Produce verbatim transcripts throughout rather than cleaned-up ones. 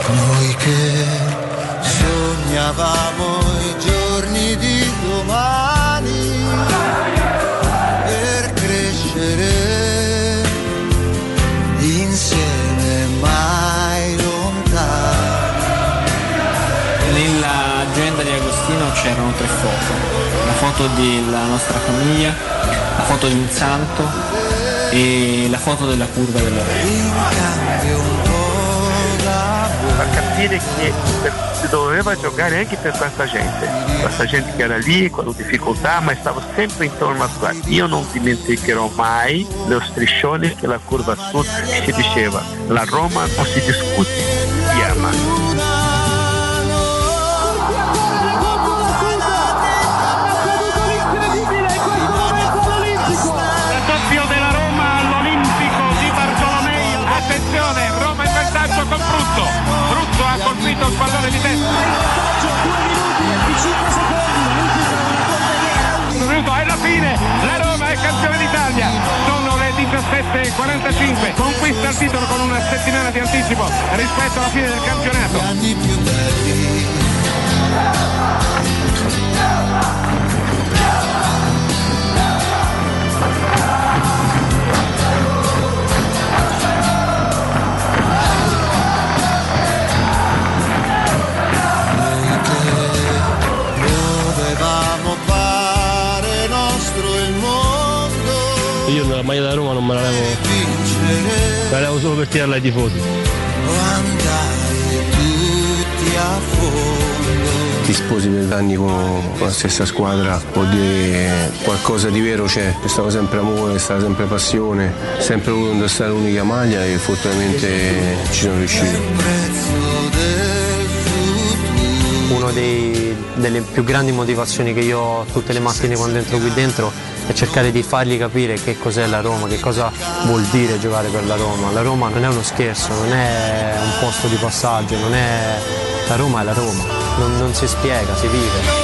Noi che sognavamo i giorni di domani per crescere insieme mai lontani. Nell'agenda di Agostino c'erano tre foto: la foto della nostra famiglia, la foto di un santo e la foto della curva della Roma. A capire che si doveva giocare anche per questa gente, questa gente che era lì con difficoltà ma stava sempre intorno a squadra. Io non dimenticherò mai lo striscione che la curva sud si diceva: la Roma non si discute, si ama. Con Brutto, Brutto ha colpito il pallone di testa. Brutto, è la fine, la Roma è campione d'Italia. Sono le diciassette e quarantacinque, conquista il titolo con una settimana di anticipo rispetto alla fine del campionato. Gli anni più belli. Io la maglia da Roma non me la levo, me la levo solo per tirarla ai tifosi. Ti sposi per anni con la stessa squadra, vuol dire qualcosa di vero c'è, c'è stato sempre amore, c'è stata sempre passione, sempre voluto indossare l'unica maglia e fortunatamente ci sono riuscito. Uno dei, delle più grandi motivazioni che io ho tutte le mattine quando entro qui dentro è cercare di fargli capire che cos'è la Roma, che cosa vuol dire giocare per la Roma. La Roma non è uno scherzo, non è un posto di passaggio, non è... la Roma è la Roma, non, non si spiega, si vive.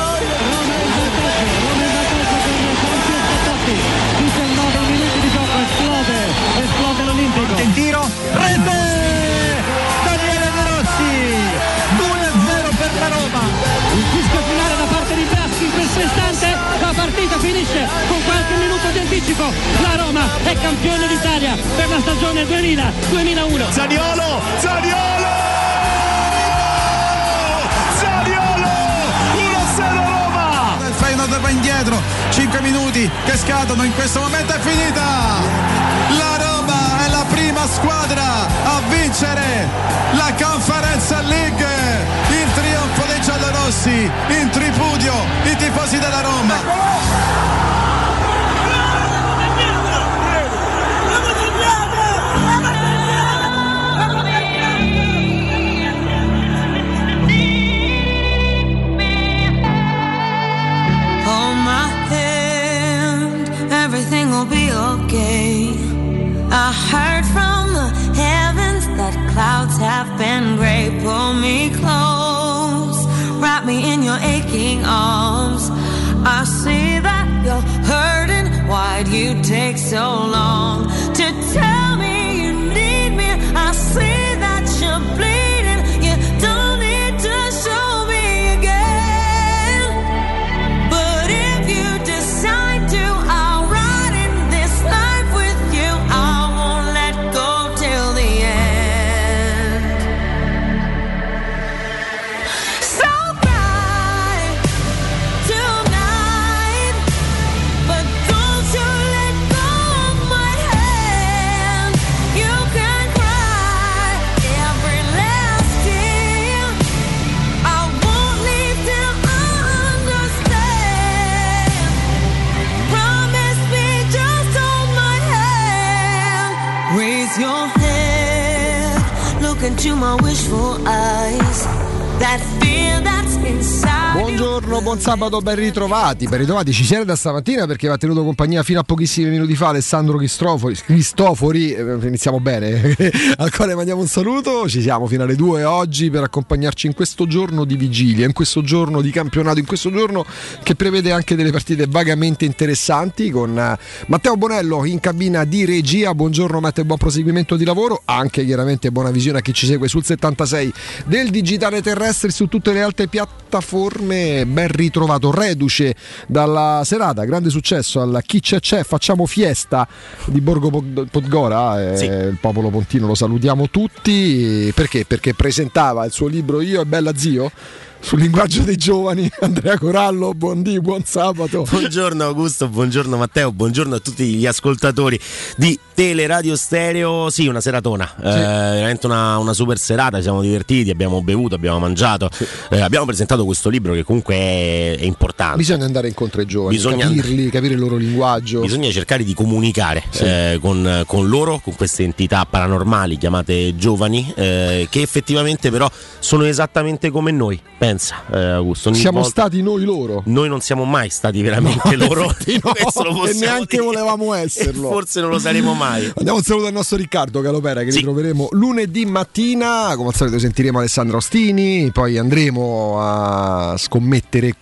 diciannove minuti di gioco, esplode, esplode l'Olimpico. Il tiro, rete! Daniele De Rossi, due a zero per la Roma. Il fischio finale da parte di Braschi in questo istante, la partita finisce con qualche minuto di anticipo. La Roma è campione d'Italia per la stagione duemila duemilauno. Zaniolo, Zaniolo! Il Feyenoord va indietro, cinque minuti che scadono, in questo momento è finita. La Roma è la prima squadra a vincere la Conference League. Il trionfo dei giallorossi, in tripudio i tifosi della Roma. Everything will be okay. I heard from the heavens that clouds have been gray. Pull me close, wrap me in your aching arms. I see that you're hurting. Why'd you take so long to tell me you need me? I see that you're bleeding. You don't need to show me again. But if you decide to, I'll ride in this life with you. I won't let go till the end. So cry tonight, but don't you let go of my hand. You can cry every last tear. I won't leave till I understand. Promise me, just hold my hand. Raise your head, look into my wishful eyes. that fear that's inside. Buongiorno, buon sabato, ben ritrovati. Ben ritrovati, ci siete da stamattina perché vi ha tenuto compagnia fino a pochissimi minuti fa Alessandro Cristofori. Cristofori, eh, iniziamo bene. Al quale mandiamo un saluto. Ci siamo fino alle due oggi per accompagnarci in questo giorno di vigilia, in questo giorno di campionato, in questo giorno che prevede anche delle partite vagamente interessanti con uh, Matteo Bonello in cabina di regia. Buongiorno Matteo, buon proseguimento di lavoro, anche chiaramente buona visione a chi ci segue sul settantasei del digitale terrestre su tutte le altre piattaforme. Ben ritrovato, reduce dalla serata, grande successo al Chi c'è c'è, facciamo fiesta di Borgo Podgora, eh, sì. Il popolo pontino lo salutiamo tutti. Perché? Perché presentava il suo libro Io e Bella Zio sul linguaggio dei giovani. Andrea Corallo, buondì, buon sabato. Buongiorno Augusto, buongiorno Matteo, buongiorno a tutti gli ascoltatori di Teleradio Stereo. Sì, una seratona, sì. eh, veramente una, una super serata, ci siamo divertiti, abbiamo bevuto, abbiamo mangiato, sì. eh, abbiamo presentato questo libro che comunque è, è importante. Bisogna andare incontro ai giovani, bisogna capirli, capire il loro linguaggio. Bisogna cercare di comunicare sì. eh, con, con loro, con queste entità paranormali chiamate giovani, eh, che effettivamente però sono esattamente come noi. Pensa, eh, Augusto, siamo volta... stati noi loro. Noi non siamo mai stati veramente no, loro. No, e neanche dire. Volevamo esserlo. E forse non lo saremo mai. Andiamo un saluto al nostro Riccardo Galopera che sì. ritroveremo lunedì mattina. Come al solito sentiremo Alessandro Ostini. Poi andremo a scommettere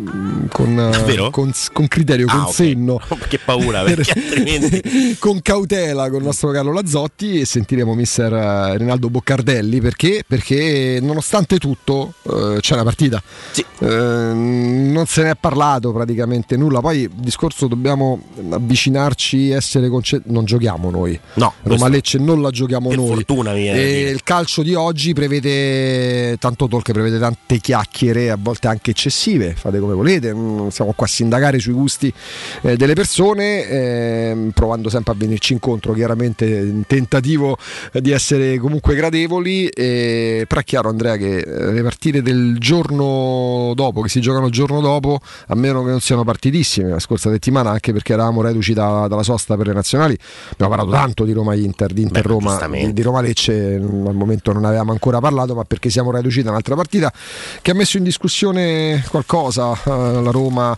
con, con, con criterio, con ah, okay. senno. Che paura, perché altrimenti con cautela con il nostro Carlo Lazzotti, e sentiremo mister Rinaldo Boccardelli perché perché nonostante tutto eh, c'è una partita sì. eh, non se ne è parlato praticamente nulla. Poi il discorso dobbiamo avvicinarci, essere conce- non giochiamo noi, no, Roma Lecce non la giochiamo per noi, fortuna mi e il calcio di oggi prevede tanto talk, prevede tante chiacchiere a volte anche eccessive. Fate come volete, non siamo qua a sindacare sui gusti eh, delle persone, eh, provando sempre a venirci incontro, chiaramente in tentativo eh, di essere comunque gradevoli, eh, però è chiaro Andrea che eh, le partite del giorno dopo, che si giocano il giorno dopo, a meno che non siano partitissime, la scorsa settimana, anche perché eravamo reduci da, dalla sosta per le nazionali, abbiamo parlato tanto di Roma-Inter, di Inter-Roma, di, di Roma-Lecce, al momento non avevamo ancora parlato, ma perché siamo reduci da un'altra partita che ha messo in discussione qualcosa. La Roma,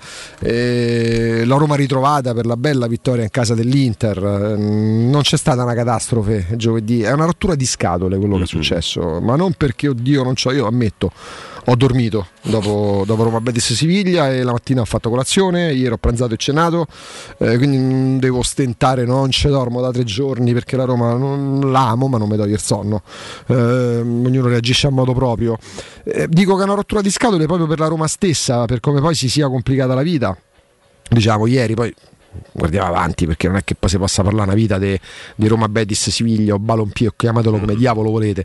eh, la Roma ritrovata per la bella vittoria in casa dell'Inter. Non c'è stata una catastrofe giovedì, è una rottura di scatole quello mm-hmm. che è successo, ma non perché oddio non c'ho, io ammetto ho dormito dopo, dopo Roma Betis Siviglia e la mattina ho fatto colazione, ieri ho pranzato e cenato, eh, quindi non devo stentare, non ci dormo da tre giorni perché la Roma non l'amo ma non mi toglie il sonno, eh, ognuno reagisce a modo proprio. Eh, dico che è una rottura di scatole proprio per la Roma stessa, per come poi si sia complicata la vita, diciamo ieri, poi guardiamo avanti perché non è che poi si possa parlare una vita di Roma Betis Siviglia o Balompie, chiamatelo come diavolo volete,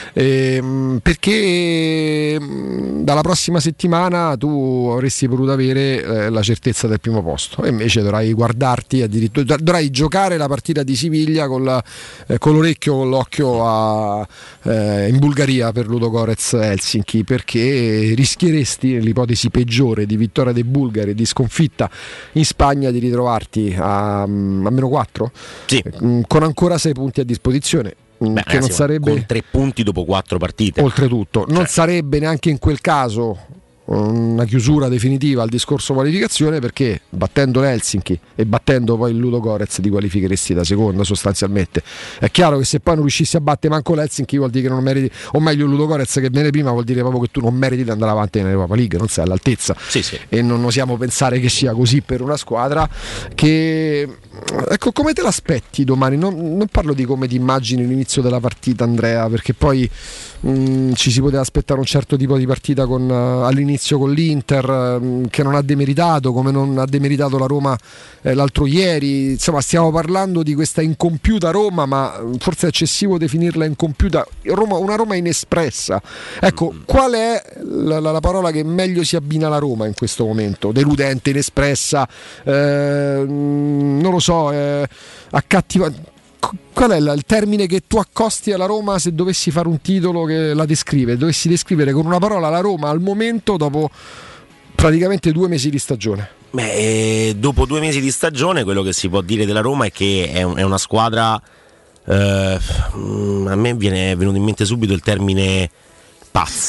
ehm, perché dalla prossima settimana tu avresti potuto avere eh, la certezza del primo posto e invece dovrai guardarti addirittura, dovrai giocare la partita di Siviglia con, la, eh, con l'orecchio, con l'occhio a, eh, in Bulgaria per Ludogorets Helsinki, perché rischieresti nell'ipotesi peggiore di vittoria dei bulgari, di sconfitta in Spagna, di ritrovarti a, a meno quattro sì. con ancora sei punti a disposizione. Beh, che non sarebbe con tre punti dopo quattro partite. Oltretutto, cioè. non sarebbe neanche in quel caso una chiusura definitiva al discorso qualificazione, perché battendo l'Helsinki e battendo poi il Ludogorets ti qualificheresti da seconda sostanzialmente. È chiaro che se poi non riuscissi a battere manco l'Helsinki vuol dire che non meriti, o meglio il Ludogorets che viene prima vuol dire proprio che tu non meriti di andare avanti nell'Europa League, non sei all'altezza. Sì, sì. E non osiamo pensare che sia così per una squadra che, ecco, come te l'aspetti domani? Non, non parlo di come ti immagini l'inizio della partita, Andrea, perché poi mh, ci si poteva aspettare un certo tipo di partita con, uh, all'inizio con l'Inter, mh, che non ha demeritato, come non ha demeritato la Roma eh, l'altro ieri. Insomma, stiamo parlando di questa incompiuta Roma, ma forse è eccessivo definirla incompiuta, Roma, una Roma inespressa. Ecco, qual è la, la, la parola che meglio si abbina alla Roma in questo momento? Deludente, inespressa, eh, non lo so, eh, accattivante. Qual è il termine che tu accosti alla Roma se dovessi fare un titolo che la descrive? Dovessi descrivere con una parola la Roma al momento dopo praticamente due mesi di stagione? Beh, dopo due mesi di stagione quello che si può dire della Roma è che è, un, è una squadra, eh, a me viene venuto in mente subito il termine pazza,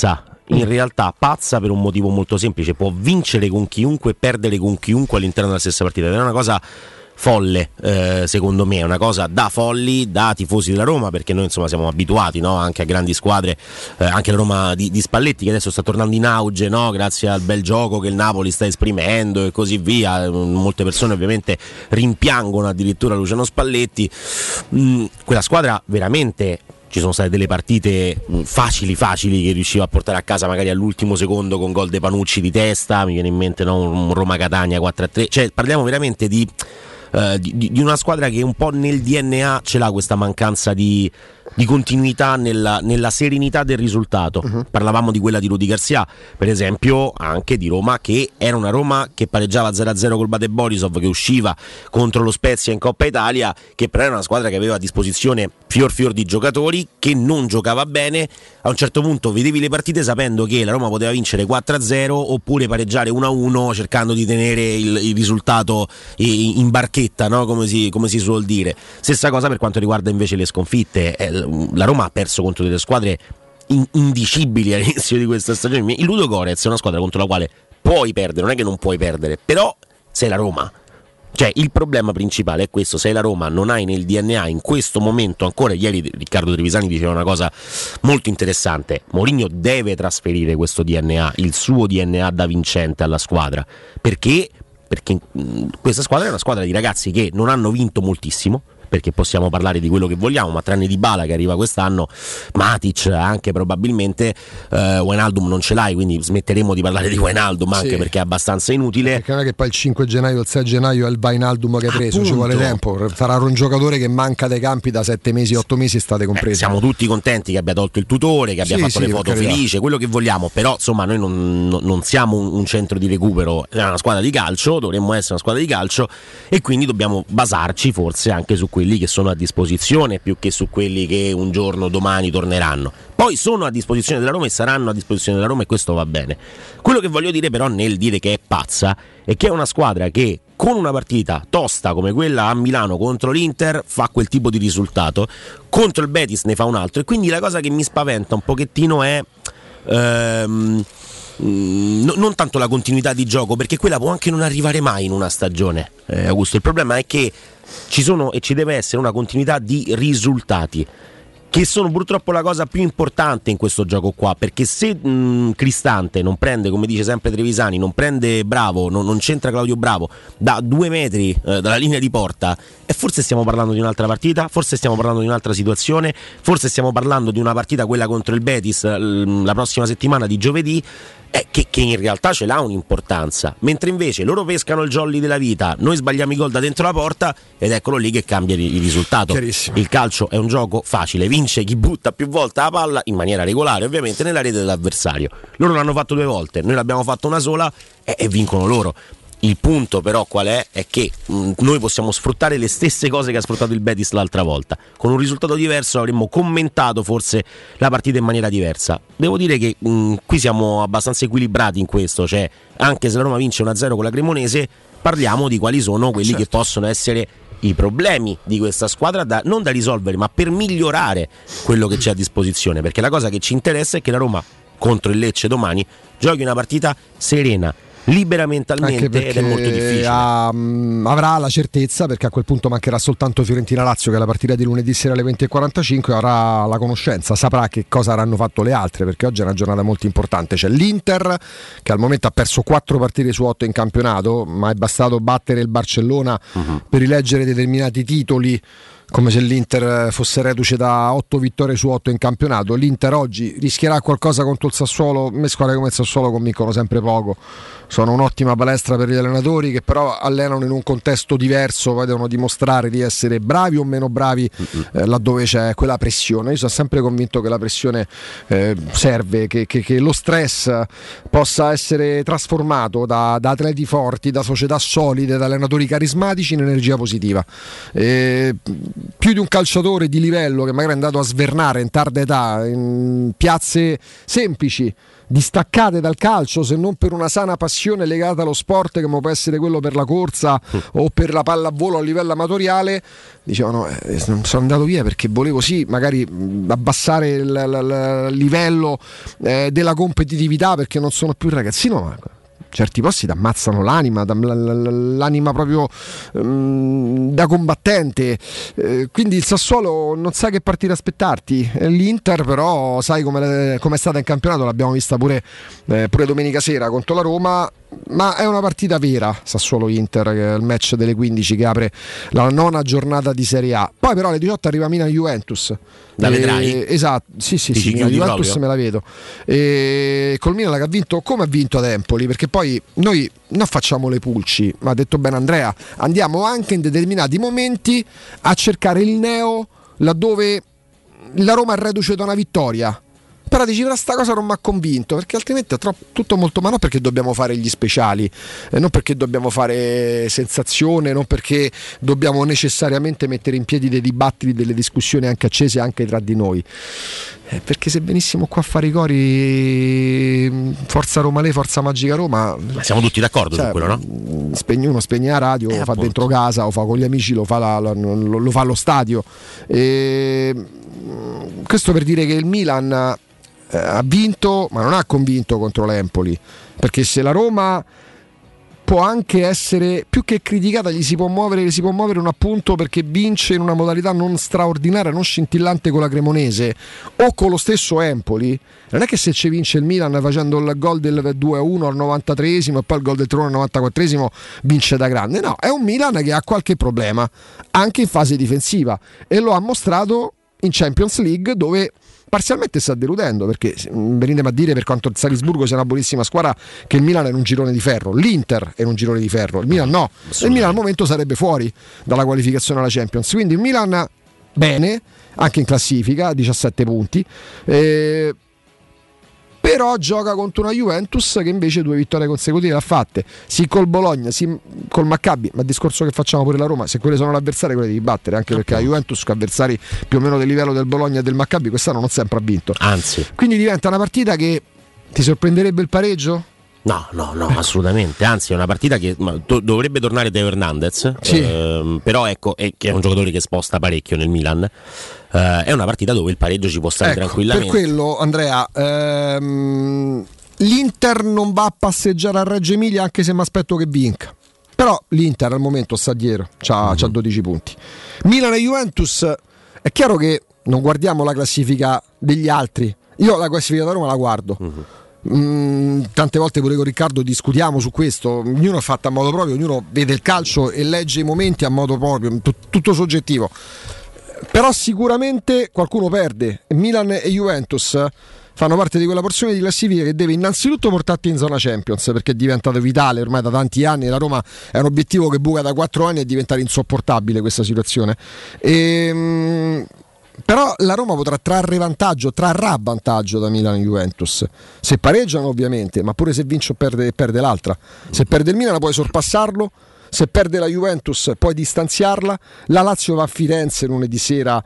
in realtà pazza per un motivo molto semplice: può vincere con chiunque e perdere con chiunque all'interno della stessa partita, ed è una cosa folle, eh, secondo me, è una cosa da folli, da tifosi della Roma, perché noi insomma siamo abituati, no? Anche a grandi squadre, eh, anche la Roma di, di Spalletti, che adesso sta tornando in auge, no? Grazie al bel gioco che il Napoli sta esprimendo e così via. Molte persone ovviamente rimpiangono addirittura Luciano Spalletti. Mm, quella squadra veramente, ci sono state delle partite facili facili che riusciva a portare a casa magari all'ultimo secondo con gol de Panucci di testa, mi viene in mente, no? Un Roma-Catania quattro a tre, cioè parliamo veramente di Uh, di, di una squadra che un po' nel D N A ce l'ha questa mancanza di, di continuità nella, nella serenità del risultato. Uh-huh. Parlavamo di quella di Rudy Garcia, per esempio, anche di Roma, che era una Roma che pareggiava zero a zero col Bate Borisov, che usciva contro lo Spezia in Coppa Italia, che però era una squadra che aveva a disposizione fior fior di giocatori, che non giocava bene. A un certo punto vedevi le partite sapendo che la Roma poteva vincere quattro a zero oppure pareggiare uno a uno, cercando di tenere il, il risultato in barchetta, no? come, si, come si suol dire. Stessa cosa per quanto riguarda invece le sconfitte. La Roma ha perso contro delle squadre indicibili all'inizio di questa stagione. Il Ludogorets è una squadra contro la quale puoi perdere, non è che non puoi perdere, però sei la Roma. Cioè, il problema principale è questo: sei la Roma, non hai nel D N A in questo momento ancora. Ieri Riccardo Trevisani diceva una cosa molto interessante: Mourinho deve trasferire questo D N A, il suo D N A da vincente alla squadra, perché perché mh, questa squadra è una squadra di ragazzi che non hanno vinto moltissimo, perché possiamo parlare di quello che vogliamo, ma tranne Dybala che arriva quest'anno, Matic anche probabilmente, eh, Wijnaldum non ce l'hai, quindi smetteremo di parlare di Wijnaldum anche sì, perché è abbastanza inutile. Perché non è che poi il cinque gennaio o il sei gennaio è il Wijnaldum che hai preso, appunto, ci vuole tempo. Sarà un giocatore che manca dai campi da sette mesi, otto mesi, state compresi. Eh, siamo tutti contenti che abbia tolto il tutore, che abbia sì, fatto sì, le foto felice, quello che vogliamo, però insomma noi non, non siamo un, un centro di recupero, è una squadra di calcio, dovremmo essere una squadra di calcio, e quindi dobbiamo basarci forse anche su quelli che sono a disposizione più che su quelli che un giorno, domani torneranno. Poi sono a disposizione della Roma e saranno a disposizione della Roma, e questo va bene. Quello che voglio dire però nel dire che è pazza è che è una squadra che con una partita tosta come quella a Milano contro l'Inter fa quel tipo di risultato, contro il Betis ne fa un altro, e quindi la cosa che mi spaventa un pochettino è ehm, No, non tanto la continuità di gioco, perché quella può anche non arrivare mai in una stagione, eh, Augusto. Il problema è che ci sono e ci deve essere una continuità di risultati, che sono purtroppo la cosa più importante in questo gioco qua, perché se mh, Cristante non prende, come dice sempre Trevisani, non prende Bravo, non, non c'entra Claudio Bravo da due metri eh, dalla linea di porta, e forse stiamo parlando di un'altra partita, forse stiamo parlando di un'altra situazione, forse stiamo parlando di una partita, quella contro il Betis, l- la prossima settimana di giovedì, eh, che, che in realtà ce l'ha un'importanza, mentre invece loro pescano il jolly della vita, noi sbagliamo i gol da dentro la porta, ed eccolo lì che cambia il, il risultato. Il calcio è un gioco facile, vince chi butta più volte la palla in maniera regolare, ovviamente nella rete dell'avversario. Loro l'hanno fatto due volte, noi l'abbiamo fatto una sola, e, e vincono loro. Il punto però qual è? È che mh, noi possiamo sfruttare le stesse cose che ha sfruttato il Betis l'altra volta. Con un risultato diverso avremmo commentato forse la partita in maniera diversa. Devo dire che mh, qui siamo abbastanza equilibrati in questo, cioè anche se la Roma vince uno a zero con la Cremonese, parliamo di quali sono quelli certo. che possono essere i problemi di questa squadra, da, non da risolvere, ma per migliorare quello che c'è a disposizione, perché la cosa che ci interessa è che la Roma contro il Lecce domani giochi una partita serena, libera mentalmente, ed è molto difficile. Ha, um, avrà la certezza, perché a quel punto mancherà soltanto Fiorentina-Lazio, che è la partita di lunedì sera alle venti e quarantacinque, avrà la conoscenza, saprà che cosa avranno fatto le altre, perché oggi è una giornata molto importante. C'è l'Inter che al momento ha perso quattro partite su otto in campionato, ma è bastato battere il Barcellona uh-huh. per rileggere determinati titoli, come se l'Inter fosse reduce da otto vittorie su otto in campionato. L'Inter oggi rischierà qualcosa contro il Sassuolo. Me squadre come il Sassuolo convincono sempre poco, sono un'ottima palestra per gli allenatori, che però allenano in un contesto diverso, poi devono dimostrare di essere bravi o meno bravi eh, laddove c'è quella pressione. Io sono sempre convinto che la pressione eh, serve, che, che, che lo stress possa essere trasformato da, da atleti forti, da società solide, da allenatori carismatici in energia positiva. E più di un calciatore di livello che magari è andato a svernare in tarda età in piazze semplici, distaccate dal calcio, se non per una sana passione legata allo sport come può essere quello per la corsa mm. o per la pallavolo a livello amatoriale, dicevano eh, sono andato via perché volevo sì magari abbassare il, il, il livello eh, della competitività perché non sono più ragazzino, ma certi posti ti ammazzano l'anima, l'anima proprio um, da combattente, eh, quindi il Sassuolo non sa che partita aspettarti, l'Inter però sai come è stata in campionato, l'abbiamo vista pure, eh, pure domenica sera contro la Roma, ma è una partita vera Sassuolo-Inter, che è il match delle quindici che apre la nona giornata di Serie A. Poi però alle diciotto arriva Milan-Juventus. La vedrai? Esatto, sì sì, sì Milan Juventus me la vedo. E col Milan che ha vinto, come ha vinto ad Empoli, perché poi noi non facciamo le pulci, ma ha detto bene Andrea, andiamo anche in determinati momenti a cercare il neo laddove la Roma è reduce da una vittoria. Però dici, però sta cosa non mi ha convinto, perché altrimenti è troppo, tutto molto, ma non perché dobbiamo fare gli speciali, eh, non perché dobbiamo fare sensazione, non perché dobbiamo necessariamente mettere in piedi dei dibattiti, delle discussioni anche accese anche tra di noi, eh, perché se venissimo qua a fare i cori Forza Roma Le, Forza Magica Roma, ma siamo tutti d'accordo, cioè, su quello, no? Spegne, uno spegne la radio, eh, lo fa appunto dentro casa, o fa con gli amici, lo fa, la, lo, lo fa allo stadio, e questo per dire che il Milan ha vinto, ma non ha convinto contro l'Empoli, perché se la Roma può anche essere più che criticata, gli si può muovere, gli si può muovere un appunto perché vince in una modalità non straordinaria, non scintillante con la Cremonese o con lo stesso Empoli. Non è che se ci vince il Milan facendo il gol del due a uno al novantatreesimo e poi il gol del tre a uno al novantaquattresimo vince da grande, no, è un Milan che ha qualche problema anche in fase difensiva e lo ha mostrato in Champions League, dove parzialmente sta deludendo, perché venite a dire per quanto il Salisburgo sia una buonissima squadra che il Milan è in un girone di ferro, l'Inter è in un girone di ferro, il Milan no, il Milan al momento sarebbe fuori dalla qualificazione alla Champions, quindi il Milan bene anche in classifica, diciassette punti, eh, però gioca contro una Juventus che invece due vittorie consecutive l'ha fatte, sì col Bologna, sì col Maccabi, ma il discorso che facciamo pure la Roma, se quelle sono l'avversario quelle devi battere, anche perché la Juventus con avversari più o meno del livello del Bologna e del Maccabi quest'anno non sempre ha vinto, anzi, quindi diventa una partita che ti sorprenderebbe il pareggio? No, no, no, assolutamente. Anzi, è una partita che do- dovrebbe tornare Teo Hernandez, sì. ehm, però ecco, è, che è un giocatore che sposta parecchio nel Milan. Eh, è una partita dove il pareggio ci può stare, ecco, tranquillamente. Per quello, Andrea, ehm, l'Inter non va a passeggiare a Reggio Emilia, anche se mi aspetto che vinca. Però l'Inter al momento sta dietro, c'ha, mm-hmm. c'ha dodici punti. Milan e Juventus, è chiaro che non guardiamo la classifica degli altri. Io la classifica da Roma la guardo. Mm-hmm. Mm, tante volte pure con Riccardo discutiamo su questo, ognuno è fatto a modo proprio, ognuno vede il calcio e legge i momenti a modo proprio, t- tutto soggettivo, però sicuramente qualcuno perde. Milan e Juventus fanno parte di quella porzione di classifica che deve innanzitutto portarti in zona Champions, perché è diventato vitale ormai da tanti anni, la Roma è un obiettivo che buca da quattro anni, è diventata insopportabile questa situazione, e, mm, però la Roma potrà trarre vantaggio, trarrà vantaggio da Milan e Juventus se pareggiano ovviamente, ma pure se vince o perde, perde l'altra. Se perde il Milan puoi sorpassarlo, se perde la Juventus puoi distanziarla. La Lazio va a Firenze lunedì sera,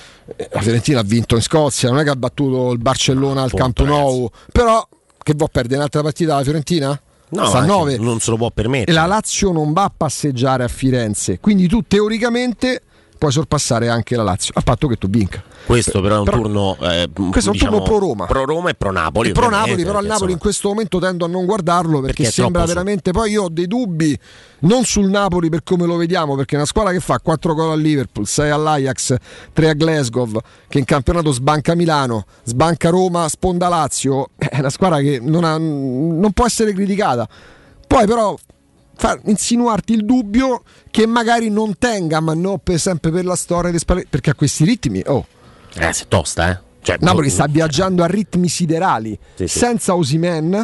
la Fiorentina ha vinto in Scozia, non è che ha battuto il Barcellona al Camp Nou, però che vuol perdere un'altra partita la Fiorentina? No, sta a nove, non se lo può permettere. E la Lazio non va a passeggiare a Firenze, quindi tu teoricamente puoi sorpassare anche la Lazio, a patto che tu vinca. Questo però è un però, turno eh, questo diciamo, è un turno pro Roma. Pro Roma e pro Napoli. E pro Napoli, però il Napoli in questo momento tendo a non guardarlo perché, perché sembra veramente. Su... Poi io ho dei dubbi non sul Napoli per come lo vediamo, perché è una squadra che fa quattro gol al Liverpool, sei all'Ajax, tre a Glasgow, che in campionato sbanca Milano, sbanca Roma, sponda Lazio. È una squadra che non, ha, non può essere criticata. Poi però far insinuarti il dubbio che magari non tenga, ma no per sempre per la storia, perché a questi ritmi oh eh si tosta, eh cioè, Napoli sta viaggiando a ritmi siderali, sì, sì. Senza Osimhen,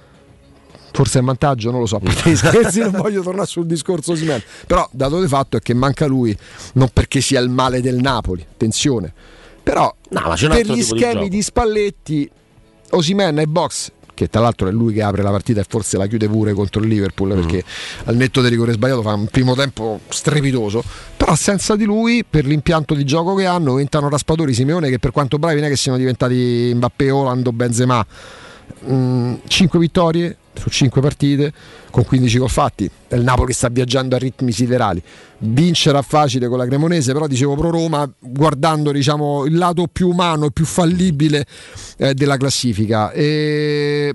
forse è in vantaggio, non lo so, perché scherzi, non voglio tornare sul discorso Osimhen, però dato di fatto è che manca lui, non perché sia il male del Napoli, attenzione, però no, ma c'è un per altro gli tipo schemi di, di Spalletti Osimhen e box che tra l'altro è lui che apre la partita e forse la chiude pure contro il Liverpool, mm. perché al netto del rigore sbagliato fa un primo tempo strepitoso, però senza di lui, per l'impianto di gioco che hanno, entrano raspatori, Simeone, che per quanto bravi non è che siano diventati Mbappé, Haaland o Benzema. cinque vittorie su cinque partite con quindici gol fatti. È il Napoli che sta viaggiando a ritmi siderali. Vincerà facile con la Cremonese, però dicevo pro Roma, guardando diciamo il lato più umano e più fallibile eh, della classifica. E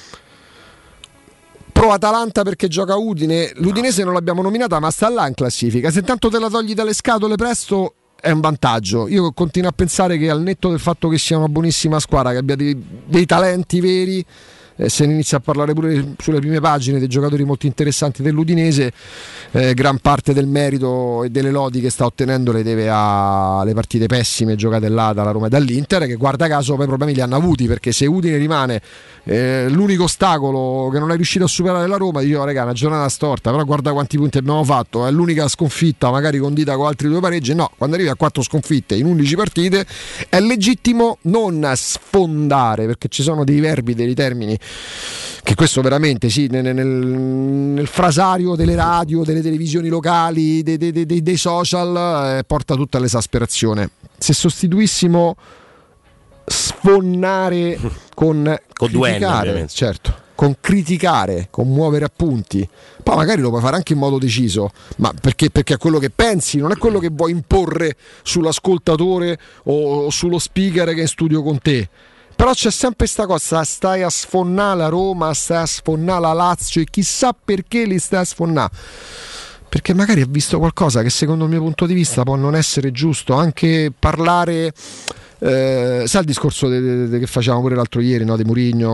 pro Atalanta perché gioca Udine. L'Udinese non l'abbiamo nominata, ma sta là in classifica. Se tanto te la togli dalle scatole presto è un vantaggio. Io continuo a pensare che, al netto del fatto che sia una buonissima squadra, che abbia dei, dei talenti veri, eh, se ne inizia a parlare pure sulle prime pagine dei giocatori molto interessanti dell'Udinese, eh, gran parte del merito e delle lodi che sta ottenendo le deve alle partite pessime giocate là dalla Roma e dall'Inter, che guarda caso poi problemi li hanno avuti, perché se Udine rimane eh, l'unico ostacolo che non è riuscito a superare la Roma, dicevo raga, una giornata storta, però guarda quanti punti abbiamo fatto, è l'unica sconfitta magari condita con altri due pareggi. No, quando arrivi a quattro sconfitte in undici partite è legittimo non sfondare, perché ci sono dei verbi, dei termini che questo veramente sì, nel, nel, nel frasario delle radio, delle televisioni locali, dei, dei, dei, dei social eh, porta tutta all'esasperazione. Se sostituissimo sfonnare con, con criticare, due N, certo, con criticare, con muovere appunti, poi magari lo puoi fare anche in modo deciso, ma perché, perché è quello che pensi, non è quello che vuoi imporre sull'ascoltatore o, o sullo speaker che è in studio con te. Però c'è sempre questa cosa, stai a sfonnare la Roma, stai a sfonnare la Lazio, e chissà perché li stai a sfonnare, perché magari ha visto qualcosa che secondo il mio punto di vista può non essere giusto. Anche parlare, eh, sai il discorso de, de, de, che facevamo pure l'altro ieri, no? Di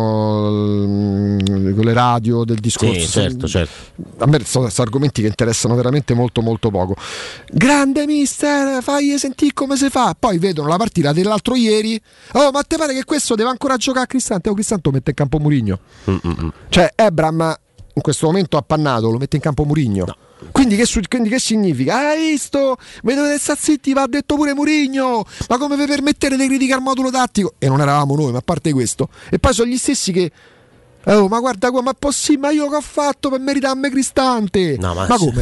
Mourinho con le radio, del discorso, sì, certo, certo. A me sono argomenti che interessano veramente molto molto poco. Grande mister, fai sentire come si fa. Poi vedono la partita dell'altro ieri, oh ma te pare che questo deve ancora giocare a Cristante? O Cristante mette in campo Mourinho. Mm-mm. Cioè Ebram in questo momento appannato lo mette in campo Mourinho, no. Quindi che, quindi che significa? Hai visto? Mi dovete stare zitti, va detto pure Mourinho. Ma come vi permettete di criticare il modulo tattico? E non eravamo noi, ma a parte questo. E poi sono gli stessi che oh, ma guarda qua, ma è possibile? Ma io che ho fatto per meritarmi Cristante? No, ma, ma come?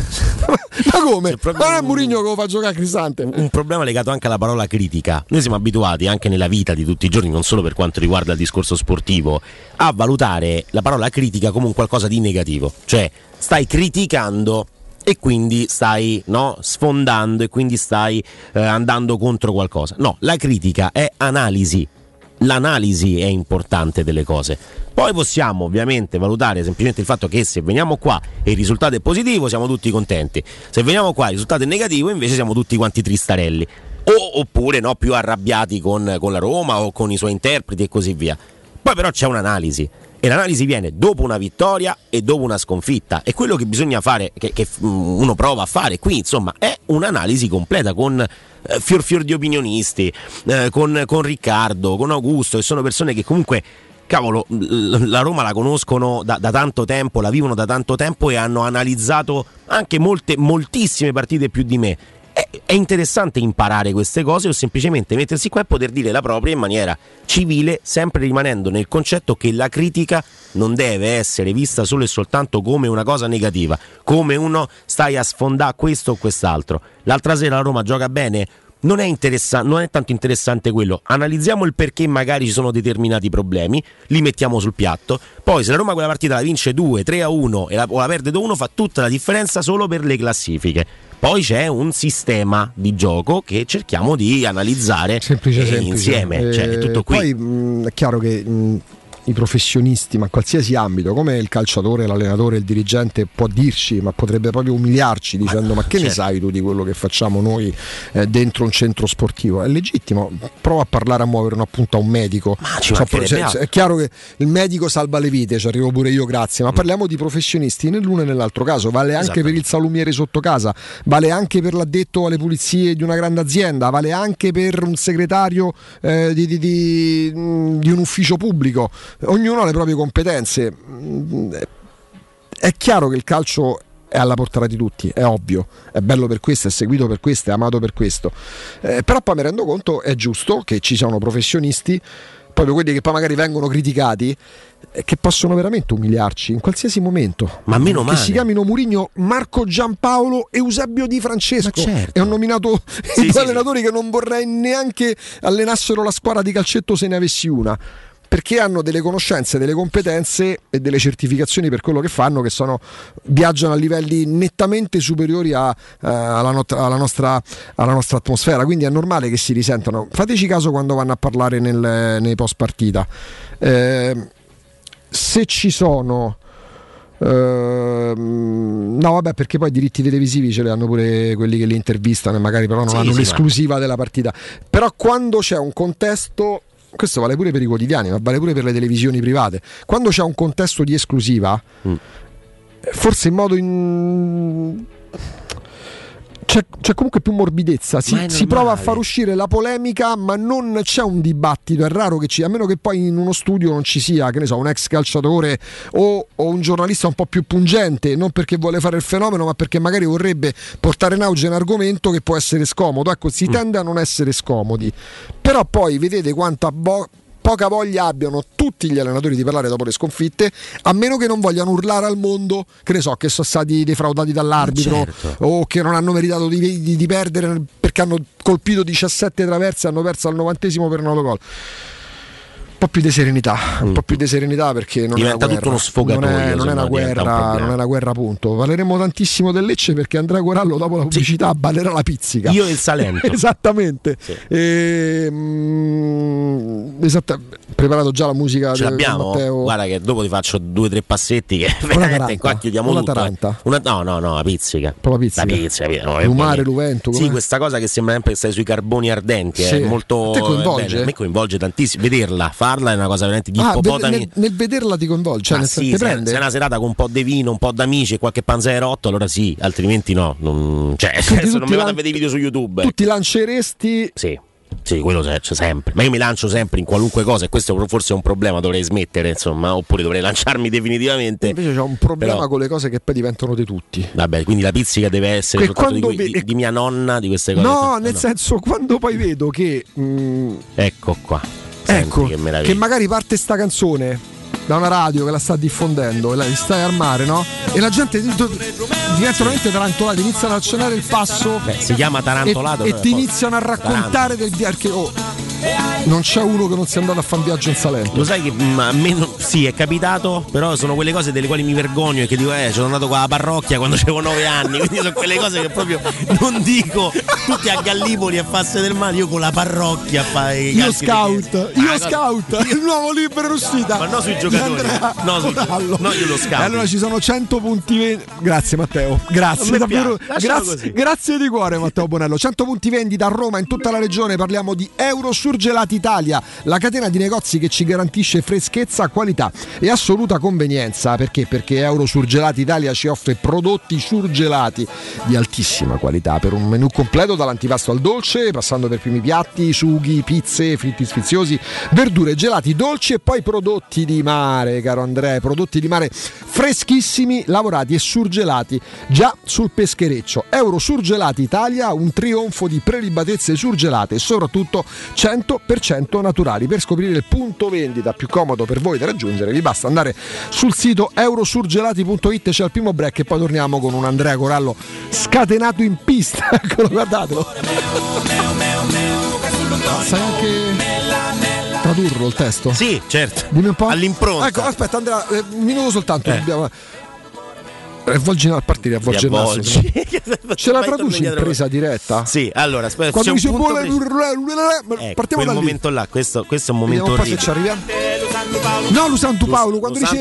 ma come? Ma non è Mourinho che lo fa giocare a Cristante? Un, un problema legato anche alla parola critica. Noi siamo abituati anche nella vita di tutti i giorni, non solo per quanto riguarda il discorso sportivo, a valutare la parola critica come un qualcosa di negativo. Cioè stai criticando e quindi stai no, sfondando e quindi stai eh, andando contro qualcosa. No, la critica è analisi. L'analisi è importante delle cose. Poi possiamo ovviamente valutare semplicemente il fatto che se veniamo qua e il risultato è positivo siamo tutti contenti, se veniamo qua e il risultato è negativo invece siamo tutti quanti tristarelli, o, oppure no, più arrabbiati con, con la Roma o con i suoi interpreti e così via. Poi però c'è un'analisi, e l'analisi viene dopo una vittoria e dopo una sconfitta, e quello che bisogna fare, che, che uno prova a fare qui insomma, è un'analisi completa con eh, fior fior di opinionisti, eh, con, con Riccardo, con Augusto, che sono persone che comunque cavolo la Roma la conoscono da, da tanto tempo, la vivono da tanto tempo e hanno analizzato anche molte moltissime partite più di me. È, è interessante imparare queste cose o semplicemente mettersi qua e poter dire la propria in maniera civile, sempre rimanendo nel concetto che la critica non deve essere vista solo e soltanto come una cosa negativa, come uno stai a sfondare questo o quest'altro. L'altra sera la Roma gioca bene? Non è, interessa- non è tanto interessante quello. Analizziamo il perché magari ci sono determinati problemi, li mettiamo sul piatto. Poi se la Roma quella partita la vince due, tre a uno e la, o la perde due a uno, fa tutta la differenza solo per le classifiche. Poi c'è un sistema di gioco che cerchiamo di analizzare semplice, eh, semplice. insieme, cioè, è tutto qui. Poi mh, è chiaro che mh, i professionisti, ma in qualsiasi ambito, come il calciatore, l'allenatore, il dirigente, può dirci, ma potrebbe proprio umiliarci dicendo ma, ma che certo. ne sai tu di quello che facciamo noi eh, dentro un centro sportivo? È legittimo, prova a parlare, a muovere un appunto a un medico. Ci so, cioè, è chiaro che il medico salva le vite, ci arrivo pure io, grazie, ma mm. parliamo di professionisti nell'uno e nell'altro caso, vale anche per il salumiere sotto casa, vale anche per l'addetto alle pulizie di una grande azienda, vale anche per un segretario eh, di, di, di, di un ufficio pubblico. Ognuno ha le proprie competenze. È chiaro che il calcio è alla portata di tutti, è ovvio, è bello per questo, è seguito per questo, è amato per questo, eh, però poi mi rendo conto è giusto che ci siano professionisti proprio quelli che poi magari vengono criticati, eh, che possono veramente umiliarci in qualsiasi momento. Ma meno che male. si chiamino Mourinho, Marco Giampaolo, Eusebio Di Francesco. Certo. E ho nominato Sì, i due sì, allenatori che non vorrei neanche allenassero la squadra di calcetto se ne avessi una, perché hanno delle conoscenze, delle competenze e delle certificazioni per quello che fanno, che sono viaggiano a livelli nettamente superiori a, uh, alla, not- alla, nostra, alla nostra atmosfera, quindi è normale che si risentano. Fateci caso quando vanno a parlare nel, nei post partita, eh, se ci sono Uh, no vabbè, perché poi i diritti televisivi ce li hanno pure quelli che li intervistano e magari però non sì, hanno sì, l'esclusiva ma... della partita. Però quando c'è un contesto, questo vale pure per i quotidiani, ma vale pure per le televisioni private, quando c'è un contesto di esclusiva, mm. forse in modo in... C'è, c'è comunque più morbidezza, si, si prova a far uscire la polemica, ma non c'è un dibattito. È raro che ci, a meno che poi in uno studio non ci sia, che ne so, un ex calciatore o, o un giornalista un po' più pungente, non perché vuole fare il fenomeno, ma perché magari vorrebbe portare in auge un argomento che può essere scomodo. Ecco, si mm. tende a non essere scomodi, però poi vedete quanta bo- poca voglia abbiano tutti gli allenatori di parlare dopo le sconfitte, a meno che non vogliano urlare al mondo, che ne so, che sono stati defraudati dall'arbitro, certo. o che non hanno meritato di, di, di perdere perché hanno colpito diciassette traverse e hanno perso al novantesimo per un autogol. Un po' più di serenità, un mm. po' più di serenità, perché non diventa è una tutto uno sfogatoio, non è, non è una guerra, un non è una guerra appunto. Parleremo tantissimo del Lecce perché Andrea Corallo dopo la pubblicità sì. ballerà la pizzica. Io e il Salento. Esattamente. Sì. E, mm, esatta, preparato già la musica Ce l'abbiamo? Matteo. Guarda che dopo ti faccio due o tre passetti che veramente qua chiudiamo una tutto. Taranta. Una, no, no, no, la pizzica. Proprio pizzica. La pizzica, no, Lumare, Luvento. Sì, questa cosa che sembra sempre che stai sui carboni ardenti, sì. è molto te coinvolge? A me coinvolge tantissimo. Vederla, farla è una cosa veramente di ah, ippopotami. Nel, nel vederla ti coinvolge, cioè, ah, nel sì, te se, prende? se è una serata con un po' di vino, un po' d'amici e qualche panzerotto, allora sì, altrimenti no. Non, cioè, se non mi vado lan- a vedere i video su YouTube. Tu ti lanceresti? Sì. Sì, quello c'è sempre. Ma io mi lancio sempre in qualunque cosa e questo forse è un problema, dovrei smettere, insomma, oppure dovrei lanciarmi definitivamente. Invece c'è un problema Però... con le cose che poi diventano di tutti. Vabbè, quindi la pizzica deve essere e soltanto di, ve- di, di mia nonna, di queste cose. No, nel no. senso, quando poi vedo che mh, ecco qua. Senti, ecco, che, che magari parte sta canzone da una radio che la sta diffondendo e la stai al mare, no? E la gente diventa veramente tarantolata, iniziano a accennare il passo. Beh, si chiama tarantolato e, e ti iniziano a raccontare Tarantolo. del viaggio. Oh, non c'è uno che non sia andato a fare un viaggio in Salento. Lo sai che mh, a me non, sì, è capitato, però sono quelle cose delle quali mi vergogno e che dico, eh, sono andato qua alla parrocchia quando avevo nove anni, quindi sono quelle cose che proprio non dico tutti a Gallipoli a Fasse del Mare, io con la parrocchia a fare io scout, io ah, scout, cosa... il nuovo libro in uscita. Ma no sui giocatori, no, sui, no, io lo scout. E allora ci sono cento punti vendita. Grazie Matteo, grazie davvero, grazie, grazie di cuore Matteo Bonello. cento punti vendita a Roma, in tutta la regione. Parliamo di Euro Surgelati Italia, la catena di negozi che ci garantisce freschezza, qualità e assoluta convenienza. Perché? Perché Euro Surgelati Italia ci offre prodotti surgelati di altissima qualità per un menù completo dall'antipasto al dolce, passando per primi piatti, sughi, pizze, fritti sfiziosi, verdure, gelati, dolci e poi prodotti di mare, caro Andrea, prodotti di mare freschissimi, lavorati e surgelati già sul peschereccio. Euro Surgelati Italia, un trionfo di prelibatezze surgelate e soprattutto cento per cento naturali. Per scoprire il punto vendita più comodo per voi da raggiungere vi basta andare sul sito eurosurgelati punto it. C'è il primo break e poi torniamo con un Andrea Corallo scatenato in pista. Eccolo, guardatelo. Sai anche tradurlo il testo? Sì, certo. Dimmi un po'. All'impronta. Ecco, aspetta Andrea, eh, un minuto soltanto. Eh. Dobbiamo... Avvolgi a partire, avvolgi il naso. Ce la traduci in presa diretta? Sì, allora aspetta. Quando dice vuole pre... partiamo da quel lì. momento là, questo, questo è un momento Vediamo orribile. Se ci arriviamo. No, lo Santo Paolo, quando dice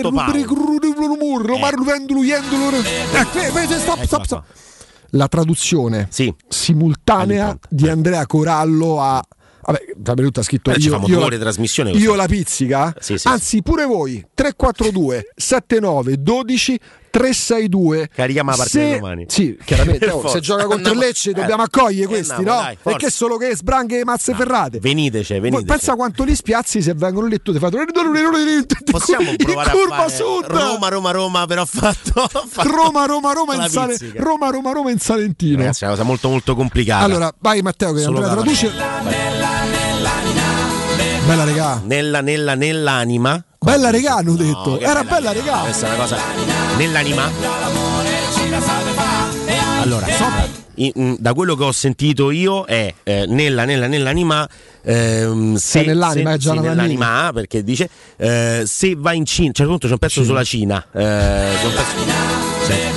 stop, stop, stop. La traduzione sì. simultanea di Andrea Corallo a vabbè, tutta scritto eh, io, io, la, trasmissione io la pizzica, sì, sì, anzi pure voi tre quattro due sette nove uno due tre sei due. Carichiamo la partita se, domani. Sì, chiaramente oh, se gioca contro il Lecce eh, dobbiamo accogliere eh, questi, no? Dai, perché solo che sbranghe mazze no, ferrate. Veniteci, veniteci. Pensa quanto li spiazzi se vengono lì e tu ti fai possiamo provare in curva a sud. Roma Roma Roma però fatto, fatto Roma Roma Roma in sale, Roma Roma Roma in Salentino. Ragazzi, è una cosa molto molto complicata. Allora, vai Matteo che Solo Andrea traduce. Bella regà. Nella, nella, nell'anima. Bella regà hanno detto. No, Era bella regà. Questa è una cosa. Nell'anima. Allora, so, in, da quello che ho sentito io è eh, nella, nella, nell'anima. Ehm, se, nell'anima, se, è già sì, nell'anima, perché dice eh, se va in Cina, a un certo punto c'è un pezzo Cina. sulla Cina. Eh, c'è un pezzo, sì.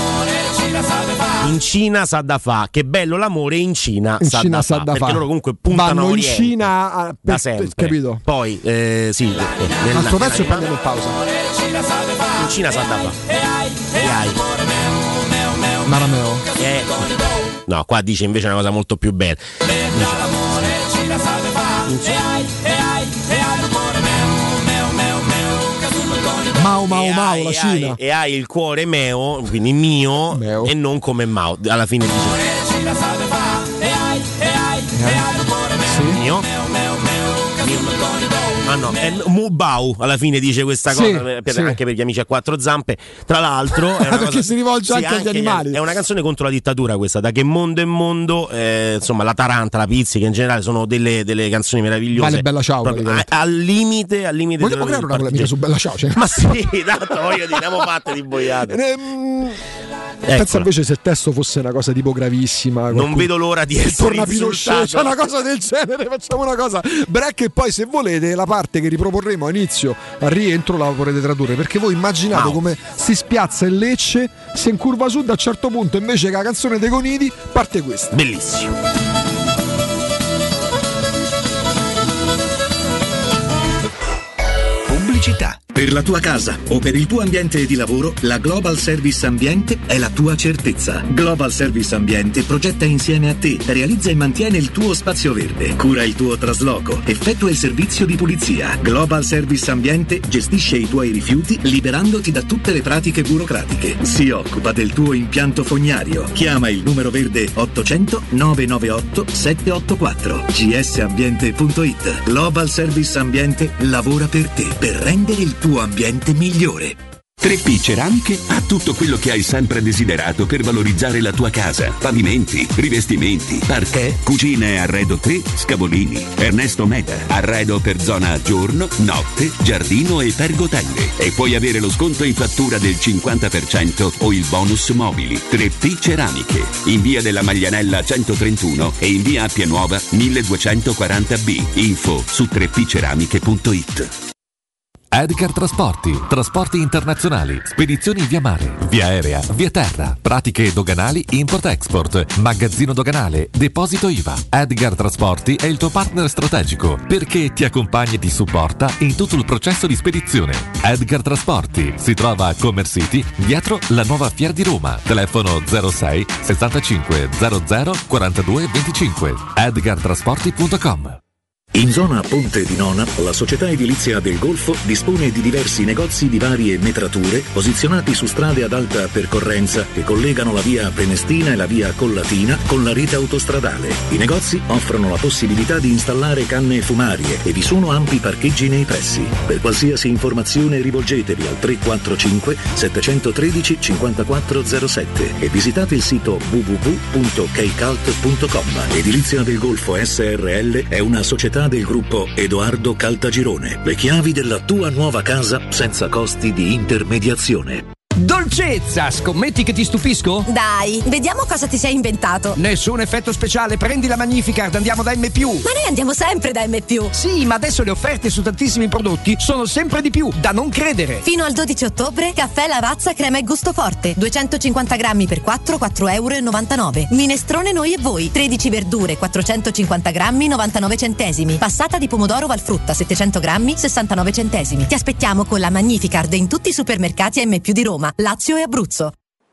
In Cina sa da fa, che bello l'amore in Cina, in sa, Cina da sa fa, da perché fa. loro comunque puntano vanno in Oriente, Cina a, per, da sempre, capito? Poi eh, sì, eh, altro pezzo e poi andiamo in pausa. In Cina sa da fa. E hai Marameo. Eh, no, qua dice invece una cosa molto più bella. Mao Mao e Mao hai, la e Cina hai, e hai il cuore meo, quindi mio, meo. E non come Mao. Alla fine dice sì. mio. Ah no, è Mubau alla fine dice questa sì, cosa per, sì. anche per gli amici a quattro zampe. Tra l'altro è una perché cosa, si rivolge sì, anche agli animali. È una canzone contro la dittatura questa, da che mondo è mondo, eh, insomma la Taranta, la Pizzica in generale sono delle, delle canzoni meravigliose. Vale Bella Ciao, a, al limite, al limite. Vogliamo creare una polemica su Bella Ciao? Cioè. Ma sì, tanto voglio dire, abbiamo fatte di boiate. Pensa invece se il testo fosse una cosa tipo gravissima. Non qualcuno... vedo l'ora di essere torna Pinochet, c'è una cosa del genere, facciamo una cosa break e poi se volete la parte che riproporremo a inizio, al rientro la vorrete tradurre, perché voi immaginate wow. come si spiazza il Lecce se in curva sud a un certo punto invece che la canzone dei Conidi parte questa. Bellissimo. Pubblicità. Per la tua casa o per il tuo ambiente di lavoro, la Global Service Ambiente è la tua certezza. Global Service Ambiente progetta insieme a te, realizza e mantiene il tuo spazio verde, cura il tuo trasloco, effettua il servizio di pulizia. Global Service Ambiente gestisce i tuoi rifiuti liberandoti da tutte le pratiche burocratiche. Si occupa del tuo impianto fognario. Chiama il numero verde ottocento nove nove otto sette otto quattro g s ambiente punto i t. Global Service Ambiente lavora per te, per rendere il tuo ambiente migliore. tre P Ceramiche ha tutto quello che hai sempre desiderato per valorizzare la tua casa. Pavimenti, rivestimenti, parquet, cucine e arredo tre, Scavolini. Ernesto Meda, arredo per zona giorno, notte, giardino e pergotelle. E puoi avere lo sconto in fattura del cinquanta per cento o il bonus mobili. tre P Ceramiche, in via della Maglianella centotrentuno e in via Appia Nuova milleduecentoquaranta B. Info su tre p ceramiche punto i t. Edgar Trasporti, trasporti internazionali, spedizioni via mare, via aerea, via terra, pratiche doganali import-export, magazzino doganale, deposito I V A. Edgar Trasporti è il tuo partner strategico perché ti accompagna e ti supporta in tutto il processo di spedizione. Edgar Trasporti si trova a Commerce City, dietro la nuova Fiera di Roma. Telefono zero sei sessantacinque zero zero quarantadue venticinque. edgar trasporti punto com. In zona Ponte di Nona, la società edilizia del Golfo dispone di diversi negozi di varie metrature posizionati su strade ad alta percorrenza che collegano la via Prenestina e la via Collatina con la rete autostradale. I negozi offrono la possibilità di installare canne fumarie e vi sono ampi parcheggi nei pressi. Per qualsiasi informazione rivolgetevi al tre quattro cinque sette uno tre cinque quattro zero sette e visitate il sito w w w punto keicalt punto com. Edilizia del Golfo S R L è una società del gruppo Edoardo Caltagirone. Le chiavi della tua nuova casa senza costi di intermediazione. Dolcezza, scommetti che ti stupisco? Dai, vediamo cosa ti sei inventato. Nessun effetto speciale, prendi la Magnificard, andiamo da M più. Ma noi andiamo sempre da M più. Sì, ma adesso le offerte su tantissimi prodotti sono sempre di più, da non credere. Fino al dodici ottobre, caffè Lavazza crema e gusto forte, duecentocinquanta grammi per quattro, quattro e novantanove euro. Minestrone noi e voi, tredici verdure, quattrocentocinquanta grammi, novantanove centesimi. Passata di pomodoro Valfrutta, settecento grammi, sessantanove centesimi. Ti aspettiamo con la Magnificard in tutti i supermercati M più di Roma, Lazio e Abruzzo.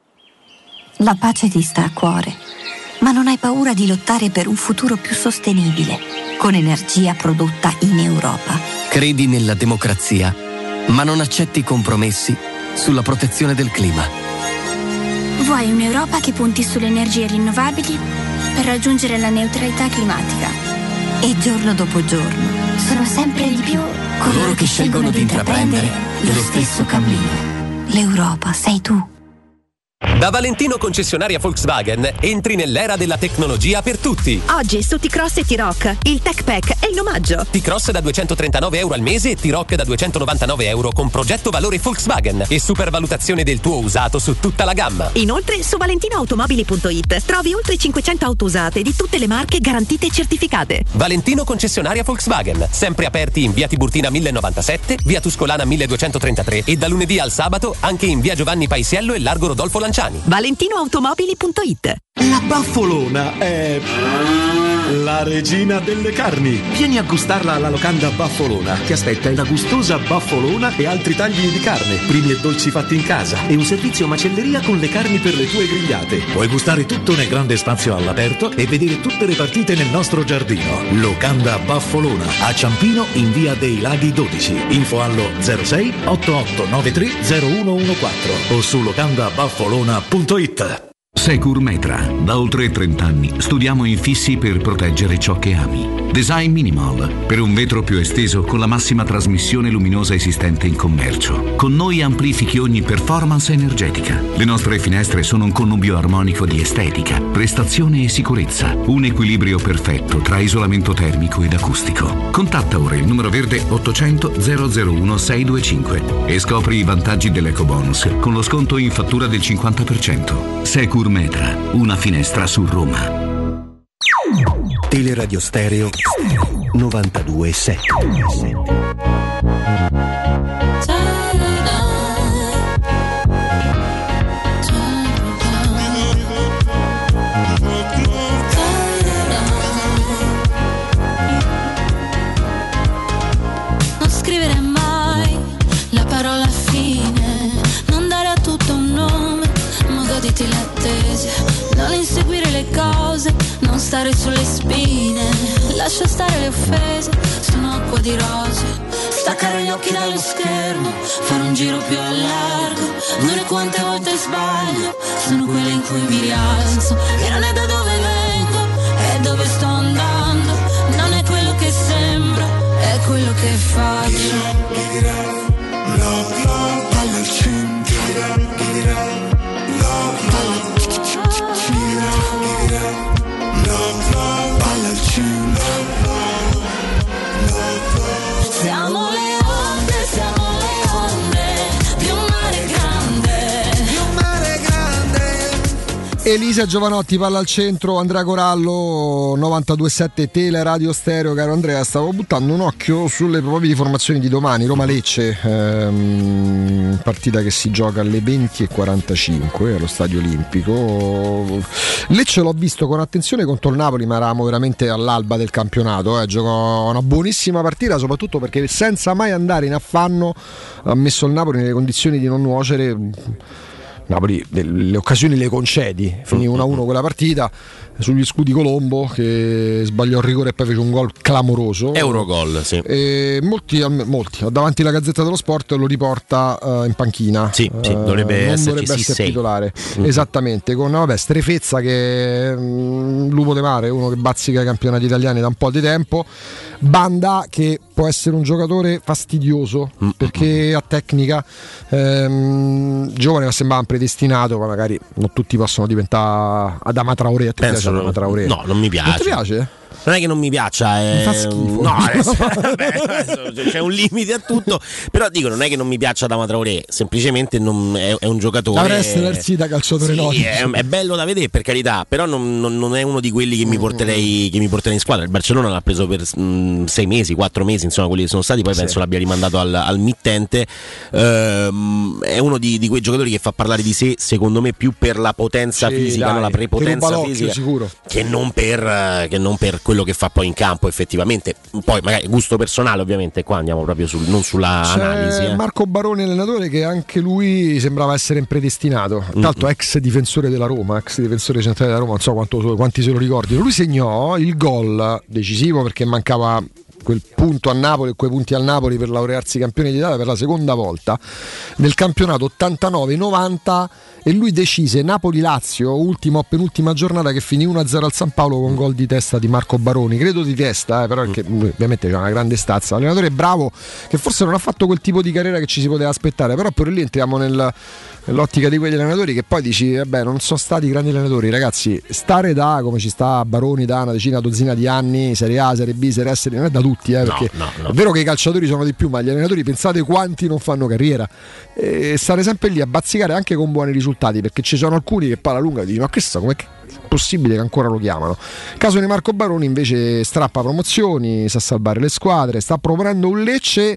La pace ti sta a cuore, ma non hai paura di lottare per un futuro più sostenibile, con energia prodotta in Europa. Credi nella democrazia, ma non accetti compromessi sulla protezione del clima. Vuoi un'Europa che punti sulle energie rinnovabili per raggiungere la neutralità climatica. E giorno dopo giorno sono sempre di più coloro che scelgono di intraprendere lo stesso cammino. L'Europa sei tu. Da Valentino concessionaria Volkswagen entri nell'era della tecnologia per tutti. Oggi su T-Cross e T-Rock il Tech Pack è in omaggio. T-Cross da duecentotrentanove euro al mese e T-Rock da duecentonovantanove euro con progetto valore Volkswagen e supervalutazione del tuo usato su tutta la gamma. Inoltre su valentinoautomobili punto it trovi oltre cinquecento auto usate di tutte le marche garantite e certificate. Valentino concessionaria Volkswagen, sempre aperti in via Tiburtina mille novantasette, via Tuscolana milleduecentotrentatré e da lunedì al sabato anche in via Giovanni Paisiello e largo Rodolfo Lanciani. valentinoautomobili punto it. La Baffolona è la regina delle carni. Vieni a gustarla alla locanda Baffolona. Ti aspetta una gustosa baffolona e altri tagli di carne, primi e dolci fatti in casa e un servizio macelleria con le carni per le tue grigliate. Puoi gustare tutto nel grande spazio all'aperto e vedere tutte le partite nel nostro giardino. Locanda Baffolona a Ciampino in via dei Laghi dodici. Info allo zero sei otto otto nove tre zero uno uno quattro o su locanda baffolona punto it. Securmetra. Da oltre trenta anni studiamo infissi per proteggere ciò che ami. Design minimal, per un vetro più esteso con la massima trasmissione luminosa esistente in commercio. Con noi amplifichi ogni performance energetica. Le nostre finestre sono un connubio armonico di estetica, prestazione e sicurezza. Un equilibrio perfetto tra isolamento termico ed acustico. Contatta ora il numero verde ottocento zero zero uno sei due cinque e scopri i vantaggi dell'ecobonus con lo sconto in fattura del cinquanta per cento. Securmetra, una finestra su Roma. Teleradio Stereo novantadue sette. Non scrivere mai la parola fine, non dare a tutto un nome, ma goditi l'attesa, non inseguire le cose, non stare sulle spine, lascia stare le offese, sono acqua di rose, staccare gli occhi dallo schermo, fare un giro più a largo, non è quante volte sbaglio, sono quelle in cui mi rialzo, e non è da dove vengo, è dove sto andando, non è quello che sembro, è quello che faccio. Love, love, palla al centro, love, palla al siamo le onde, siamo le onde di un mare grande, di un mare grande. Elisa Giovanotti, palla al centro, Andrea Corallo, novantadue sette Tele Radio Stereo. Caro Andrea, stavo buttando un occhio sulle probabili formazioni di domani. Roma-Lecce, ehm, partita che si gioca alle venti e quarantacinque allo Stadio Olimpico. Lecce l'ho visto con attenzione contro il Napoli, ma eravamo veramente all'alba del campionato, eh. Giocò una buonissima partita, soprattutto perché senza mai andare in affanno ha messo il Napoli nelle condizioni di non nuocere. Napoli le occasioni le concedi, finì uno a uno quella partita sugli scudi Colombo che sbagliò il rigore e poi fece un gol clamoroso, Eurogol, sì. E molti, molti davanti alla Gazzetta dello Sport lo riporta uh, in panchina, sì, sì, dovrebbe uh, non esserci, dovrebbe sì, essere sì. titolare, mm-hmm. Esattamente, con vabbè, Strefezza che um, lupo de mare, uno che bazzica i campionati italiani da un po' di tempo, Banda che può essere un giocatore fastidioso mm-hmm. perché ha tecnica, ehm, giovane, ma sembrava predestinato, ma magari non tutti possono diventare Adama Traoré. A te piace Adama Traoré? No, non mi piace. Non ti piace? Non è che non mi piaccia, è... mi fa schifo. No, adesso, vabbè, adesso c'è un limite a tutto. Però dico, non è che non mi piaccia Adama Traoré, semplicemente non è, è un giocatore. Avresti l'Ersi da calciatore sì, noti. È, è bello da vedere, per carità, però non, non, non è uno di quelli che mi porterei, che mi porterei in squadra. Il Barcellona l'ha preso per mh, sei mesi, quattro mesi, insomma, quelli che sono stati. Poi sì. penso l'abbia rimandato al, al mittente. Ehm, è uno di, di quei giocatori che fa parlare di sé, secondo me, più per la potenza sì, fisica, dai, no? La prepotenza fisica, sicuro. Che non per, che non per quello che fa poi in campo. Effettivamente, poi magari gusto personale, ovviamente qua andiamo proprio sul, non sulla C'è analisi eh. Marco Baroni, allenatore, che anche lui sembrava essere impredestinato, tra l'altro ex difensore della Roma, ex difensore centrale della Roma, non so quanto, quanti se lo ricordino. Lui segnò il gol decisivo perché mancava quel punto a Napoli, quei punti al Napoli per laurearsi campione d'Italia per la seconda volta nel campionato ottantanove novanta, e lui decise Napoli-Lazio, ultima o penultima giornata, che finì uno a zero al San Paolo con gol di testa di Marco Baroni, credo di testa, eh, però perché lui ovviamente c'ha una grande stazza, allenatore bravo che forse non ha fatto quel tipo di carriera che ci si poteva aspettare, però pure lì entriamo nel, nell'ottica di quegli allenatori che poi dici vabbè, non sono stati grandi allenatori, ragazzi, stare da come ci sta Baroni da una decina, dozzina di anni, Serie A, Serie B, Serie S, non è da tutti, eh, perché no, no, no. è vero che i calciatori sono di più, ma gli allenatori pensate quanti non fanno carriera, e stare sempre lì a bazzicare anche con buoni risultati, perché ci sono alcuni che poi alla lunga dicono ma questo com'è che è possibile che ancora lo chiamano. Il caso di Marco Baroni invece strappa promozioni, sa salvare le squadre, sta proponendo un Lecce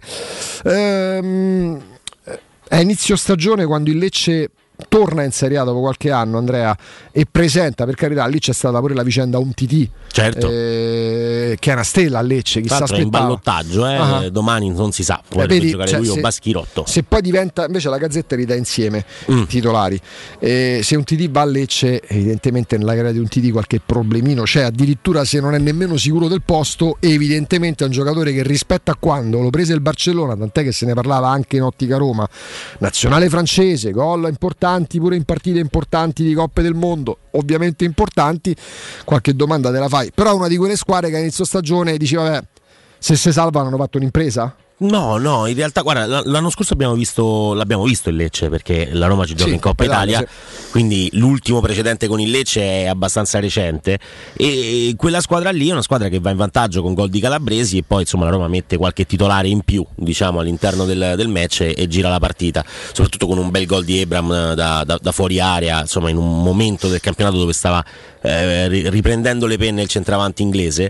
ehm, a inizio stagione, quando il Lecce torna in Serie A dopo qualche anno, Andrea, e presenta, per carità, lì c'è stata pure la vicenda Umtiti, certo, eh, che è una stella a Lecce, chissà, aspettava in ballottaggio, eh, uh-huh. domani non si sa, può vedi, giocare cioè, lui se, o Baschirotto. Se poi diventa, invece la Gazzetta li dà insieme mm. titolari, eh, se Umtiti va a Lecce, evidentemente nella carriera di Umtiti qualche problemino c'è, addirittura se non è nemmeno sicuro del posto, evidentemente è un giocatore che rispetto a quando lo prese il Barcellona, tant'è che se ne parlava anche in ottica Roma, nazionale francese, gol importanti pure in partite importanti di Coppe del Mondo, ovviamente importanti, qualche domanda te la fai, però una di quelle squadre che a inizio stagione dici vabbè, se si salvano hanno fatto un'impresa? No, no, in realtà guarda, l'anno scorso abbiamo visto, l'abbiamo visto il Lecce, perché la Roma ci gioca sì, in Coppa Italia, sì. Quindi l'ultimo precedente con il Lecce è abbastanza recente, e quella squadra lì è una squadra che va in vantaggio con gol di Calabresi, e poi insomma la Roma mette qualche titolare in più, diciamo, all'interno del, del match, e, e gira la partita, soprattutto con un bel gol di Ebram da, da, da fuori area, insomma in un momento del campionato dove stava eh, riprendendo le penne il centravanti inglese.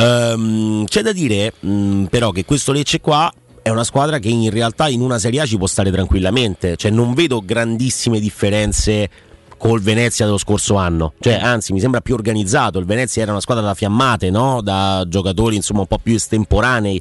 Um, c'è da dire mh, però che questo Lecce qua è una squadra che in realtà in una Serie A ci può stare tranquillamente, cioè non vedo grandissime differenze col Venezia dello scorso anno, cioè anzi mi sembra più organizzato. Il Venezia era una squadra da fiammate, no? Da giocatori insomma un po' più estemporanei,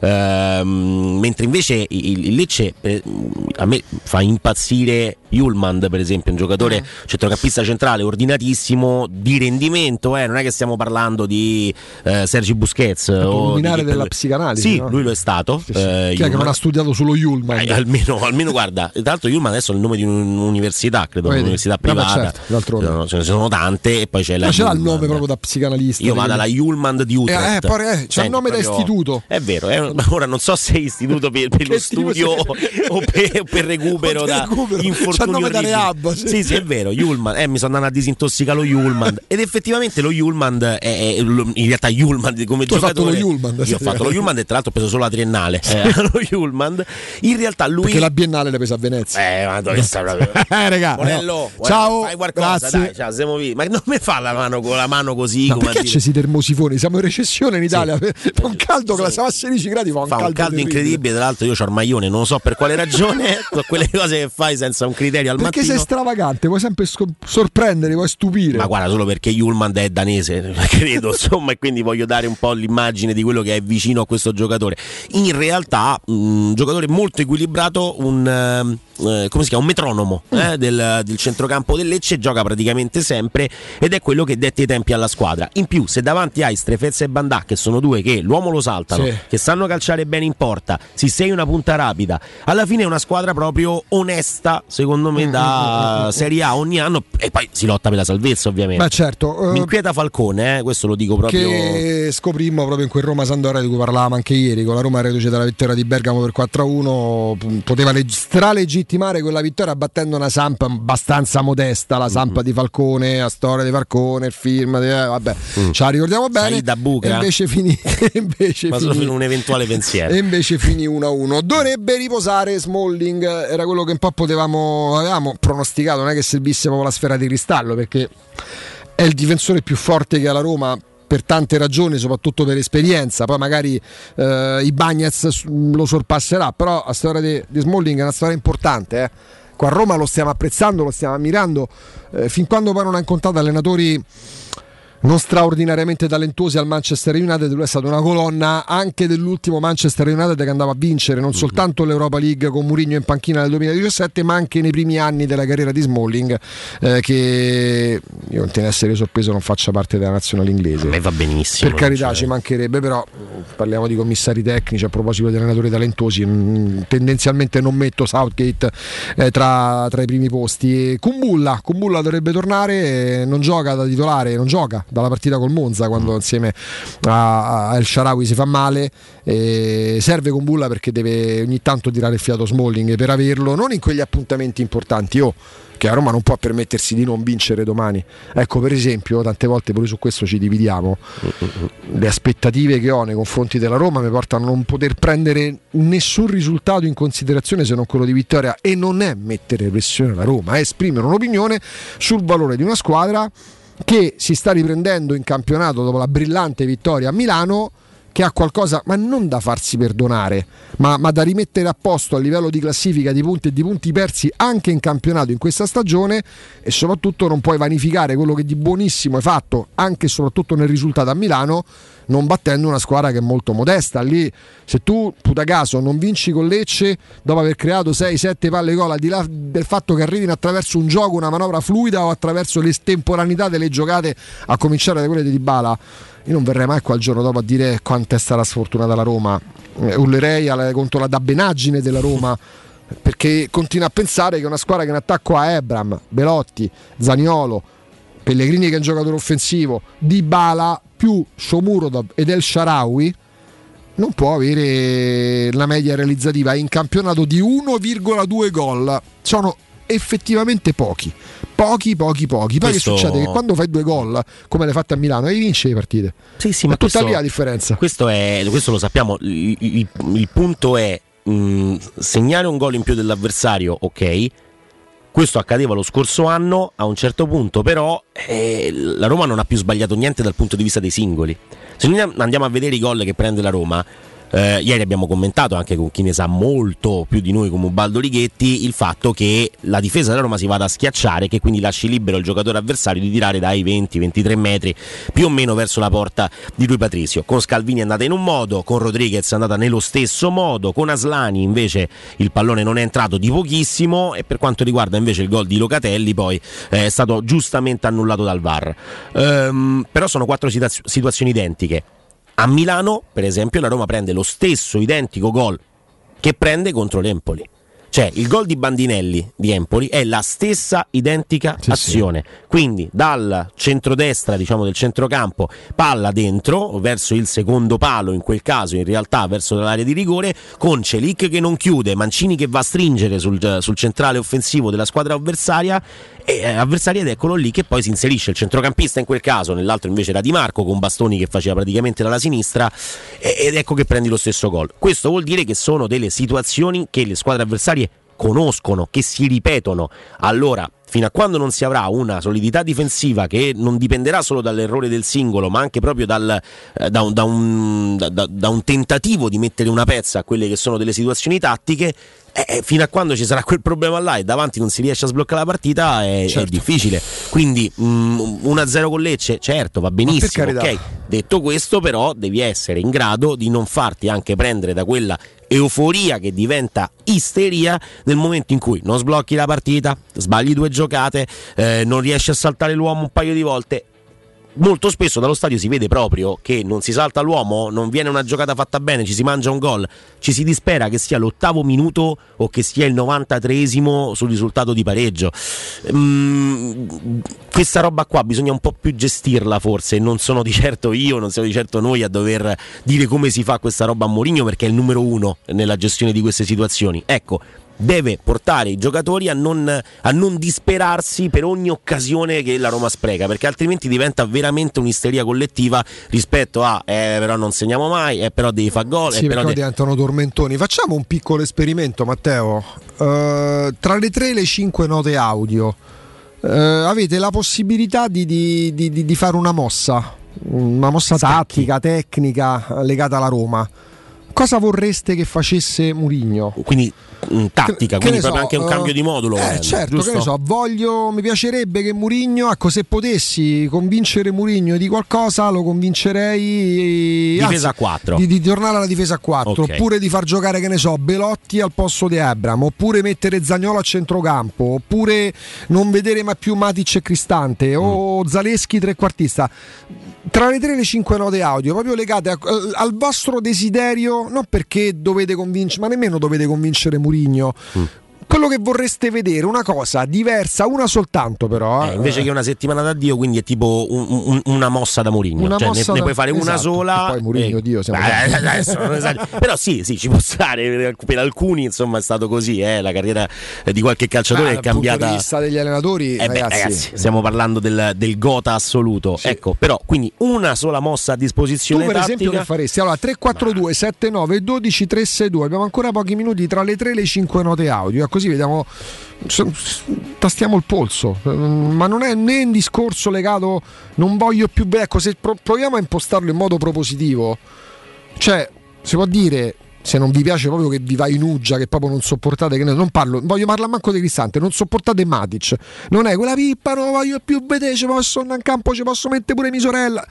ehm, mentre invece il, il Lecce eh, a me fa impazzire Hjulmand, per esempio, un giocatore mm. centrocampista centrale ordinatissimo, di rendimento, eh? Non è che stiamo parlando di eh, Sergi Busquets o luminare della psicanalisi, sì, no? Lui lo è stato, sì, sì. Eh, chi è che non ha studiato solo Hjulmand? Eh, almeno, almeno guarda, tra l'altro Hjulmand adesso è il nome di un'università, credo, Vedi? un'università privata. Certo, no, ce ne sono tante, e poi c'è la ma ce l'ha il nome proprio da psicanalista. Io vado alla Hjulmand di Utrecht, eh, eh, eh, c'è Senti, il nome proprio, da istituto, è vero, eh, ora non so se è istituto per, per lo studio o per, per recupero da infortunio, c'è il nome da rehab, sì. sì sì è vero, Hjulmand, eh, mi sono andato a disintossicare lo Hjulmand, ed effettivamente lo Hjulmand è, è in realtà Hjulmand come tu giocatore. Hai fatto lo Hjulmand, io ho fatto lo Hjulmand, e tra l'altro ho preso solo la triennale, eh, lo Hjulmand in realtà lui, perché la biennale l'ha presa a Venezia, eh ma dove sta proprio eh raga, Monello, no. Ciao, fai qualcosa, grazie. dai, ciao, siamo vivi. Ma non mi fa la mano con la mano così, ma come perché c'è si termosifoni? Siamo in recessione in Italia, sì. Fa un caldo che la siamo a sedici gradi, fa un fa caldo, un caldo incredibile. Tra l'altro io c'ho il maglione, non lo so per quale ragione, sono quelle cose che fai senza un criterio al perché mattino. Perché sei stravagante, vuoi sempre sc- sorprendere, vuoi stupire. Ma guarda, solo perché Hjulmand è danese, credo, insomma, e quindi voglio dare un po' l'immagine di quello che è vicino a questo giocatore. In realtà un giocatore molto equilibrato, un eh, come si chiama, un metronomo eh, del, del centrocampo del Lecce, gioca praticamente sempre, ed è quello che detta i tempi alla squadra. In più, se davanti hai Strefezza e Bandà, che sono due che l'uomo lo saltano, sì, che sanno calciare bene in porta, si sei una punta rapida, alla fine è una squadra proprio onesta, secondo me, da Serie A ogni anno, e poi si lotta per la salvezza, ovviamente. Ma certo, uh, mi inquieta Falcone, eh, questo lo dico proprio, che scoprimmo proprio in quel Roma-Sampdoria di cui parlavamo anche ieri, con la Roma reduce dalla vittoria di Bergamo per quattro a uno, poteva leg- stralegittimare quella vittoria battendo una Samp abbastanza modesta, la Samp mm-hmm. di Falcone, la storia di Falcone, il film, di, eh, vabbè, mm. ce la ricordiamo bene. Da buca, e invece finì, invece ma finì, solo per un eventuale pensiero. E invece finì uno a uno. Dovrebbe riposare Smalling, era quello che un po' potevamo, avevamo pronosticato, non è che servissimo con la sfera di cristallo, perché è il difensore più forte che ha la Roma per tante ragioni, soprattutto per esperienza. Poi magari eh, Ibañez lo sorpasserà, però la storia di, di Smalling è una storia importante, eh. Qua a Roma lo stiamo apprezzando, lo stiamo ammirando, eh, fin quando poi non ha incontrato allenatori non straordinariamente talentuosi al Manchester United, lui è stato una colonna anche dell'ultimo Manchester United che andava a vincere non soltanto l'Europa League con Mourinho in panchina nel duemiladiciassette, ma anche nei primi anni della carriera di Smalling, eh, che io continuo a essere sorpreso non faccia parte della nazionale inglese. A me va benissimo, per carità, cioè... ci mancherebbe, però parliamo di commissari tecnici. A proposito di allenatori talentuosi, mh, tendenzialmente non metto Southgate eh, tra, tra i primi posti. Kumbulla, Kumbulla dovrebbe tornare, eh, non gioca da titolare, non gioca dalla partita col Monza quando insieme a, a El Shaarawy si fa male. Eh, serve Kumbulla perché deve ogni tanto tirare il fiato Smalling per averlo, non in quegli appuntamenti importanti. Oh, che a Roma non può permettersi di non vincere domani. Ecco, per esempio, tante volte pure su questo ci dividiamo. Le aspettative che ho nei confronti della Roma mi portano a non poter prendere nessun risultato in considerazione se non quello di vittoria, e non è mettere pressione alla Roma, è esprimere un'opinione sul valore di una squadra che si sta riprendendo in campionato dopo la brillante vittoria a Milano, che ha qualcosa, ma non da farsi perdonare, ma, ma da rimettere a posto a livello di classifica di punti e di punti persi anche in campionato in questa stagione, e soprattutto non puoi vanificare quello che di buonissimo hai fatto anche e soprattutto nel risultato a Milano, non battendo una squadra che è molto modesta. Lì, se tu, puta caso, non vinci con Lecce dopo aver creato sei sette palle gol, al di là del fatto che arrivino attraverso un gioco, una manovra fluida o attraverso l'estemporaneità delle giocate, a cominciare da quelle di Dybala, io non verrei mai qua il giorno dopo a dire quanto è stata sfortunata la Roma. Eh, urlerei alla, contro la dabbenaggine della Roma, perché continua a pensare che una squadra che in attacco ha Ebram, Belotti, Zaniolo, Pellegrini che è un giocatore offensivo, Dybala più Shomurodov ed El Shaarawy non può avere la media realizzativa in campionato di uno virgola due gol. Sono effettivamente pochi, pochi, pochi, pochi. Poi questo... che succede? Che quando fai due gol come le fatte a Milano e vinci le partite. Sì, sì, ma, ma tutta questo, lì la differenza. Questo, è, questo lo sappiamo. Il, il, il punto è mh, segnare un gol in più dell'avversario, ok. Questo accadeva lo scorso anno, a un certo punto però eh, la Roma non ha più sbagliato niente dal punto di vista dei singoli. Se noi andiamo a vedere i gol che prende la Roma, eh, ieri abbiamo commentato anche con chi ne sa molto più di noi come Ubaldo Righetti il fatto che la difesa della Roma si vada a schiacciare, che quindi lasci libero il giocatore avversario di tirare dai venti ventitré metri più o meno verso la porta di Rui Patricio. Con Scalvini è andata in un modo, con Rodriguez è andata nello stesso modo, con Aslani invece il pallone non è entrato di pochissimo, e per quanto riguarda invece il gol di Locatelli poi eh, è stato giustamente annullato dal V A R. Ehm, però sono quattro situaz- situazioni identiche. A Milano, per esempio, la Roma prende lo stesso identico gol che prende contro l'Empoli. Cioè, il gol di Bandinelli di Empoli è la stessa identica sì, azione. Sì. Quindi dal centrodestra, diciamo del centrocampo, palla dentro verso il secondo palo, in quel caso in realtà verso l'area di rigore, con Celic che non chiude, Mancini che va a stringere sul, sul centrale offensivo della squadra avversaria, e, avversaria ed eccolo lì che poi si inserisce il centrocampista in quel caso, nell'altro invece era Di Marco con Bastoni che faceva praticamente dalla sinistra, ed ecco che prendi lo stesso gol. Questo vuol dire che sono delle situazioni che le squadre avversarie conoscono, che si ripetono. Allora, fino a quando non si avrà una solidità difensiva che non dipenderà solo dall'errore del singolo, ma anche proprio dal, eh, da, un, da, un, da, da un tentativo di mettere una pezza a quelle che sono delle situazioni tattiche, eh, fino a quando ci sarà quel problema là e davanti non si riesce a sbloccare la partita, è, certo. è difficile. Quindi mh, uno a zero con Lecce, certo, va benissimo, ok. Detto questo, però devi essere in grado di non farti anche prendere da quella euforia che diventa isteria nel momento in cui non sblocchi la partita, sbagli due giocate, eh, non riesci a saltare l'uomo un paio di volte. Molto spesso dallo stadio si vede proprio che non si salta l'uomo, non viene una giocata fatta bene, ci si mangia un gol, ci si dispera che sia l'ottavo minuto o che sia il novantatreesimo sul risultato di pareggio. Mm, questa roba qua bisogna un po' più gestirla forse, non sono di certo io, non siamo di certo noi a dover dire come si fa questa roba a Mourinho, perché è il numero uno nella gestione di queste situazioni. Ecco, deve portare i giocatori a non, a non disperarsi per ogni occasione che la Roma spreca, perché altrimenti diventa veramente un'isteria collettiva rispetto a eh, però non segniamo mai, eh, però devi fare gol, sì, eh, però de- diventano tormentoni. Facciamo un piccolo esperimento, Matteo. Uh, tra le tre e le cinque note audio uh, avete la possibilità di, di, di, di fare una mossa, una mossa Sacchi. tattica, tecnica legata alla Roma. Cosa vorreste che facesse Mourinho? Quindi mh, tattica, che quindi so, proprio anche un uh, cambio di modulo. Eh, volendo, certo, giusto? che ne so, voglio, mi piacerebbe che Mourinho, ecco, se potessi convincere Mourinho di qualcosa, lo convincerei Difesa anzi, a quattro. Di, di tornare alla difesa a quattro, Okay. oppure di far giocare, che ne so, Belotti al posto di Abraham, oppure mettere Zaniolo a centrocampo, oppure non vedere mai più Matic e Cristante, mm. o Zaleschi trequartista. Tra le tre e le cinque note audio, proprio legate a, al vostro desiderio, non perché dovete convincere, ma nemmeno dovete convincere Mourinho. Mm. Quello che vorreste vedere, una cosa diversa, una soltanto però. Eh, invece che una settimana d'addio, quindi è tipo un, un, una mossa da Mourinho. Una cioè, mossa ne, da... ne puoi fare esatto. una sola. E poi Mourinho, eh, Dio, siamo eh, adesso, non esagero. Però sì, sì, ci può stare. Per alcuni, insomma, è stato così. Eh, la carriera di qualche calciatore ah, è cambiata. Dal punto di vista degli allenatori, eh beh, ragazzi, ragazzi, stiamo parlando del, del gota assoluto. Sì. Ecco, però, quindi una sola mossa a disposizione. Tu, per tattica. esempio, che faresti? Allora, tre quattro due sette nove uno due tre sei due. Abbiamo ancora pochi minuti tra le tre e le cinque note audio. Così vediamo. Tastiamo il polso, ma non è né un discorso legato non voglio più, ecco, se proviamo a impostarlo in modo propositivo, cioè si può dire, se non vi piace proprio che vi va in uggia, che proprio non sopportate, che ne, non parlo, voglio parlare manco di Cristante, non sopportate Matic, non è quella pippa, non voglio più vedere, ci posso andare in campo, ci posso mettere pure mia sorella.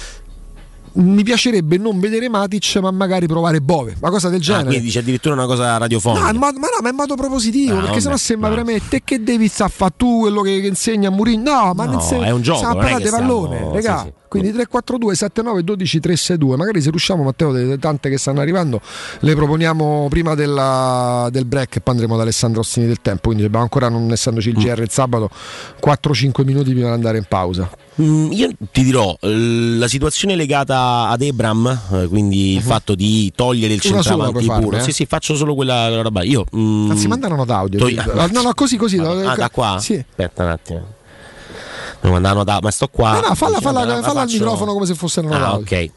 Mi piacerebbe non vedere Matic, ma magari provare Bove, una cosa del genere. Ah, quindi dice addirittura una cosa radiofonica. No, in modo, ma no, ma in modo propositivo, no, perché vabbè, sennò sembra no. veramente te che devi sta a fare tu quello che, che insegna a Mourinho. No, ma no, non insegna, è un gioco, stiamo a parlare di pallone, stiamo... regà. Sì, sì. Quindi tre quattro due sette nove uno due tre sei due. Magari se riusciamo, Matteo, delle tante che stanno arrivando, le proponiamo prima della, del break e poi andremo da Alessandro Ostini del Tempo. Quindi abbiamo ancora, non essendoci il G R il sabato, quattro cinque minuti prima di andare in pausa. Mm, io ti dirò, la situazione legata ad Ebram, eh, quindi uh-huh. il fatto di togliere il centravanti puro. Farne, eh? Sì, sì, faccio solo quella, quella roba. Io mm, anzi, manda una nota audio. togli... No, no, così così. Ah, da qua? Sì. Aspetta un attimo. Devo mandare una nota, ma sto qua. No, no, falla, falla, falla, falla al faccio... microfono come se fosse una nota ah, audio. ok.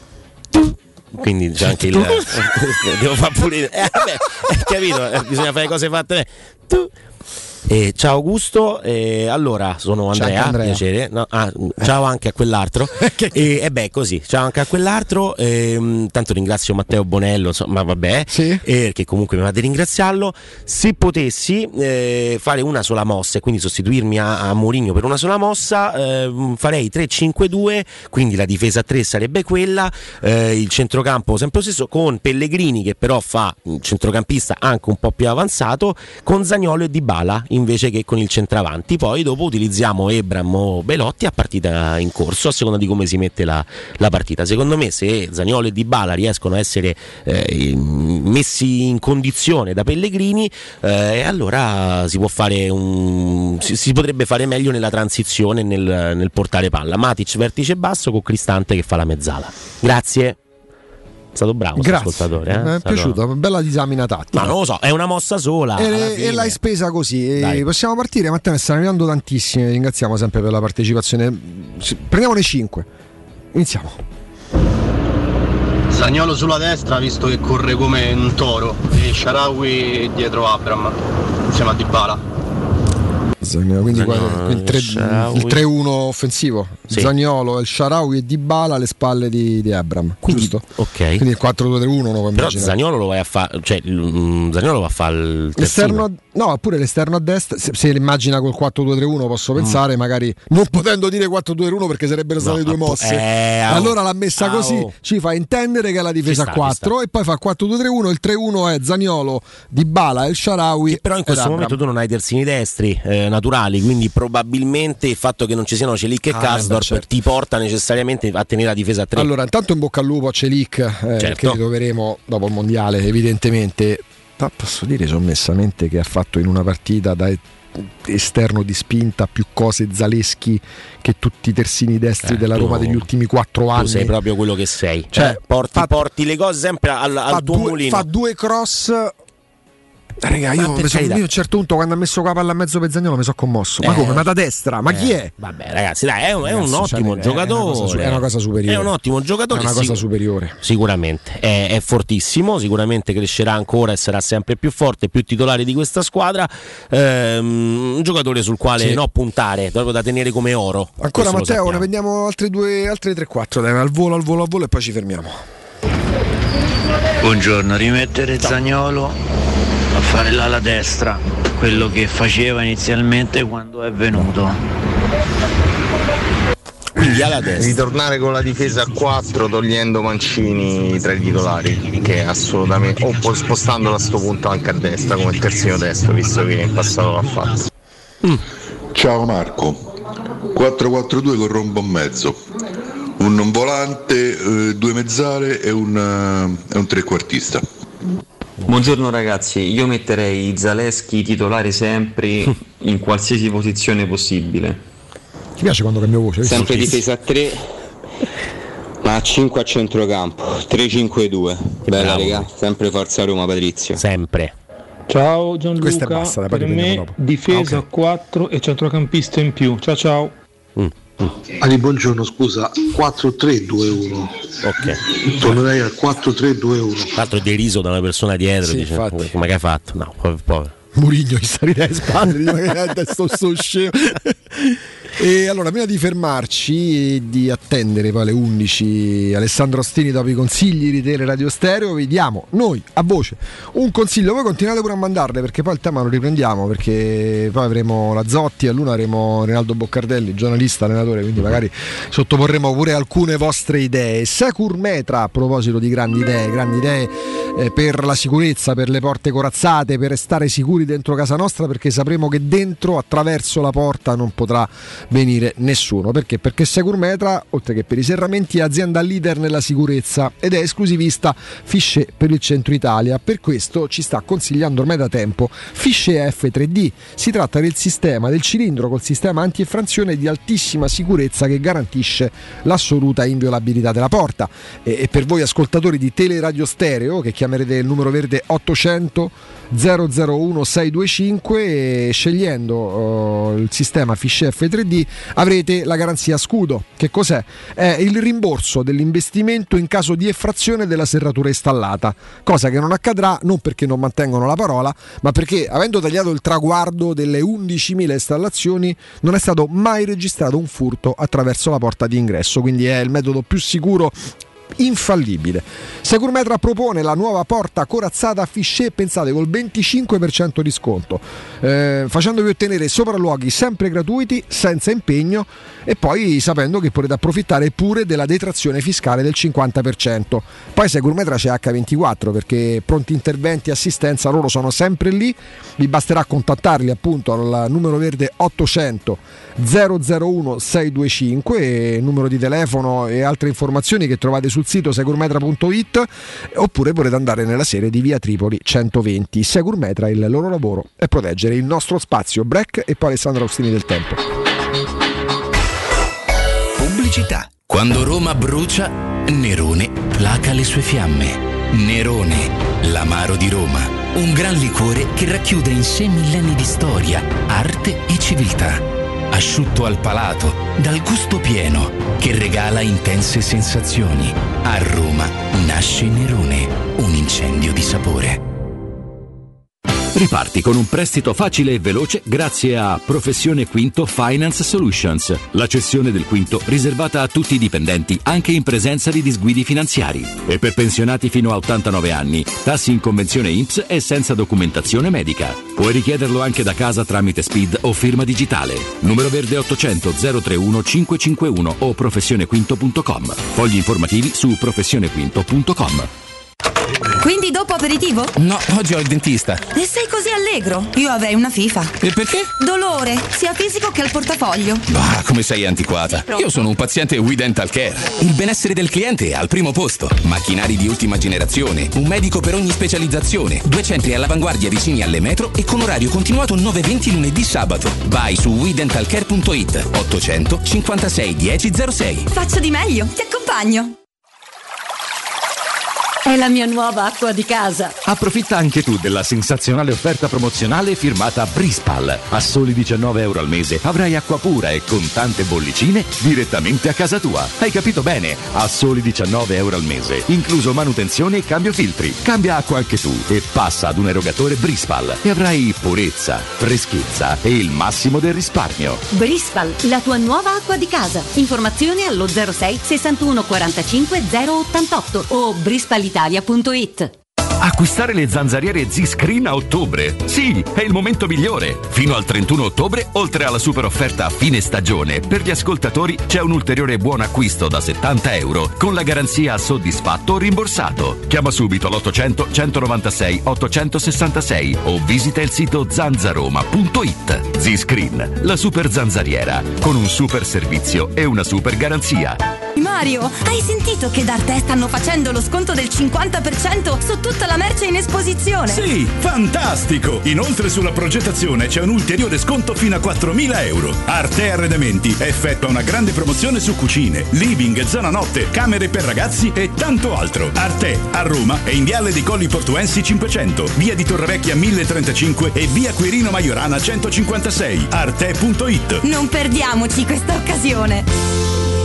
Quindi c'è anche il devo far pulire. Eh, vabbè, capito, eh, bisogna fare cose fatte. Tu Eh, ciao Augusto, eh, allora sono Andrea, Andrea. piacere. No, ah, ciao anche a quell'altro. E eh, eh beh, così, ciao anche a quell'altro. Eh, tanto ringrazio Matteo Bonello, insomma, vabbè, sì. eh, che comunque mi va di ringraziarlo. Se potessi eh, fare una sola mossa e quindi sostituirmi a, a Mourinho per una sola mossa, eh, farei tre cinque due, quindi la difesa a tre sarebbe quella, eh, il centrocampo sempre lo stesso, con Pellegrini che però fa un centrocampista anche un po' più avanzato, con Zaniolo e Dybala invece che con il centravanti. Poi dopo utilizziamo Ebram o Belotti a partita in corso, a seconda di come si mette la, la partita. Secondo me, se Zaniolo e Dybala riescono a essere eh, messi in condizione da Pellegrini, eh, allora si può fare un si, si potrebbe fare meglio nella transizione, nel, nel portare palla. Matic vertice basso con Cristante che fa la mezzala. Grazie. È stato bravo ascoltatore, eh? Mi è stato... piaciuta, bella disamina tattica. Ma non lo so, è una mossa sola e, e l'hai spesa così. E possiamo partire, Matteo, ne stanno arrivando tantissime. Ringraziamo sempre per la partecipazione. Prendiamone cinque. Iniziamo. Zaniolo sulla destra, visto che corre come un toro, e Shaarawy dietro Abram insieme a Dybala. Quindi Zaniolo, il, tre, il tre uno offensivo, sì. Zaniolo, il Shaarawy e Dybala alle spalle di, di Abram, quindi, giusto? Ok. Quindi il quattro due tre uno lo puoi Però immaginare. Zaniolo lo vai a fare, cioè mm, Zaniolo va a fare il l'esterno, no, pure l'esterno a destra, se, se l'immagina col quattro due tre uno posso pensare, mm. magari non potendo dire quattro due tre uno perché sarebbero state no, due mosse. Eh, allora l'ha messa oh. così, ci fa intendere che è la difesa a quattro e poi fa quattro due tre uno, il tre uno è Zaniolo, Dybala e il Shaarawy. Che però in questo momento tu non hai terzini destri eh, naturali, quindi probabilmente il fatto che non ci siano Celik e ah, Karsdorp certo. ti porta necessariamente a tenere la difesa a tre. Allora, intanto in bocca al lupo a Celik, eh, certo. che ritroveremo dopo il mondiale, evidentemente. Ma posso dire sommessamente che ha fatto in una partita da esterno di spinta più cose Zaleschi che tutti i terzini destri eh, della Roma degli ultimi quattro anni. Tu sei proprio quello che sei, cioè, eh, porti, fa, porti le cose sempre al, al tuo due, mulino. Fa due cross. Raga, io mi so, io a un certo punto quando ha messo qua palla a mezzo per Zaniolo mi sono commosso. Ma eh, come? Ma da destra? Ma eh, chi è? Vabbè, ragazzi, dai, è un, è un ragazzi, ottimo cioè, giocatore. È una, cosa, è una cosa superiore. È un ottimo giocatore. È una cosa sicur- superiore. Sicuramente. È, è fortissimo, sicuramente crescerà ancora e sarà sempre più forte, più titolare di questa squadra. Ehm, un giocatore sul quale sì. no puntare, proprio da tenere come oro. Ancora Matteo, ne prendiamo altre due, altre tre quattro, dai, al volo, al volo, al volo e poi ci fermiamo. Buongiorno, rimettere Zaniolo a fare l'ala destra, quello che faceva inizialmente quando è venuto. Quindi alla destra. Ritornare con la difesa a quattro togliendo Mancini tra i titolari, che assolutamente, o poi spostandolo a sto punto anche a destra come terzino destro, visto che in passato l'ha fatto. Mm. Ciao Marco, quattro quattro due con rombo in mezzo, un volante, eh, due mezzale e un, uh, e un trequartista. Buongiorno ragazzi, io metterei Zaleschi titolare sempre in qualsiasi posizione possibile. Ti piace quando cambio voce? Sempre difesa a tre, ma a cinque a centrocampo, tre cinque due. Bella raga, sempre forza Roma Patrizio. Sempre. Ciao Gianluca, Questa è bassa, per me dopo. difesa Ah, a okay. quattro e centrocampista in più. Ciao ciao. Mm. Mm. Ali, buongiorno, scusa, quattro tre due uno. Ok. Tornerei al quattro tre due uno. Tra l'altro deriso da una persona dietro, Sì, dice, infatti. come che hai fatto? No, povero. povero. Murigno gli sta ridendo le spalle, dice, ma che sto, sto scemo. E allora, prima di fermarci e di attendere poi alle undici Alessandro Ostini dopo i consigli di Tele Radio Stereo, vi diamo noi a voce un consiglio. Voi continuate pure a mandarle, perché poi il tema lo riprendiamo, perché poi avremo la Zotti, a l'una avremo Rinaldo Boccardelli, giornalista, allenatore, quindi magari sottoporremo pure alcune vostre idee. Secur Metra, a proposito di grandi idee, grandi idee eh, per la sicurezza, per le porte corazzate, per restare sicuri dentro casa nostra, perché sapremo che dentro, attraverso la porta, non potrà venire nessuno. Perché? Perché Securmetra, oltre che per i serramenti, è azienda leader nella sicurezza ed è esclusivista Fichet per il centro Italia. Per questo ci sta consigliando ormai da tempo Fichet F tre D. Si tratta del sistema del cilindro col sistema anti-effrazione di altissima sicurezza che garantisce l'assoluta inviolabilità della porta. E, e per voi ascoltatori di Teleradio Stereo, che chiamerete il numero verde ottocento zero zero uno sei due cinque, e scegliendo uh, il sistema Fichet F tre D avrete la garanzia scudo. Che cos'è? È il rimborso dell'investimento in caso di effrazione della serratura installata, cosa che non accadrà non perché non mantengono la parola, ma perché, avendo tagliato il traguardo delle undicimila installazioni, non è stato mai registrato un furto attraverso la porta di ingresso, quindi è il metodo più sicuro, infallibile. Securmetra propone la nuova porta corazzata Fichet, pensate, col venticinque per cento di sconto, eh, facendovi ottenere sopralluoghi sempre gratuiti, senza impegno, e poi sapendo che potete approfittare pure della detrazione fiscale del cinquanta per cento. Poi Securmetra c'è acca ventiquattro, perché pronti interventi e assistenza loro sono sempre lì. Vi basterà contattarli appunto al numero verde ottocento zero zero uno sei due cinque, numero di telefono e altre informazioni che trovate sul sito securmetra punto it, oppure potete andare nella sede di via Tripoli centoventi. Securmetra, il loro lavoro è proteggere il nostro spazio. Break e poi Alessandro Austini del Tempo. Pubblicità. Quando Roma brucia, Nerone placa le sue fiamme. Nerone, l'amaro di Roma, un gran liquore che racchiude in sé millenni di storia, arte e civiltà. Asciutto al palato, dal gusto pieno, che regala intense sensazioni. A Roma nasce Nerone, un incendio di sapore. Riparti con un prestito facile e veloce grazie a Professione Quinto Finance Solutions, la cessione del quinto riservata a tutti i dipendenti anche in presenza di disguidi finanziari. E per pensionati fino a ottantanove anni, tassi in convenzione I N P S e senza documentazione medica. Puoi richiederlo anche da casa tramite S P I D o firma digitale. Numero verde ottocento zero trentuno cinquecentocinquantuno o professionequinto punto com. Fogli informativi su professionequinto punto com. Quindi dopo aperitivo? No, oggi ho il dentista. E sei così allegro? Io avrei una FIFA. E perché? Dolore, sia fisico che al portafoglio. Bah, come sei antiquata. Io sono un paziente We Dental Care. Il benessere del cliente è al primo posto. Macchinari di ultima generazione, un medico per ogni specializzazione, due centri all'avanguardia vicini alle metro e con orario continuato nove venti lunedì sabato. Vai su we dental care punto it. ottocento cinquantasei dieci zero sei. Faccio di meglio, ti accompagno. È la mia nuova acqua di casa. Approfitta anche tu della sensazionale offerta promozionale firmata Brispal. A soli diciannove euro al mese avrai acqua pura e con tante bollicine direttamente a casa tua. Hai capito bene? A soli diciannove euro al mese, incluso manutenzione e cambio filtri. Cambia acqua anche tu e passa ad un erogatore Brispal e avrai purezza, freschezza e il massimo del risparmio. Brispal, la tua nuova acqua di casa. Informazioni allo zero sei sessantuno quarantacinque zero ottantotto o brispalitalia punto it. Acquistare le zanzariere Z-Screen a ottobre. Sì, è il momento migliore. Fino al trentuno ottobre, oltre alla super offerta a fine stagione, per gli ascoltatori c'è un ulteriore buon acquisto da settanta euro con la garanzia soddisfatto o rimborsato. Chiama subito l'ottocento centonovantasei ottocentosessantasei o visita il sito zanzaroma punto it. Z-Screen, la super zanzariera, con un super servizio e una super garanzia. Mario, hai sentito che da Arte stanno facendo lo sconto del cinquanta per cento su tutta la merce in esposizione? Sì, fantastico! Inoltre sulla progettazione c'è un ulteriore sconto fino a quattromila euro. Arte Arredamenti effettua una grande promozione su cucine, living, zona notte, camere per ragazzi e tanto altro. Arte a Roma è in Viale dei Colli Portuensi cinquecento, via di Torrevecchia mille trentacinque e via Quirino Maiorana centocinquantasei. arte punto it. Non perdiamoci questa occasione.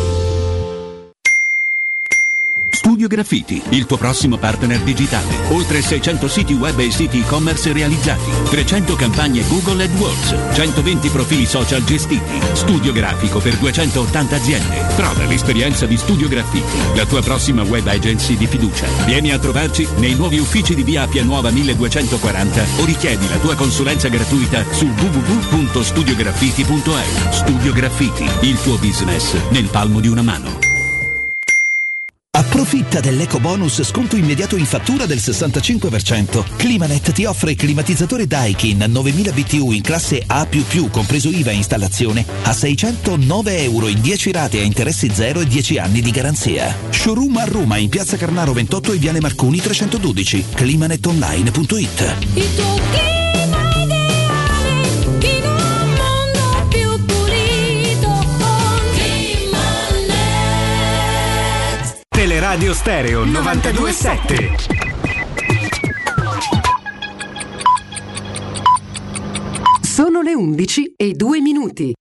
Studio Graffiti, il tuo prossimo partner digitale. Oltre seicento siti web e siti e-commerce realizzati, trecento campagne Google AdWords, centoventi profili social gestiti. Studio grafico per duecentottanta aziende. Prova l'esperienza di Studio Graffiti, la tua prossima web agency di fiducia. Vieni a trovarci nei nuovi uffici di via Appia Nuova milleduecentoquaranta o richiedi la tua consulenza gratuita su w w w punto studio graffiti punto e u. Studio Graffiti, il tuo business nel palmo di una mano. Approfitta dell'eco bonus sconto immediato in fattura del sessantacinque per cento. Climanet ti offre il climatizzatore Daikin novemila B T U in classe A più più, compreso I V A e installazione, a seicentonove euro in dieci rate a interessi zero e dieci anni di garanzia. Showroom a Roma in piazza Carnaro ventotto e viale Marconi trecentododici. climanetonline punto it. Il tuo clima ideale in un mondo più pulito con Climanet. Teleradio Stereo novantadue sette. Sono le undici e due minuti.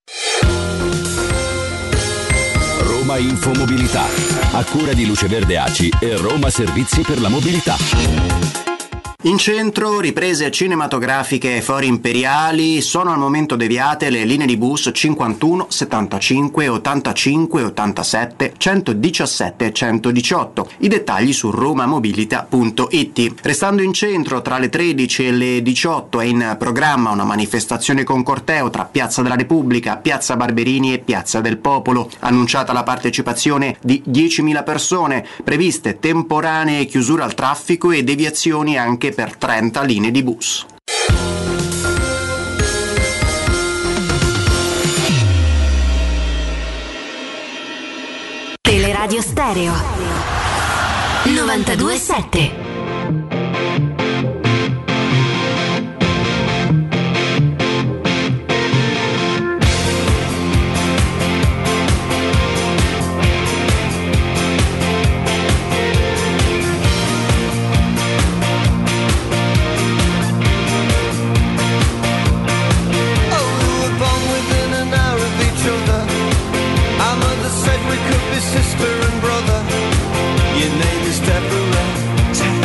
Roma Infomobilità, a cura di Luce Verde A C I e Roma Servizi per la Mobilità. In centro, riprese cinematografiche e fori imperiali, sono al momento deviate le linee di bus cinquantuno, settantacinque, ottantacinque, ottantasette, centodiciassette e centodiciotto. I dettagli su romamobilita punto it. Restando in centro, tra le tredici e le diciotto è in programma una manifestazione con corteo tra Piazza della Repubblica, Piazza Barberini e Piazza del Popolo. Annunciata la partecipazione di diecimila persone, previste temporanee chiusure al traffico e deviazioni anche per trenta linee di bus. Teleradio Stereo novantadue sette. Sister and brother, your name is Deborah.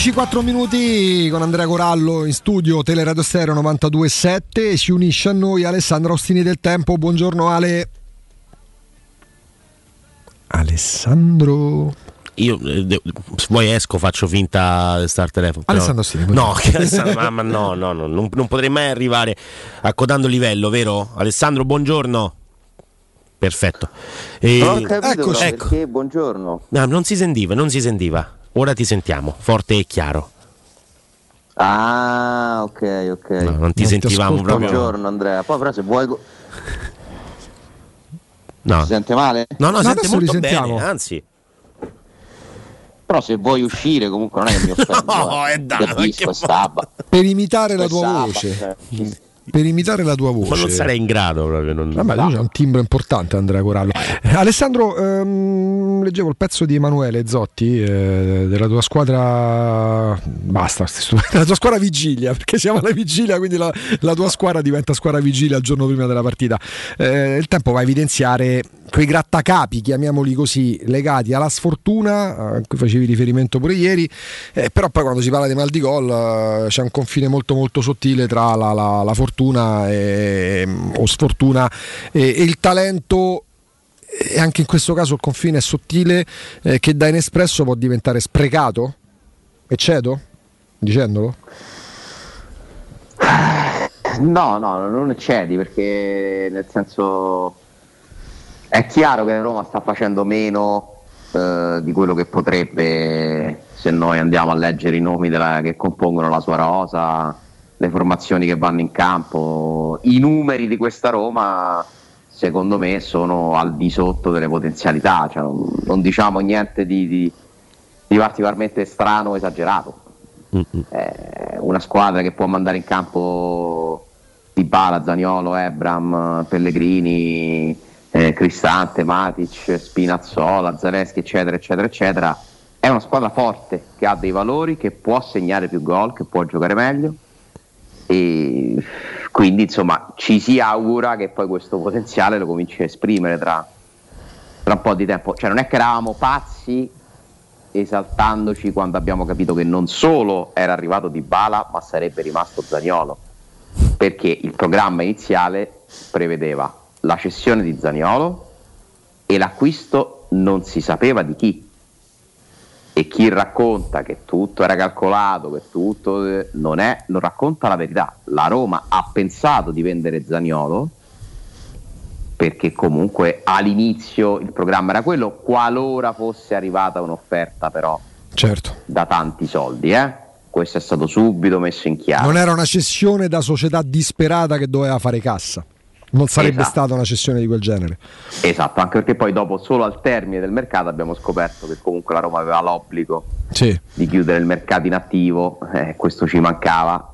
undici e quattro minuti con Andrea Corallo in studio Teleradio Stereo novantadue sette. Si unisce a noi Alessandro Ostini del Tempo. Buongiorno Ale. Alessandro. Io eh, se vuoi esco, faccio finta di stare al telefono. Alessandro Ostini. No, che Alessandro, ma, ma no, no, no, non, non potrei mai arrivare accodando livello, vero? Alessandro, buongiorno. Perfetto. E... Non ho capito ecco, però ecco. perché buongiorno. No, non si sentiva, non si sentiva. Ora ti sentiamo, forte e chiaro. Ah, ok, ok. No, non ti non sentivamo ti proprio. Buongiorno Andrea. Poi però se vuoi No. Si sente male? No, no, no sente molto bene, anzi. Però se vuoi uscire comunque non è che mi offendo. No, è da che stabba. Per imitare la tua Stabba, voce. cioè. Per imitare la tua voce. Ma non sarei in grado proprio. Non... Vabbè, lui c'ha un timbro importante, Andrea Corallo. Eh, Alessandro, ehm, leggevo il pezzo di Emanuele Zotti eh, della tua squadra. Basta, la tua squadra vigilia, perché siamo alla vigilia, quindi la, la tua squadra diventa squadra vigilia il giorno prima della partita. Eh, il tempo va a evidenziare quei grattacapi, chiamiamoli così, legati alla sfortuna, a cui facevi riferimento pure ieri, eh, però poi quando si parla di mal di gol eh, c'è un confine molto molto sottile tra la, la, la fortuna e, o sfortuna e, e il talento, e anche in questo caso il confine è sottile, eh, che da inespresso può diventare sprecato. Eccedo? Dicendolo? No, no, non eccedi, perché nel senso è chiaro che Roma sta facendo meno eh, di quello che potrebbe, se noi andiamo a leggere i nomi della, che compongono la sua rosa, le formazioni che vanno in campo. I numeri di questa Roma secondo me sono al di sotto delle potenzialità, cioè, non, non diciamo niente di, di, di particolarmente strano o esagerato. È una squadra che può mandare in campo Dybala, Zaniolo, Ebram, Pellegrini, eh, Cristante, Matic, Spinazzola, Zaleschi, eccetera eccetera eccetera. È una squadra forte che ha dei valori, che può segnare più gol, che può giocare meglio, e quindi insomma ci si augura che poi questo potenziale lo cominci a esprimere tra, tra un po' di tempo. Cioè non è che eravamo pazzi esaltandoci quando abbiamo capito che non solo era arrivato Dybala ma sarebbe rimasto Zaniolo, perché il programma iniziale prevedeva la cessione di Zaniolo e l'acquisto non si sapeva di chi, e chi racconta che tutto era calcolato, che tutto eh, non è, non racconta la verità. La Roma ha pensato di vendere Zaniolo perché comunque all'inizio il programma era quello, qualora fosse arrivata un'offerta però certo da tanti soldi, eh? Questo è stato subito messo in chiaro. Non era una cessione da società disperata che doveva fare cassa, non sarebbe esatto. stata una cessione di quel genere. Esatto, anche perché poi dopo, solo al termine del mercato, abbiamo scoperto che comunque la Roma aveva l'obbligo sì. di chiudere il mercato in attivo, eh, questo ci mancava,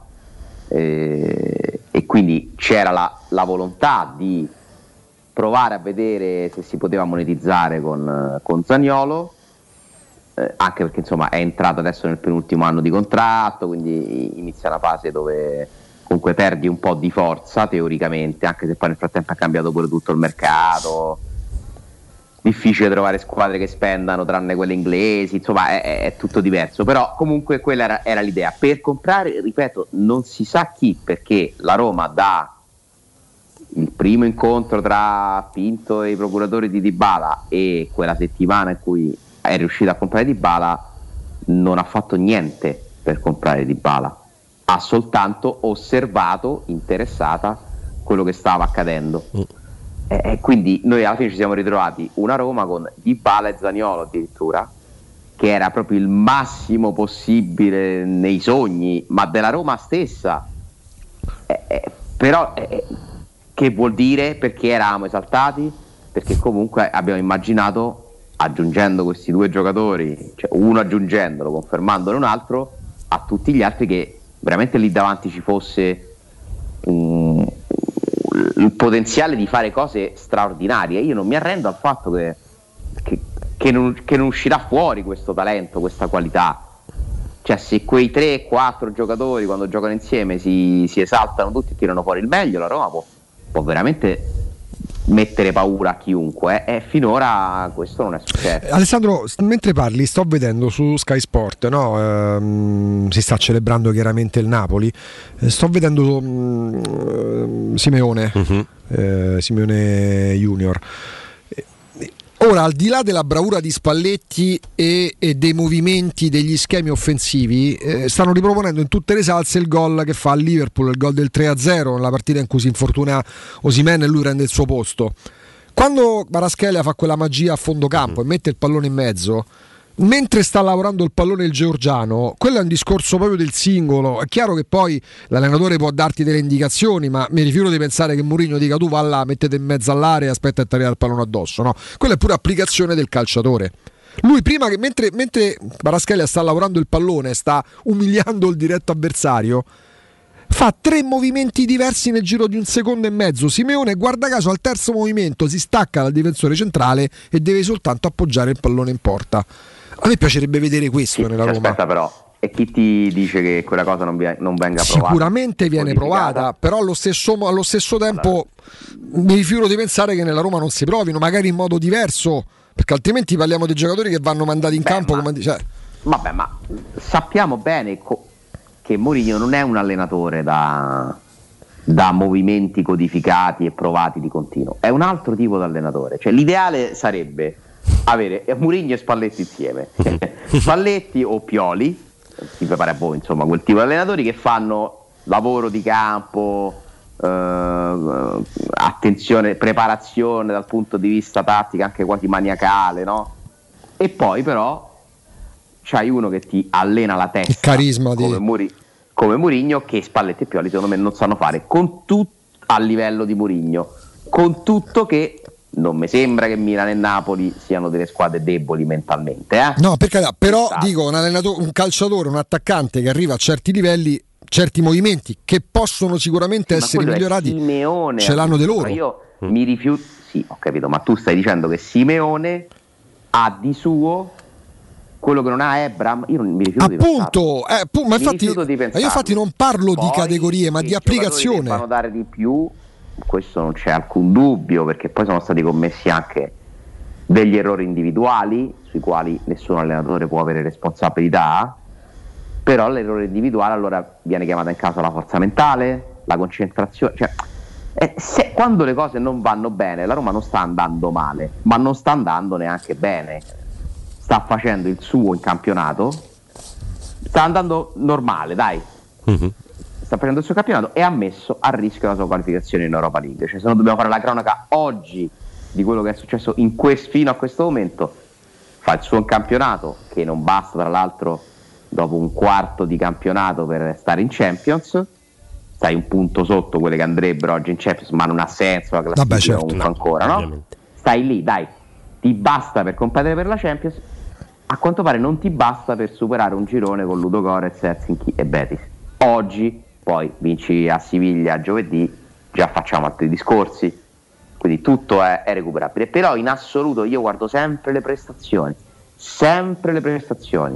eh, e quindi c'era la, la volontà di provare a vedere se si poteva monetizzare con, con Zaniolo, eh, anche perché insomma è entrato adesso nel penultimo anno di contratto, quindi inizia una fase dove comunque perdi un po' di forza teoricamente, anche se poi nel frattempo è cambiato pure tutto il mercato, difficile trovare squadre che spendano tranne quelle inglesi, insomma è, è tutto diverso, però comunque quella era, era l'idea, per comprare, ripeto, non si sa chi, perché la Roma da il primo incontro tra Pinto e i procuratori di Dybala e quella settimana in cui è riuscita a comprare Dybala non ha fatto niente per comprare Dybala, ha soltanto osservato, interessata, quello che stava accadendo. Mm. E, e quindi noi alla fine ci siamo ritrovati una Roma con Dybala e Zaniolo addirittura, che era proprio il massimo possibile nei sogni, ma della Roma stessa. E, e, però e, che vuol dire? Perché eravamo esaltati? Perché comunque abbiamo immaginato, aggiungendo questi due giocatori, cioè uno aggiungendolo, confermandone un altro, a tutti gli altri, che veramente lì davanti ci fosse um, il potenziale di fare cose straordinarie. Io non mi arrendo al fatto che, che, che, non, che non uscirà fuori questo talento, questa qualità. Cioè se quei tre quattro giocatori quando giocano insieme si, si esaltano tutti e tirano fuori il meglio, la Roma può, può veramente mettere paura a chiunque e finora questo non è successo. Alessandro, mentre parli sto vedendo su Sky Sport, no? ehm, si sta celebrando chiaramente il Napoli, eh, sto vedendo um, Simeone uh-huh. eh, Simeone Junior. Ora, al di là della bravura di Spalletti e, e dei movimenti degli schemi offensivi, eh, stanno riproponendo in tutte le salse il gol che fa al Liverpool, il gol del tre a zero nella partita in cui si infortuna Osimhen e lui prende il suo posto. Quando Kvaratskhelia fa quella magia a fondo campo mm. e mette il pallone in mezzo, mentre sta lavorando il pallone il georgiano, quello è un discorso proprio del singolo. È chiaro che poi l'allenatore può darti delle indicazioni, ma mi rifiuto di pensare che Mourinho dica tu va là, mettete in mezzo all'area e aspetta a tagliare il pallone addosso, no? Quella è pure applicazione del calciatore. Lui prima che mentre, mentre Kvaratskhelia sta lavorando il pallone, sta umiliando il diretto avversario, fa tre movimenti diversi nel giro di un secondo e mezzo. Simeone, guarda caso, al terzo movimento si stacca dal difensore centrale e deve soltanto appoggiare il pallone in porta. A me piacerebbe vedere questo sì, nella Roma. Aspetta però, e chi ti dice che quella cosa non, vi- non venga provata? Sicuramente viene provata, però allo stesso, allo stesso tempo allora. mi rifiuto di pensare che nella Roma non si provino, magari in modo diverso, perché altrimenti parliamo di giocatori che vanno mandati in Beh, campo ma, come cioè. Vabbè, ma sappiamo bene co- che Mourinho non è un allenatore da, da movimenti codificati e provati di continuo, è un altro tipo di allenatore. Cioè l'ideale sarebbe avere Mourinho e Spalletti insieme Spalletti o Pioli, si prepara a voi, insomma, quel tipo di allenatori che fanno lavoro di campo, eh, attenzione, preparazione dal punto di vista tattico anche quasi maniacale, no? E poi però c'hai uno che ti allena la testa, il carisma come, di... Muri- come Mourinho, che Spalletti e Pioli secondo me non sanno fare, con tutto a livello di Mourinho, con tutto che non mi sembra che Milan e Napoli siano delle squadre deboli mentalmente, eh? No, perché però dico un allenatore, un calciatore, un attaccante che arriva a certi livelli, certi movimenti che possono sicuramente sì, essere migliorati, Simeone, ce l'hanno di loro. Io mm. mi rifiuto, sì, ho capito, ma tu stai dicendo che Simeone ha di suo quello che non ha Ebram. Io non mi rifiuto appunto, di eh, pu- ma infatti, di pensarlo. Io infatti non parlo Poi, di categorie, ma di applicazione. Devono dare di più. Questo non c'è alcun dubbio, perché poi sono stati commessi anche degli errori individuali sui quali nessun allenatore può avere responsabilità, però l'errore individuale allora viene chiamata in causa la forza mentale, la concentrazione, cioè, eh, se, quando le cose non vanno bene la Roma non sta andando male, ma non sta andando neanche bene, sta facendo il suo in campionato, sta andando normale, dai. Mm-hmm. Sta facendo il suo campionato e ha messo a rischio la sua qualificazione in Europa League. Cioè, se non dobbiamo fare la cronaca oggi di quello che è successo in quest- fino a questo momento, fa il suo campionato, che non basta tra l'altro dopo un quarto di campionato per stare in Champions, stai un punto sotto quelle che andrebbero oggi in Champions, ma non ha senso la classifica. Vabbè, certo, comunque no, ancora, no? Ovviamente. Stai lì, dai, ti basta per competere per la Champions. A quanto pare non ti basta per superare un girone con Ludogorets, Helsinki e Betis. Oggi poi vinci a Siviglia giovedì, già facciamo altri discorsi, quindi tutto è, è recuperabile. Però in assoluto io guardo sempre le prestazioni, sempre le prestazioni.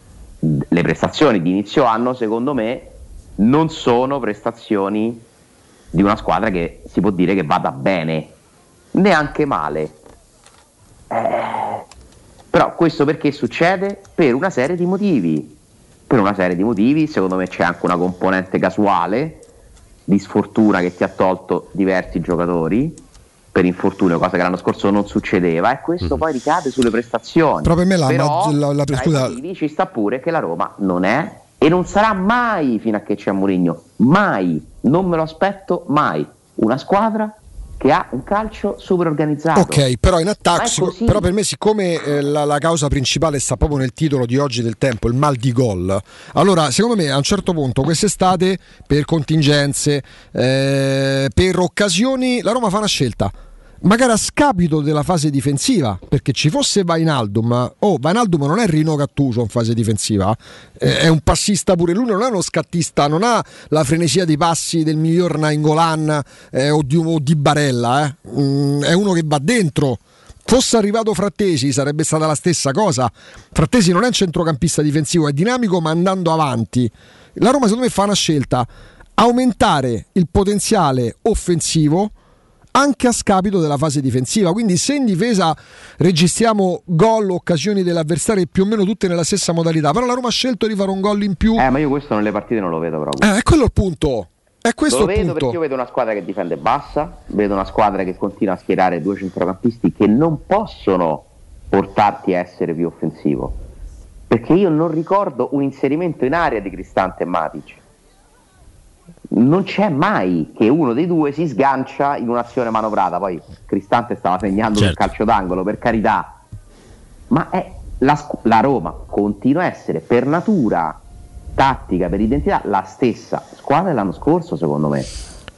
Le prestazioni di inizio anno secondo me non sono prestazioni di una squadra che si può dire che vada bene, neanche male. Eh, però questo perché succede? Per una serie di motivi. Per una serie di motivi, secondo me c'è anche una componente casuale di sfortuna che ti ha tolto diversi giocatori per infortunio, cosa che l'anno scorso non succedeva, e questo mm-hmm. poi ricade sulle prestazioni. Proprio per me la, Però, la, la, la scusa, ci sta pure che la Roma non è e non sarà mai, fino a che c'è Mourinho, mai, non me lo aspetto mai, una squadra che ha un calcio super organizzato. Ok, però in attacco, però per me siccome eh, la, la causa principale sta proprio nel titolo di oggi del Tempo, il mal di gol, allora secondo me a un certo punto quest'estate per contingenze, eh, per occasioni, la Roma fa una scelta, magari a scapito della fase difensiva, perché ci fosse Wijnaldum, oh, Wijnaldum non è Rino Gattuso in fase difensiva, eh, è un passista pure lui, non è uno scattista, non ha la frenesia dei passi del miglior Nainggolan eh, o, di, o di Barella, eh. mm, è uno che va dentro. Fosse arrivato Frattesi sarebbe stata la stessa cosa. Frattesi non è un centrocampista difensivo, è dinamico ma andando avanti. La Roma secondo me fa una scelta: aumentare il potenziale offensivo anche a scapito della fase difensiva. Quindi se in difesa registriamo gol, occasioni dell'avversario più o meno tutte nella stessa modalità, però la Roma ha scelto di fare un gol in più. Eh, ma io questo nelle partite non lo vedo proprio. Eh, è quello il punto. È questo lo vedo il punto. perché io vedo una squadra che difende bassa, vedo una squadra che continua a schierare due centrocampisti che non possono portarti a essere più offensivo. Perché io non ricordo un inserimento in area di Cristante e Matic. Non c'è mai che uno dei due si sgancia in un'azione manovrata. Poi Cristante stava segnando certo. sul calcio d'angolo, per carità, ma è la, la Roma continua a essere per natura, tattica, per identità la stessa squadra dell'anno scorso, secondo me,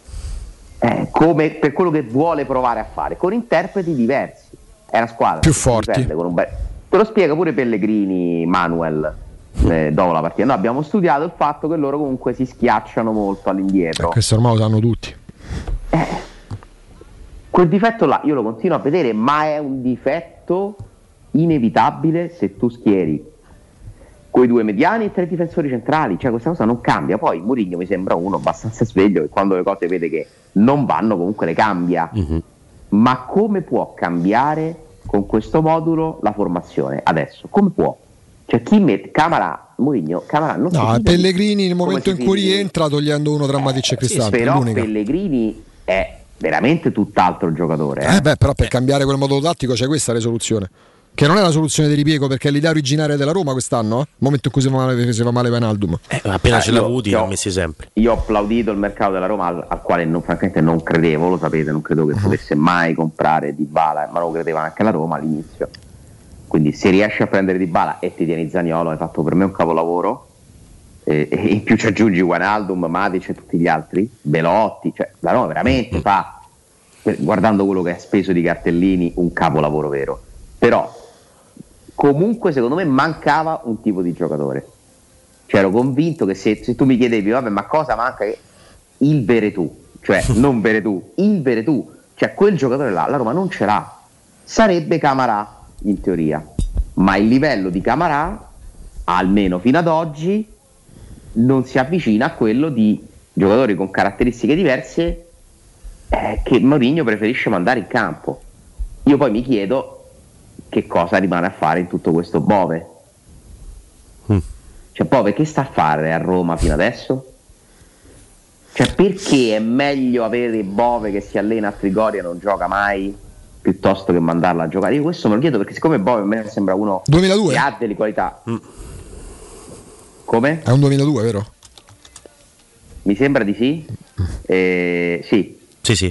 eh, come per quello che vuole provare a fare, con interpreti diversi. È una squadra più forti, con un be- te lo spiega pure Pellegrini, Manuel, eh, dopo la partita. Noi abbiamo studiato il fatto che loro comunque si schiacciano molto all'indietro. Eh, questo ormai lo sanno tutti. Eh, quel difetto là io lo continuo a vedere, ma è un difetto inevitabile se tu schieri quei due mediani e tre difensori centrali. Cioè questa cosa non cambia. Poi Mourinho mi sembra uno abbastanza sveglio che quando le cose vede che non vanno comunque le cambia. Mm-hmm. Ma come può cambiare con questo modulo la formazione adesso? Come può? Cioè chi mette Camara, Mourinho, Camara non no, si Pellegrini nel momento in cui rientra togliendo uno tra Matic e Cristante, sì, però Pellegrini è veramente tutt'altro giocatore. Eh, eh beh, però per cambiare quel modulo tattico c'è questa risoluzione. Che non è la soluzione di ripiego, perché è l'idea originaria della Roma quest'anno, eh? Il momento in cui si fa male, si fa male Wijnaldum. Eh, appena eh, ce l'ha avuti, l'ho messi sempre. Io ho applaudito il mercato della Roma, al, al quale non, francamente non credevo, lo sapete, non credevo che uh-huh. potesse mai comprare Dybala, ma lo credeva anche la Roma all'inizio. Quindi se riesci a prendere Dybala e ti tieni Zaniolo, hai fatto per me un capolavoro. E, e in più ci aggiungi Wijnaldum, Matic e tutti gli altri, Belotti, cioè la Roma veramente uh-huh. fa, guardando quello che ha speso di cartellini, un capolavoro vero. Però comunque secondo me mancava un tipo di giocatore. Cioè ero convinto che se, se tu mi chiedevi vabbè ma cosa manca, il Veretù, cioè non Veretù, il Veretù, cioè quel giocatore là la Roma non ce l'ha. Sarebbe Camarà in teoria, ma il livello di Camarà almeno fino ad oggi non si avvicina a quello di giocatori con caratteristiche diverse eh, che Mourinho preferisce mandare in campo. Io poi mi chiedo che cosa rimane a fare in tutto questo Bove. Mm. Cioè Bove che sta a fare a Roma fino adesso? Cioè perché è meglio avere Bove che si allena a Trigoria e non gioca mai piuttosto che mandarla a giocare? Io questo me lo chiedo perché siccome Bove a me sembra uno duemiladue che ha delle qualità. Mm. Come? È un duemiladue, vero? Mi sembra di sì. Mm. Eh, sì. Sì, sì.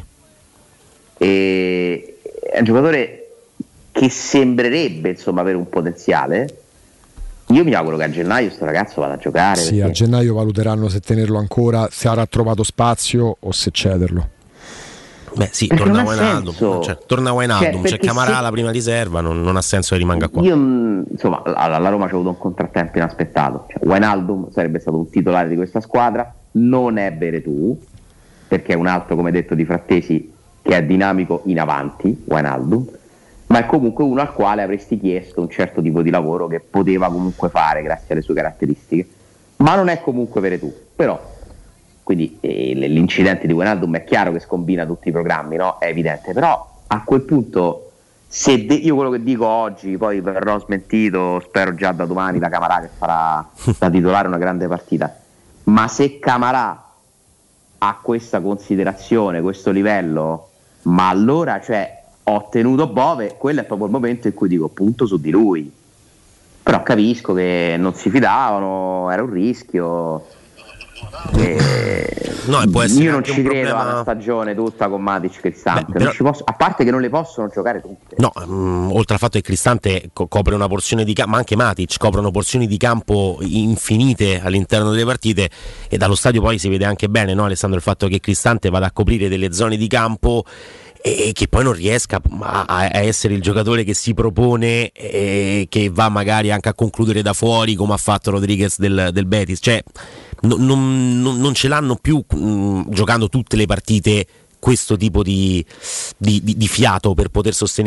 E... è un giocatore che sembrerebbe insomma avere un potenziale. Io mi auguro che a gennaio sto ragazzo vada a giocare. Sì, perché... a gennaio valuteranno se tenerlo ancora, se avrà trovato spazio o se cederlo. Beh sì, perché torna Wijnaldum, cioè, torna Wijnaldum, cioè, c'è Camarà se... la prima riserva, non, non ha senso che rimanga qua. Io insomma la, la Roma c'ha avuto un contrattempo inaspettato, cioè, Wijnaldum sarebbe stato un titolare di questa squadra, non è Veretù, perché è un altro come detto di Frattesi che è dinamico in avanti, Wijnaldum, ma è comunque uno al quale avresti chiesto un certo tipo di lavoro che poteva comunque fare grazie alle sue caratteristiche, ma non è comunque Veretù. Però quindi eh, l'incidente di Wijnaldum è chiaro che scombina tutti i programmi, no? È evidente, però a quel punto se de- io quello che dico oggi poi verrò smentito, spero già da domani da Camarà che farà da titolare una grande partita, ma se Camarà ha questa considerazione, questo livello, ma allora cioè ho tenuto Bove, quello è proprio il momento in cui dico punto su di lui. Però capisco che non si fidavano, era un rischio. E... no, può essere io non anche ci un credo problema... alla stagione tutta con Matic Cristante. Beh, però... non ci posso... a parte che non le possono giocare tutte. No, mh, oltre al fatto che Cristante co- copre una porzione di campo, ma anche Matic coprono porzioni di campo infinite all'interno delle partite, e dallo stadio poi si vede anche bene, no, Alessandro, il fatto che Cristante vada a coprire delle zone di campo e che poi non riesca a, a essere il giocatore che si propone e che va magari anche a concludere da fuori come ha fatto Rodriguez del, del Betis. Cioè no, non, non, non ce l'hanno più mh, giocando tutte le partite questo tipo di, di, di, di fiato per poter sostenere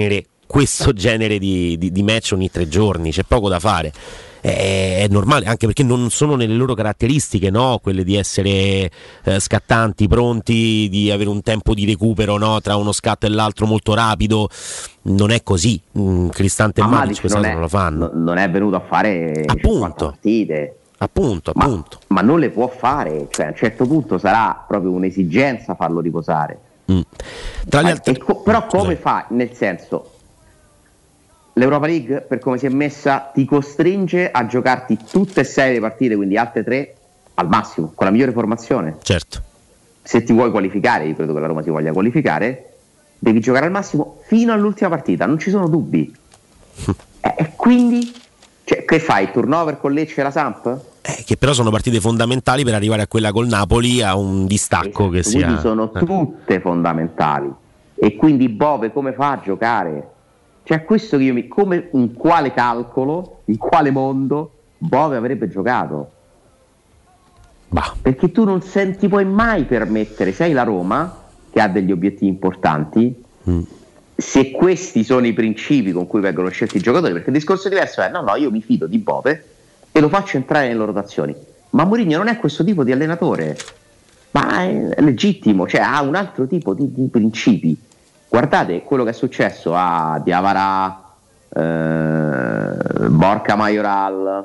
questo genere di, di, di match ogni tre giorni, c'è poco da fare. È, è normale, anche perché non sono nelle loro caratteristiche, no? Quelle di essere eh, scattanti, pronti, di avere un tempo di recupero, no? Tra uno scatto e l'altro molto rapido. Non è così. mm, Cristante e Matic questa cosa non lo fanno. Non è venuto a fare appunto partite. Appunto, ma, appunto. Ma non le può fare, cioè a un certo punto sarà proprio un'esigenza farlo riposare. Mm. Tra gli altri... co- però come fa? Nel senso, l'Europa League, per come si è messa, ti costringe a giocarti tutte e sei le partite, quindi altre tre al massimo, con la migliore formazione. Certo. Se ti vuoi qualificare, io credo che la Roma si voglia qualificare, devi giocare al massimo fino all'ultima partita, non ci sono dubbi. e, e quindi, cioè, che fai? Il turnover con Lecce e la Samp? Eh, che però sono partite fondamentali per arrivare a quella col Napoli, a un distacco esatto, che sia. Quindi sono eh. tutte fondamentali. E quindi Bove come fa a giocare? Cioè questo che io mi... come in quale calcolo, in quale mondo Bove avrebbe giocato? Bah. Perché tu non senti, puoi mai permettere, sei la Roma che ha degli obiettivi importanti, mm. se questi sono i principi con cui vengono scelti i giocatori, perché il discorso diverso è no no io mi fido di Bove e lo faccio entrare nelle rotazioni, ma Mourinho non è questo tipo di allenatore, ma è legittimo, cioè ha un altro tipo di, di principi. Guardate quello che è successo a Diawara, eh, Borca Majoral,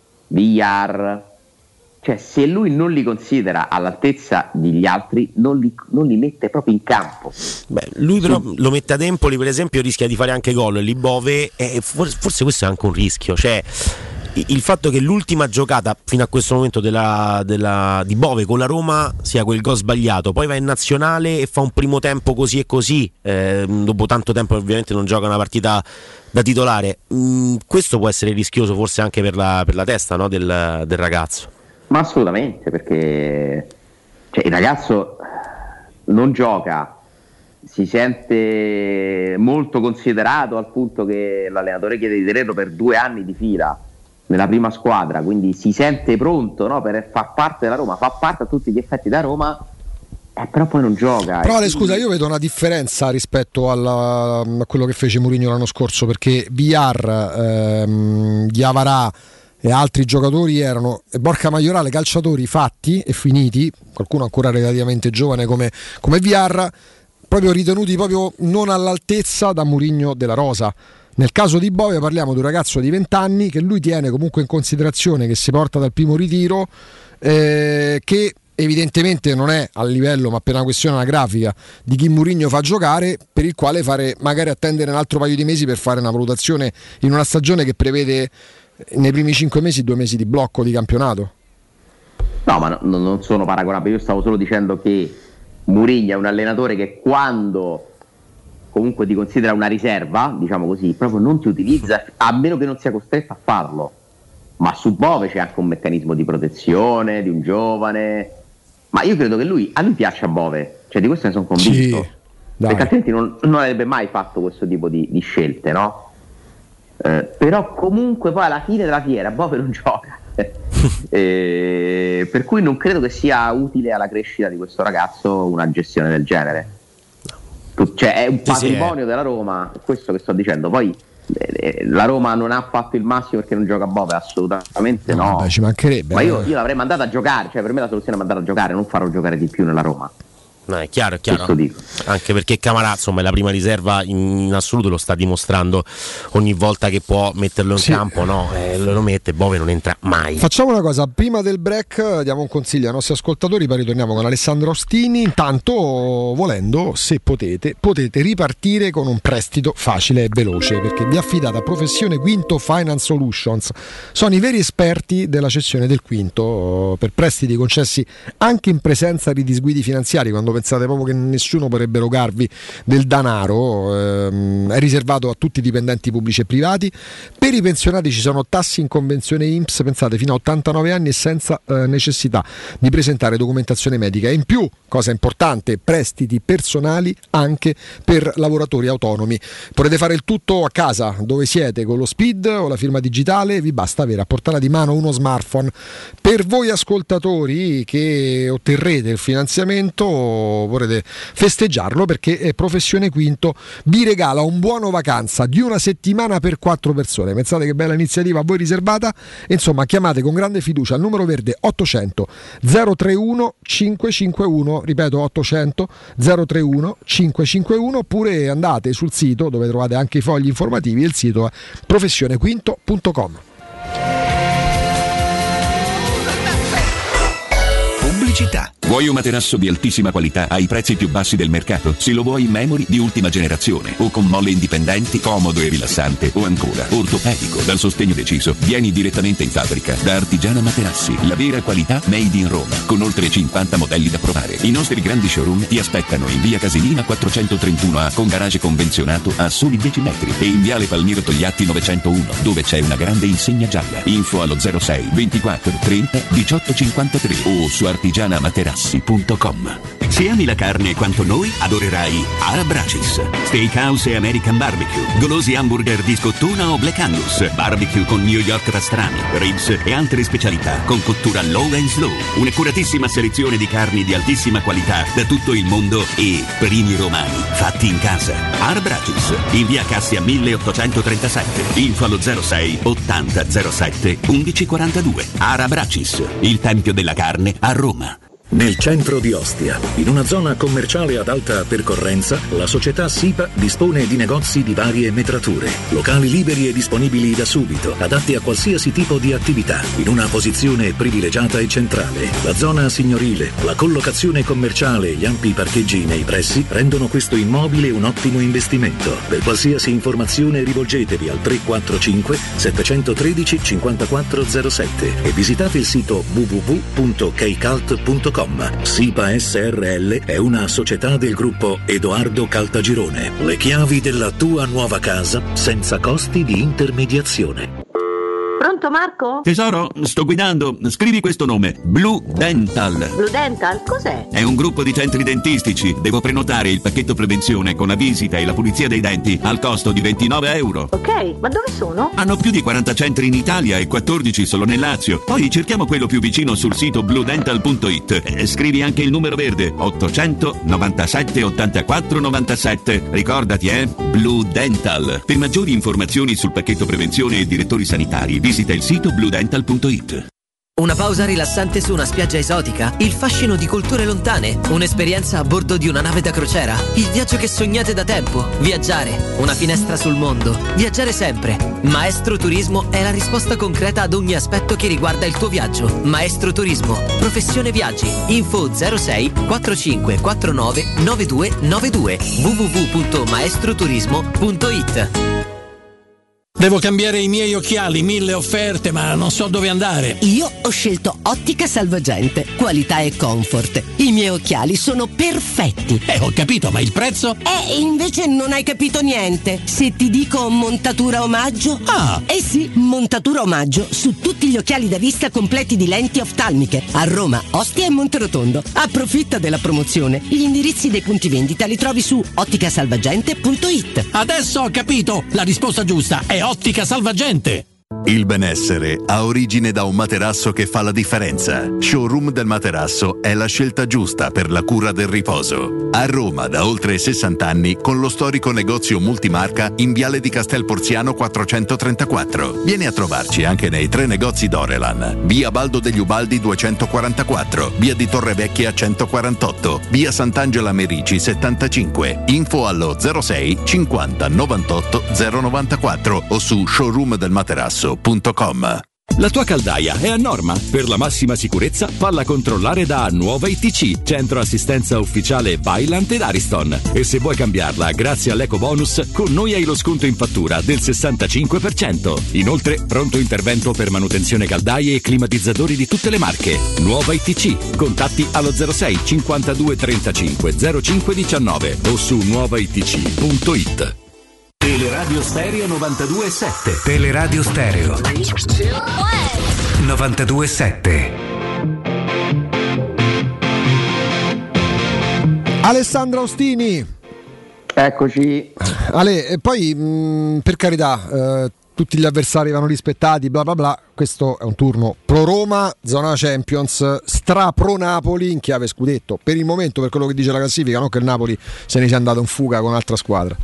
Villar, cioè se lui non li considera all'altezza degli altri non li, non li mette proprio in campo. Beh, lui però sì. Lo mette ad Empoli per esempio, rischia di fare anche gol, lì Bove, e forse, forse questo è anche un rischio, cioè il fatto che l'ultima giocata fino a questo momento della, della, di Bove con la Roma sia quel gol sbagliato, poi va in nazionale e fa un primo tempo così e così, eh, dopo tanto tempo ovviamente non gioca una partita da titolare, mm, questo può essere rischioso forse anche per la, per la testa, no, del, del ragazzo. Ma assolutamente, perché cioè, il ragazzo non gioca, si sente molto considerato al punto che l'allenatore chiede di tenerlo per due anni di fila nella prima squadra, quindi si sente pronto, no, per far parte della Roma, fa parte a tutti gli effetti da Roma, eh, però poi non gioca. Però Ale, quindi... scusa, io vedo una differenza rispetto alla, a quello che fece Mourinho l'anno scorso, perché Villar, ehm, Diawara e altri giocatori erano, e Borca Majoral, calciatori fatti e finiti, qualcuno ancora relativamente giovane come, come Villar, proprio ritenuti proprio non all'altezza da Mourinho della rosa. Nel caso di Bove parliamo di un ragazzo di venti anni che lui tiene comunque in considerazione, che si porta dal primo ritiro, eh, che evidentemente non è a livello, ma per una questione anagrafica, di chi Mourinho fa giocare, per il quale fare magari attendere un altro paio di mesi per fare una valutazione in una stagione che prevede nei primi cinque mesi due mesi di blocco di campionato. No, ma no, non sono paragonabili, io stavo solo dicendo che Mourinho è un allenatore che quando comunque ti considera una riserva, diciamo così, proprio non ti utilizza, a meno che non sia costretto a farlo. Ma su Bove c'è anche un meccanismo di protezione di un giovane, ma io credo che lui, a lui piaccia Bove, cioè di questo ne sono convinto, sì, perché altrimenti non, non avrebbe mai fatto questo tipo di, di scelte, no? Eh, però comunque poi alla fine della fiera Bove non gioca eh, per cui non credo che sia utile alla crescita di questo ragazzo una gestione del genere. Cioè è un patrimonio sì, sì, della Roma, questo che sto dicendo. Poi eh, la Roma non ha fatto il massimo perché non gioca Bove, assolutamente no, no. Vabbè, ci mancherebbe, ma io, io l'avrei mandato a giocare, cioè per me la soluzione è mandare a giocare, non farlo giocare di più nella Roma. No, è chiaro, è chiaro. Anche perché Camarà, insomma, è la prima riserva in, in assoluto, lo sta dimostrando ogni volta che può metterlo in sì. campo, no? Eh, lo mette, Bove non entra mai. Facciamo una cosa, prima del break diamo un consiglio ai nostri ascoltatori, poi ritorniamo con Alessandro Ostini. Intanto, volendo, se potete, potete ripartire con un prestito facile e veloce, perché vi affidate a Professione Quinto Finance Solutions. Sono i veri esperti della cessione del quinto per prestiti concessi anche in presenza di disguidi finanziari. Quando pensate proprio che nessuno potrebbe erogarvi del denaro, ehm, è riservato a tutti i dipendenti pubblici e privati. Per i pensionati ci sono tassi in convenzione I N P S, pensate, fino a ottantanove anni e senza eh, necessità di presentare documentazione medica. E in più, cosa importante, prestiti personali anche per lavoratori autonomi. Potete fare il tutto a casa, dove siete, con lo S P I D o la firma digitale. Vi basta avere a portata di mano uno smartphone. Per voi ascoltatori che otterrete il finanziamento, vorrete festeggiarlo, perché eh, Professione Quinto vi regala un buono vacanza di una settimana per quattro persone. Pensate che bella iniziativa a voi riservata. Insomma, chiamate con grande fiducia al numero verde ottocento zero trentuno cinquecentocinquantuno, ripeto ottocento zero trentuno cinquecentocinquantuno, oppure andate sul sito dove trovate anche i fogli informativi. Il sito è professione quinto punto com. Pubblicità. Vuoi un materasso di altissima qualità ai prezzi più bassi del mercato? Se lo vuoi in memory di ultima generazione o con molle indipendenti, comodo e rilassante, o ancora ortopedico dal sostegno deciso, vieni direttamente in fabbrica da Artigiana Materassi, la vera qualità made in Roma, con oltre cinquanta modelli da provare. I nostri grandi showroom ti aspettano in via Casilina quattrocentotrentuno A con garage convenzionato a soli dieci metri e in viale Palmiro Togliatti novecentouno, dove c'è una grande insegna gialla. Info allo zero sei ventiquattro trenta diciotto cinquantatré o su artigiana materassi punto com. Se ami la carne quanto noi, adorerai Arabracis, Steakhouse e American Barbecue, golosi hamburger di scottuna o Black Angus, barbecue con New York pastrami, ribs e altre specialità con cottura low and slow, un'accuratissima selezione di carni di altissima qualità da tutto il mondo e primi romani fatti in casa. Arabracis, in via Cassia milleottocentotrentasette, info allo zero sei ottanta zero sette undici quarantadue. Arabracis, il tempio della carne a Roma. Nel centro di Ostia, in una zona commerciale ad alta percorrenza, la società SIPA dispone di negozi di varie metrature, locali liberi e disponibili da subito, adatti a qualsiasi tipo di attività, in una posizione privilegiata e centrale. La zona signorile, la collocazione commerciale e gli ampi parcheggi nei pressi rendono questo immobile un ottimo investimento. Per qualsiasi informazione rivolgetevi al tre quattro cinque sette uno tre cinquantaquattro zero sette e visitate il sito w w w punto keicalt punto com. SIPA S R L è una società del gruppo Edoardo Caltagirone. Le chiavi della tua nuova casa senza costi di intermediazione. Pronto Marco? Tesoro, sto guidando. Scrivi questo nome: Blue Dental. Blue Dental? Cos'è? È un gruppo di centri dentistici. Devo prenotare il pacchetto prevenzione con la visita e la pulizia dei denti al costo di ventinove euro. Ok, ma dove sono? Hanno più di quaranta centri in Italia e quattordici solo nel Lazio. Poi cerchiamo quello più vicino sul sito blue dental punto it. Eh, scrivi anche il numero verde: ottocento novantasette ottantaquattro novantasette. Ricordati, eh? Blue Dental. Per maggiori informazioni sul pacchetto prevenzione e direttori sanitari, visita il sito blue dental punto it. Una pausa rilassante su una spiaggia esotica? Il fascino di culture lontane? Un'esperienza a bordo di una nave da crociera? Il viaggio che sognate da tempo? Viaggiare, una finestra sul mondo, viaggiare sempre. Maestro Turismo è la risposta concreta ad ogni aspetto che riguarda il tuo viaggio. Maestro Turismo, professione viaggi. Info zero sei quattrocinque quattronove novedue novedue w w w punto maestroturismo punto it. Devo cambiare i miei occhiali, mille offerte, ma non so dove andare. Io ho scelto Ottica Salvagente, qualità e comfort. I miei occhiali sono perfetti. Eh, ho capito, ma il prezzo? Eh, invece non hai capito niente. Se ti dico montatura omaggio? Ah! Eh sì, montatura omaggio su tutti gli occhiali da vista completi di lenti oftalmiche. A Roma, Ostia e Monterotondo. Approfitta della promozione. Gli indirizzi dei punti vendita li trovi su ottica salvagente punto it. Adesso ho capito! La risposta giusta è Ottica Salvagente. Il benessere ha origine da un materasso che fa la differenza. Showroom del Materasso è la scelta giusta per la cura del riposo. A Roma da oltre sessanta anni con lo storico negozio multimarca in Viale di Castel Porziano quattrocentotrentaquattro. Vieni a trovarci anche nei tre negozi Dorelan: via Baldo degli Ubaldi duecentoquarantaquattro, via di Torrevecchia centoquarantotto, via Sant'Angela Merici settantacinque. Info allo zero sei cinquanta novantotto zero novantaquattro o su showroom del materasso punto com. La tua caldaia è a norma? Per la massima sicurezza falla controllare da Nuova I T C, centro assistenza ufficiale Vaillant ed Ariston. E se vuoi cambiarla grazie all'eco bonus, con noi hai lo sconto in fattura del sessantacinque per cento. Inoltre pronto intervento per manutenzione caldaie e climatizzatori di tutte le marche. Nuova I T C, contatti allo zero sei cinquantadue trentacinque zero cinque diciannove o su nuova i t c punto it. Teleradio Stereo novantadue sette. Teleradio Stereo novantadue sette. Alessandro Ostini. Eccoci. Ale, e poi mh, per carità, eh, tutti gli avversari vanno rispettati, bla bla bla. Questo è un turno pro Roma, zona Champions, stra pro Napoli in chiave scudetto. Per il momento, per quello che dice la classifica, non che il Napoli se ne sia andato in fuga con un'altra squadra.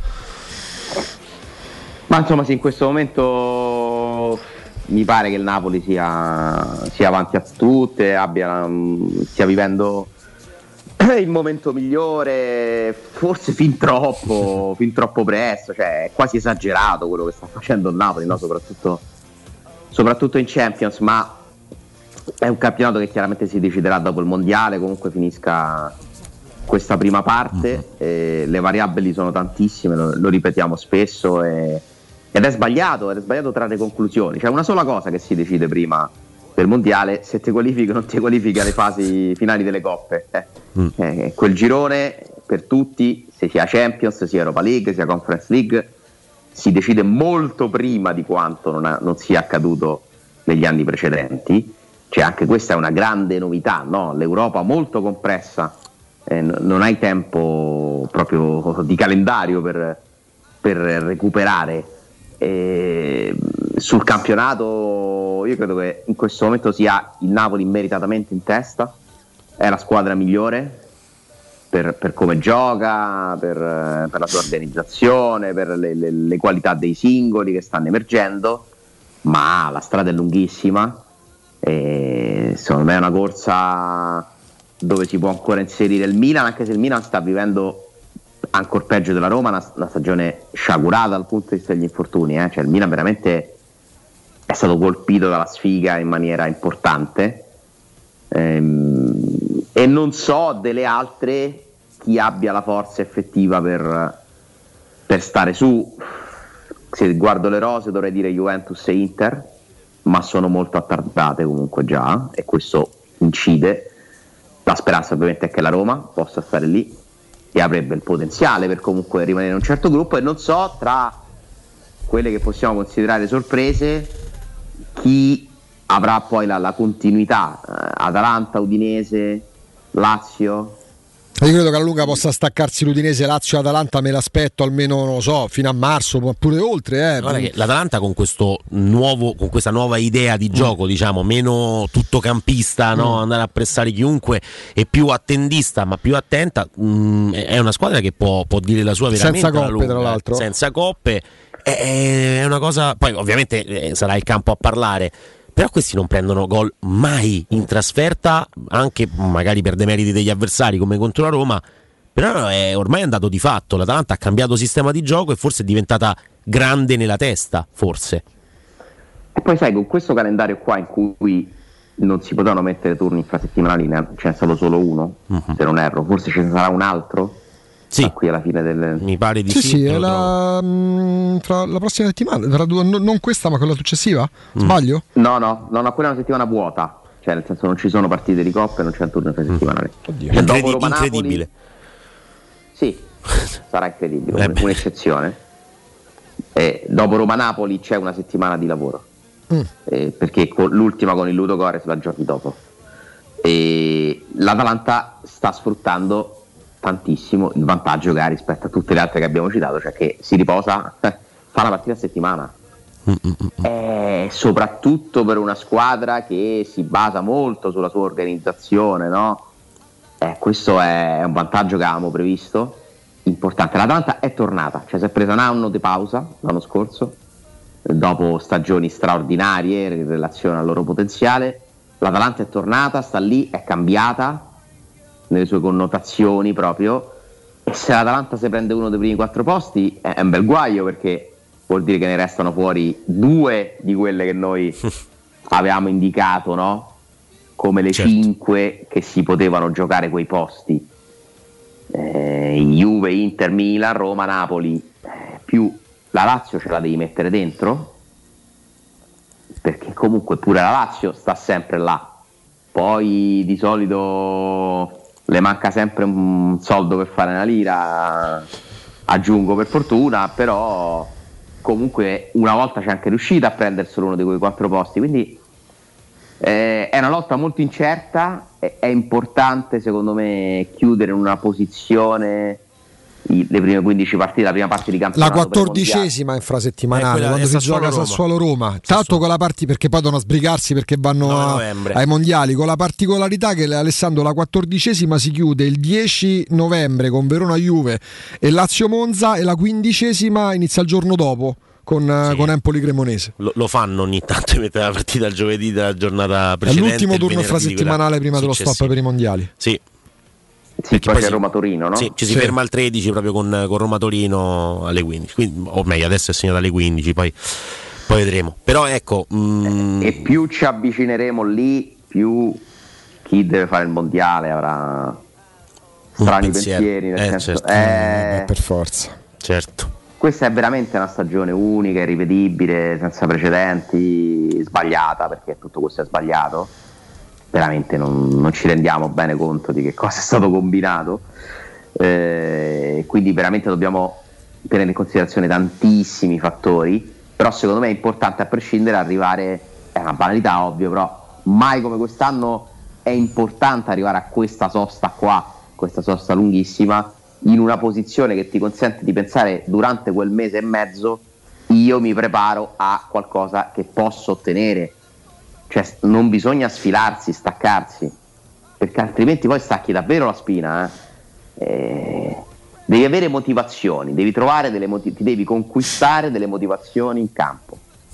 Ma insomma sì, in questo momento mi pare che il Napoli sia, sia avanti a tutte, abbia, stia vivendo il momento migliore, forse fin troppo fin troppo presto, cioè è quasi esagerato quello che sta facendo il Napoli, no? soprattutto, soprattutto in Champions, ma è un campionato che chiaramente si deciderà dopo il mondiale, comunque finisca questa prima parte, e le variabili sono tantissime, lo, lo ripetiamo spesso, e, ed è sbagliato, ed è sbagliato trarre conclusioni. C'è una sola cosa che si decide prima del mondiale: se ti qualifichi o non ti qualifichi alle fasi finali delle coppe. Eh. Mm. Eh, quel girone per tutti, se sia Champions, sia Europa League, sia Conference League, si decide molto prima di quanto non, ha, non sia accaduto negli anni precedenti. Cioè anche questa è una grande novità, no? L'Europa molto compressa, eh, n- non hai tempo proprio di calendario per, per recuperare. E sul campionato io credo che in questo momento sia il Napoli meritatamente in testa, è la squadra migliore per, per come gioca, per, per la sua organizzazione, per le, le, le qualità dei singoli che stanno emergendo, ma la strada è lunghissima e secondo me è una corsa dove si può ancora inserire il Milan, anche se il Milan sta vivendo ancora peggio della Roma, una, una stagione sciagurata dal punto di vista degli infortuni, eh? Cioè il Milan veramente è stato colpito dalla sfiga in maniera importante, ehm, e non so delle altre chi abbia la forza effettiva per, per stare su. Se guardo le rose dovrei dire Juventus e Inter, ma sono molto attardate comunque già, e questo incide. La speranza ovviamente è che la Roma possa stare lì e avrebbe il potenziale per comunque rimanere in un certo gruppo, e non so tra quelle che possiamo considerare sorprese chi avrà poi la, la continuità, eh, Atalanta, Udinese, Lazio. Io credo che alla lunga possa staccarsi l'Udinese, Lazio e Atalanta, me l'aspetto almeno, non lo so, fino a marzo, ma pure oltre. Eh. Guarda che l'Atalanta con questo nuovo, con questa nuova idea di gioco, mm. diciamo, meno tuttocampista, no? mm. andare a pressare chiunque, e più attendista, ma più attenta, mh, è una squadra che può, può dire la sua veramente. Senza coppe, tra l'altro. Senza coppe, è, è una cosa. Poi ovviamente eh, sarà il campo a parlare. Però questi non prendono gol mai in trasferta, anche magari per demeriti degli avversari come contro la Roma, però è ormai andato di fatto. L'Atalanta ha cambiato sistema di gioco e forse è diventata grande nella testa, forse. E poi sai, con questo calendario qua in cui non si potevano mettere turni infrasettimanali, ne c'è stato solo uno, uh-huh. se non erro, forse ce ne sarà un altro. Sì, qui alla fine del... mi pare di sì. Sì, sì, è la, mh, tra la prossima settimana, tra due, no, non questa ma quella successiva? Mm. Sbaglio? No, no, no, no, quella è una settimana vuota, cioè nel senso non ci sono partite di coppe, non c'è un turno infrasettimanale. Mm. Cioè, Incredi- incredibile. Sì, sarà incredibile, eh un'eccezione. E dopo Roma-Napoli c'è una settimana di lavoro, mm. eh, perché con, l'ultima con il Ludogorets la giochi dopo. E l'Atalanta sta sfruttando tantissimo il vantaggio che ha rispetto a tutte le altre che abbiamo citato, cioè che si riposa, eh, fa una partita a settimana, e soprattutto per una squadra che si basa molto sulla sua organizzazione, no? Eh, questo è un vantaggio che avevamo previsto, importante. L'Atalanta è tornata, cioè si è presa un anno di pausa l'anno scorso, dopo stagioni straordinarie in relazione al loro potenziale. L'Atalanta è tornata, sta lì, è cambiata nelle sue connotazioni proprio, e se l'Atalanta si prende uno dei primi quattro posti è un bel guaio, perché vuol dire che ne restano fuori due di quelle che noi avevamo indicato, no? Come le certo. cinque che si potevano giocare quei posti, eh, Juve, Inter, Milan, Roma, Napoli, eh, più la Lazio ce la devi mettere dentro, perché comunque pure la Lazio sta sempre là, poi di solito le manca sempre un soldo per fare una lira, aggiungo per fortuna, però comunque una volta c'è anche riuscita a prenderselo uno di quei quattro posti, quindi eh, è una lotta molto incerta. È, è importante secondo me chiudere in una posizione i, le prime quindici partite, la prima parte di campionato. La quattordicesima infrasettimanale, Eh, quando si gioca Sassuolo-Roma. Sassuolo-Roma. Tra l'altro con la parti perché poi devono sbrigarsi perché vanno a- novembre. ai mondiali, con la particolarità che Alessandro la quattordicesima si chiude il dieci novembre con Verona-Juve e Lazio-Monza e la quindicesima inizia il giorno dopo con, eh, con Empoli-Cremonese. Lo, lo fanno ogni tanto di mettere la partita il giovedì della giornata È precedente. l'ultimo il turno venerdì di infrasettimanale quella prima dello stop successiva. per i mondiali. Sì. Sì, poi c'è si- Roma-Torino, no? Sì, ci si Sì. ferma al tredici proprio con, con Roma-Torino alle quindici. Quindi, o meglio, adesso è segnato alle quindici, poi, poi vedremo. Però ecco. mm, E più ci avvicineremo lì, più chi deve fare il mondiale avrà strani pensiero. pensieri. Nel Eh, senso, certo. eh, per forza. Certo. Questa è veramente una stagione unica, irripetibile, senza precedenti, sbagliata, perché tutto questo è sbagliato. Veramente non, non ci rendiamo bene conto di che cosa è stato combinato. Eh, quindi veramente dobbiamo tenere in considerazione tantissimi fattori, però secondo me è importante a prescindere arrivare, è una banalità ovvio, però mai come quest'anno è importante arrivare a questa sosta qua, questa sosta lunghissima, in una posizione che ti consente di pensare durante quel mese e mezzo io mi preparo a qualcosa che posso ottenere. Cioè non bisogna sfilarsi, staccarsi, perché altrimenti poi stacchi davvero la spina. Eh. Eh, devi avere motivazioni, devi trovare delle motiv- ti devi conquistare delle motivazioni in campo.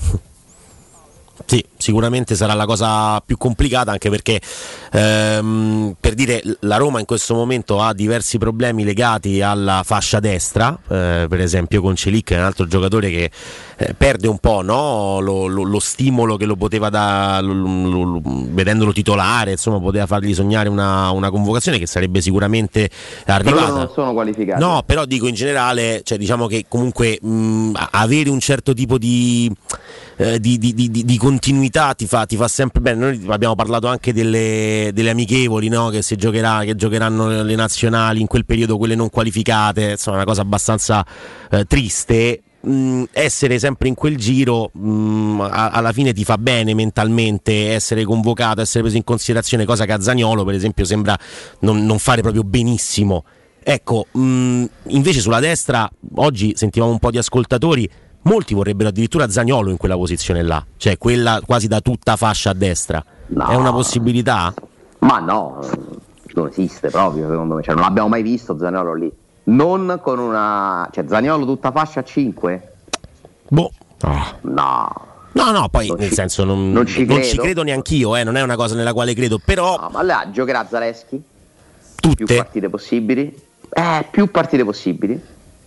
Sì, sicuramente sarà la cosa più complicata, anche perché ehm, per dire la Roma in questo momento ha diversi problemi legati alla fascia destra, eh, per esempio con Celic, che è un altro giocatore che eh, perde un po', no? lo, lo, lo stimolo che lo poteva da, lo, lo, lo, vedendolo titolare, insomma poteva fargli sognare una, una convocazione che sarebbe sicuramente arrivata. Però non sono qualificati. No, però dico in generale, cioè diciamo che comunque mh, avere un certo tipo di, eh, di, di, di, di continuità ti fa, ti fa sempre bene. Noi abbiamo parlato anche delle, delle amichevoli, no? Che si giocherà, che giocheranno le nazionali in quel periodo, quelle non qualificate, insomma, una cosa abbastanza eh, triste. Mh, essere sempre in quel giro mh, a, alla fine ti fa bene mentalmente, essere convocato, essere preso in considerazione, cosa che a Zaniolo per esempio sembra non, non fare proprio benissimo. Ecco, mh, invece sulla destra oggi sentivamo un po' di ascoltatori, molti vorrebbero addirittura Zaniolo in quella posizione là, cioè quella quasi da tutta fascia a destra. No. È una possibilità? Ma no, non esiste proprio secondo me, cioè, non l'abbiamo mai visto Zaniolo lì. Non con una, cioè Zaniolo tutta fascia a cinque? Boh. No. No, no, poi Non nel ci- senso non, non ci non credo. ci credo neanch'io, eh, non è una cosa nella quale credo, però No, ma allora giocherà Zaleschi? Tutte. Più partite possibili? Eh, più partite possibili.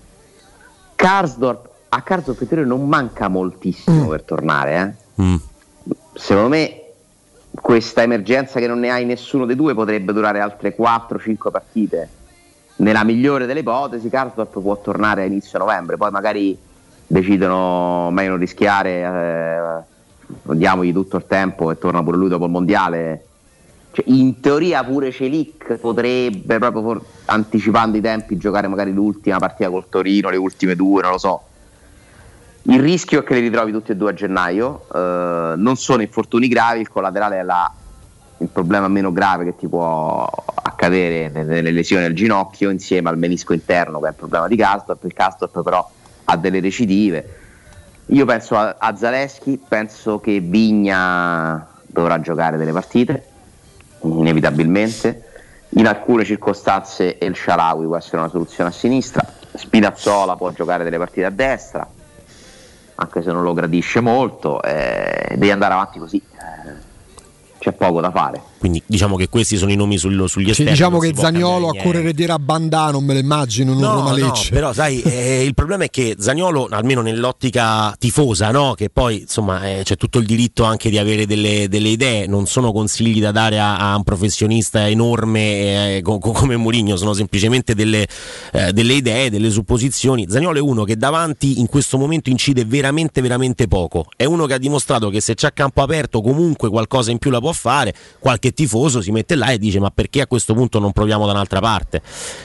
Karsdorp, a Karsdorp in teoria non manca moltissimo Mm. per tornare, eh. Mm. Secondo me questa emergenza che non ne hai nessuno dei due potrebbe durare altre quattro cinque partite. Nella migliore delle ipotesi Karsdorp può tornare a inizio novembre, poi magari decidono meglio non rischiare, eh, diamogli tutto il tempo e torna pure lui dopo il mondiale. Cioè, in teoria pure Celic potrebbe, proprio for- anticipando i tempi, giocare magari l'ultima partita col Torino, le ultime due, non lo so. Il rischio è che li ritrovi tutti e due a gennaio, eh, non sono infortuni gravi, il collaterale è la, il problema meno grave che ti può accadere nelle lesioni al ginocchio, insieme al menisco interno che è il problema di Karsdorp. Il Karsdorp però ha delle recidive. Io penso a, a Zaleschi, penso che Vigna dovrà giocare delle partite inevitabilmente, in alcune circostanze El Shaarawy può essere una soluzione a sinistra, Spinazzola può giocare delle partite a destra anche se non lo gradisce molto, eh, devi andare avanti così, eh, c'è poco da fare. quindi diciamo che questi sono i nomi sul- sugli Sì, esterni. diciamo non si che può Zaniolo a cambiare correre dietro a Bandà non me lo immagino in un No, Roma no, Lecce. però sai, eh, il problema è che Zaniolo, almeno nell'ottica tifosa, no? Che poi insomma eh, c'è tutto il diritto anche di avere delle, delle idee, non sono consigli da dare a, a un professionista enorme eh, co- co- come Mourinho, sono semplicemente delle, eh, delle idee, delle supposizioni. Zaniolo è uno che davanti in questo momento incide veramente veramente poco, è uno che ha dimostrato che se c'è campo aperto comunque qualcosa in più la può fare, qualche tifoso si mette là e dice ma perché a questo punto non proviamo da un'altra parte,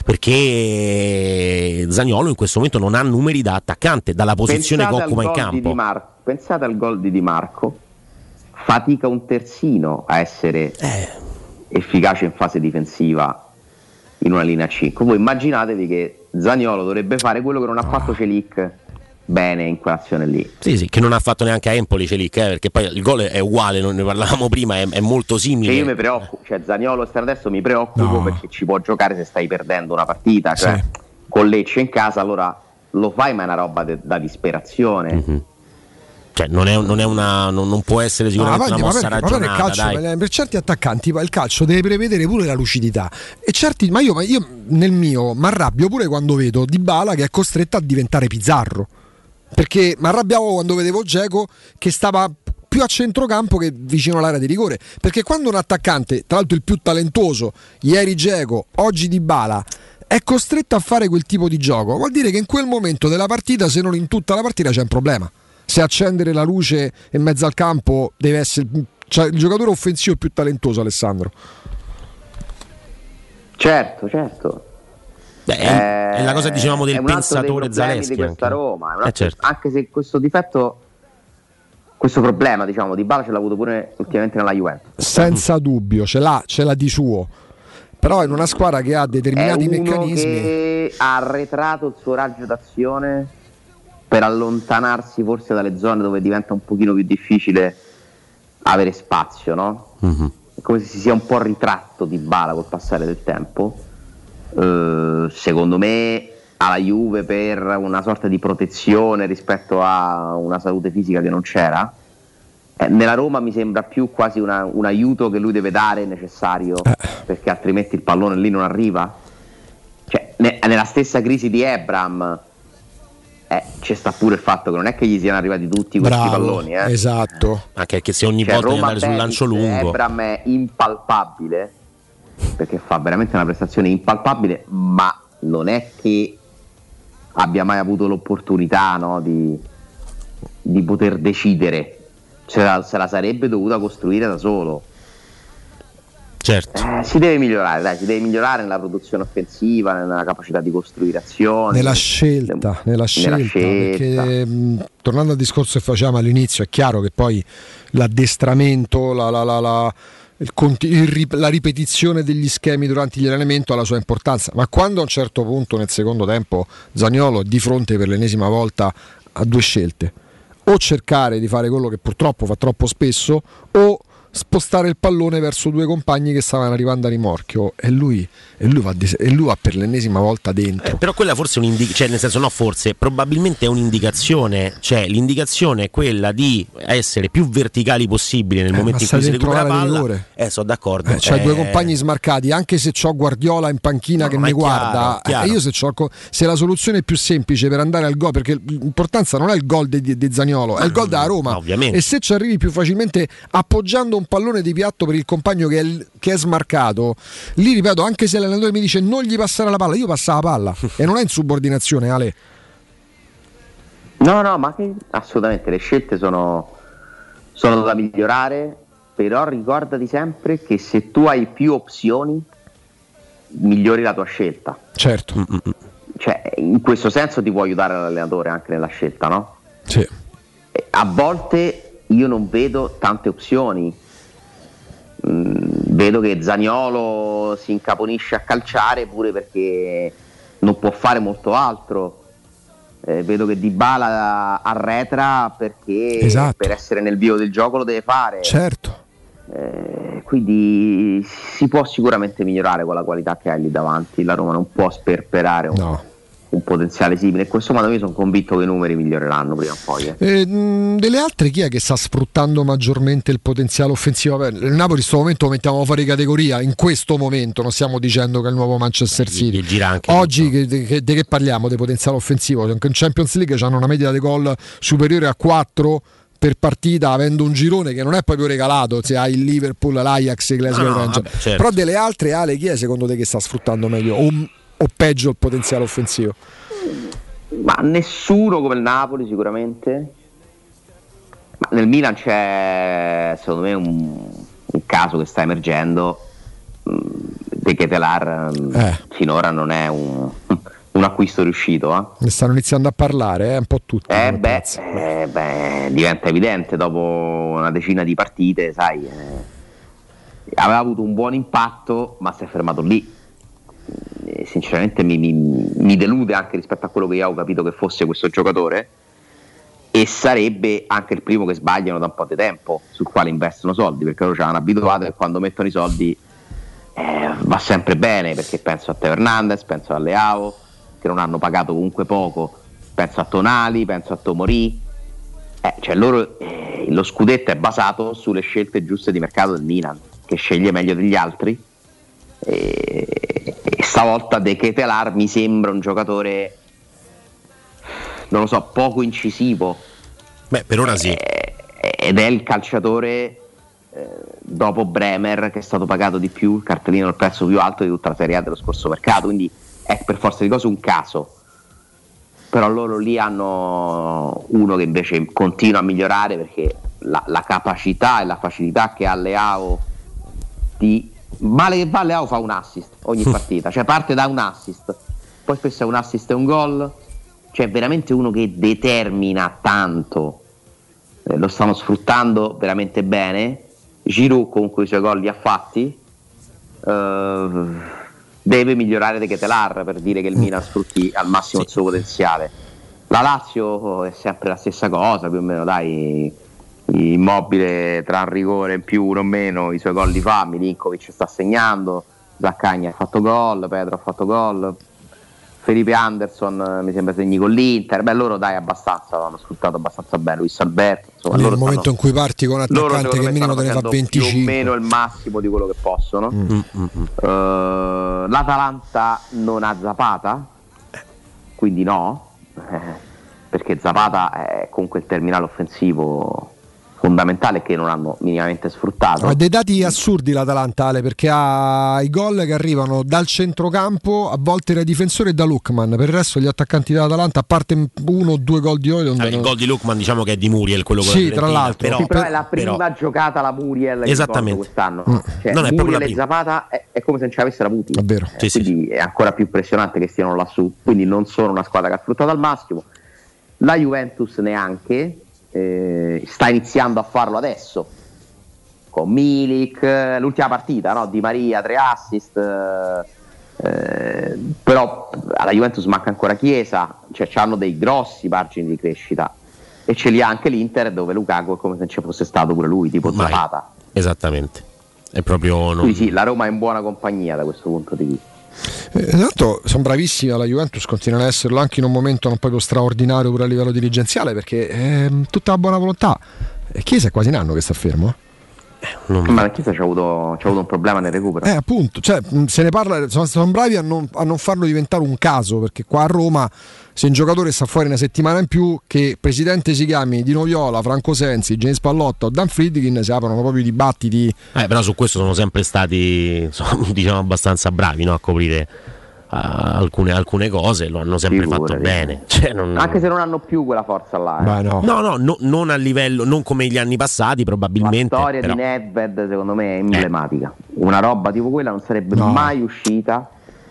perché Zaniolo in questo momento non ha numeri da attaccante dalla posizione Pensate che occupa al in gol di campo. Di Mar- pensate al gol di Di Marco, fatica un terzino a essere Eh. efficace in fase difensiva in una linea a cinque. Voi immaginatevi che Zaniolo dovrebbe fare quello che non ha fatto Celic bene in quell'azione lì. Sì, sì, che non ha fatto neanche a Empoli Celic, eh, perché poi il gol è uguale, non ne parlavamo prima, è, è molto simile. E io mi preoccupo, cioè Zaniolo esterno adesso mi preoccupo no. perché ci può giocare se stai perdendo una partita, cioè sì. con Lecce in casa allora lo fai, ma è una roba de- da disperazione. Mm-hmm. Cioè non, è, non, è una, non, non può essere sicuramente no, una mossa perché, ragionata, ma per, calcio, dai. per certi attaccanti il calcio deve prevedere pure la lucidità e certi, ma io, ma io nel mio mi arrabbio pure quando vedo Dybala che è costretto a diventare Pizarro, perché mi arrabbiavo quando vedevo Dzeko che stava più a centrocampo che vicino all'area di rigore, perché quando un attaccante, tra l'altro il più talentoso, ieri Dzeko, oggi Dybala, è costretto a fare quel tipo di gioco, vuol dire che in quel momento della partita, se non in tutta la partita, c'è un problema. Se accendere la luce in mezzo al campo deve essere, cioè, il giocatore offensivo più talentoso, Alessandro. Certo, certo. Beh, è, è la cosa che dicevamo del è un pensatore Zaleschi di questa anche. Roma, è un altro, eh, certo. anche se questo difetto, questo problema, diciamo, Dybala ce l'ha avuto pure ultimamente nella Juventus. Senza dubbio, ce l'ha, ce l'ha di suo. Però in una squadra che ha determinati è uno meccanismi, che ha arretrato il suo raggio d'azione per allontanarsi forse dalle zone dove diventa un pochino più difficile avere spazio, no? Mm-hmm. È come se si sia un po' ritratto Dybala col passare del tempo. Uh, secondo me alla Juve, per una sorta di protezione rispetto a una salute fisica che non c'era, eh, nella Roma mi sembra più quasi una, un aiuto che lui deve dare necessario, eh. perché altrimenti il pallone lì non arriva. Cioè, ne, nella stessa crisi di Ebram eh, c'è sta pure il fatto che non è che gli siano arrivati tutti questi bravo, palloni, eh. esatto, anche perché se ogni cioè, volta Roma devi andare sul lancio lungo, Ebram è impalpabile, perché fa veramente una prestazione impalpabile, ma non è che abbia mai avuto l'opportunità, no, di, di poter decidere, cioè, se la sarebbe dovuta costruire da solo. Certo. Eh, si deve migliorare, dai, si deve migliorare nella produzione offensiva, nella capacità di costruire azioni, nella scelta, nella, nella scelta, nella scelta. Perché mh, tornando al discorso che facevamo all'inizio, è chiaro che poi l'addestramento, la, la, la, la, il conti- il, la ripetizione degli schemi durante gli allenamenti ha la sua importanza, ma quando a un certo punto nel secondo tempo Zaniolo è di fronte per l'ennesima volta a due scelte: o cercare di fare quello che purtroppo fa troppo spesso, o spostare il pallone verso due compagni che stavano arrivando a rimorchio, e lui, e lui, va, e lui va per l'ennesima volta dentro. Eh, però quella forse è un'indicazione, cioè nel senso no forse, probabilmente è un'indicazione, cioè l'indicazione è quella di essere più verticali possibile nel eh, momento in cui si recupera la palla. Eh, sono d'accordo. Eh, c'hai eh, due compagni smarcati, anche se c'ho Guardiola in panchina no, che mi chiaro, guarda, chiaro. Eh, io se, c'ho, se la soluzione è più semplice per andare al gol, perché l'importanza non è il gol di, di, di Zaniolo, è il gol della Roma, ovviamente. E se ci arrivi più facilmente appoggiando un pallone di piatto per il compagno che è, che è smarcato, lì ripeto, anche se l'allenatore mi dice non gli passare la palla, io passo la palla e non è in subordinazione, Ale. No, no, ma che, assolutamente le scelte sono, sono da migliorare, però ricordati sempre che se tu hai più opzioni migliori la tua scelta. Certo. Mm-mm. Cioè, in questo senso ti può aiutare l'allenatore anche nella scelta, no? Sì. A volte io non vedo tante opzioni. Vedo che Zaniolo si incaponisce a calciare pure perché non può fare molto altro. Eh, vedo che Dybala arretra perché esatto. per essere nel vivo del gioco lo deve fare. Certo. Eh, quindi si può sicuramente migliorare con la qualità che hai lì davanti. La Roma non può sperperare un, no. un potenziale simile. In questo modo io sono convinto che i numeri miglioreranno prima o poi. Eh. Eh, mh, delle altre chi è che sta sfruttando maggiormente il potenziale offensivo? Beh, il Napoli in questo momento lo mettiamo fuori categoria, in questo momento non stiamo dicendo che è il nuovo Manchester City. Gli, gli anche oggi che, che, di che parliamo di potenziale offensivo? In Champions League hanno una media di gol superiore a quattro per partita, avendo un girone che non è proprio regalato, se hai il Liverpool, l'Ajax, il Glasgow no, no, Rangers. vabbè, certo. Però delle altre, Ale, chi è secondo te che sta sfruttando meglio o, o peggio il potenziale offensivo? Ma nessuno come il Napoli sicuramente. Ma nel Milan c'è secondo me un, un caso che sta emergendo. De Ketelar eh. finora non è un, un acquisto riuscito. Eh. Ne stanno iniziando a parlare eh, un po' tutti. Eh beh, eh beh, diventa evidente dopo una decina di partite, sai, eh, aveva avuto un buon impatto ma si è fermato lì. sinceramente mi, mi, mi delude anche rispetto a quello che io ho capito che fosse questo giocatore, e sarebbe anche il primo che sbagliano da un po' di tempo, sul quale investono soldi, perché loro ci hanno abituato e quando mettono i soldi eh, va sempre bene, perché penso a Teo Hernandez, penso a Leao che non hanno pagato comunque poco, penso a Tonali, penso a Tomori, eh, cioè loro eh, lo scudetto è basato sulle scelte giuste di mercato del Milan, che sceglie meglio degli altri, e, e stavolta De Ketelaere mi sembra un giocatore, non lo so, poco incisivo. Beh, per ora sì. Eh, ed è il calciatore eh, dopo Bremer che è stato pagato di più, il cartellino il prezzo più alto di tutta la Serie A dello scorso mercato, quindi è per forza di cose un caso. Però loro lì hanno uno che invece continua a migliorare, perché la, la capacità e la facilità che ha Leao di, male che va, Leao fa un assist ogni partita, cioè parte da un assist, poi spesso è un assist e un gol, cioè veramente uno che determina tanto, eh, lo stanno sfruttando veramente bene. Giroud comunque i suoi gol li ha fatti, uh, deve migliorare De Ketelaere per dire che il Milan sfrutti al massimo sì. il suo potenziale. La Lazio è sempre la stessa cosa più o meno, dai, Immobile tra un rigore in più uno o meno i suoi gol li fa, Milinkovic sta segnando, Zaccagni ha fatto gol, Pedro ha fatto gol, Felipe Anderson mi sembra segni con l'Inter. Beh, loro dai abbastanza, l'hanno sfruttato abbastanza bene. Luis Alberto, insomma, nel loro momento stanno, in cui parti con un attaccante che minimo te ne fa venticinque, più o meno il massimo di quello che possono. mm. Mm, mm, mm. Uh, l'Atalanta non ha Zapata, quindi no, eh, perché Zapata è comunque il terminale offensivo fondamentale che non hanno minimamente sfruttato. Ha dei dati assurdi l'Atalanta, Ale, perché ha i gol che arrivano dal centrocampo, a volte dai difensori e da Lookman. Per il resto gli attaccanti dell'Atalanta, a parte uno o due gol di Oilon, ah, il gol di Lookman diciamo che è di Muriel, quello con sì, la tra l'altro però, sì, però è la prima però, giocata la Muriel esattamente quest'anno, mm. cioè, non è Muriel e Zapata è, è come se non ci avesse la Muti, è vero. Eh, sì, quindi sì. è ancora più impressionante che stiano lassù, quindi non sono una squadra che ha sfruttato al massimo. La Juventus neanche. Eh, sta iniziando a farlo adesso con Milik, l'ultima partita, no? Di Maria, tre assist, eh, però alla Juventus manca ancora Chiesa, cioè hanno dei grossi margini di crescita, e ce li ha anche l'Inter, dove Lukaku è come se non ci fosse stato pure lui, tipo Zapata. Esattamente, è proprio non... Quindi sì, la Roma è in buona compagnia da questo punto di vista. Esatto, sono bravissimi alla Juventus, continuano ad esserlo anche in un momento non proprio straordinario pure a livello dirigenziale, perché è tutta la buona volontà. Chiesa è quasi un anno che sta fermo. Non... Ma la Chiesa c'ha avuto, c'ha avuto un problema nel recupero. Eh, appunto, cioè, se ne parla, sono, sono bravi a non, a non farlo diventare un caso, perché qua a Roma, se un giocatore sta fuori una settimana in più, che presidente si chiami Di Noviola, Franco Sensi, James Pallotta o Dan Friedkin, si aprono proprio i dibattiti. Eh, però su questo sono sempre stati, sono, diciamo, abbastanza bravi, no, a coprire uh, alcune, alcune cose, lo hanno sempre Figurati. fatto bene. Cioè, non... Anche se non hanno più quella forza là. Eh. Beh, no. No, no, no, non a livello, non come gli anni passati, probabilmente. La storia però... di Nedved, secondo me, è emblematica. Eh. Una roba tipo quella non sarebbe no. mai uscita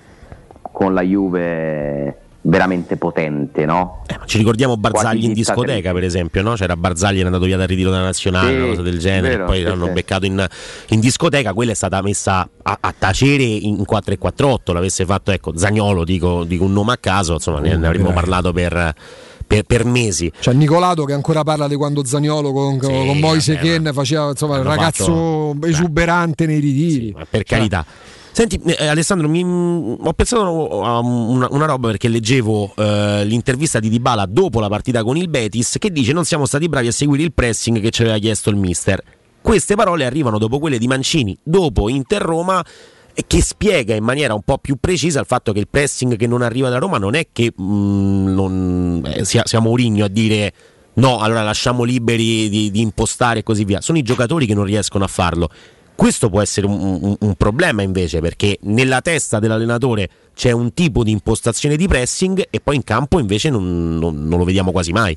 con la Juve veramente potente, no? Eh, ci ricordiamo Barzagli in discoteca, per esempio, no? C'era Barzagli, era andato via dal ritiro della nazionale, sì, una cosa del genere, vero, poi sì, l'hanno sì. beccato in, in discoteca. Quella è stata messa a, a tacere in quattro e quattro otto, l'avesse fatto, ecco, Zaniolo, dico, dico un nome a caso, insomma, ne, ne avremmo parlato per, per, per mesi. C'è Nicolato che ancora parla di quando Zaniolo con, sì, con Moise Kean faceva, insomma, il ragazzo fatto, esuberante nei ritiri. Sì, ma per carità. Senti, eh, Alessandro, mi, ho pensato a una, una roba, perché leggevo eh, l'intervista di Dybala dopo la partita con il Betis, che dice: non siamo stati bravi a seguire il pressing che ci aveva chiesto il mister. Queste parole arrivano dopo quelle di Mancini dopo Inter-Roma, che spiega in maniera un po' più precisa il fatto che il pressing che non arriva da Roma non è che mh, non, eh, sia, sia Mourinho a dire no, allora lasciamo liberi di, di impostare e così via. Sono i giocatori che non riescono a farlo. Questo può essere un, un, un problema invece, perché nella testa dell'allenatore c'è un tipo di impostazione di pressing e poi in campo invece non, non, non lo vediamo quasi mai.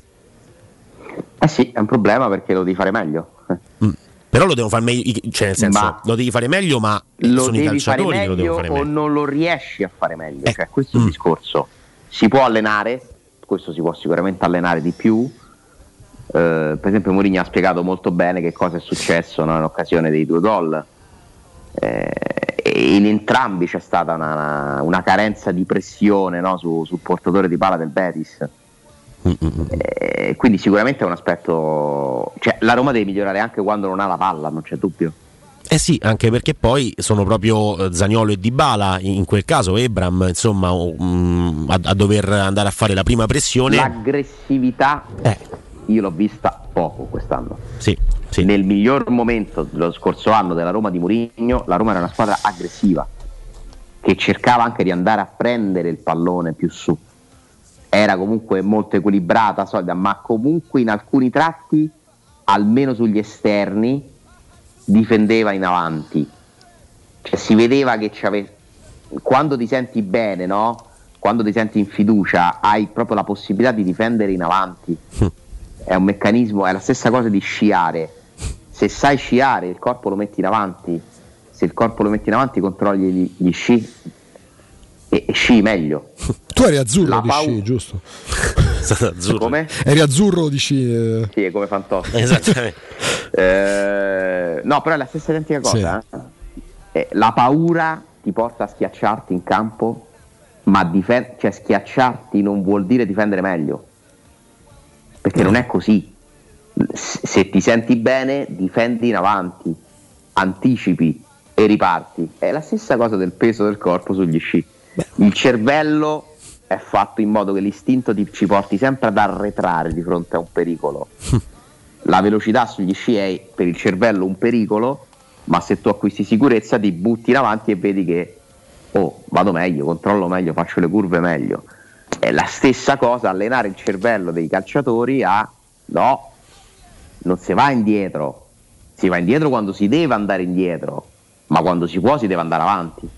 Eh sì, è un problema, perché lo devi fare meglio. Mm. Però lo devono fare meglio, cioè nel senso ma lo devi fare meglio, ma lo sono i calciatori che lo devono fare meglio. O non lo riesci a fare meglio, eh. cioè questo è il mm. discorso. Si può allenare, questo si può sicuramente allenare di più. Uh, per esempio Mourinho ha spiegato molto bene che cosa è successo, no, in occasione dei due gol, eh, e, e in entrambi c'è stata una, una carenza di pressione, no, su, sul portatore di palla del Betis. Eh, quindi sicuramente è un aspetto, cioè la Roma deve migliorare anche quando non ha la palla, non c'è dubbio. Eh sì, anche perché poi sono proprio Zaniolo e Dybala, in quel caso Ebram, insomma, um, a, a dover andare a fare la prima pressione. L'aggressività eh. io l'ho vista poco quest'anno. Sì, sì. Nel miglior momento dello scorso anno della Roma di Mourinho, la Roma era una squadra aggressiva che cercava anche di andare a prendere il pallone più su. Era comunque molto equilibrata, solida, ma comunque in alcuni tratti, almeno sugli esterni, difendeva in avanti. Cioè si vedeva che c'ave... quando ti senti bene, no? Quando ti senti in fiducia, hai proprio la possibilità di difendere in avanti. È un meccanismo, è la stessa cosa di sciare. Se sai sciare, il corpo lo metti in avanti. Se il corpo lo metti in avanti, controlli gli, gli sci e, e sci meglio. Tu eri azzurro La di pau- sci, giusto? Azzurro. Come? Eri azzurro di sci. Eh. Sì, è come Fantozzi. Esattamente. Eh, no, però è la stessa identica cosa. Sì. Eh. Eh, la paura ti porta a schiacciarti in campo, ma difen- cioè schiacciarti non vuol dire difendere meglio, perché non è così. S- se ti senti bene, difendi in avanti, anticipi e riparti. È la stessa cosa del peso del corpo sugli sci. Il cervello è fatto in modo che l'istinto ti, ci porti sempre ad arretrare di fronte a un pericolo. La velocità sugli sci è per il cervello un pericolo, ma se tu acquisti sicurezza ti butti in avanti e vedi che oh, vado meglio, controllo meglio, faccio le curve meglio. È la stessa cosa allenare il cervello dei calciatori a no, non si va indietro, si va indietro quando si deve andare indietro, ma quando si può si deve andare avanti.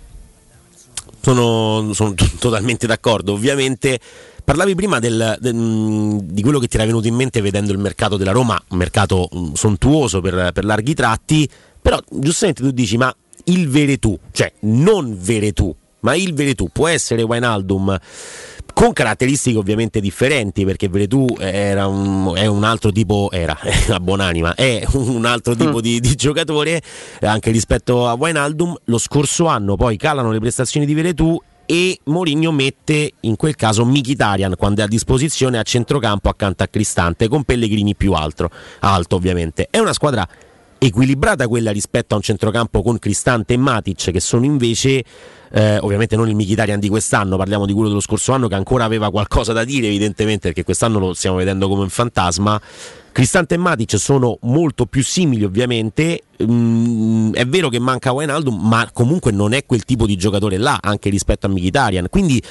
Sono, sono t- totalmente d'accordo. Ovviamente parlavi prima del, del, di quello che ti era venuto in mente vedendo il mercato della Roma, un mercato mh, sontuoso per, per larghi tratti, però giustamente tu dici ma il Veretù, cioè non Veretù, ma il Veretù può essere Wijnaldum con caratteristiche ovviamente differenti, perché Veretù era un, è un altro tipo, era a buonanima, è un altro tipo mm. di, di giocatore anche rispetto a Wijnaldum. Lo scorso anno poi calano le prestazioni di Veretù e Mourinho mette in quel caso Mkhitaryan quando è a disposizione a centrocampo accanto a Cristante, con Pellegrini più alto, alto ovviamente. È una squadra equilibrata quella rispetto a un centrocampo con Cristante e Matic, che sono invece eh, ovviamente non il Mkhitaryan di quest'anno, parliamo di quello dello scorso anno che ancora aveva qualcosa da dire evidentemente, perché quest'anno lo stiamo vedendo come un fantasma. Cristante e Matic sono molto più simili ovviamente, mm, è vero che manca Wijnaldum, ma comunque non è quel tipo di giocatore là anche rispetto a Mkhitaryan, quindi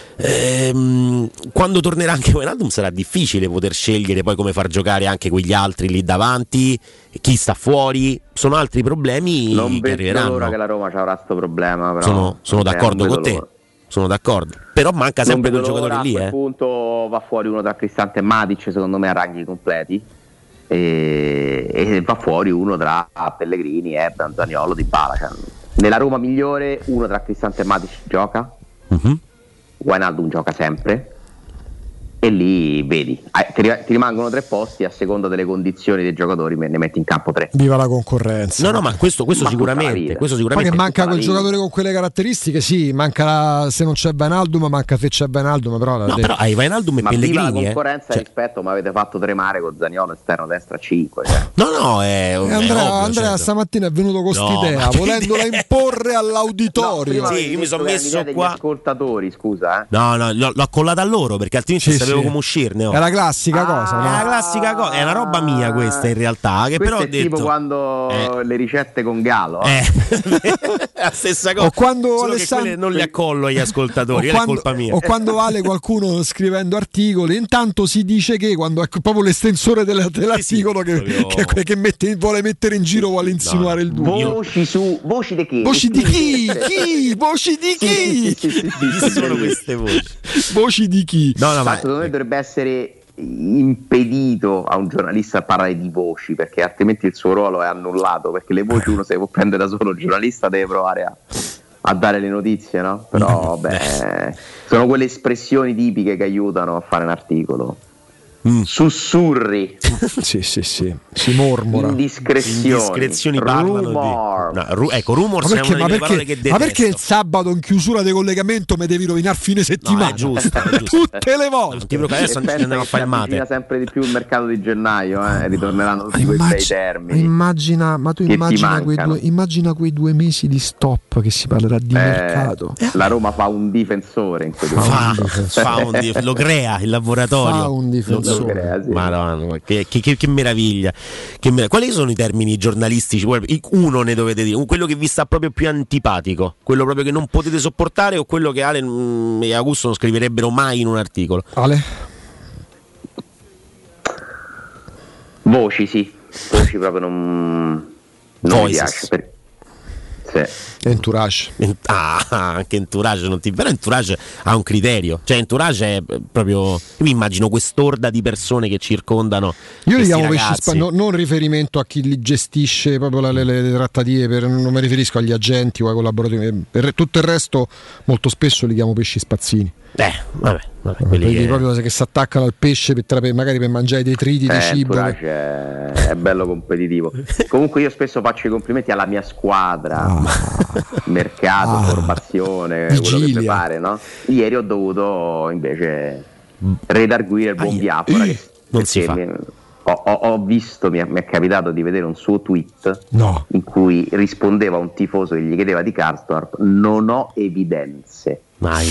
ehm, quando tornerà anche Wijnaldum sarà difficile poter scegliere poi come far giocare anche quegli altri lì davanti, chi sta fuori, sono altri problemi non che arriveranno. Non vedo l'ora che la Roma avrà questo problema, però sono, sono d'accordo con te l'ora. Sono d'accordo, però manca sempre quel giocatore lì. A quel eh. punto va fuori uno tra Cristante e Matic, secondo me a ranghi completi, e, e va fuori uno tra Pellegrini, Ebram, Zaniolo, Dybala. Cioè, nella Roma migliore uno tra Cristante e Matic gioca, uh-huh. Wijnaldum gioca sempre, e lì vedi, ti rimangono tre posti a seconda delle condizioni dei giocatori, ne metti in campo tre. Viva la concorrenza. No, no, ma questo, questo ma sicuramente, questo sicuramente. Poi che manca quel giocatore con quelle caratteristiche, sì, manca la, se non c'è Wijnaldum, manca se c'è Wijnaldum, però no, però hai Wijnaldum e ma Pellegrini, viva la concorrenza eh? Cioè... rispetto, ma avete fatto tremare con Zaniolo esterno destra cinque, cioè. No, no, è, è Andrea, ovvio, Andrea certo. stamattina è venuto con no, quest'idea, volendola imporre all'auditorio. No, sì, io mi sono messo qua. Ascoltatori, scusa, eh. No, no, l'ho, l'ho accollata a loro perché altrimenti sì, sapevo sì. come uscirne. Oh. È la classica ah, cosa, no? È la classica cosa, è una roba mia questa in realtà. Che questo però ho è detto, tipo quando eh. le ricette con Galo. Eh. la stessa cosa. O quando Solo Alessandro... che non li accollo agli ascoltatori, o è quando, colpa mia. O quando vale qualcuno scrivendo articoli, intanto si dice che quando è proprio l'estensore della, dell'articolo sì, sì, che, proprio... che, che mette, vuole mettere in giro, vuole insinuare no, il dubbio. Voci su, voci di chi? Voci di chi? Chi? Voci di chi? Chi sono queste voci? Voci di chi? No, no, ma secondo me dovrebbe essere impedito a un giornalista parlare di voci, perché altrimenti il suo ruolo è annullato, perché le voci uno se le può prendere da solo, il giornalista deve provare a, a dare le notizie, no? Però beh, sono quelle espressioni tipiche che aiutano a fare un articolo. Mm. Sussurri, sì, sì, sì, si mormora. Indiscrezioni, Indiscrezioni parlano rumor. No, ru- ecco, rumors ma perché, è una ma delle perché, parole che detesto. ma perché il sabato in chiusura di collegamento mi devi rovinare fine settimana? No, è giusto, è giusto. Tutte le volte. Non ti preoccupare, adesso ci andiamo a fare il mate. sempre di più il mercato di gennaio, eh, ritorneranno tutti quei bei termini. Immagina, ma tu immagina quei, due, immagina quei due mesi di stop che si parlerà di eh, mercato. La Roma fa un difensore in quei due fa, mesi. Fa un dif- lo crea il laboratorio. Fa un difensore. Lo, lo crea, sì. Madonna, che, che, che, che meraviglia. Che mer- Quali sono i termini giornalistici? Uno ne dovete dire, quello che vi sta proprio più antipatico, quello proprio che non potete sopportare, o quello che Ale mh, e Augusto non scriverebbero mai in un articolo. Ale? Voci, sì. Voci proprio non, non mi piace. Per... Sì. Entourage. Ah, anche Entourage non ti... Però Entourage ha un criterio. Cioè Entourage è proprio... Io mi immagino quest'orda di persone che circondano. Io li chiamo pesci spa... no, non riferimento a chi li gestisce proprio la, le, le trattative, per... non mi riferisco agli agenti o ai collaboratori. Per tutto il resto molto spesso li chiamo pesci spazzini. Eh, vabbè, vabbè quelli quelli che... proprio che si attaccano al pesce per tra... magari per mangiare i detriti eh, di cibo. È... è bello competitivo. Comunque io spesso faccio i complimenti alla mia squadra, ah. mercato, ah. formazione, Vigilia. quello che mi pare, no? Ieri ho dovuto invece redarguire il buon Biafora. Eh, non si fa. Mi... Ho, ho, ho visto, mi è, mi è capitato di vedere un suo tweet no. in cui rispondeva a un tifoso che gli chiedeva di Karsdorp: non ho evidenze. Mai.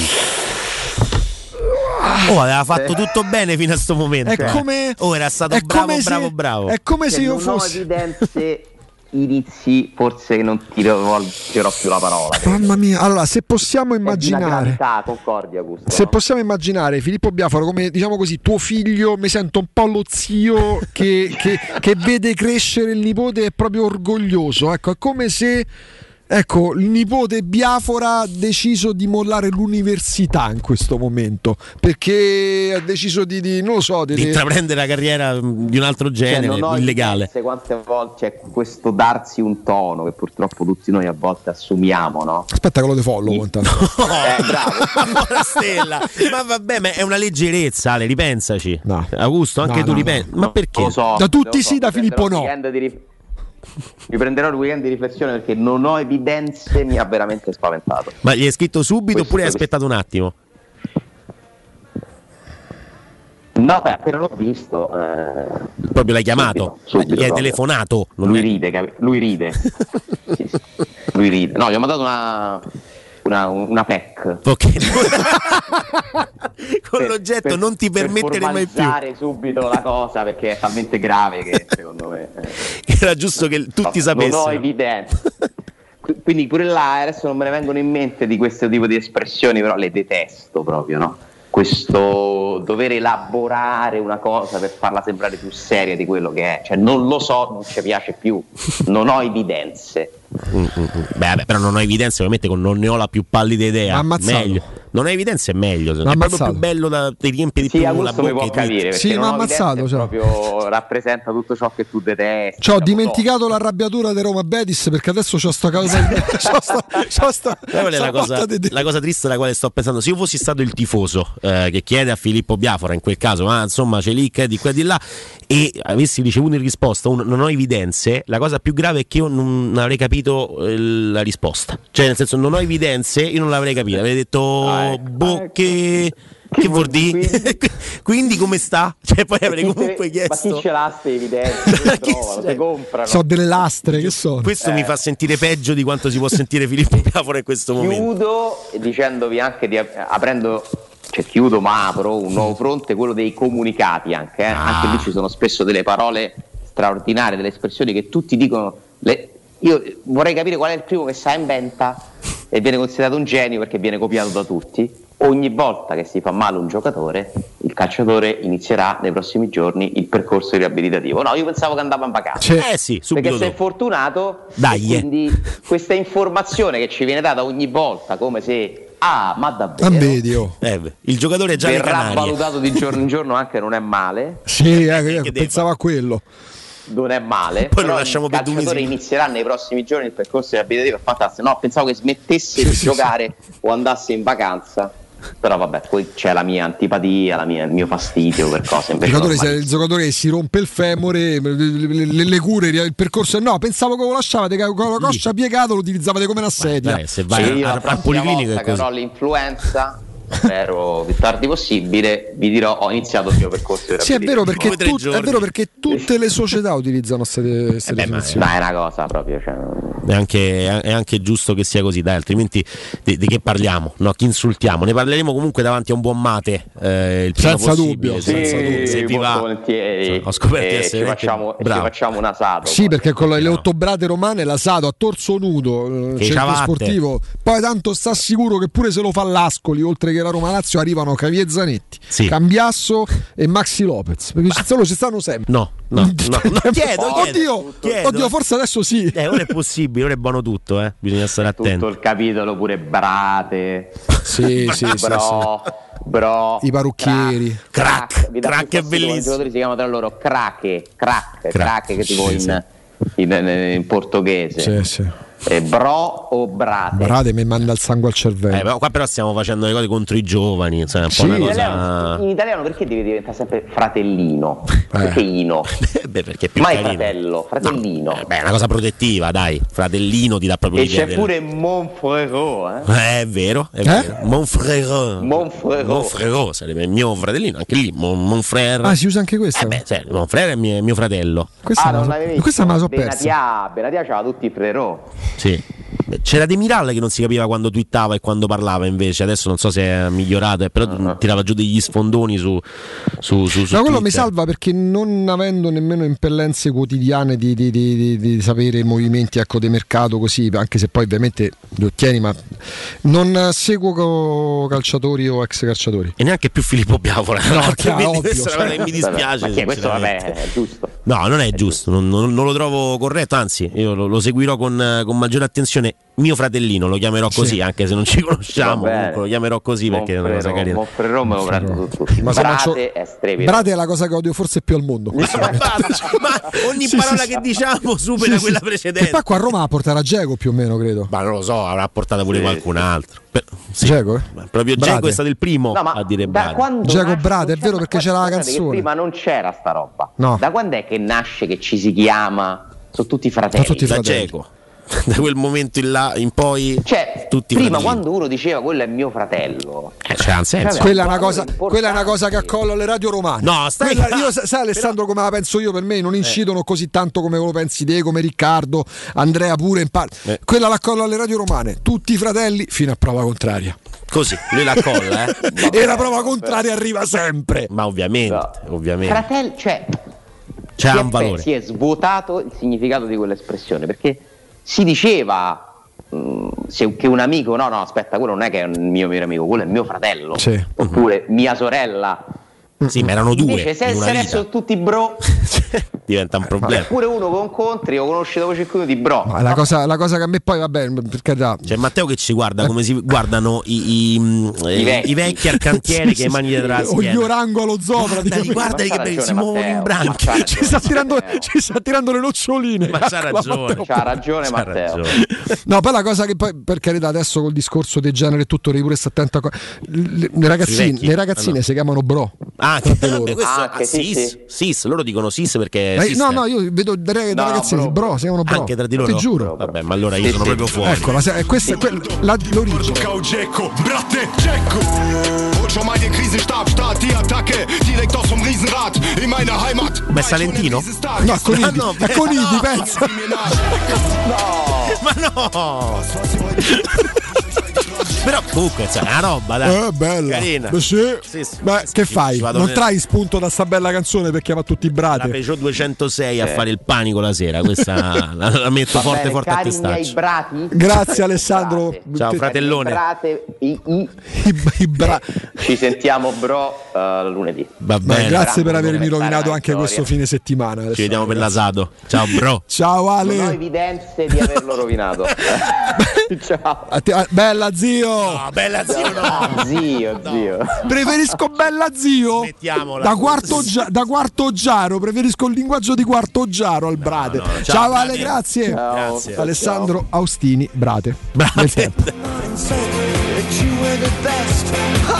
Oh, aveva fatto tutto bene fino a sto momento. È come, oh, era stato è bravo, come bravo, se, bravo. È come cioè, se io non fossi. ho evidenze, inizi, forse non ti rivolgerò più la parola. Mamma mia, allora se possiamo immaginare, concordi, Augusto, se no? possiamo immaginare Filippo Biafora come, diciamo così, tuo figlio, mi sento un po' lo zio che, che, che vede crescere il nipote e è proprio orgoglioso. Ecco, è come se. Ecco, il nipote Biafora ha deciso di mollare l'università in questo momento perché ha deciso di, di non lo so, di, di intraprendere la carriera di un altro genere, cioè, non illegale. Evidenze, quante volte c'è questo darsi un tono che purtroppo tutti noi a volte assumiamo, no? Aspetta che lo defollow intanto. No. Eh, bravo. La stella. Ma vabbè, ma è una leggerezza, Ale, ripensaci. No. Augusto, anche no, tu no, ripensi. no. Ma perché? Lo so, da tutti lo sì, so, da Filippo no. Mi prenderò il weekend di riflessione perché non ho evidenze, mi ha veramente spaventato. Ma gli hai scritto subito questo, oppure hai questo. aspettato un attimo? No, beh, appena l'ho visto. Eh, Proprio l'hai chiamato? Subito, subito gli hai proprio. telefonato? Non lui è... ride, capi- lui ride. sì, sì. Lui ride. No, gli ho mandato una. Una, una P E C okay. Con per, l'oggetto per, non ti permettere mai più. Per subito la cosa perché è talmente grave che secondo me eh, era giusto che tutti no, sapessero. Non ho evidenza. Quindi pure là adesso non me ne vengono in mente di questo tipo di espressioni, però le detesto proprio, no? Questo dover elaborare una cosa per farla sembrare più seria di quello che è, cioè non lo so, non ci piace più, non ho evidenze. Mm, mm, mm. Beh, vabbè, però non ho evidenze, ovviamente con non ne ho la più pallida idea. Meglio. Non hai evidenze è meglio, è proprio più bello da ti riempie di sì, più Augusto la bocca. Mi può capire, sì, ma ammazzato, cioè. proprio rappresenta tutto ciò che tu detesti. Cioè, ho dimenticato so. l'arrabbiatura di Roma Betis perché adesso c'ho sta cosa. c'ho sta, c'ho sta, sta la, cosa, di... la cosa triste alla quale sto pensando. Se io fossi stato il tifoso eh, che chiede a Filippo Biafora in quel caso, ma insomma c'è lì di qua e di là, e avessi ricevuto in risposta un, non ho evidenze, la cosa più grave è che io non avrei capito eh, la risposta. Cioè, nel senso, non ho evidenze, io non l'avrei capito. Avrei detto ah, ecco, boh, ecco. che Che, che vuol dire? Quindi? Quindi come sta? Cioè poi avrei comunque chiesto. Ma chi ce l'ha ste evidenze? Si comprano. So delle lastre che sono. Questo eh. mi fa sentire peggio di quanto si può sentire Filippo Biafora in questo momento. Chiudo dicendovi anche di aprendo, cioè chiudo ma apro un nuovo fronte, quello dei comunicati anche. Eh? Ah. Anche lì ci sono spesso delle parole straordinarie, delle espressioni che tutti dicono. Le... Io vorrei capire qual è il primo che sa inventa e viene considerato un genio perché viene copiato da tutti. Ogni volta che si fa male un giocatore, il calciatore inizierà nei prossimi giorni il percorso riabilitativo. No, io pensavo che andava in vacanza. Cioè, eh sì, subito perché sei dopo. fortunato. Dai, quindi questa informazione che ci viene data ogni volta, come se ah, ma davvero? Eh, il giocatore è già verrà valutato di giorno in giorno, anche non è male. Sì, eh, pensavo a quello. Non è male, poi però lo lasciamo il per due calciatore mesi. inizierà nei prossimi giorni il percorso riabilitativo, è fantastico. No, pensavo che smettesse sì, di sì, giocare sì. o andasse in vacanza Però vabbè, poi c'è la mia antipatia, la mia, il mio fastidio per cose il giocatore, se, il giocatore che si rompe il femore, le, le, le cure, il percorso, no, pensavo che lo lasciavate con la coscia piegata, lo utilizzavate come una sedia. Beh, se vai io al policlinico è che così. avrò l'influenza, spero più tardi possibile, vi dirò, ho iniziato il mio percorso di sì, è vero, perché Come tre tu, è giorni. vero perché tutte le società utilizzano queste Eh beh, ma è una cosa proprio, cioè, È anche, è anche giusto che sia così, dai, altrimenti di, di che parliamo? No, chi insultiamo? Ne parleremo comunque davanti a un buon mate, eh, il prima senza possibile, dubbio, senza sì, dubbio. Se vi molto va, volentieri. ho scoperto di E essere ci facciamo, e ci bravo. facciamo un asado. sì, perché con le ottobrate romane l'asado a torso nudo, Che centro ciabatte. sportivo, poi tanto sta sicuro che pure se lo fa l'Ascoli, oltre che la Roma Lazio, arrivano Javier Zanetti, Sì. Cambiasso e Maxi Lopez, perché ci stanno, ci stanno sempre. No, no, no, no. Chiedo, oddio, chiedo, chiedo. oddio, forse adesso sì. Eh, ora è possibile, ora è buono tutto, eh. Bisogna stare attenti. Tutto il capitolo pure Brate, Sì, sì, sì, Bro, Bro, I parrucchieri. Crack, vi dà crack più è fastidio quando bellissimo. I giocatori si chiamano tra loro crack, crack, Crack, crack, che tipo sì, in, sì. in, in- in portoghese. Sì, sì. Eh, bro o Brate? Brate mi manda il sangue al cervello. Eh, però, qua però stiamo facendo le cose contro i giovani, insomma, è un po' Sì. una In cosa. italiano, in italiano perché deve diventare sempre fratellino? Perché Ino? Eh, beh, perché è più Mai carino. fratello, fratellino. Eh, beh, è una cosa protettiva, dai. Fratellino ti dà proprio E l'idea c'è del- pure Monfrero, eh? Eh, è vero, è vero. Monfrero. Monfrero. Monfrero sarebbe il mio fratellino, anche lì, Mon, Monfrère. Ah, si usa anche questa? Eh beh, cioè, Monfrère è mio, mio fratello. Questa Ah, me la non so- l'avevi questa me la so visto? persa. Benatia, Benatia c'aveva tutti i Frero. Sì. Beh, c'era De Miral che non si capiva quando twittava e quando parlava invece, adesso non so se è migliorato, eh, però Uh-huh. tirava giù degli sfondoni su, su, su, su No, quello mi Twitter. salva perché non avendo nemmeno impellenze quotidiane di, di, di, di, di sapere i movimenti, ecco, di mercato così, anche se poi ovviamente li ottieni, ma non seguo co- calciatori o ex calciatori. E neanche più Filippo Biavola. No, Quindi chiaro, ovvio. questa è una cosa che mi dispiace. Ma che questo vabbè sinceramente. è giusto. No, non è giusto, non, non- non lo trovo corretto, anzi io lo, lo seguirò con, con maggiore attenzione. Mio fratellino, lo chiamerò Sì. così, anche se non ci conosciamo, Va bene. comunque lo chiamerò così perché è una cosa carina. Monfrero me lo prendo tutto. Ma se non c'ho- Brate è strepido. Brate è la cosa che odio forse più al mondo. Ma ogni Sì, parola sì, che sì. diciamo supera Sì, quella sì. precedente. E poi qua a Roma a portare a Geco più o meno, credo. Ma non lo so, avrà portato pure Sì, qualcun sì. altro. Per- sì. Geco, eh? Ma proprio Brate. Geco è stato il primo No, ma a dire da Brate. quando Giacomo nasce- Brate, è vero, perché c'era la Guardate che canzone. prima non c'era sta roba. No. Da quando è che nasce che ci si chiama? Sono tutti fratelli. Sono tutti Da fratelli. Geco. Da quel momento in là in poi Cioè, tutti prima fratelli. quando uno diceva quello è mio fratello, Eh, c'era un senso. Cioè, Quella è, una valore cosa, importante. quella è una cosa che accollo alle radio romane. No, stai Quella- calmo. io, sai Alessandro come la penso io, per me non incidono così tanto come lo pensi te, come Riccardo, Andrea pure in parte. Eh. Quella l'accollo alle radio romane, tutti i fratelli fino a prova contraria. Così, lui la colla, eh. E la prova contraria arriva sempre. Ma ovviamente, No. ovviamente. fratelli, cioè C'è si è un valore. pe- si è svuotato il significato di quell'espressione, perché si diceva mh, se, che un amico, no no aspetta, quello non è che è un mio vero amico, quello è mio fratello, Sì. oppure mia sorella. Sì, ma erano due Invece se in una se vita. adesso tutti bro, Diventa un problema. pure uno che incontri o conosci dopo cinque minuti bro. Ma la, cosa, la cosa che a me poi, vabbè, per carità. C'è Matteo che ci guarda come si guardano i, i, mm, eh, vecchi. i vecchi al cantiere che mani dietro la O gli schiena. orango allo zoo, Guardali, praticamente. guardali che Ma c'ha belli, si ragione, muovono in Matteo, branchi. ma c'ha Ci sta, ragione, tirando, Matteo. ci sta tirando le noccioline. Ma c'ha Eccola, ragione. Matteo. C'ha ragione C'ha Matteo. ragione. No, poi la cosa che poi, per carità, adesso col discorso del genere e tutto, devi pure stare attento a co- le, le ragazzine, vecchi. le ragazzine Ah, no. si chiamano bro. Ah, Tra che, di loro. questo Ah, ah, che sì, sis, sì. sis, loro dicono sis perché Eh, sister. no, no, io vedo da, da No, ragazzini, bro. bro, si chiamano bro. anche tra di loro. Ti giuro. Vabbè, ma allora io Sì, sono sì. proprio fuori. Ecco, la, se- questa è que- la, l'origine. Jacko, Bratte, Jacko. Und schon mal den Krisenstab, Start die Attacke, direkt aus vom Riesenrad in meine Heimat. Ma è Salentino? No, è con Ah, Idi, no, è con Idi, no. pensa. Ma no! Però comunque è una roba, dai. Eh, bella. Carina. Beh, sì. Sì, sì. Beh, che Ci fai? vado Non nel- trai spunto da sta bella canzone perché va tutti i La brate. Peugeot duecentosei a fare il panico la sera, questa la, la metto Va forte bene, forte a cari miei testaccio. brati. Grazie Alessandro. Brate. Ciao Te- fratellone. Brate, i, i. I, i bra- Ci sentiamo bro uh, lunedì. Va Ma bene. grazie per Grande avermi come rovinato stare anche la questo storia. fine settimana. Ci Alessandro. vediamo per l'asado. Ciao bro. Ciao Non ho Ale. evidenze di averlo rovinato. Ciao. A te- a- bella zio. No, bella zio no. Zio, zio. Preferisco bella zio. Mettiamola. Da quarto, gia- da quarto giaro, preferisco il linguaggio di quarto giaro al Brate. no, ciao, ciao Ale, Brate. grazie. Grazie. Alessandro Austini, Brate. Nel Brate. tempo. that you were the best.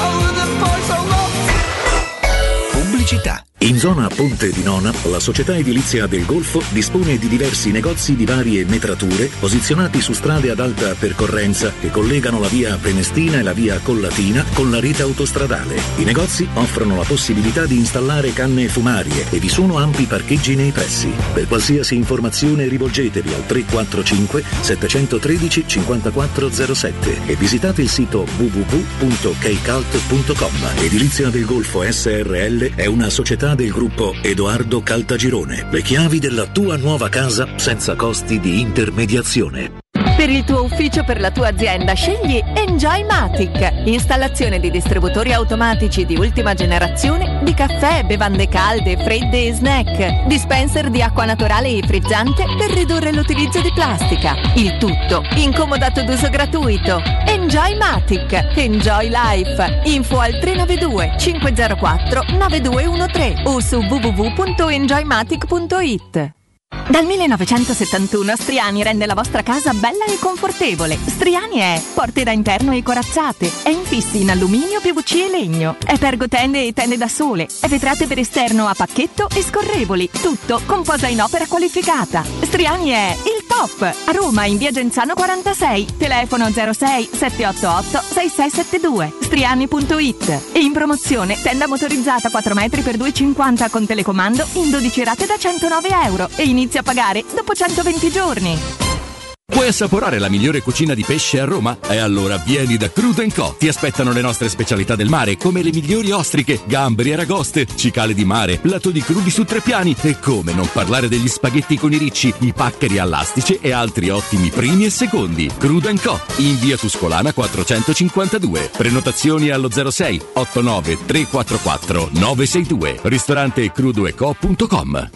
Pubblicità. In zona Ponte di Nona, la società edilizia del Golfo dispone di diversi negozi di varie metrature posizionati su strade ad alta percorrenza che collegano la via Prenestina e la via Collatina con la rete autostradale. I negozi offrono la possibilità di installare canne fumarie e vi sono ampi parcheggi nei pressi. Per qualsiasi informazione rivolgetevi al tre quattro cinque sette uno tre cinque quattro zero sette e visitate il sito w w w punto keycult punto com. Edilizia del Golfo S R L è una società del gruppo Edoardo Caltagirone. Le chiavi della tua nuova casa senza costi di intermediazione. Per il tuo ufficio, per la tua azienda, scegli Enjoymatic. Installazione di distributori automatici di ultima generazione di caffè, bevande calde, fredde e snack. Dispenser di acqua naturale e frizzante per ridurre l'utilizzo di plastica. Il tutto incomodato d'uso gratuito. Enjoymatic. Enjoy Life. Info al tre nove due cinque zero quattro nove due uno tre o su w w w punto enjoymatic punto it. Dal millenovecentosettantuno Striani rende la vostra casa bella e confortevole. Striani è porte da interno e corazzate, è infissi in alluminio, P V C e legno, è pergotende e tende da sole, è vetrate per esterno a pacchetto e scorrevoli, tutto con posa in opera qualificata. Striani è il top! A Roma in via Genzano quarantasei, telefono zero sei sette otto otto sei sei sette due, striani punto it. E in promozione tenda motorizzata quattro metri per due e cinquanta con telecomando in dodici rate da centonove euro e inizia a pagare dopo centoventi giorni. Vuoi assaporare la migliore cucina di pesce a Roma? E allora vieni da Crudo and Co. Ti aspettano le nostre specialità del mare, come le migliori ostriche, gamberi e aragoste, cicale di mare, platoni crudi su tre piani e come non parlare degli spaghetti con i ricci, i paccheri all'astice e altri ottimi primi e secondi. Crudo and Co. in via Tuscolana quattrocentocinquantadue. Prenotazioni allo zero sei otto nove tre quattro quattro nove sei due. Ristorante crudo e co punto com.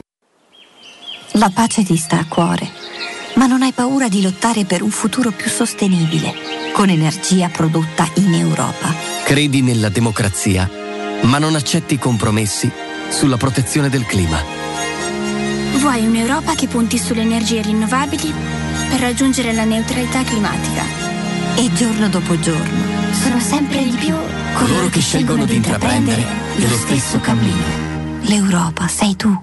La pace ti sta a cuore, ma non hai paura di lottare per un futuro più sostenibile, con energia prodotta in Europa. Credi nella democrazia, ma non accetti compromessi sulla protezione del clima. Vuoi un'Europa che punti sulle energie rinnovabili per raggiungere la neutralità climatica. E giorno dopo giorno sono sempre di più coloro che scelgono di intraprendere lo stesso cammino. L'Europa sei tu.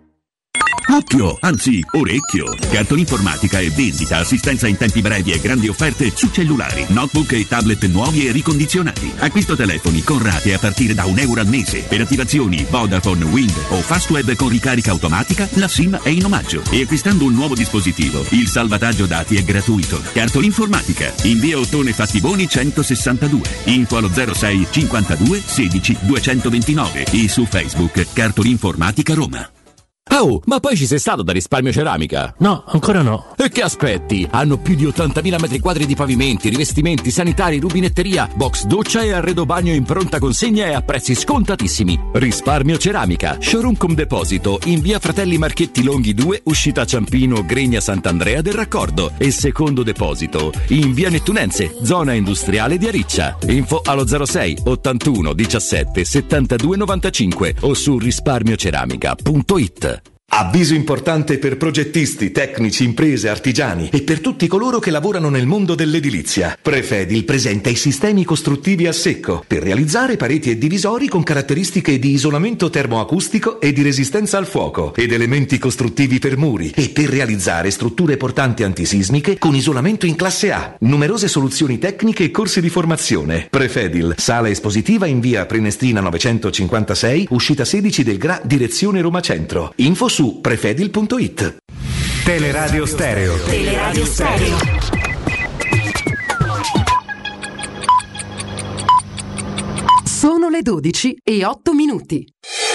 Occhio, anzi orecchio. Cartolinformatica e vendita, assistenza in tempi brevi e grandi offerte su cellulari, notebook e tablet nuovi e ricondizionati. Acquisto telefoni con rate a partire da un euro al mese. Per attivazioni Vodafone, Wind o Fastweb con ricarica automatica, la SIM è in omaggio. E acquistando un nuovo dispositivo, il salvataggio dati è gratuito. Cartolinformatica, in via Ottone Fattiboni centosessantadue. Info allo zero sei cinquantadue sedici duecentoventinove e su Facebook Cartolinformatica Roma. Oh, ma poi ci sei stato da Risparmio Ceramica? No, ancora no. E che aspetti? Hanno più di ottantamila metri quadri di pavimenti, rivestimenti, sanitari, rubinetteria, box doccia e arredo bagno in pronta consegna e a prezzi scontatissimi. Risparmio Ceramica, showroom con deposito in via Fratelli Marchetti Longhi due, uscita Ciampino, Gregna Sant'Andrea del Raccordo e secondo deposito in via Nettunense, zona industriale di Ariccia. Info allo zero sei ottantuno diciassette settantadue novantacinque o su risparmioceramica punto it. Avviso importante per progettisti, tecnici, imprese, artigiani e per tutti coloro che lavorano nel mondo dell'edilizia. Prefedil presenta i sistemi costruttivi a secco per realizzare pareti e divisori con caratteristiche di isolamento termoacustico e di resistenza al fuoco ed elementi costruttivi per muri e per realizzare strutture portanti antisismiche con isolamento in classe A. Numerose soluzioni tecniche e corsi di formazione. Prefedil, sala espositiva in via Prenestina novecentocinquantasei, uscita sedici del Gra, direzione Roma Centro. Info su prefedil punto it. Teleradio Stereo. Teleradio Stereo. Sono le dodici e otto minuti.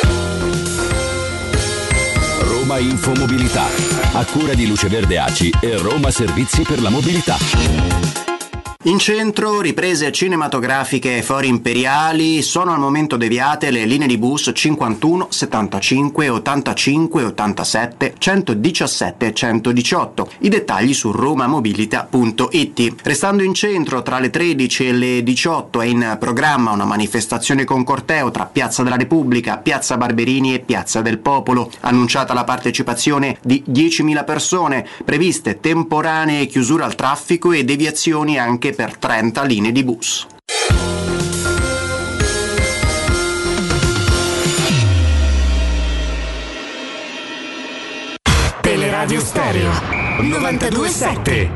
Roma Infomobilità, a cura di Luce Verde A C I e Roma Servizi per la Mobilità. In centro, riprese cinematografiche e fori imperiali, sono al momento deviate le linee di bus cinquantuno, settantacinque, ottantacinque, ottantasette, centodiciassette e centodiciotto. I dettagli su romamobilita punto it. Restando in centro, tra le tredici e le diciotto è in programma una manifestazione con corteo tra Piazza della Repubblica, Piazza Barberini e Piazza del Popolo. Annunciata la partecipazione di diecimila persone, previste temporanee chiusure al traffico e deviazioni anche per trenta linee di bus. Teleradio Stereo novantadue sette.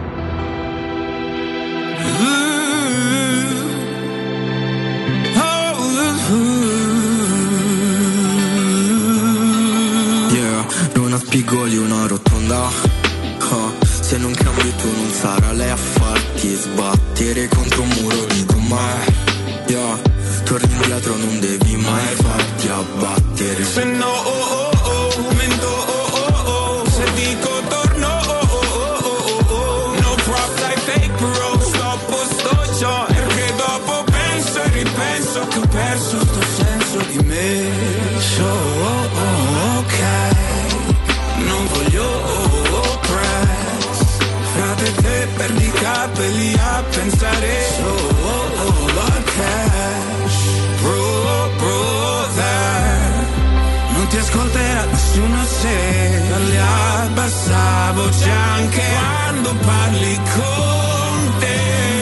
Yeah, non ha spigoli una rotonda. Oh, se non cambi tu non sarà lei a farti sbattere contro un muro di gomma. Yeah, torni indietro non devi mai farti abbattere. Se no oh oh oh, mento oh oh oh, se dico torno oh oh oh oh oh, no props I fake bro, stoppo sto già, perché dopo penso e ripenso che ho perso sto senso di me. So oh oh ok, non voglio oh oh press, frate te perdi i capelli a pensare. So oh oh cash, bro brother, non ti ascolterà nessuno se parli a bassa voce anche quando parli con te.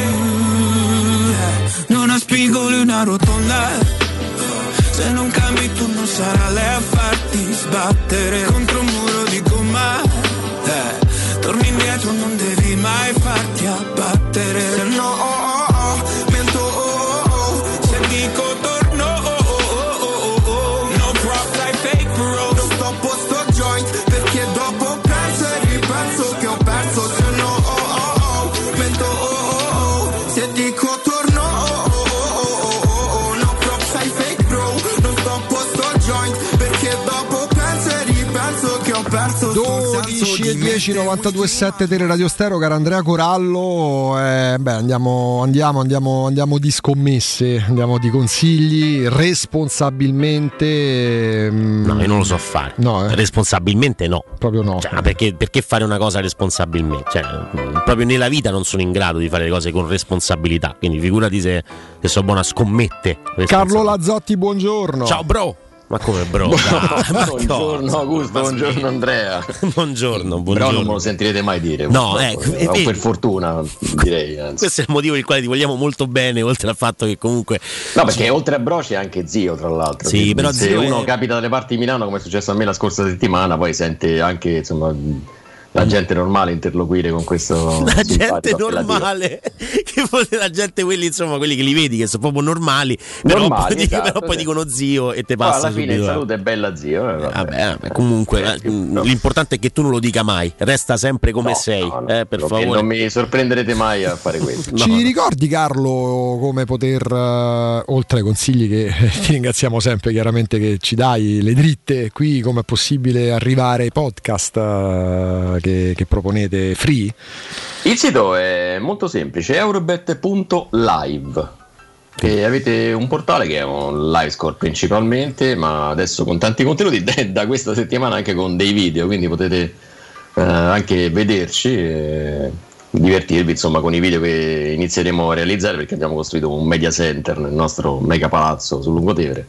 Non ha spigoli una rotonda, se non cambi tu non sarà lei a farti sbattere contro un muro di gomma. Eh, torni indietro non devi mai farti abbattere. Se no oh oh oh, mento oh oh oh, se dico torno oh oh oh oh oh, no props I fake bro, non stoppo sto joint perché dopo penso e ripenso che ho perso. Se no oh oh oh, mento oh oh oh, se dico torno oh oh oh oh oh, no props I fake bro, non stoppo sto joint perché dopo penso e ripenso che ho perso. dodici e dieci, novantadue sette Teleradio Stereo, caro Andrea Corallo. Eh, beh, andiamo, andiamo, andiamo, andiamo di scommesse, andiamo di consigli responsabilmente. No, io non lo so fare. No, eh. Responsabilmente no. Proprio no. Cioè, perché, perché fare una cosa responsabilmente? Cioè, proprio nella vita non sono in grado di fare le cose con responsabilità. Quindi figurati se, se sono buona a scommette. Carlo Lazzotti, buongiorno. Ciao bro. Ma come bro? Dai, buongiorno Augusto, buongiorno Andrea. Buongiorno, buongiorno. Però non me lo sentirete mai dire. No, ecco, eh, o per fortuna direi. Anzi. Questo è il motivo per il quale ti vogliamo molto bene, oltre al fatto che comunque. No, perché oltre a bro c'è anche zio, tra l'altro. Sì, quindi però se zio uno è... capita dalle parti di Milano, come è successo a me la scorsa settimana, poi sente anche insomma la gente normale interloquire con questo la gente normale che fosse la gente quelli insomma quelli che li vedi che sono proprio normali, normali, però, esatto, però poi sì. dicono zio e te passa alla fine subito. in salute è bella zio eh, vabbè. Vabbè, vabbè, comunque eh, no. L'importante è che tu non lo dica mai, resta sempre come no, sei no, no. Eh, per non favore mi, non mi sorprenderete mai a fare questo. Ci no, ricordi Carlo come poter uh, oltre ai consigli che ti ringraziamo sempre chiaramente che ci dai le dritte qui, come è possibile arrivare ai podcast uh, che, che proponete free? Il sito è molto semplice, eurobet punto live. E avete un portale che è un live score principalmente, ma adesso con tanti contenuti da questa settimana anche con dei video, quindi potete eh, anche vederci e divertirvi insomma con i video che inizieremo a realizzare, perché abbiamo costruito un media center nel nostro mega palazzo sul Lungotevere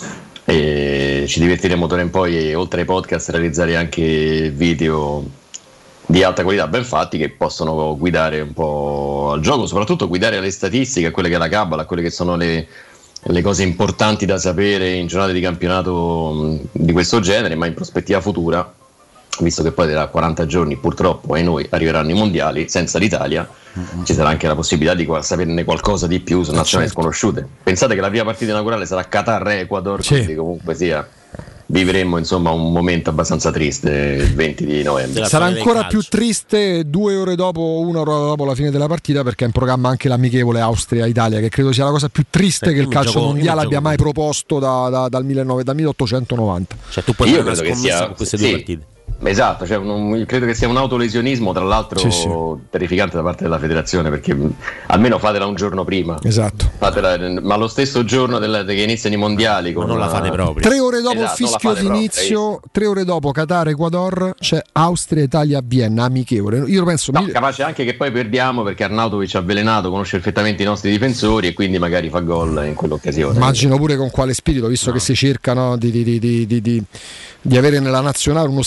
e ci divertiremo d'ora in poi, oltre ai podcast, realizzare anche video di alta qualità ben fatti che possono guidare un po' al gioco, soprattutto guidare alle statistiche, a quelle che è la cabala, a quelle che sono le, le cose importanti da sapere in giornate di campionato mh, di questo genere, ma in prospettiva futura, visto che poi tra quaranta giorni purtroppo ai noi arriveranno i mondiali senza l'Italia, mm-hmm. ci sarà anche la possibilità di saperne qualcosa di più su nazioni certo. sconosciute. Pensate che la prima partita inaugurale sarà Qatar-Ecuador, sì. quindi comunque sia vivremo insomma un momento abbastanza triste il venti di novembre. Sarà ancora più triste due ore dopo, una ora dopo la fine della partita, perché è in programma anche l'amichevole Austria-Italia, che credo sia la cosa più triste eh, che il calcio gioco, mondiale abbia mai proposto da, da, dal, millenovecento, dal milleottocentonovanta. Cioè tu puoi io fare credo una che sia con queste sì. due partite. Esatto, cioè un, credo che sia un autolesionismo, tra l'altro sì, sì. terrificante da parte della federazione, perché almeno fatela un giorno prima. Esatto. Fatela, ma lo stesso giorno della, che iniziano i mondiali. Con non una, la fate proprio. Tre ore dopo esatto, il fischio d'inizio, proprio, tre ore dopo Qatar-Ecuador, c'è Austria-Italia-Vienna, amichevole. Io penso. No, mi... capace anche che poi perdiamo perché Arnautovic ha avvelenato, conosce perfettamente i nostri difensori e quindi magari fa gol in quell'occasione. Immagino pure con quale spirito, visto no. che si cerca no, di, di, di, di, di, di avere nella nazionale uno stimolo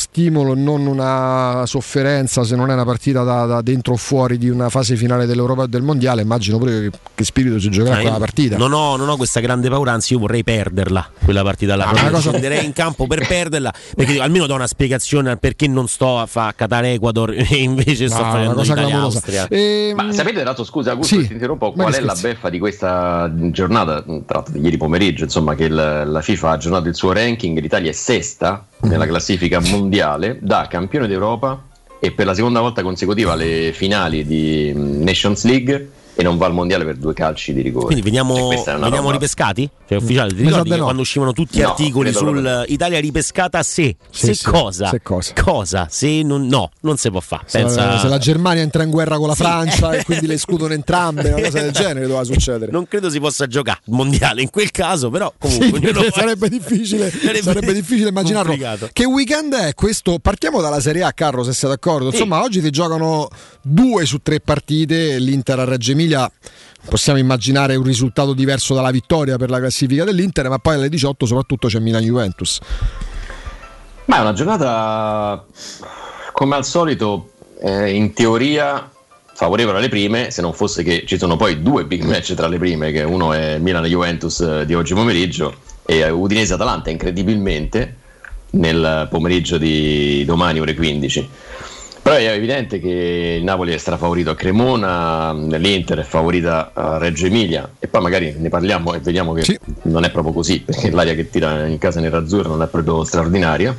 chiamiamolo non una sofferenza se non è una partita da, da dentro o fuori di una fase finale dell'Europa e del Mondiale, immagino pure che, che spirito si giocherà ah, quella partita. Non ho, non ho questa grande paura, anzi io vorrei perderla quella partita là, ah, cosa... scenderei in campo per perderla, perché dico, almeno do una spiegazione perché non sto a fare Qatar Ecuador e invece sto no, facendo Italia Austria. E... Ma sapete, dato scusa Augusto, sì, ti interrompo, qual è la beffa di questa giornata, tra l'altro di ieri pomeriggio, insomma, che la, la FIFA ha aggiornato il suo ranking, l'Italia è sesta nella classifica mondiale da campione d'Europa e per la seconda volta consecutiva alle finali di Nations League, e non va al mondiale per due calci di rigore. Quindi veniamo, veniamo roba... ripescati? Cioè ufficiale, ti ricordi no. quando uscivano tutti gli no, articoli sul lo... Italia ripescata se, sì, se, sì, cosa? se cosa? Cosa? Se non, no, non si può fare. Se, Pensa... se la Germania entra in guerra con la sì. Francia e quindi le escludono entrambe, una cosa del genere doveva succedere. Non credo si possa giocare il mondiale in quel caso, però comunque sì, sarebbe difficile, sarebbe, sarebbe difficile immaginarlo. Complicato. Che weekend è questo? Partiamo dalla Serie A, Carlo, se sei d'accordo. Sì. Insomma, oggi ti giocano due su tre partite, l'Inter a Reggio Emilia. Possiamo immaginare un risultato diverso dalla vittoria per la classifica dell'Inter, ma poi alle diciotto soprattutto c'è Milan-Juventus. Ma è una giornata come al solito eh, in teoria favorevole alle prime, se non fosse che ci sono poi due big match tra le prime, che uno è Milan-Juventus di oggi pomeriggio e Udinese-Atalanta incredibilmente nel pomeriggio di domani ore quindici. Però è evidente che il Napoli è strafavorito a Cremona, l'Inter è favorita a Reggio Emilia, e poi magari ne parliamo e vediamo che sì. non è proprio così, perché l'aria che tira in casa nerazzurra non è proprio straordinaria.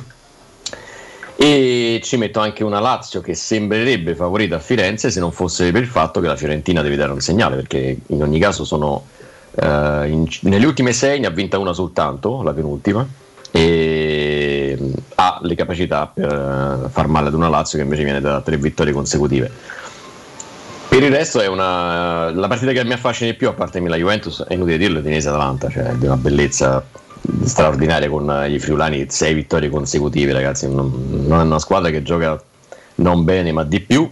E ci metto anche una Lazio che sembrerebbe favorita a Firenze se non fosse per il fatto che la Fiorentina deve dare un segnale, perché in ogni caso sono uh, in, nelle ultime sei ne ha vinta una soltanto, la penultima, e ha le capacità per far male ad una Lazio che invece viene da tre vittorie consecutive. Per il resto è una la partita che mi affascina di più, a parte Milan-Juventus, è inutile dirlo, è Udinese-Atalanta, cioè di una bellezza straordinaria con gli friulani, sei vittorie consecutive, ragazzi, non, non è una squadra che gioca non bene ma di più.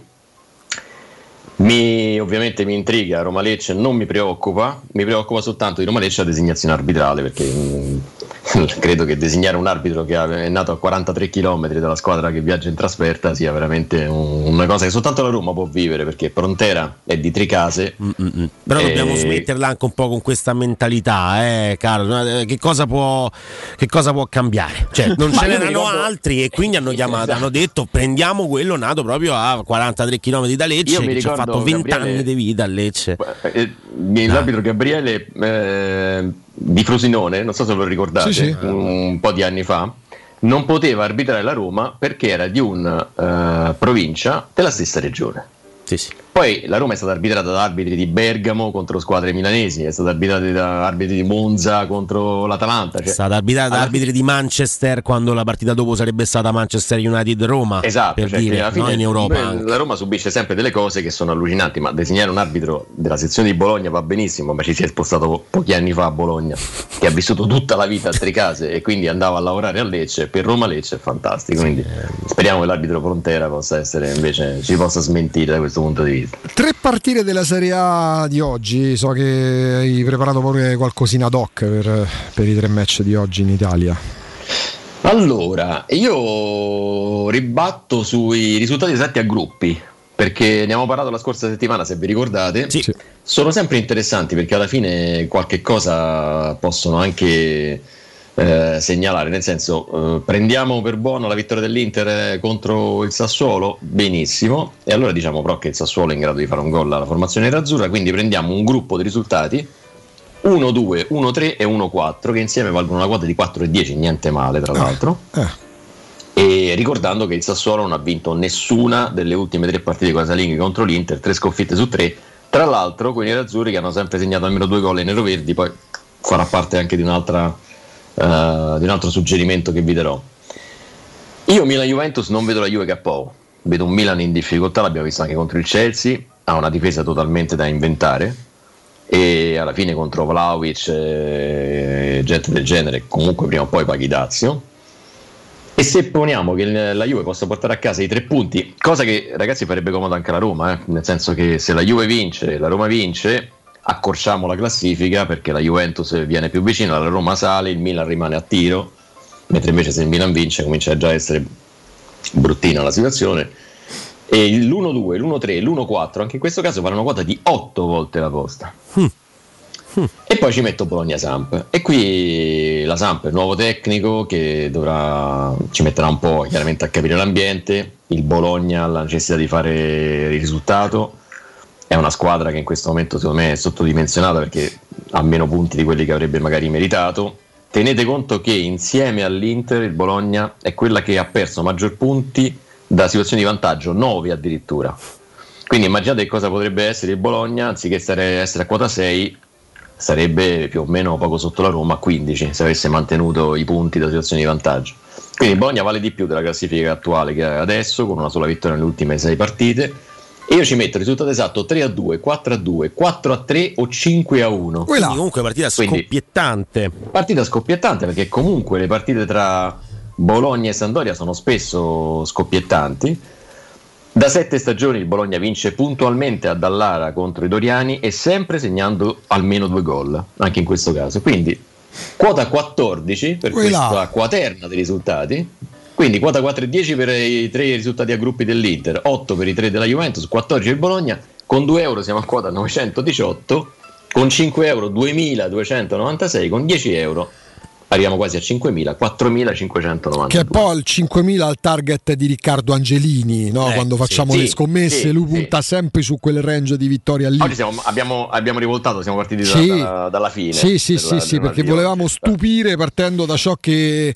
Mi, ovviamente mi intriga Roma-Lecce, non mi preoccupa, mi preoccupa soltanto di Roma-Lecce la designazione arbitrale, perché mh, credo che designare un arbitro che è nato a quarantatré chilometri dalla squadra che viaggia in trasferta sia veramente un, una cosa che soltanto la Roma può vivere, perché Prontera è di Tricase. Mm-mm. Però e... dobbiamo smetterla anche un po' con questa mentalità, eh, Carlo. Che cosa può, che cosa può cambiare? Cioè, non ce n'erano ricordo... altri, e quindi hanno chiamato, esatto. hanno detto prendiamo quello nato proprio a quarantatré chilometri da Lecce, che ci ha fatto venti anni di vita a Lecce. Eh, l'arbitro Gabriele eh, di Frosinone, non so se lo ricordate, sì, sì. un po' di anni fa, non poteva arbitrare la Roma perché era di una uh, provincia della stessa regione. Sì, sì. Poi la Roma è stata arbitrata da arbitri di Bergamo contro squadre milanesi, è stata arbitrata da arbitri di Monza contro l'Atalanta. Cioè, è stata arbitrata da arbitri di Manchester quando la partita dopo sarebbe stata Manchester United-Roma. Esatto, per cioè dire, alla fine, no, in Europa. Beh, la Roma subisce sempre delle cose che sono allucinanti, ma disegnare un arbitro della sezione di Bologna va benissimo, ma ci si è spostato pochi anni fa a Bologna, che ha vissuto tutta la vita a Tricase e quindi andava a lavorare a Lecce. Per Roma-Lecce è fantastico, quindi speriamo che l'arbitro Prontera possa essere invece ci possa smentire da questo punto di vista. Tre partite della Serie A di oggi, so che hai preparato pure qualcosina ad hoc per, per i tre match di oggi in Italia. Allora, io ribatto sui risultati esatti a gruppi, perché ne abbiamo parlato la scorsa settimana, se vi ricordate. Sì. Sono sempre interessanti perché alla fine qualche cosa possono anche Eh, segnalare, nel senso eh, prendiamo per buono la vittoria dell'Inter contro il Sassuolo, benissimo, e allora diciamo però che il Sassuolo è in grado di fare un gol alla formazione nerazzurra, quindi prendiamo un gruppo di risultati uno due, uno tre e uno quattro che insieme valgono una quota di quattro e dieci, niente male tra l'altro. eh. E ricordando che il Sassuolo non ha vinto nessuna delle ultime tre partite casalinghe contro l'Inter, tre sconfitte su tre, tra l'altro con i nerazzurri che hanno sempre segnato almeno due gol ai neroverdi. Poi farà parte anche di un'altra Uh, di un altro suggerimento che vi darò. Io Milan-Juventus non vedo la Juve K O, vedo un Milan in difficoltà, l'abbiamo visto anche contro il Chelsea, ha una difesa totalmente da inventare e alla fine contro Vlahovic e gente del genere comunque prima o poi paghi dazio. E se poniamo che la Juve possa portare a casa i tre punti, cosa che ragazzi farebbe comodo anche alla Roma, eh? nel senso che se la Juve vince, la Roma vince, accorciamo la classifica perché la Juventus viene più vicina, la Roma sale, il Milan rimane a tiro, mentre invece se il Milan vince comincia a già essere bruttina la situazione. E l'uno due, l'uno tre, l'uno quattro, anche in questo caso fanno una quota di otto volte la posta. Mm. Mm. E poi ci metto Bologna-Samp. E qui la Samp è il nuovo tecnico che dovrà ci metterà un po' chiaramente a capire l'ambiente. Il Bologna ha la necessità di fare il risultato. È una squadra che in questo momento secondo me è sottodimensionata perché ha meno punti di quelli che avrebbe magari meritato. Tenete conto che insieme all'Inter il Bologna è quella che ha perso maggior punti da situazioni di vantaggio, nove addirittura. Quindi immaginate cosa potrebbe essere il Bologna, anziché stare, essere a quota sei, sarebbe più o meno poco sotto la Roma a quindici se avesse mantenuto i punti da situazioni di vantaggio. Quindi il Bologna vale di più della classifica attuale che ha adesso, con una sola vittoria nelle ultime sei partite. E io ci metto il risultato esatto tre a due, quattro a due, quattro a tre o cinque a uno. Quindi comunque partita Quindi, scoppiettante. Partita scoppiettante perché comunque le partite tra Bologna e Sampdoria sono spesso scoppiettanti. Da sette stagioni il Bologna vince puntualmente a Dallara contro i doriani e sempre segnando almeno due gol, anche in questo caso. Quindi quota quattordici per Quella. questa quaterna dei risultati. Quindi quota quattro e dieci per i tre risultati a gruppi dell'Inter, otto per i tre della Juventus, quattordici il Bologna. Con due euro siamo a quota novecentodiciotto, con cinque euro duemiladuecentonovantasei, con dieci euro arriviamo quasi a cinquemila, quattromilacinquecentonovanta. Che è poi il cinquemila al target di Riccardo Angelini, no? Eh, Quando facciamo sì, le scommesse, sì, lui sì. punta sempre su quel range di vittoria lì. Oggi siamo, abbiamo, abbiamo rivoltato, siamo partiti da, Sì. da, dalla fine. Sì, sì, della, sì, sì, della perché Rio. volevamo stupire partendo da ciò che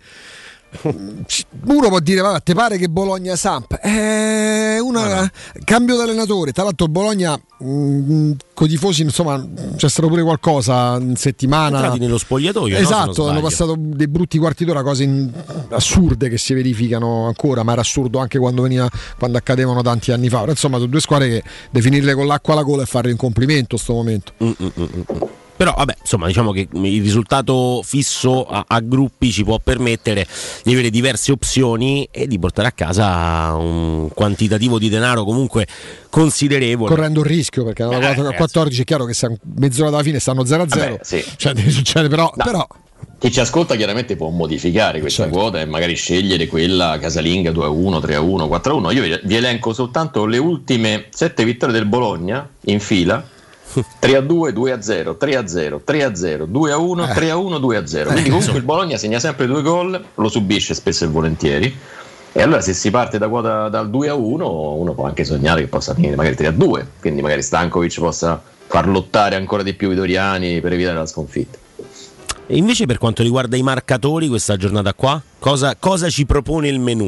uno può dire, vabbè, te pare che Bologna Samp è una cambio d'allenatore. Tra l'altro Bologna mh, con i tifosi, insomma, c'è stato pure qualcosa in settimana. Entrati nello spogliatoio, esatto, no, hanno passato dei brutti quarti d'ora, cose in, assurde che si verificano ancora, ma era assurdo anche quando veniva quando accadevano tanti anni fa. Però, insomma, sono due squadre che definirle con l'acqua alla gola e farle in complimento sto momento. Mm-mm-mm. Però vabbè, insomma, diciamo che il risultato fisso a, a gruppi ci può permettere di avere diverse opzioni e di portare a casa un quantitativo di denaro comunque considerevole. Correndo il rischio, perché alla Eh, quattordici è chiaro che se mezz'ora dalla fine stanno zero a zero. Vabbè, sì. Cioè deve succedere, però, No. però Chi ci ascolta chiaramente può modificare questa Certo. quota e magari scegliere quella casalinga due a uno, tre a uno, quattro a uno. Io vi- vi elenco soltanto le ultime sette vittorie del Bologna in fila. tre a due, due a zero, tre a zero, tre a zero, due a uno, tre a uno, due a zero. Quindi comunque il Bologna segna sempre due gol, lo subisce spesso e volentieri. E allora se si parte da quota dal due a uno, uno può anche sognare che possa finire magari tre a due, quindi magari Stankovic possa far lottare ancora di più i doriani per evitare la sconfitta. E invece per quanto riguarda i marcatori questa giornata qua, cosa, cosa ci propone il menù?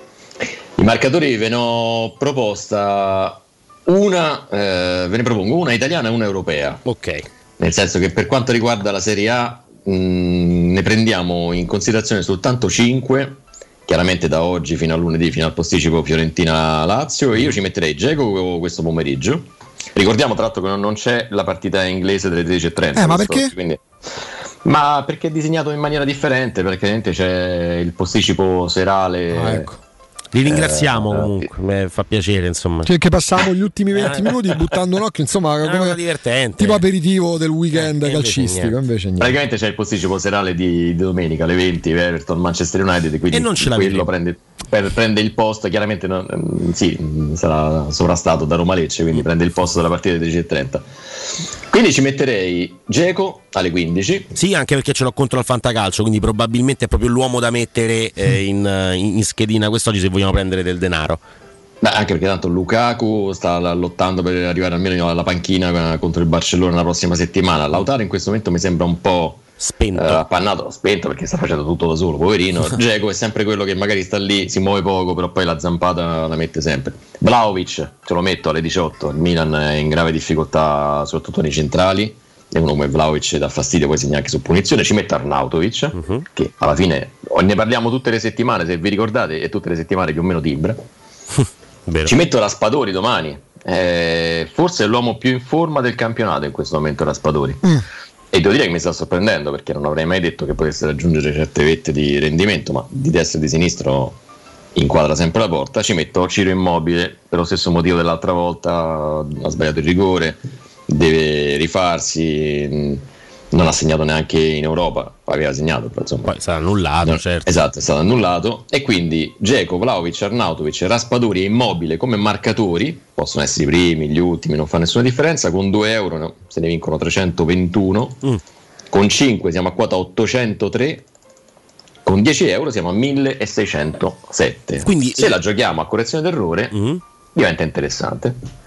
I marcatori ve ne ho proposta una, eh, ve ne propongo una italiana e una europea. Ok. Nel senso che per quanto riguarda la Serie A mh, ne prendiamo in considerazione soltanto cinque, chiaramente da oggi fino a lunedì, fino al posticipo Fiorentina-Lazio, e io ci metterei Dzeko questo pomeriggio. Ricordiamo tra l'altro che non c'è la partita inglese delle tredici e trenta. Eh, ma perché? Quindi... Ma perché è disegnato in maniera differente, perché c'è il posticipo serale. Ah, ecco. Li ringraziamo Eh, comunque, eh, fa piacere insomma. Cioè, che passiamo gli ultimi venti minuti buttando un occhio, insomma, È come divertente. tipo aperitivo del weekend Eh, invece calcistico. niente. Invece niente. Praticamente c'è il posticipo serale di, di domenica alle venti, Everton, Manchester United, e quindi E non ce la quello vedremo. prende, per- prende il posto, chiaramente non- mm, sì, mm, sarà sovrastato da Roma Lecce, quindi prende il posto della partita delle tredici e trenta. Quindi ci metterei Dzeko alle quindici. Sì, anche perché ce l'ho contro il Fantacalcio, quindi probabilmente è proprio l'uomo da mettere eh, in, in schedina quest'oggi se vogliamo prendere del denaro. Beh, anche perché tanto Lukaku sta l- lottando per arrivare almeno alla panchina eh, contro il Barcellona la prossima settimana. Lautaro in questo momento mi sembra un po' spento, eh, appannato, spento perché sta facendo tutto da solo, poverino. Dzeko è sempre quello che magari sta lì, si muove poco, però poi la zampata la mette sempre. Vlahovic ce lo metto alle diciotto, il Milan è in grave difficoltà soprattutto nei centrali, e uno come Vlahovic dà fastidio, poi segna anche su punizione. Ci metto Arnautovic, uh-huh. che alla fine ne parliamo tutte le settimane, se vi ricordate, e tutte le settimane più o meno timbra. Ci metto Raspadori domani, eh, forse è l'uomo più in forma del campionato in questo momento Raspadori. Mm. E devo dire che mi sta sorprendendo, perché non avrei mai detto che potesse raggiungere certe vette di rendimento, ma di destra e di sinistro inquadra sempre la porta. Ci metto Ciro Immobile per lo stesso motivo dell'altra volta, ha sbagliato il rigore, deve rifarsi, non ha segnato neanche in Europa, aveva segnato, però insomma poi sarà annullato, no, certo. Esatto, è stato annullato, e quindi Dzeko, Vlahovic, Arnautovic, Raspadori e Immobile come marcatori, possono essere i primi, gli ultimi, non fa nessuna differenza, con due euro no, se ne vincono trecentoventuno, mm. con cinque siamo a quota ottocentotre, con dieci euro siamo a milleseicentosette. Quindi se la giochiamo a correzione d'errore mm. diventa interessante.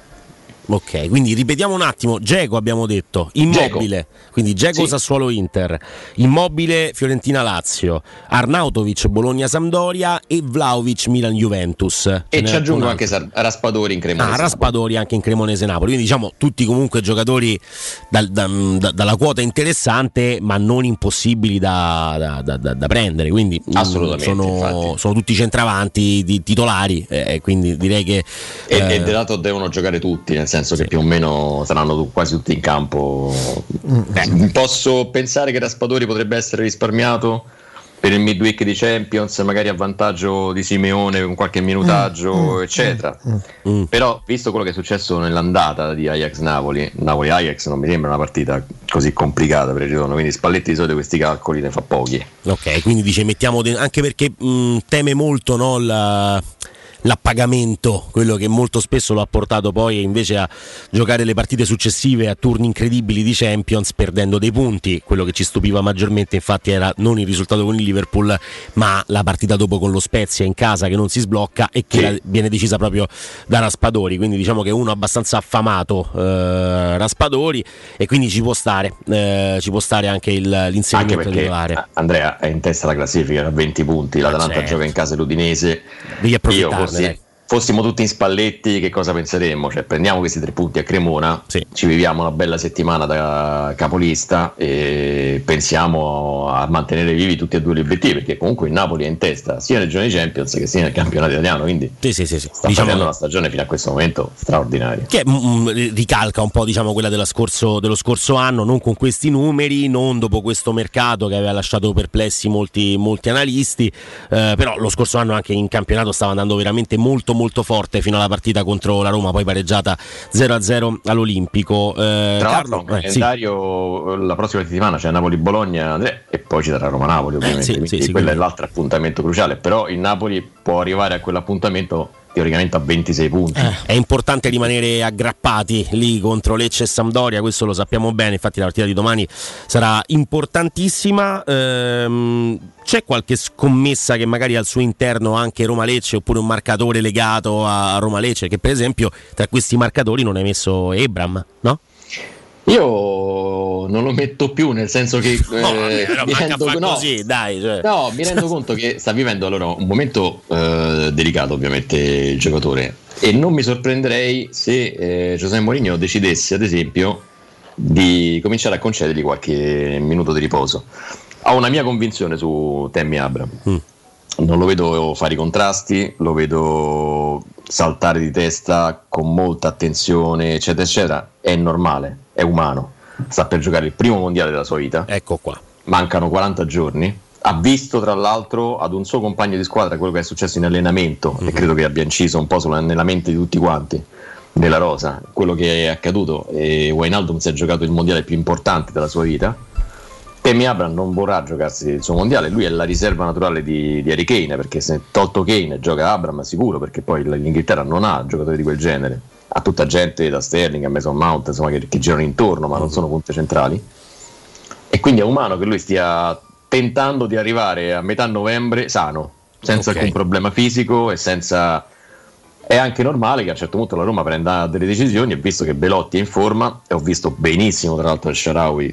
Ok, quindi ripetiamo un attimo: Dzeko abbiamo detto, Immobile, Dzeko. Quindi Dzeko, sì. Sassuolo Inter, Immobile Fiorentina Lazio, Arnautovic Bologna Sampdoria e Vlahovic Milan Juventus. E ci aggiungo anche Raspadori in Cremonese. Ah, Raspadori anche in Cremonese Napoli. Quindi diciamo tutti comunque giocatori dal, da, da, dalla quota interessante, ma non impossibili da, da, da, da prendere. Quindi assolutamente sono, sono tutti centravanti di, titolari, eh, quindi direi che e, eh, e delato devono giocare tutti, nel senso Sì. che più o meno saranno quasi tutti in campo. Eh, posso pensare che Raspadori potrebbe essere risparmiato per il midweek di Champions, magari a vantaggio di Simeone con qualche minutaggio, mm. eccetera. Mm. Però visto quello che è successo nell'andata di Ajax-Napoli, Napoli-Ajax non mi sembra una partita così complicata per il ritorno, quindi Spalletti di solito questi calcoli ne fa pochi. Ok, quindi dice mettiamo de- anche perché mh, teme molto, no, la l'appagamento, quello che molto spesso lo ha portato poi invece a giocare le partite successive a turni incredibili di Champions perdendo dei punti. Quello che ci stupiva maggiormente infatti era non il risultato con il Liverpool, ma la partita dopo con lo Spezia in casa che non si sblocca e che sì. viene decisa proprio da Raspadori, quindi diciamo che uno abbastanza affamato, eh, Raspadori, e quindi ci può stare eh, ci può stare anche il, l'inserimento titolare. Andrea è in testa alla classifica a venti punti, l'Atalanta certo. gioca in casa l'Udinese, devi approfittare. Fossi, fossimo tutti in Spalletti, che cosa penseremmo? Cioè, prendiamo questi tre punti a Cremona, sì. ci viviamo una bella settimana da capolista e pensiamo a mantenere vivi tutti e due gli obiettivi, perché comunque il Napoli è in testa sia nel girone di Champions che sia nel campionato italiano, quindi sì, sì, sì, sì. sta diciamo facendo una stagione fino a questo momento straordinaria, che mm, ricalca un po' diciamo quella della scorso, dello scorso anno, non con questi numeri, non dopo questo mercato che aveva lasciato perplessi molti, molti analisti, eh, però lo scorso anno anche in campionato stava andando veramente molto molto forte fino alla partita contro la Roma, poi pareggiata zero a zero all'Olimpico. Eh, Tra Carlo, l'altro, il calendario sì. la prossima settimana c'è Napoli-Bologna e poi ci sarà Roma-Napoli ovviamente, sì, quindi sì, sì, quello quindi... è l'altro appuntamento cruciale, però il Napoli può arrivare a quell'appuntamento teoricamente a ventisei punti. Eh, è importante rimanere aggrappati lì contro Lecce e Sampdoria, questo lo sappiamo bene, infatti la partita di domani sarà importantissima. Ehm, c'è qualche scommessa che magari al suo interno anche Roma-Lecce, oppure un marcatore legato a Roma-Lecce, che per esempio tra questi marcatori non hai messo Ebram, no? Io non lo metto più, nel senso che eh, no, vabbè, mi, rendo, no, così, dai, cioè. no, mi rendo conto che sta vivendo allora un momento eh, delicato ovviamente il giocatore, e non mi sorprenderei se eh, José Mourinho decidesse ad esempio di cominciare a concedergli qualche minuto di riposo. Ho una mia convinzione su Tammy Abraham, mm. non lo vedo fare i contrasti, lo vedo saltare di testa con molta attenzione eccetera eccetera, è normale, è umano, sta per giocare il primo mondiale della sua vita, ecco qua, mancano quaranta giorni, ha visto tra l'altro ad un suo compagno di squadra quello che è successo in allenamento, mm-hmm. e credo che abbia inciso un po' nella mente di tutti quanti nella rosa quello che è accaduto, e Wijnaldum si è giocato il mondiale più importante della sua vita. Tammy Abraham non vorrà giocarsi il suo mondiale, lui è la riserva naturale di, di Harry Kane, perché se tolto Kane gioca Abraham sicuro, perché poi l'Inghilterra non ha giocatori di quel genere, ha tutta gente da Sterling a Mason Mount, insomma, che, che girano intorno ma non sono punte centrali, e quindi è umano che lui stia tentando di arrivare a metà novembre sano, senza okay. alcun problema fisico e senza... È anche normale che a un certo punto la Roma prenda delle decisioni, e visto che Belotti è in forma, e ho visto benissimo tra l'altro il Shaarawy,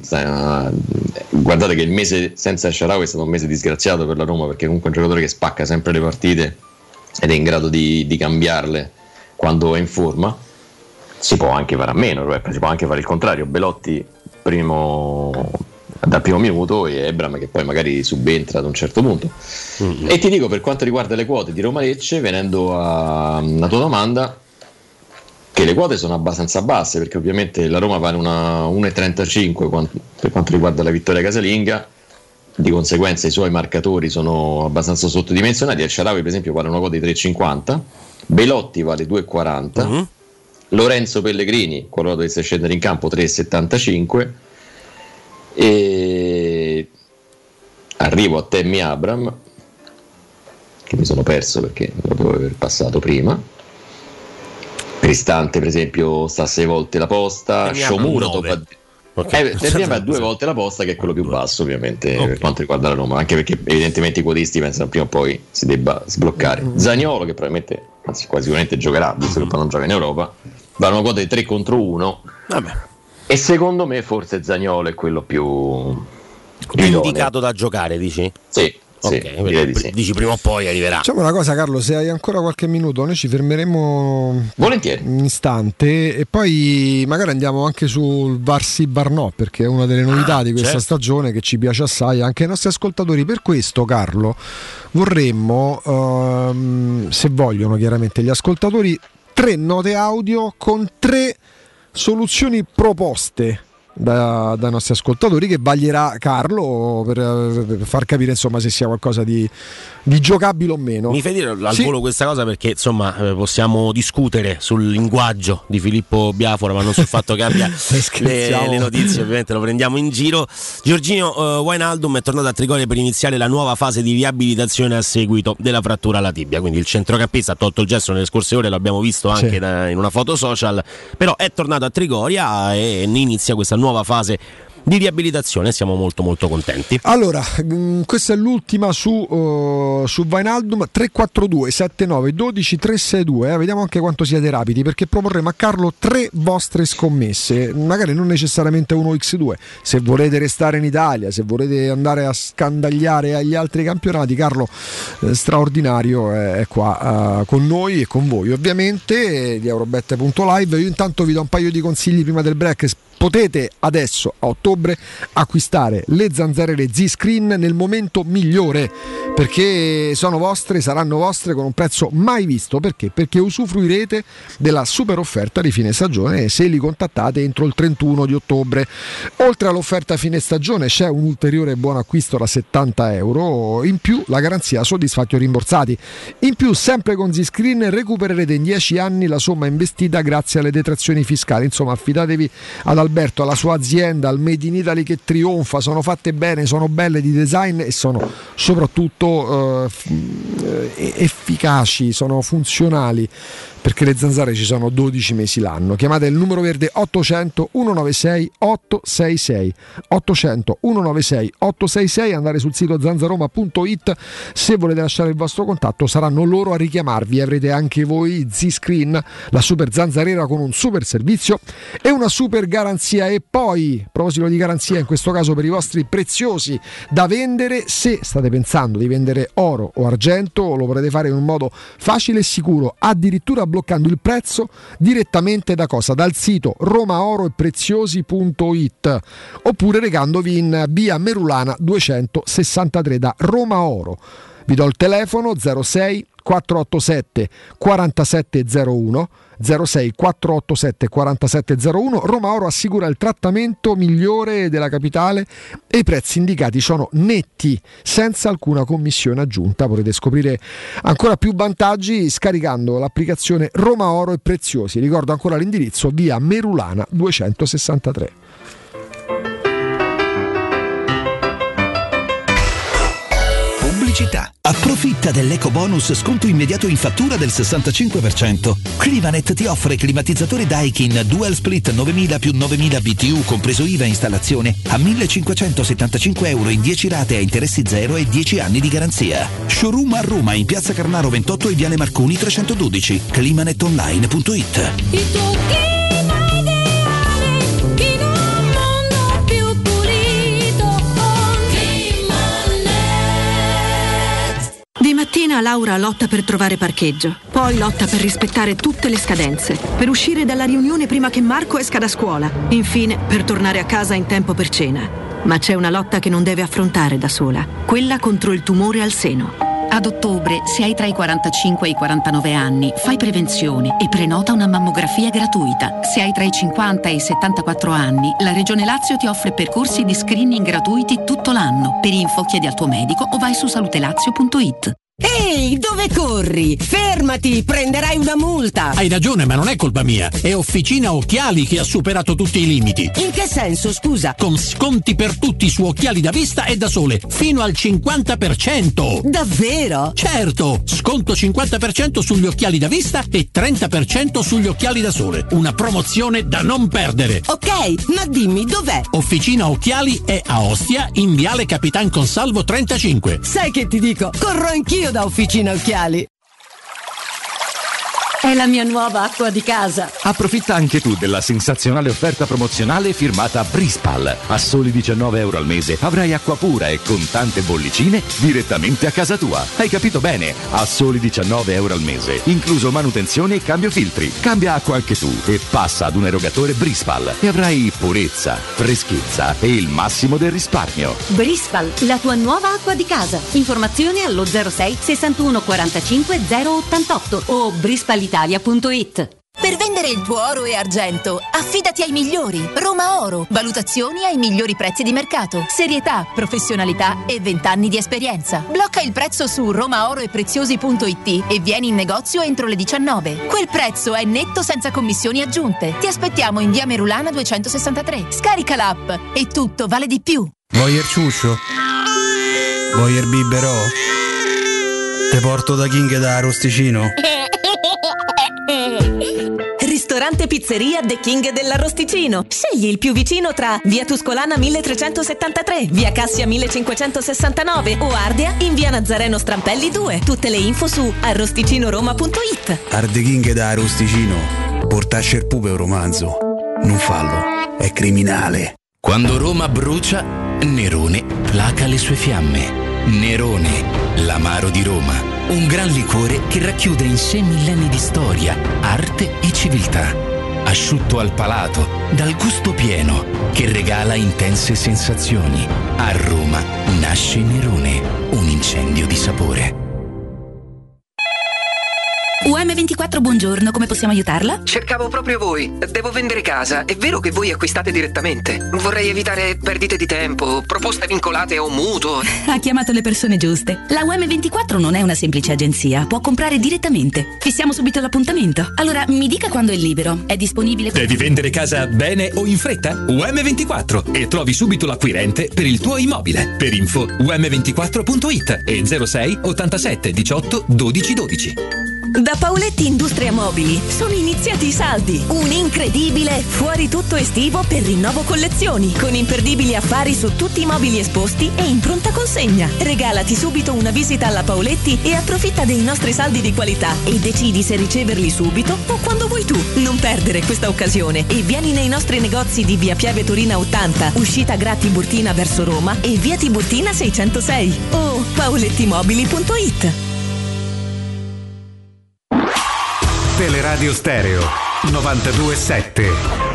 guardate che il mese senza il Shaarawy è stato un mese disgraziato per la Roma, perché comunque è un giocatore che spacca sempre le partite ed è in grado di, di cambiarle quando è in forma. Si può anche fare a meno, si può anche fare il contrario, Belotti primo... dal primo minuto e Ebram che poi magari subentra ad un certo punto. Mm-hmm. E ti dico, per quanto riguarda le quote di Roma-Lecce, venendo a una tua domanda, che le quote sono abbastanza basse, perché ovviamente la Roma vale una uno virgola trentacinque per quanto riguarda la vittoria casalinga, di conseguenza i suoi marcatori sono abbastanza sottodimensionati. El Shaarawy per esempio vale una quota di tre virgola cinquanta, Belotti vale due virgola quaranta, mm-hmm. Lorenzo Pellegrini, qualora dovesse scendere in campo, tre virgola settantacinque, E arrivo a Tammy Abraham, che mi sono perso perché lo dovevo aver passato prima. Cristante per esempio sta sei volte la posta, Shomuro tocca okay. eh, Tammy Abraham due volte la posta, che è quello più basso ovviamente okay. per quanto riguarda la Roma, anche perché evidentemente i quotisti pensano prima o poi si debba sbloccare. mm-hmm. Zaniolo, che probabilmente, anzi quasi sicuramente giocherà, visto mm-hmm. che poi non gioca in Europa, va una quota di tre contro uno. Vabbè. E secondo me forse Zaniolo è quello più, più indicato da giocare, dici? Sì, sì, okay, direi di sì. Dici prima o poi arriverà. Facciamo una cosa, Carlo, se hai ancora qualche minuto noi ci fermeremo volentieri un istante e poi magari andiamo anche sul V A R sì, V A R no, perché è una delle novità ah, di questa certo. stagione che ci piace assai anche ai nostri ascoltatori. Per questo, Carlo, vorremmo um, se vogliono chiaramente gli ascoltatori tre note audio con tre soluzioni proposte da, dai nostri ascoltatori, che vaglierà Carlo per, per far capire insomma se sia qualcosa di, di giocabile o meno. Mi fai dire al sì. volo questa cosa, perché insomma possiamo discutere sul linguaggio di Filippo Biafora, ma non sul fatto che abbia le, le notizie, ovviamente lo prendiamo in giro. Giorginio uh, Wijnaldum è tornato a Trigoria per iniziare la nuova fase di riabilitazione a seguito della frattura alla tibia, quindi il centrocampista ha tolto il gesso nelle scorse ore, lo abbiamo visto anche sì. da, in una foto social, però è tornato a Trigoria e inizia questa nuova nuova fase di riabilitazione, siamo molto molto contenti. Allora, mh, questa è l'ultima su, uh, su Wijnaldum. Tre quattro due sette nove uno due tre sei due, eh? Vediamo anche quanto siete rapidi, perché proporremo a Carlo tre vostre scommesse, magari non necessariamente uno ics due, se volete restare in Italia, se volete andare a scandagliare agli altri campionati. Carlo eh, straordinario è, è qua uh, con noi e con voi ovviamente di Eurobet punto live. Io intanto vi do un paio di consigli prima del break. Potete adesso a ottobre acquistare le zanzariere Z-Screen nel momento migliore, perché sono vostre, saranno vostre con un prezzo mai visto. Perché? Perché usufruirete della super offerta di fine stagione se li contattate entro il trentuno di ottobre. Oltre all'offerta fine stagione c'è un ulteriore buon acquisto da settanta euro, in più la garanzia soddisfatti o rimborsati. In più, sempre con Z-Screen recupererete in dieci anni la somma investita grazie alle detrazioni fiscali. Insomma, affidatevi ad Alberto, alla sua azienda, al Made in Italy che trionfa. Sono fatte bene, sono belle di design e sono soprattutto eh, efficaci, sono funzionali, perché le zanzare ci sono dodici mesi l'anno. Chiamate il numero verde ottocento centonovantasei ottocentosessantasei ottocento centonovantasei ottocentosessantasei, andare sul sito zanzaroma punto it. se volete lasciare il vostro contatto saranno loro a richiamarvi. Avrete anche voi Z-Screen, la super zanzariera con un super servizio e una super garanzia. E poi, a proposito di garanzia, in questo caso per i vostri preziosi da vendere, se state pensando di vendere oro o argento, lo potete fare in un modo facile e sicuro, addirittura bloccando il prezzo direttamente da cosa? Dal sito romaoroepreziosi punto it, oppure recandovi in via Merulana duecentosessantatré da Roma Oro. Vi do il telefono zero sei quattrocentottantasette quarantasette zero uno zero sei quattrocentottantasette quarantasette zero uno. Roma Oro assicura il trattamento migliore della capitale e i prezzi indicati sono netti, senza alcuna commissione aggiunta. Potete scoprire ancora più vantaggi scaricando l'applicazione Roma Oro e Preziosi. Ricordo ancora l'indirizzo: via Merulana duecentosessantatré. Pubblicità. Approfitta dell'eco bonus sconto immediato in fattura del sessantacinque per cento. Climanet ti offre climatizzatore Daikin Dual Split novemila più novemila B T U compreso I V A e installazione a millecinquecentosettantacinque euro in dieci rate a interessi zero e dieci anni di garanzia. Showroom a Roma in Piazza Carnaro ventotto e Viale Marconi trecentododici. climanetonline punto it. Di mattina Laura lotta per trovare parcheggio, poi lotta per rispettare tutte le scadenze, per uscire dalla riunione prima che Marco esca da scuola, infine per tornare a casa in tempo per cena. Ma c'è una lotta che non deve affrontare da sola, quella contro il tumore al seno. Ad ottobre, se hai tra i quarantacinque e i quarantanove anni, fai prevenzione e prenota una mammografia gratuita. Se hai tra i cinquanta e i settantaquattro anni, la Regione Lazio ti offre percorsi di screening gratuiti tutto l'anno. Per info chiedi al tuo medico o vai su salutelazio punto it. Ehi, dove corri? Fermati, prenderai una multa! Hai ragione, ma non è colpa mia. È Officina Occhiali che ha superato tutti i limiti. In che senso, scusa? Con sconti per tutti su occhiali da vista e da sole, fino al cinquanta per cento. Davvero? Certo, sconto cinquanta per cento sugli occhiali da vista e trenta per cento sugli occhiali da sole. Una promozione da non perdere. Ok, ma dimmi dov'è? Officina Occhiali è a Ostia, in Viale Capitan Consalvo trentacinque. Sai che ti dico? Corro anch'io da Officina Occhiali. È la mia nuova acqua di casa. Approfitta anche tu della sensazionale offerta promozionale firmata Brispal. A soli diciannove euro al mese avrai acqua pura e con tante bollicine direttamente a casa tua. Hai capito bene? A soli diciannove euro al mese, incluso manutenzione e cambio filtri. Cambia acqua anche tu e passa ad un erogatore Brispal e avrai purezza, freschezza e il massimo del risparmio. Brispal, la tua nuova acqua di casa. Informazioni allo zero sei sessantuno quarantacinque zero ottantotto o brispalitalia punto it. Per vendere il tuo oro e argento, affidati ai migliori. Roma Oro. Valutazioni ai migliori prezzi di mercato. Serietà, professionalità e vent'anni di esperienza. Blocca il prezzo su romaoroepreziosi punto it e vieni in negozio entro le diciannove. Quel prezzo è netto senza commissioni aggiunte. Ti aspettiamo in via Merulana duecentosessantatré. Scarica l'app e tutto vale di più. Vuoi il ciuscio? Vuoi il biberò? Te porto da King da Arrosticino? Ristorante Pizzeria The King dell'Arrosticino. Scegli il più vicino tra via Tuscolana milletrecentosettantatré, via Cassia millecinquecentosessantanove o Ardea in via Nazareno Strampelli due. Tutte le info su arrosticinoroma punto it. Arde King da Arrosticino. Portasce il pupe un romanzo. Non fallo, è criminale. Quando Roma brucia, Nerone placa le sue fiamme. Nerone, l'amaro di Roma. Un gran liquore che racchiude in sé millenni di storia, arte e civiltà. Asciutto al palato, dal gusto pieno, che regala intense sensazioni. A Roma nasce Nerone, un incendio di sapore. U M ventiquattro, buongiorno, come possiamo aiutarla? Cercavo proprio voi. Devo vendere casa. È vero che voi acquistate direttamente? Vorrei evitare perdite di tempo, proposte vincolate o mutuo. Ha chiamato le persone giuste. La U M ventiquattro non è una semplice agenzia, può comprare direttamente. Fissiamo subito l'appuntamento. Allora, mi dica quando è libero. È disponibile... Devi vendere casa bene o in fretta? U M ventiquattro e trovi subito l'acquirente per il tuo immobile. Per info u m ventiquattro punto it e zero sei ottantasette diciotto dodici dodici. Da Paoletti Industria Mobili sono iniziati i saldi. Un incredibile fuori tutto estivo per rinnovo collezioni, con imperdibili affari su tutti i mobili esposti e in pronta consegna. Regalati subito una visita alla Paoletti e approfitta dei nostri saldi di qualità e decidi se riceverli subito o quando vuoi tu. Non perdere questa occasione e vieni nei nostri negozi di via Pieve Torina ottanta, uscita Gra Tiburtina verso Roma e via Tiburtina seicentosei o paolettimobili punto it. Teleradio Stereo novantadue sette.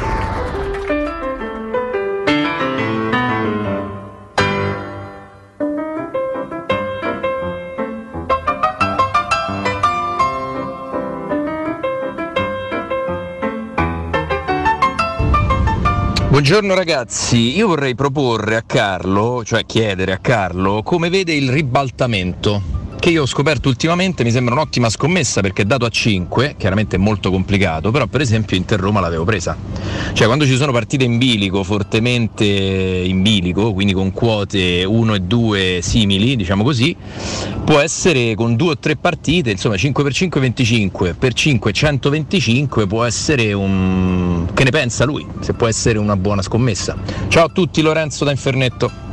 Buongiorno ragazzi, io vorrei proporre a Carlo, cioè chiedere a Carlo, come vede il ribaltamento, che io ho scoperto ultimamente, mi sembra un'ottima scommessa perché dato a cinque, chiaramente è molto complicato, però per esempio Inter Roma l'avevo presa. Cioè quando ci sono partite in bilico, fortemente in bilico, quindi con quote uno e due simili, diciamo così, può essere con due o tre partite, insomma cinque per cinque venticinque, per cinque centoventicinque può essere un... che ne pensa lui? Se può essere una buona scommessa. Ciao a tutti, Lorenzo da Infernetto.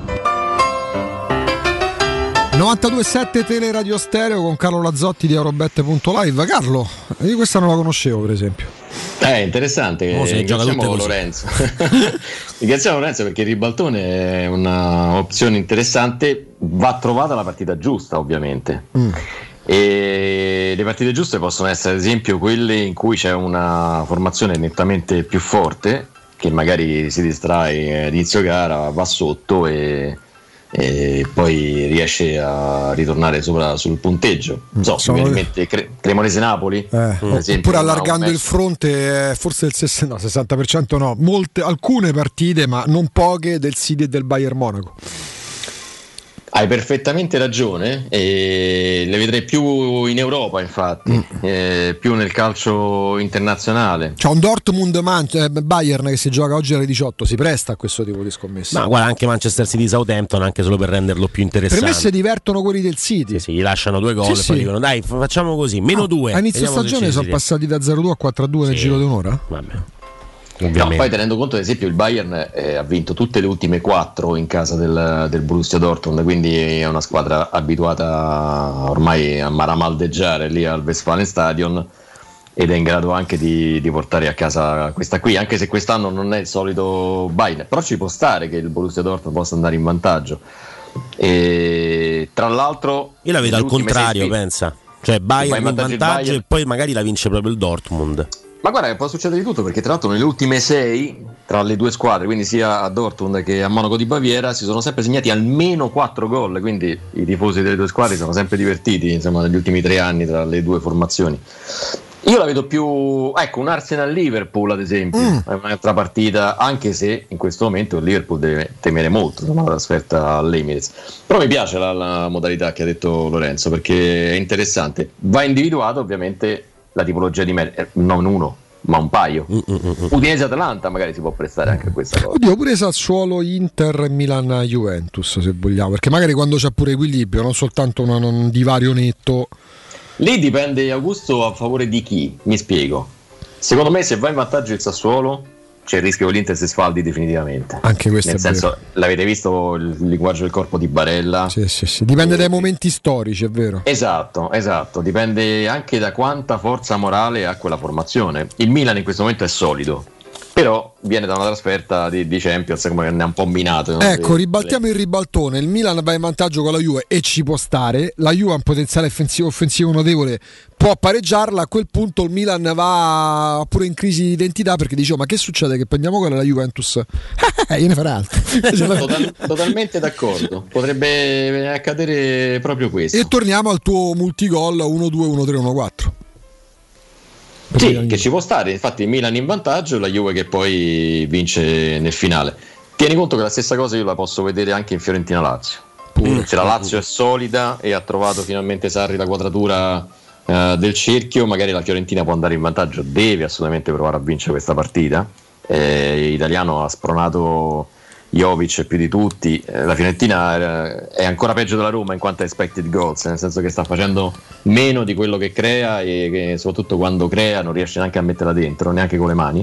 novantadue sette Teleradio Stereo con Carlo Lazzotti di Eurobet punto live. Carlo, io questa non la conoscevo per esempio. Eh, interessante. Oh, Ringraziamo Lorenzo. Ringraziamo Lorenzo perché il ribaltone è un'opzione interessante, va trovata la partita giusta ovviamente. Mm. E le partite giuste possono essere ad esempio quelle in cui c'è una formazione nettamente più forte che magari si distrae all'inizio gara, va sotto e e poi riesce a ritornare sopra sul punteggio. Non so, mi viene in mente Cre- Cremonese-Napoli, eh, oppure allargando il fronte, eh, forse il sessanta, no, sessanta per cento no, molte, alcune partite, ma non poche, del City e del Bayern Monaco. Hai perfettamente ragione, e le vedrei più in Europa, infatti, mm. eh, più nel calcio internazionale. C'è un Dortmund Man- eh, Bayern che si gioca oggi alle diciotto, si presta a questo tipo di scommesse. Ma guarda, anche Manchester City Southampton, anche solo per renderlo più interessante. Per me si divertono quelli del City. Sì, sì, gli lasciano due gol sì, e poi sì. dicono dai, facciamo così, meno ah, due. A inizio stagione sono passati da zero due a quattro a due sì. nel giro di un'ora. Vabbè. No, poi tenendo conto ad esempio il Bayern eh, ha vinto tutte le ultime quattro in casa del, del Borussia Dortmund, quindi è una squadra abituata ormai a maramaldeggiare lì al Westfalenstadion ed è in grado anche di, di portare a casa questa qui, anche se quest'anno non è il solito Bayern, però ci può stare che il Borussia Dortmund possa andare in vantaggio. E tra l'altro io la vedo al contrario, sei... pensa, cioè Bayern in vantaggio Bayern... e poi magari la vince proprio il Dortmund. Ma guarda che può succedere di tutto, perché tra l'altro nelle ultime sei tra le due squadre, quindi sia a Dortmund che a Monaco di Baviera, si sono sempre segnati almeno quattro gol, quindi i tifosi delle due squadre sono sempre divertiti, insomma, negli ultimi tre anni tra le due formazioni. Io la vedo più, ecco, un Arsenal-Liverpool ad esempio, mm. è un'altra partita, anche se in questo momento il Liverpool deve temere molto, insomma, la trasferta all'Emirates. Però mi piace la, la modalità che ha detto Lorenzo, perché è interessante. Va individuato ovviamente la tipologia di merito, non uno, ma un paio. Mm-mm. Udinese-Atalanta magari si può prestare anche a questa cosa. Oddio, pure Sassuolo, Inter, Milan, Juventus, se vogliamo, perché magari quando c'è pure equilibrio, non soltanto una, un divario netto. Lì dipende, Augusto, a favore di chi? Mi spiego. Secondo me se va in vantaggio il Sassuolo c'è il rischio che l'Inter si sfaldi definitivamente. Anche questo nel è senso, vero. L'avete visto il linguaggio del corpo di Barella? Sì, sì, sì. Dipende dai momenti storici, è vero. Esatto, esatto. Dipende anche da quanta forza morale ha quella formazione. Il Milan in questo momento è solido, però viene da una trasferta di, di Champions come ne ha un po' minato. No? Ecco, ribaltiamo il ribaltone. Il Milan va in vantaggio con la Juve e ci può stare. La Juve ha un potenziale offensivo, offensivo notevole, può pareggiarla. A quel punto il Milan va pure in crisi di identità, perché dice: ma che succede che prendiamo quella la Juventus? Eh, gliene farà altro. Total, totalmente d'accordo, potrebbe accadere proprio questo. E torniamo al tuo multigol uno due uno tre uno quattro. Sì, che ci può stare, infatti il Milan in vantaggio, la Juve che poi vince nel finale. Tieni conto che la stessa cosa io la posso vedere anche in Fiorentina-Lazio. Mm. Se la Lazio è solida e ha trovato finalmente Sarri la quadratura uh, del cerchio, magari la Fiorentina può andare in vantaggio, deve assolutamente provare a vincere questa partita. Eh, Italiano ha spronato Jovic più di tutti. Eh, la Fiorentina è ancora peggio della Roma in quanto a expected goals, nel senso che sta facendo meno di quello che crea e che soprattutto quando crea non riesce neanche a metterla dentro, neanche con le mani.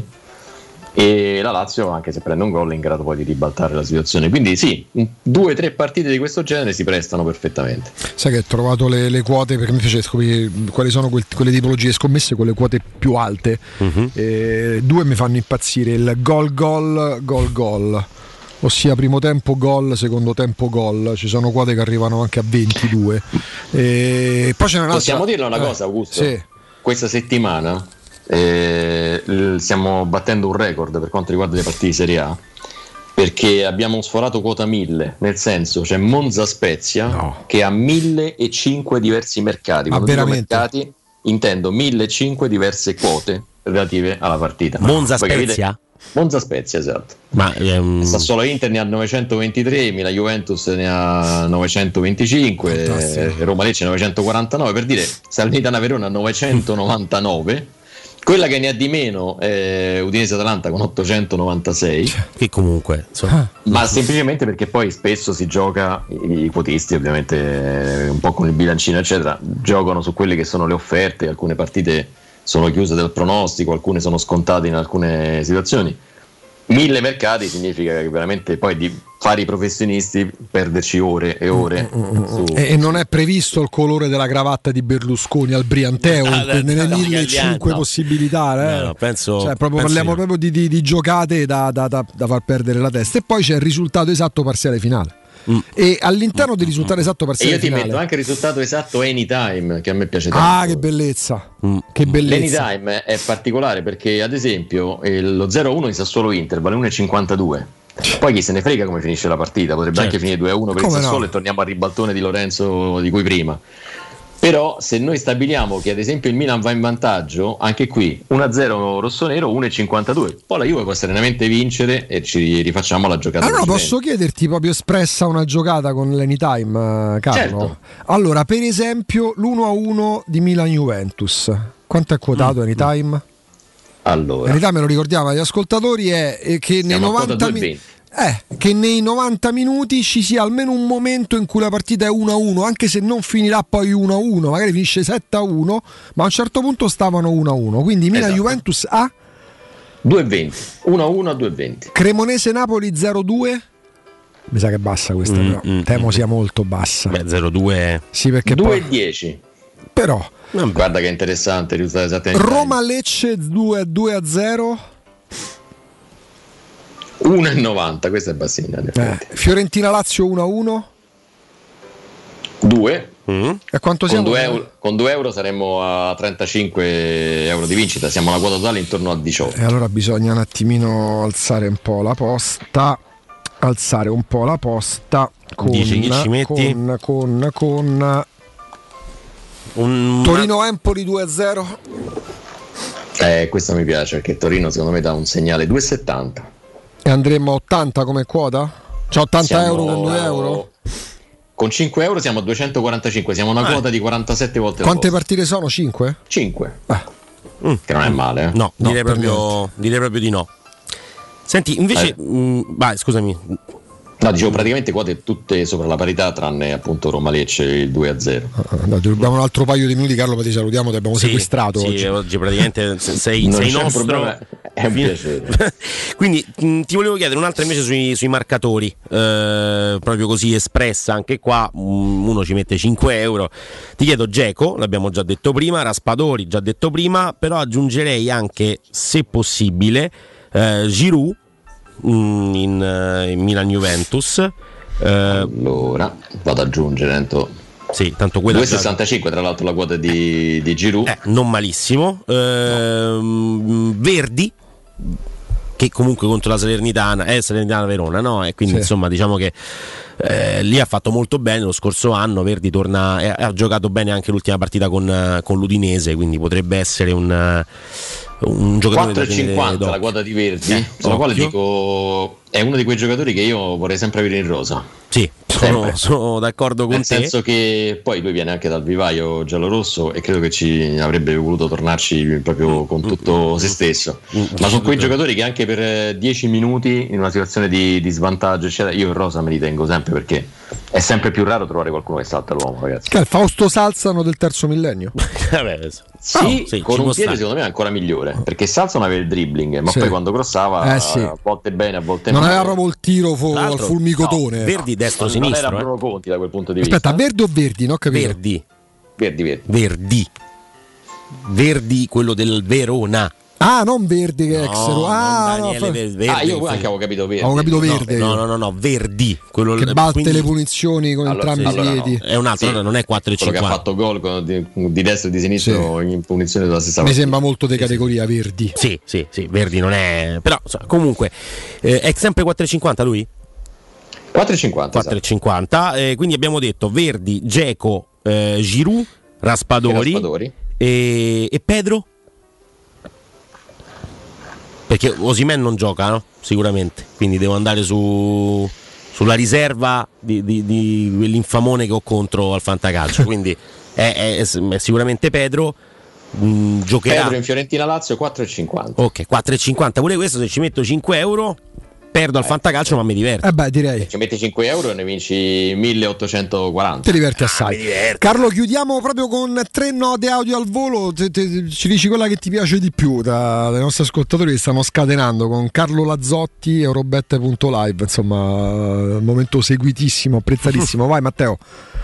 E la Lazio, anche se prende un gol, è in grado poi di ribaltare la situazione. Quindi sì, due o tre partite di questo genere si prestano perfettamente. Sai che ho trovato le, le quote, perché mi piace scoprire quali sono quel, quelle tipologie scommesse con le quote più alte. Uh-huh. E due mi fanno impazzire: il gol gol gol gol, ossia primo tempo gol, secondo tempo gol. Ci sono quote che arrivano anche a ventidue. E poi c'è un'altra... Possiamo dirla una cosa, Augusto? Sì. Questa settimana eh, stiamo battendo un record per quanto riguarda le partite di Serie A, perché abbiamo sforato quota mille, nel senso c'è Monza Spezia no. che ha mille e cinque diversi mercati. Ma veramente? Mercati, intendo mille e cinque diverse quote relative alla partita. Monza Spezia? Monza Spezia, esatto. Ma um... Sassuolo Inter ne ha novecentoventitré, Milan Juventus ne ha novecentoventicinque, Roma Lecce novecentoquarantanove, per dire Salernitana Verona novecentonovantanove. Quella che ne ha di meno è Udinese Atalanta con ottocentonovantasei. Che comunque insomma. Ma semplicemente perché poi spesso si gioca, i quotisti ovviamente un po' con il bilancino eccetera, giocano su quelle che sono le offerte. Alcune partite sono chiuse del pronostico, alcune sono scontate in alcune situazioni. Mille mercati significa che veramente poi di fare i professionisti perderci ore e ore su... e, e non è previsto il colore della cravatta di Berlusconi al Brianteo ah, nelle millecinque no. possibilità eh? no, no, penso, cioè, proprio penso parliamo io. proprio di, di, di giocate da, da, da, da far perdere la testa. E poi c'è il risultato esatto parziale finale. Mm. E all'interno del risultato esatto parziale e io ti finale, metto anche il risultato esatto anytime, che a me piace tanto. Ah, che bellezza, mm. che bellezza. L'anytime è particolare perché ad esempio lo zero a uno di Sassuolo Inter vale uno e cinquantadue. Poi chi se ne frega come finisce la partita, potrebbe certo. anche finire due a uno per come il Sassuolo no. E torniamo al ribaltone di Lorenzo di cui prima. Però se noi stabiliamo che ad esempio il Milan va in vantaggio, anche qui uno a zero rossonero, uno virgola cinquantadue, poi la Juve può serenamente vincere e ci rifacciamo la giocata. Allora posso chiederti proprio espressa una giocata con l'Anytime, Carlo? Certo. Allora, per esempio l'uno a uno di Milan-Juventus, quanto è quotato mm. Anytime? Allora, Anytime, lo ricordiamo agli ascoltatori, è che nei novanta minuti Eh, che nei novanta minuti ci sia almeno un momento in cui la partita è uno a uno, anche se non finirà poi uno a uno, magari finisce sette a uno, ma a un certo punto stavano uno a uno. Quindi Milan-Juventus a due e venti, uno a uno a due e venti. Cremonese-Napoli zero a due. Mi sa che è bassa questa, mm, però mm, temo mm. sia molto bassa. Beh, zero a due. Sì, perché due poi e dieci. Però guarda che interessante, Roma-Lecce due a zero. uno e novanta, questa è bassina. Eh, Fiorentina-Lazio uno a uno. due. Mm. E quanto siamo? Con due euro, con due euro saremmo a trentacinque euro di vincita, siamo alla quota totale intorno a diciotto. E allora bisogna un attimino alzare un po' la posta. Alzare un po' la posta con, Dici che ci metti? con, con, con un... Torino-Empoli due a zero. Eh, questo mi piace perché Torino secondo me dà un segnale due e settanta. E andremo a ottanta come quota? Cioè ottanta siamo... euro con due euro? Con cinque euro siamo a duecentoquarantacinque, siamo a una eh. quota di quarantasette volte. Quante partite sono? cinque? cinque. Eh. Mm. Che non è male, eh? No, no direi, proprio, direi proprio di no. Senti, invece, eh. mh, vai, scusami. No, dicevo praticamente quote tutte sopra la parità, tranne appunto Roma-Lecce il due a zero. No, ti rubiamo un altro paio di minuti, Carlo, poi ti salutiamo, ti abbiamo sì, sequestrato sì, oggi. oggi praticamente sei, sei nostro. È un piacere. Quindi mh, ti volevo chiedere un'altra invece sui, sui marcatori, eh, proprio così espressa, anche qua mh, uno ci mette cinque euro. Ti chiedo Dzeko, l'abbiamo già detto prima, Raspadori già detto prima, però aggiungerei anche, se possibile, eh, Giroud in, in Milan-Juventus. Eh, allora vado ad aggiungere tanto, sì, tanto quella due virgola sessantacinque già... tra l'altro la quota di, di Giroud, eh, non malissimo. Eh, no. Verdi, che comunque contro la Salernitana è eh, Salernitana Verona, no? E quindi sì. insomma diciamo che eh, lì ha fatto molto bene lo scorso anno. Verdi torna, eh, ha giocato bene anche l'ultima partita con, con l'Udinese, quindi potrebbe essere un un giocatore quattro virgola cinquanta la quota di Verdi, eh, sulla quale dico è uno di quei giocatori che io vorrei sempre avere in rosa. Sì, sono, sono d'accordo con nel te. Nel senso che poi lui viene anche dal vivaio giallorosso e credo che ci avrebbe voluto tornarci proprio con tutto se stesso. Ma sono quei giocatori che anche per dieci minuti in una situazione di, di svantaggio eccetera, io in rosa me li tengo sempre, perché è sempre più raro trovare qualcuno che salta l'uomo, ragazzi. Che è il Fausto Salzano del terzo millennio. Vabbè, sì, oh, sì, con un piede stare. Secondo me è ancora migliore, perché Salzano aveva il dribbling, ma sì. poi quando crossava eh, sì. a volte bene, a volte non male. aveva proprio il tiro fo- al fulmicotone. No, Verdi destro sinistro. Non era Bruno eh. Conti da quel punto di Aspetta, vista. Verdi o Verdi? Non ho capito. Verdi. Verdi, Verdi. Verdi. Verdi, quello del Verona. Ah, non Verdi che no, ex ah, no, fa... Verdi, ah, io anche avevo capito Verdi. Avevo capito Verde. No, no, no, no, Verdi, quello che batte quindi... le punizioni con allora, entrambi sì, allora i piedi. no. È un altro, sì. non è quattro e cinquanta. Quello che ha fatto gol con, di, di destra e di sinistra sì. in punizione della stessa Mi partita. sembra molto di categoria Verdi. Sì, sì, sì, Verdi non è, però comunque eh, è sempre quattro e cinquanta lui? quattro e cinquanta quattro e cinquanta, esatto. eh, quindi abbiamo detto Verdi, Dzeko, eh, Giroud, Raspadori, Raspadori. E, e Pedro? Perché Osimhen non gioca, no? Sicuramente, quindi devo andare su sulla riserva di, di, di quell'infamone che ho contro al fantacalcio, quindi è, è, è sicuramente Pedro. Mh, giocherà Pedro in Fiorentina Lazio quattro e cinquanta. Ok, quattro e cinquanta pure questo. Se ci metto cinque euro perdo al fantacalcio, ma mi diverto. Eh beh, direi. Se ci metti cinque euro e ne vinci milleottocentoquaranta. Ti diverti assai. Ah, Carlo, chiudiamo proprio con tre note audio al volo. Te, te, ci dici quella che ti piace di più da, dai nostri ascoltatori che stanno scatenando con Carlo Lazzotti, Eurobet punto live. Insomma, momento seguitissimo, apprezzatissimo. Vai Matteo.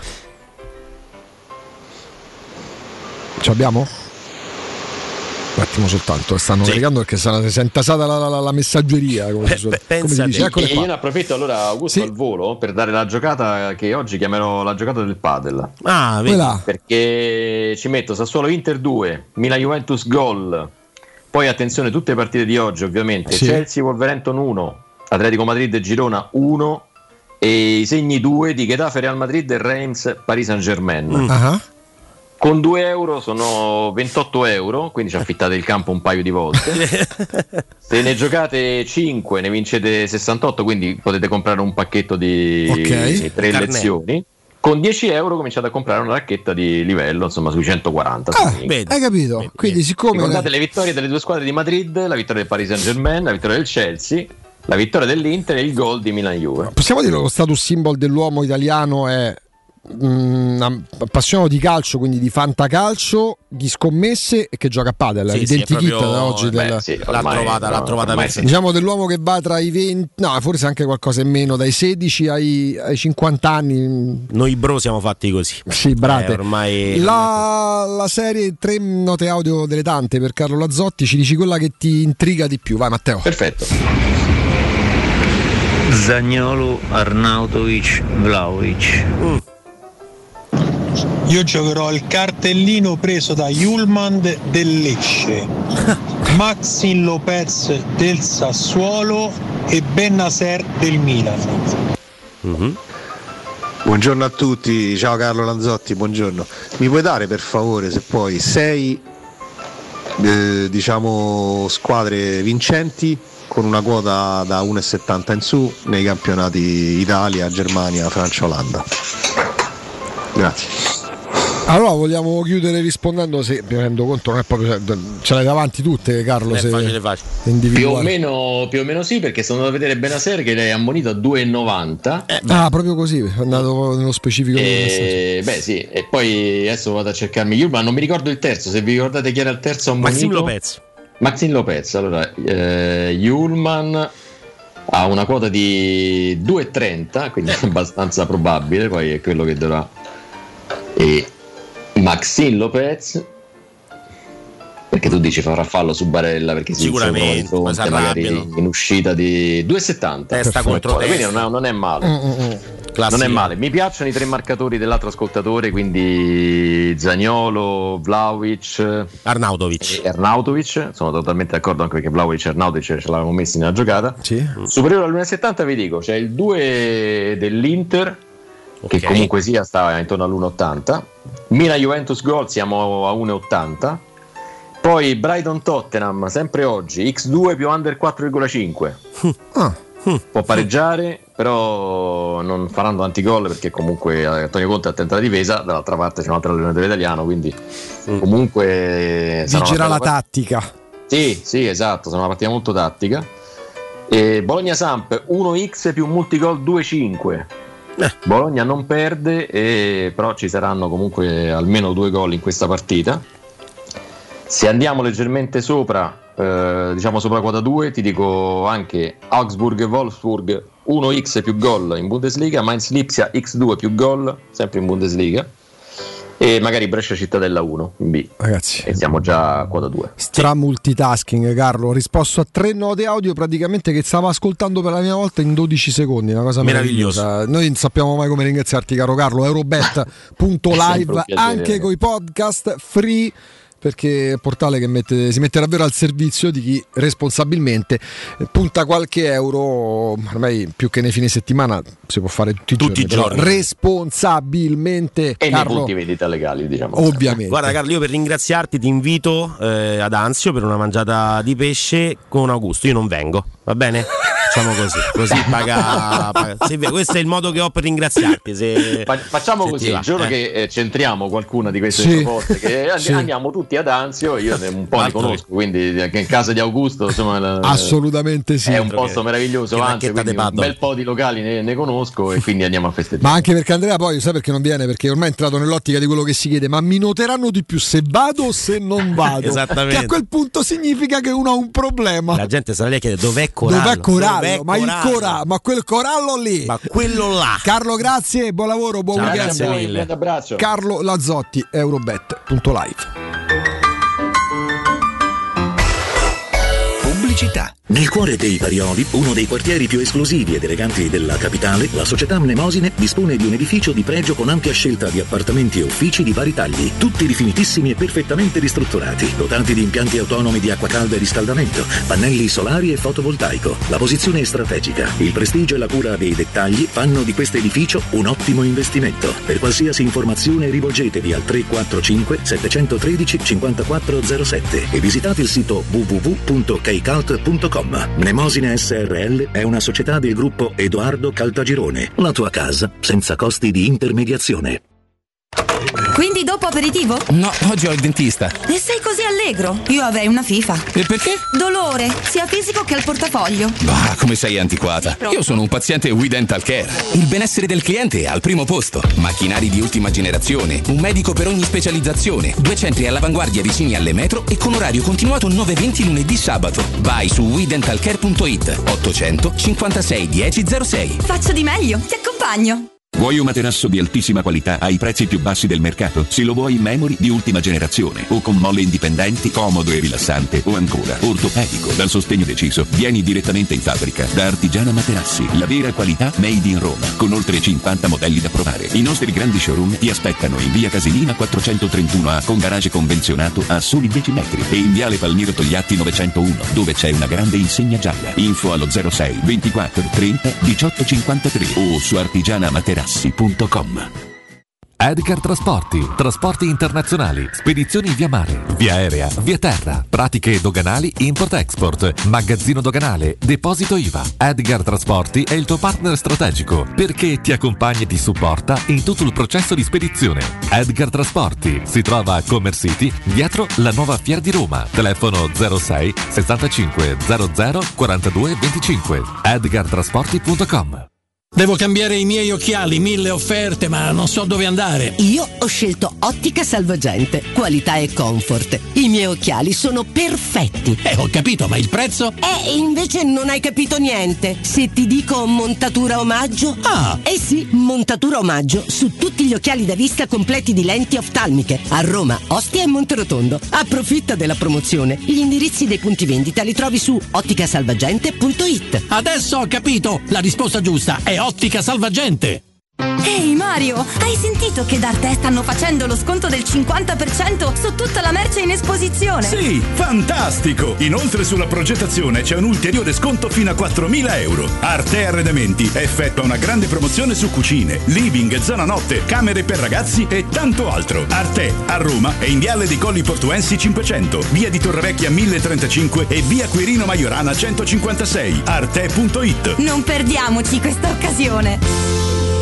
Ci abbiamo? Un attimo soltanto, stanno caricando sì. perché si è intasata la, la, la messaggeria. Come si, Beh, come si dice. E io ne approfitto allora, Augusto, sì. al volo per dare la giocata che oggi chiamerò la giocata del padel. Ah, vedi. Perché ci metto Sassuolo Inter due, Milan Juventus gol. Poi attenzione, tutte le partite di oggi ovviamente. Sì. Chelsea Wolverhampton uno, Atletico Madrid Girona uno e i segni due di Getafe Real Madrid e Reims Paris Saint Germain. Mm. Uh-huh. Con due euro sono ventotto euro, quindi ci affittate il campo un paio di volte. Se ne giocate cinque ne vincete sessantotto, quindi potete comprare un pacchetto di okay. tre Carnet. lezioni. Con dieci euro cominciate a comprare una racchetta di livello, insomma sui centoquaranta. Ah, hai capito? Vedi, Quindi vedi. siccome Ricordate le vittorie delle due squadre di Madrid, la vittoria del Paris Saint-Germain, la vittoria del Chelsea, la vittoria dell'Inter e il gol di Milan-Juve. Possiamo dire che lo status symbol dell'uomo italiano è mh, appassionato di calcio, quindi di fantacalcio, di scommesse e che gioca a padel. Sì, L'identikit sì, proprio, da oggi beh, del... sì, l'ha trovata, l'ha trovata per sé. Diciamo dell'uomo che va tra i venti, no, forse anche qualcosa in meno, dai sedici ai, ai cinquanta anni. Noi bro siamo fatti così. Sì, brate. Eh, ormai la, la serie tre note audio delle tante per Carlo Lazzotti, ci dici quella che ti intriga di più. Vai Matteo. Perfetto. Zaniolo, Arnautovic, Vlahovic. Mm. Io giocherò il cartellino preso da Yulman del Lecce, Maxim Lopez del Sassuolo e Bennacer del Milan. Mm-hmm. Buongiorno a tutti, ciao Carlo Lanzotti, buongiorno. Mi puoi dare per favore, se puoi, sei eh, diciamo squadre vincenti con una quota da uno virgola settanta in su nei campionati Italia, Germania, Francia, Olanda. Grazie. Allora vogliamo chiudere rispondendo, se mi rendo conto non è proprio, ce l'hai davanti tutte Carlo, è se facile, facile. Più o, meno, più o meno sì, perché sono andato a vedere Bennacer che lei è ammonito a due virgola novanta. Eh, ah, proprio così, è andato nello specifico. E, beh sì, e poi adesso vado a cercarmi Yulman, ma non mi ricordo il terzo, se vi ricordate chi era il terzo ammonito. Maxim Lopez. Maxim Lopez, allora eh, Yulman ha una quota di due virgola trenta, quindi è abbastanza probabile, poi è quello che dovrà. E Maxim Lopez, perché tu dici farà fallo su Barella perché si sicuramente fronte, magari in uscita di due virgola settanta, testa contro testa, quindi non è, non è male. Mm-mm. Non è male, mi piacciono i tre marcatori dell'altro ascoltatore, quindi Zaniolo, Vlahovic, Arnautovic. e Arnautovic. Sono totalmente d'accordo, anche perché Vlahovic e Arnautovic ce l'avevamo messi nella giocata. Sì. Superiore all'uno virgola settanta vi dico, c'è il due dell'Inter, Okay. che comunque sia stava intorno all'uno virgola ottanta. Milan Juventus gol siamo a uno virgola ottanta. Poi Brighton Tottenham sempre oggi X due più under quattro virgola cinque. Ah. Può pareggiare, però non faranno tanti gol perché comunque Antonio Conte attenta alla difesa. Dall'altra parte c'è un altro allenatore italiano, quindi comunque vigerà la tattica. Sì, sì, esatto, sarà una partita molto tattica. E Bologna Samp uno x più multigol due virgola cinque. Eh. Bologna non perde, e però ci saranno comunque almeno due gol in questa partita. Se andiamo leggermente sopra, eh, diciamo sopra quota due, ti dico anche Augsburg e Wolfsburg uno x più gol in Bundesliga, Mainz Lipsia x due più gol sempre in Bundesliga, e magari Brescia Cittadella uno in B. Ragazzi, e siamo già a quota due. Stra multitasking Carlo, ho risposto a tre note audio praticamente che stavo ascoltando per la mia volta in dodici secondi, una cosa meravigliosa. meravigliosa. Noi non sappiamo mai come ringraziarti, caro Carlo. Eurobet punto live anche coi podcast free, perché è un portale che mette, si mette davvero al servizio di chi responsabilmente punta qualche euro, ormai più che nei fine settimana si può fare tutti i tutti giorni, i giorni. responsabilmente, e Carlo, nei punti vendita legali, diciamo. Ovviamente. Guarda Carlo, io per ringraziarti ti invito eh, ad Anzio per una mangiata di pesce con Augusto. Io non vengo, va bene? Facciamo così, così paga, paga. Se, questo è il modo che ho per ringraziarti. Se, Fa, facciamo se così, il giorno eh. che eh, centriamo qualcuna di queste sì. proposte, che and- sì. andiamo tutti ad Anzio, io un po' li conosco, quindi anche in casa di Augusto, insomma, assolutamente sì. È un posto che, meraviglioso, che Anzio, quindi un bel po' di locali ne, ne conosco, e quindi andiamo a festeggiare. Ma anche perché Andrea poi sai perché non viene? Perché ormai è entrato nell'ottica di quello che si chiede, ma mi noteranno di più se vado o se non vado? Esattamente. Che a quel punto significa che uno ha un problema. La gente sarà lì a chiedere dov'è Corallo? Dov'è Corallo? Dov'è ma Corallo? il Corallo, ma quel Corallo lì, ma quello là. Carlo, grazie, buon lavoro, buon Ciao, weekend. grazie mille. Un abbraccio. Carlo Lazzotti, Eurobet punto live. città. Nel cuore dei Parioli, uno dei quartieri più esclusivi ed eleganti della capitale, la società Mnemosine dispone di un edificio di pregio con ampia scelta di appartamenti e uffici di vari tagli, tutti rifinitissimi e perfettamente ristrutturati, dotati di impianti autonomi di acqua calda e riscaldamento, pannelli solari e fotovoltaico. La posizione è strategica, il prestigio e la cura dei dettagli fanno di questo edificio un ottimo investimento. Per qualsiasi informazione rivolgetevi al tre quattro cinque sette uno tre cinque zero sette e visitate il sito w w w punto keycult punto com. Mnemosine S R L è una società del gruppo Edoardo Caltagirone. La tua casa senza costi di intermediazione. Quindi dopo aperitivo? No, oggi ho il dentista. E sei così allegro? Io avrei una FIFA. E perché? Dolore, sia fisico che al portafoglio. Bah, come sei antiquata. Io sono un paziente We Dental Care. Il benessere del cliente è al primo posto. Macchinari di ultima generazione, un medico per ogni specializzazione, due centri all'avanguardia vicini alle metro e con orario continuato nove venti lunedì sabato. Vai su we dental care punto it ottocento cinquantasei dieci zero sei. Faccio di meglio, ti accompagno. Vuoi un materasso di altissima qualità ai prezzi più bassi del mercato? Se lo vuoi in memory di ultima generazione o con molle indipendenti, comodo e rilassante o ancora ortopedico dal sostegno deciso, vieni direttamente in fabbrica da Artigiana Materassi, la vera qualità made in Roma, con oltre cinquanta modelli da provare. I nostri grandi showroom ti aspettano in via Casilina quattrocentotrentuno A con garage convenzionato a soli dieci metri e in viale Palmiro Togliatti novecentouno dove c'è una grande insegna gialla. Info allo zero sei ventiquattro trenta diciotto cinquantatré o su artigiana materassi punto com. Edgar Trasporti, trasporti internazionali, spedizioni via mare, via aerea, via terra, pratiche doganali, import-export, magazzino doganale, deposito I V A. Edgar Trasporti è il tuo partner strategico perché ti accompagna e ti supporta in tutto il processo di spedizione. Edgar Trasporti si trova a Commerce City, dietro la nuova Fiera di Roma. Telefono zero sei sessantacinque zero zero quarantadue venticinque. edgar trasporti punto com. Devo cambiare i miei occhiali, mille offerte, ma non so dove andare. Io ho scelto Ottica Salvagente, qualità e comfort. I miei occhiali sono perfetti. Eh, ho capito, ma il prezzo? Eh, invece non hai capito niente. Se ti dico montatura omaggio? Ah! Eh sì, montatura omaggio su tutti gli occhiali da vista completi di lenti oftalmiche. A Roma, Ostia e Monterotondo. Approfitta della promozione. Gli indirizzi dei punti vendita li trovi su ottica salvagente punto it. Adesso ho capito! La risposta giusta è Ottica Salvagente. Ehi Mario, hai sentito che da Arte stanno facendo lo sconto del cinquanta per cento su tutta la merce in esposizione? Sì, fantastico! Inoltre sulla progettazione c'è un ulteriore sconto fino a quattromila euro. Arte Arredamenti effettua una grande promozione su cucine, living, zona notte, camere per ragazzi e tanto altro. Arte a Roma è in viale dei Colli Portuensi cinquecento, via di Torrevecchia mille trentacinque e via Quirino Maiorana centocinquantasei. arte punto it. Non perdiamoci questa occasione.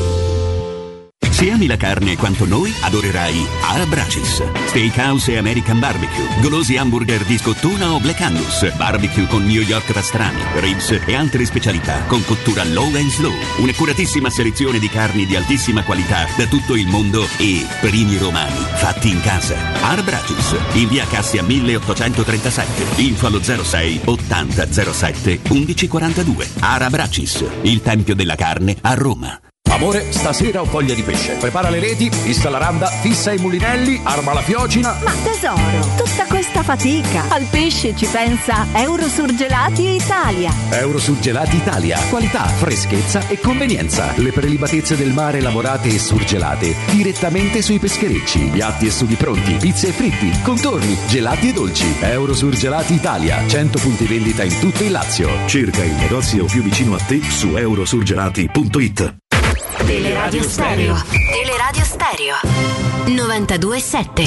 Se ami la carne quanto noi, adorerai Arabracis. Steakhouse e American Barbecue, golosi hamburger di scottuna o Black Angus, barbecue con New York pastrami, ribs e altre specialità con cottura low and slow. Un'accuratissima selezione di carni di altissima qualità da tutto il mondo e primi romani fatti in casa. Arabracis, in via Cassia milleottocentotrentasette. Info allo zero sei ottanta zero sette undici quarantadue. Arabracis, il tempio della carne a Roma. Amore, stasera ho voglia di pesce. Prepara le reti, fissa la randa, fissa i mulinelli, arma la fiocina. Ma tesoro, tutta questa fatica. Al pesce ci pensa Eurosurgelati Italia. Eurosurgelati Italia. Qualità, freschezza e convenienza. Le prelibatezze del mare lavorate e surgelate direttamente sui pescherecci. Piatti e sughi pronti, pizze e fritti, contorni, gelati e dolci. Eurosurgelati Italia. cento punti vendita in tutto il Lazio. Cerca il negozio più vicino a te su eurosurgelati punto it. Teleradio Stereo. Teleradio Stereo. novantadue sette.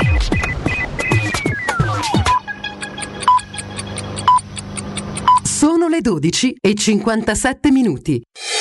Sono le dodici e cinquantasette minuti.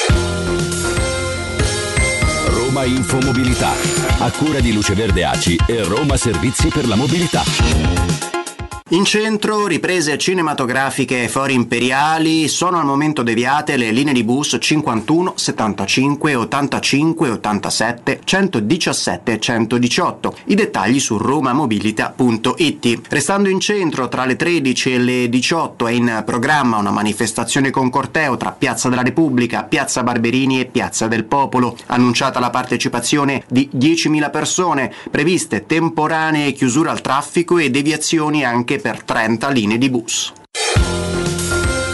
Roma Infomobilità, a cura di Luce Verde A C I e Roma Servizi per la Mobilità. In centro, riprese cinematografiche e fori imperiali, sono al momento deviate le linee di bus cinquantuno, settantacinque, ottantacinque, ottantasette, centodiciassette e centodiciotto. I dettagli su romamobilita punto it. Restando in centro, tra le tredici e le diciotto è in programma una manifestazione con corteo tra Piazza della Repubblica, Piazza Barberini e Piazza del Popolo. Annunciata la partecipazione di diecimila persone, previste temporanee chiusure al traffico e deviazioni anche per trenta linee di bus.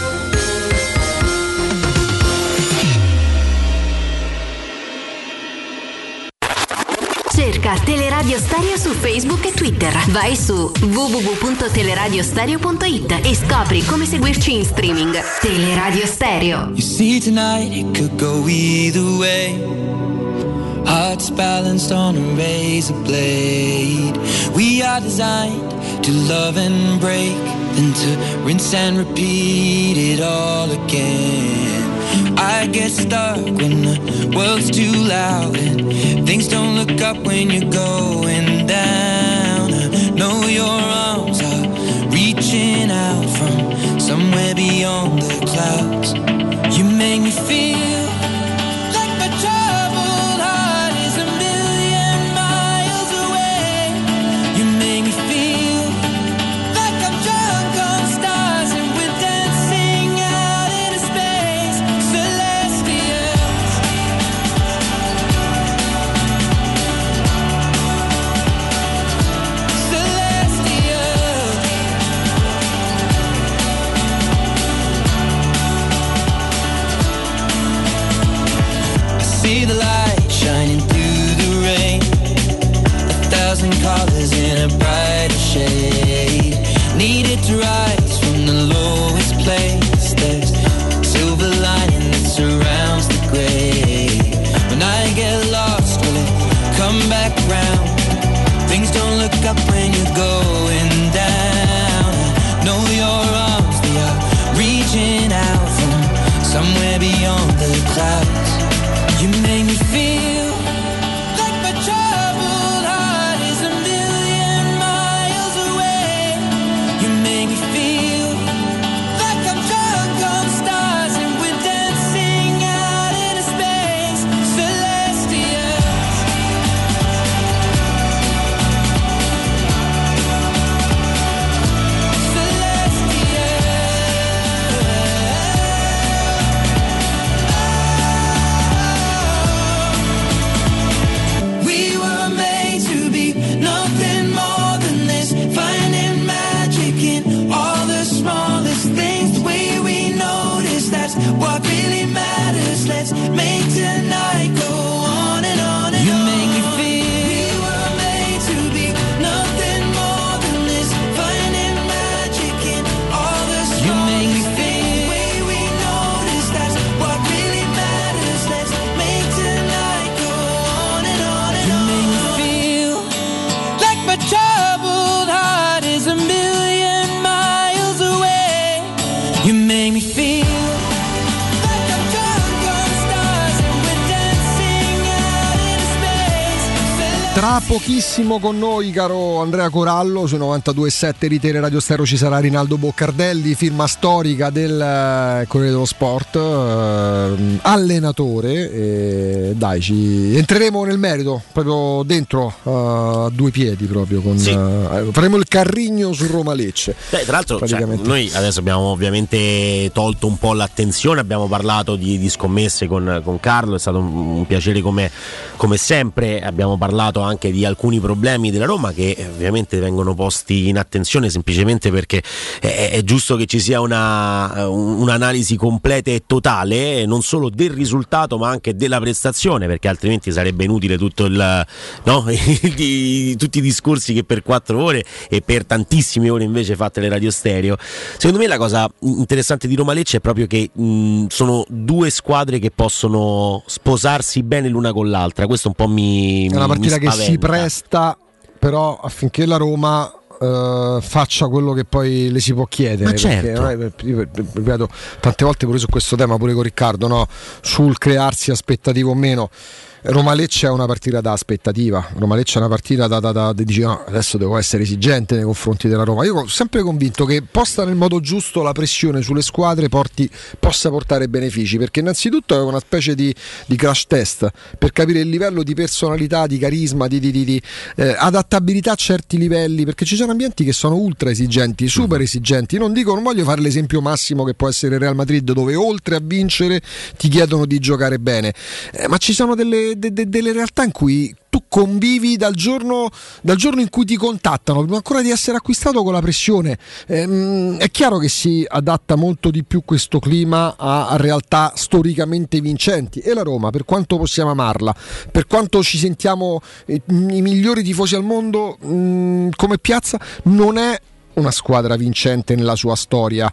Cerca Teleradio Stereo su Facebook e Twitter. Vai su w w w punto teleradiostereo punto i t e scopri come seguirci in streaming. Teleradio Stereo. You see tonight it could go either way. Hearts balanced on a razor blade. We are designed to love and break, then to rinse and repeat it all again. I get stuck when the world's too loud and things don't look up when you're going down. I know your arms are reaching out from somewhere beyond the clouds. You make me feel like my troubled heart is a million miles away. You make me feel like I'm drunk on stars and we're dancing out into space. Celestial. Celestial. I see the light shining through the rain, a thousand colors in a brighter shade. Needed to rise from the lowest place. There's silver lining that surrounds the gray. When I get lost, will it come back round? Things don't look up when you're going down. I know your arms, they are reaching out from somewhere beyond the clouds. You make me feel like my troubled heart is a million miles away. You make me feel like I'm drunk on stars and we're dancing out into space. Celestial. We were made to be nothing more than this, finding magic in all the smallest things. The way we notice, that's what really matters. Let's make tonight go on and on and you on. You make me feel we were made to be nothing more than this, finding magic in all the smallest you make me feel the way we notice, that's what really matters. Let's make tonight go on and on and you on. You make me feel like my troubled heart is a million miles away. You make me feel like I'm drunk on stars and we're dancing out into space. Tra pochissimo con noi, caro Andrea Corallo, su novantadue virgola sette Ritere Radio Stereo ci sarà Rinaldo Boccardelli, firma storica del eh, Corriere dello Sport, eh, allenatore. E dai, ci entreremo nel merito, proprio dentro, eh, a due piedi, proprio con, Sì. eh, faremo il carrigno su Roma Lecce. Beh, tra l'altro, cioè, praticamente. noi adesso abbiamo ovviamente tolto un po' l'attenzione, abbiamo parlato di, di scommesse con, con Carlo, è stato un, un piacere come, come sempre, abbiamo parlato anche di alcuni problemi della Roma che eh, ovviamente vengono posti in attenzione semplicemente perché è, è giusto che ci sia una, un'analisi completa e totale, non solo del risultato ma anche della prestazione, perché altrimenti sarebbe inutile tutto il, no? di, tutti i discorsi che per quattro ore e per tantissime ore invece fatte le Radio Stereo. Secondo me la cosa interessante di Roma Lecce è proprio che mh, sono due squadre che possono sposarsi bene l'una con l'altra, questo un po' mi È una partita mi che si spaventa. presta però affinché la Roma eh, faccia quello che poi le si può chiedere. Ma certo. Perché, io, ripeto, tante volte pure su questo tema, pure con Riccardo, no? Sul crearsi aspettative o meno. Roma Lecce è una partita da aspettativa. Roma Lecce è una partita da, da, da, da dici no, adesso devo essere esigente nei confronti della Roma. Io ho sempre convinto che posta nel modo giusto la pressione sulle squadre porti, possa portare benefici, perché innanzitutto è una specie di, di crash test per capire il livello di personalità, di carisma, di, di, di, di eh, adattabilità a certi livelli, perché ci sono ambienti che sono ultra esigenti, super esigenti. Non dico, non voglio fare l'esempio massimo che può essere il Real Madrid, dove oltre a vincere ti chiedono di giocare bene, eh, ma ci sono delle delle, de, de, delle realtà in cui tu convivi dal giorno, dal giorno in cui ti contattano, prima ancora di essere acquistato, con la pressione. Ehm, è chiaro che si adatta molto di più questo clima a, a realtà storicamente vincenti, e la Roma, per quanto possiamo amarla, per quanto ci sentiamo eh, i migliori tifosi al mondo, mh, come piazza, non è una squadra vincente nella sua storia.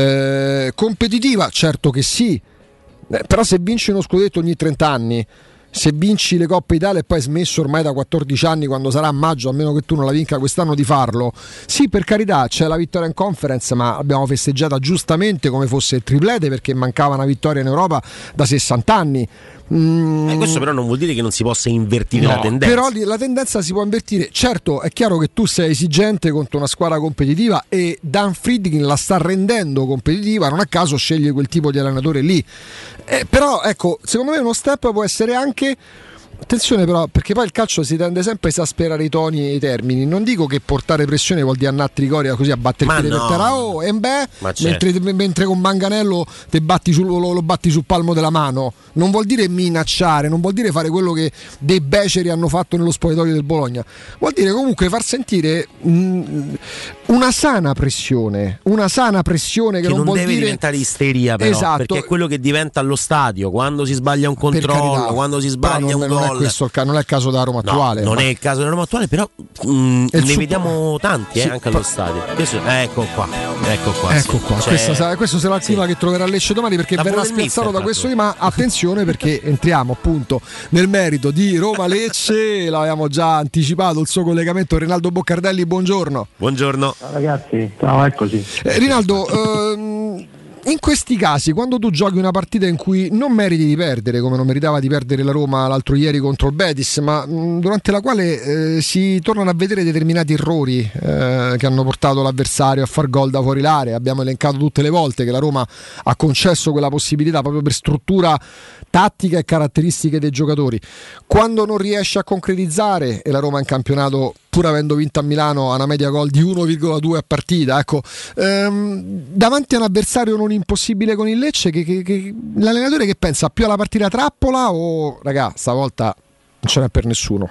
Eh, competitiva, certo che sì, eh, però se vinci uno scudetto ogni trenta anni, se vinci le Coppe Italia e poi hai smesso ormai da quattordici anni, quando sarà a maggio, a meno che tu non la vinca quest'anno, di farlo, sì, per carità, c'è la vittoria in Conference, ma l'abbiamo festeggiata giustamente come fosse il triplete, perché mancava una vittoria in Europa da sessanta anni. Mm. Eh, questo però non vuol dire che non si possa invertire No, la tendenza. Però la tendenza si può invertire. Certo, è chiaro che tu sei esigente contro una squadra competitiva, e Dan Friedkin la sta rendendo competitiva, non a caso sceglie quel tipo di allenatore lì. Eh, però ecco, secondo me uno step può essere anche, attenzione però, perché poi il calcio si tende sempre a esasperare i toni e i termini. Non dico che portare pressione vuol dire annare Trigoria così a battere il piede no. per terra, oh, e beh, certo. mentre, mentre con Manganello te batti sul, lo, lo batti sul palmo della mano. Non vuol dire minacciare, non vuol dire fare quello che dei beceri hanno fatto nello spogliatoio del Bologna. Vuol dire comunque far sentire mh, una sana pressione, una sana pressione che, che non, non vuol deve dire diventare isteria, però, esatto, perché è quello che diventa allo stadio, quando si sbaglia un controllo, carità, quando si sbaglia non, un non gol. È questo il ca- non è il caso della Roma No, attuale. non ma... è il caso della Roma attuale, però mh, ne suo... vediamo tanti eh, sì, anche allo pa- stadio. Questo, ecco qua, ecco qua. Ecco sì. qua, Cioè, questa, questo sarà il clima sì. che troverà Lecce domani, perché La verrà pure il spiazzato mister, da questo tanto. clima. Attenzione, perché entriamo appunto nel merito di Roma-Lecce. L'avevamo già anticipato il suo collegamento. Rinaldo Boccardelli, buongiorno. Buongiorno. Ciao ragazzi, ciao, eccoci. Eh, Rinaldo, ehm, in questi casi, quando tu giochi una partita in cui non meriti di perdere, come non meritava di perdere la Roma l'altro ieri contro il Betis, ma mh, durante la quale eh, si tornano a vedere determinati errori eh, che hanno portato l'avversario a far gol da fuori l'area. Abbiamo elencato tutte le volte che la Roma ha concesso quella possibilità proprio per struttura tattica e caratteristiche dei giocatori. Quando non riesce a concretizzare, e la Roma in campionato, pur avendo vinto a Milano, ha una media gol di uno virgola due a partita, ecco, ehm, davanti a un avversario non impossibile con il Lecce, che, che, che l'allenatore che pensa più alla partita trappola o raga, stavolta non ce n'è per nessuno?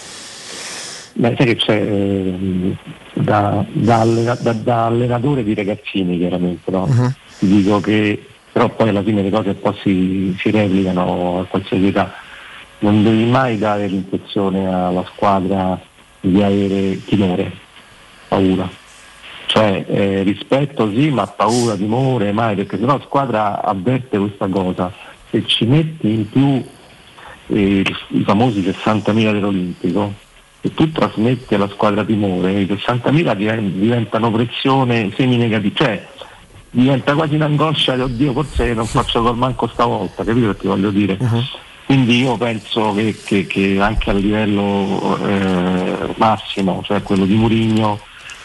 Beh, sai che c'è eh, da, da, allena, da, da allenatore di ragazzini, chiaramente, no? Uh-huh. Ti dico che però poi alla fine le cose un po' si, si replicano a qualsiasi età. Non devi mai dare l'impressione alla squadra di avere timore, paura. Cioè eh, rispetto sì, ma paura, timore mai, perché sennò la squadra avverte questa cosa. Se ci metti in più eh, i famosi sessantamila dell'Olimpico, e tu trasmetti alla squadra timore, i sessantamila diventano pressione semi-negativa, cioè diventa quasi un'angoscia di oddio, forse non faccio gol manco stavolta, capito che ti voglio dire? Uh-huh. Quindi io penso che, che, che anche a livello eh, massimo, cioè quello di Mourinho,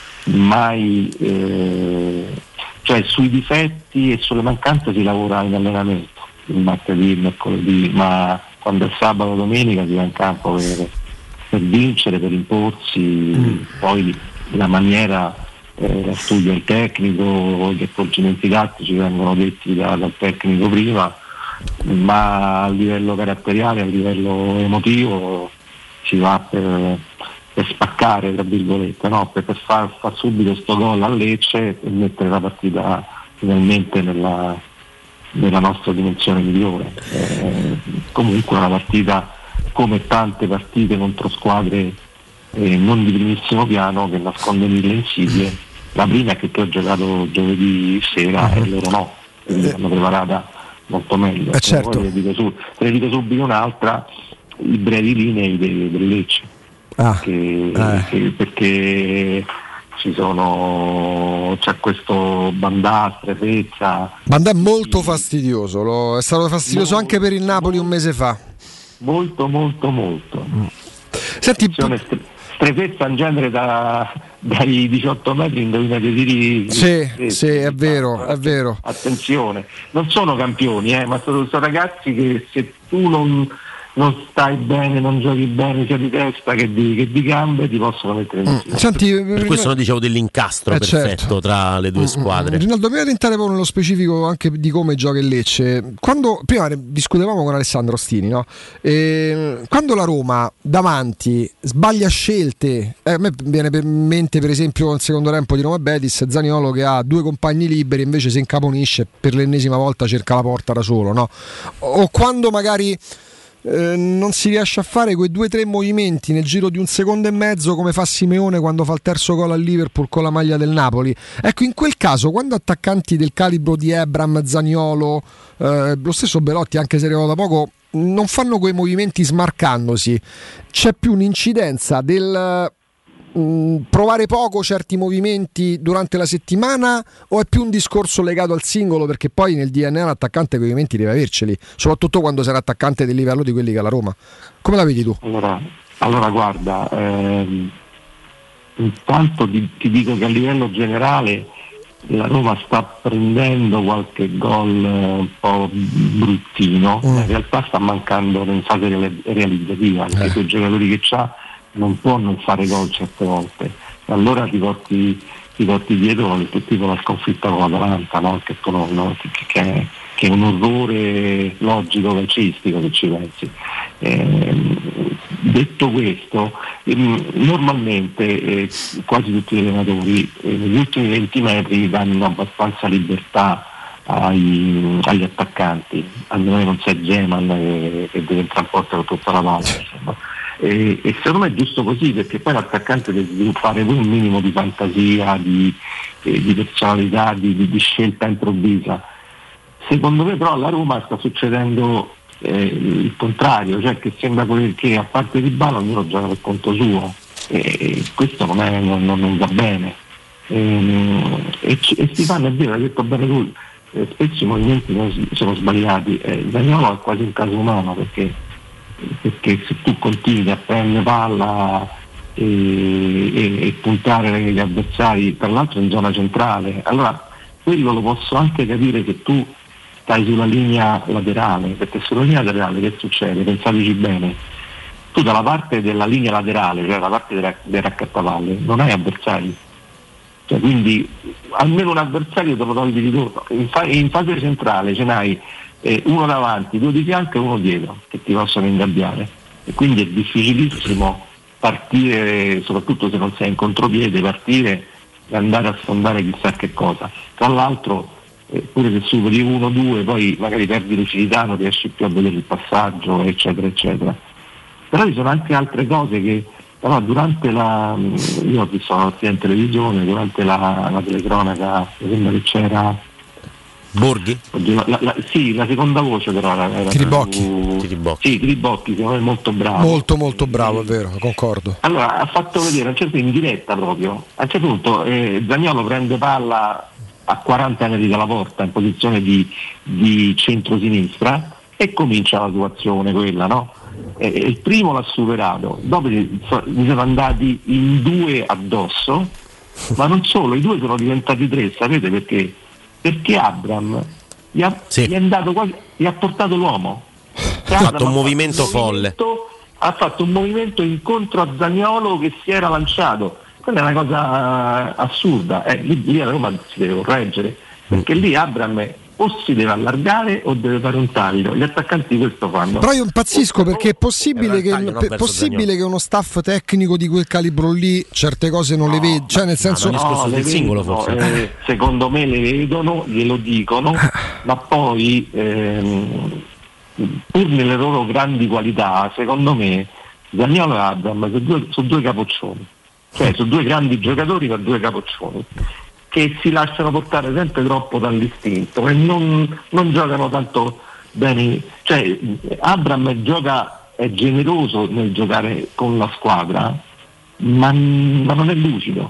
mai eh, cioè sui difetti e sulle mancanze si lavora in allenamento il martedì, il mercoledì, ma quando è sabato o domenica si va in campo per, per vincere, per imporsi. Mm. Poi la maniera eh, la studia il tecnico, gli accorgimenti tattici vengono detti da, dal tecnico prima, ma a livello caratteriale, a livello emotivo si va per, per spaccare, tra virgolette, no? per, per far, far subito sto gol a Lecce e mettere la partita finalmente nella, nella nostra dimensione migliore. Eh, comunque una partita come tante partite contro squadre eh, non di primissimo piano, che nascondono mille insidie. La prima è che tu hai giocato giovedì sera uh-huh. e loro no, quindi l'hanno preparata molto meglio. Eh certo. Poi te ne dico, su, te ne dico subito un'altra, i brevi linei del de Lecce, ah. che, eh. che, perché ci sono, c'è questo Bandà, Strefezza. Bandà è molto fastidioso, lo, è stato fastidioso molto, anche per il Napoli un mese fa. Molto molto molto. Mm. Senti, Strefezza in genere da, dai diciotto metri indovina dei tiri. Sì, sì, sì, è vero, è vero. Attenzione, non sono campioni, eh, ma sono, sono ragazzi che se tu non, non stai bene, non giochi bene sia di testa che di, che di gambe, ti possono mettere in mm. Senti, per questo non dicevo dell'incastro eh, perfetto certo. tra le due squadre. Rinaldo, prima di entrare poi nello specifico anche di come gioca il Lecce, quando prima discutevamo con Alessandro Ostini, no? E, quando la Roma davanti sbaglia scelte, eh, a me viene per mente per esempio il secondo tempo di Roma Betis, Zaniolo che ha due compagni liberi invece si incaponisce, per l'ennesima volta cerca la porta da solo, no? O quando magari Eh, non si riesce a fare quei due o tre movimenti nel giro di un secondo e mezzo come fa Simeone quando fa il terzo gol al Liverpool con la maglia del Napoli. Ecco, in quel caso quando attaccanti del calibro di Ebram, Zaniolo, eh, lo stesso Belotti anche se è arrivato da poco, non fanno quei movimenti smarcandosi, c'è più un'incidenza del mh, provare poco certi movimenti durante la settimana, o è più un discorso legato al singolo, perché poi nel D N A l'attaccante quei movimenti deve averceli, soprattutto quando sei un attaccante del livello di quelli che ha la Roma? Come la vedi tu? Allora, allora guarda, ehm, intanto ti, ti dico che a livello generale la Roma sta prendendo qualche gol eh, un po' bruttino, mm. in realtà sta mancando in fase reali- realizzativa, perché eh. quei giocatori che c'ha non può non fare gol certe volte, allora ti porti, ti porti dietro tipo la sconfitta con l'Atalanta, no? Che, no? che, che, che è un orrore logico calcistico, se ci pensi. Eh, detto questo, ehm, normalmente eh, quasi tutti gli allenatori eh, negli ultimi venti metri danno abbastanza libertà ai, agli attaccanti, almeno non c'è Geman che, che deve entrare in porta con tutta la palla, insomma. E, e secondo me è giusto così, perché poi l'attaccante deve sviluppare pure un minimo di fantasia, di, eh, di personalità, di, di, di scelta improvvisa. Secondo me però alla Roma sta succedendo eh, il contrario, cioè che sembra che a parte Di Bala ognuno gioca per conto suo, e, e questo non, è, non, non va bene, e, e, e si fanno, è vero, hai detto bene tu, eh, spesso i movimenti sono, sono sbagliati. eh, Zaniolo è quasi un caso umano, perché perché se tu continui a prendere palla e, e, e puntare gli avversari, tra l'altro in zona centrale, allora quello lo posso anche capire che tu stai sulla linea laterale, perché sulla linea laterale che succede? Pensateci bene, tu dalla parte della linea laterale, cioè dalla parte dei, dei raccattavalle, non hai avversari, cioè, quindi almeno un avversario te lo togli di ritorno. In, fa- in fase centrale ce n'hai Eh, uno davanti, due di fianco e uno dietro che ti possono ingabbiare, e quindi è difficilissimo partire, soprattutto se non sei in contropiede, partire e andare a sfondare chissà che cosa. Tra l'altro eh, pure se superi uno due poi magari perdi lucidità, non riesci più a vedere il passaggio, eccetera eccetera. Però ci sono anche altre cose che però durante la io ho visto la partita in televisione, durante la, la telecronaca mi sembra che c'era Borghi? La, la, la, sì, la seconda voce però era, era Tiribocchi. Più... Tiribocchi. Sì, Tiribocchi, secondo me è molto bravo. Molto molto bravo, è vero, concordo. Allora, ha fatto vedere a un certo punto, in diretta proprio, a un certo punto eh, Zaniolo prende palla a quaranta metri dalla porta in posizione di, di centro-sinistra e comincia la sua azione quella, no? E, e il primo l'ha superato, dopo gli sono andati in due addosso, ma non solo, i due sono diventati tre, sapete perché? Perché Abram gli ha, sì. gli è andato quasi, gli ha portato l'uomo. Ha fatto un movimento folle. Ha fatto un movimento incontro a Zaniolo che si era lanciato. Quella è una cosa assurda. Eh, lì, lì a Roma si deve correggere, perché lì Abram è, o si deve allargare o deve fare un taglio. Gli attaccanti questo fanno. Però io impazzisco, perché è possibile, che, taglio, pe- possibile che uno staff tecnico di quel calibro lì certe cose non no, le vede, cioè nel senso no, no, del singolo forse. Eh, secondo me le vedono, glielo dicono, ma poi ehm, pur nelle loro grandi qualità, secondo me Zaniolo e Abram sono due, sono due capoccioni, cioè sono due grandi giocatori per due capoccioni che si lasciano portare sempre troppo dall'istinto e non, non giocano tanto bene. Cioè Abram gioca, è generoso nel giocare con la squadra, ma, ma non è lucido.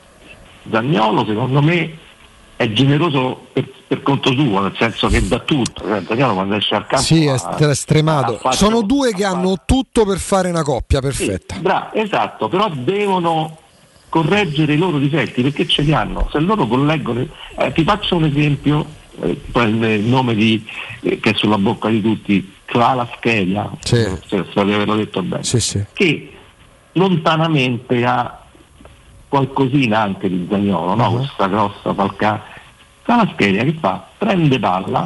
Zaniolo secondo me è generoso per, per conto suo, nel senso che dà tutto. Cioè, Zaniolo quando esce al campo sì, è stremato. Sono due che hanno tutto per fare una coppia perfetta. Sì, bravo, esatto, però devono correggere i loro difetti, perché ce li hanno. Se loro colleggono, eh, ti faccio un esempio, eh, poi il nome di, eh, che è sulla bocca di tutti, Kvaratskhelia, sì. se so di averlo detto bene, sì, sì. che lontanamente ha qualcosina anche di Zaniolo, no? Uh-huh. Questa grossa falcata. Kvaratskhelia che fa? Prende palla,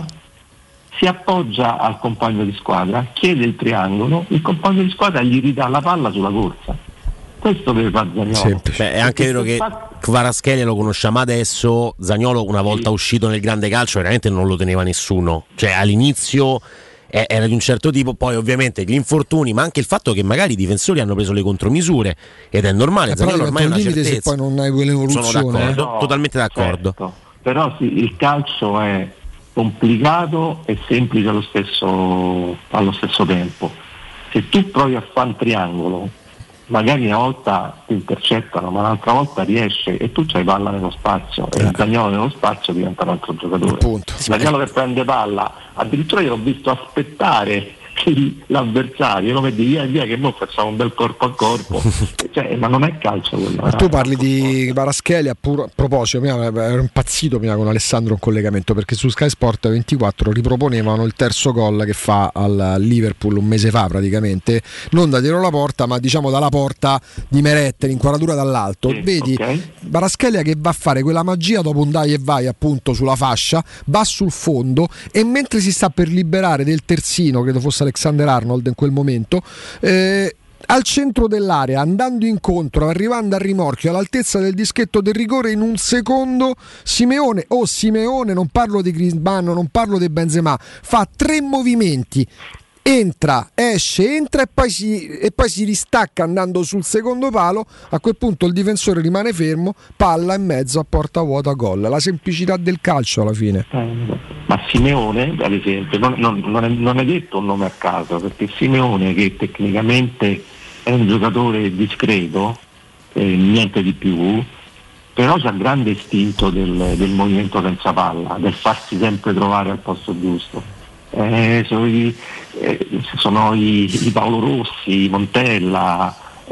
si appoggia al compagno di squadra, chiede il triangolo, il compagno di squadra gli ridà la palla sulla corsa. Questo deve fare Zaniolo. Beh, è anche vero che Kvaratskhelia lo conosciamo adesso, Zaniolo una volta sì. uscito nel grande calcio veramente non lo teneva nessuno, cioè all'inizio era di un certo tipo, poi ovviamente gli infortuni, ma anche il fatto che magari i difensori hanno preso le contromisure ed è normale, eh, Zaniolo ormai è una certezza. Se poi non hai quell'evoluzione, sono d'accordo, no, totalmente d'accordo. Certo. Però sì, il calcio è complicato e semplice allo stesso, allo stesso tempo. Se tu provi a fare un triangolo, magari una volta ti intercettano, ma un'altra volta riesce e tu c'hai palla nello spazio e il Zaniolo nello spazio diventa un altro giocatore. Il Zaniolo che prende palla, addirittura io l'ho visto aspettare l'avversario, lo metti via via che mo facciamo un bel corpo a corpo, cioè, ma non è calcio quello. Ma tu parli di Kvaratskhelia, a proposito, prima ero impazzito prima con Alessandro un collegamento perché su Sky Sport ventiquattro riproponevano il terzo gol che fa al Liverpool un mese fa praticamente, non da dietro la porta ma diciamo dalla porta di Meret, l'inquadratura dall'alto, sì, vedi Kvaratskhelia che va a fare quella magia dopo un dai e vai appunto sulla fascia, va sul fondo e mentre si sta per liberare del terzino, credo fosse Alexander Arnold in quel momento, eh, al centro dell'area, andando incontro, arrivando al rimorchio all'altezza del dischetto del rigore, in un secondo Simeone o oh, Simeone, non parlo di Griezmann, non parlo di Benzema, fa tre movimenti, entra, esce, entra e poi, si, e poi si ristacca andando sul secondo palo. A quel punto il difensore rimane fermo, palla in mezzo a porta vuota, gol. La semplicità del calcio alla fine. Ma Simeone, ad esempio, non, non, non, è, non è detto un nome a caso, perché Simeone, che tecnicamente è un giocatore discreto, eh, niente di più, però c'ha grande istinto del, del movimento senza palla, del farsi sempre trovare al posto giusto. Eh, sono i, eh, sono i, i Paolo Rossi, i Montella,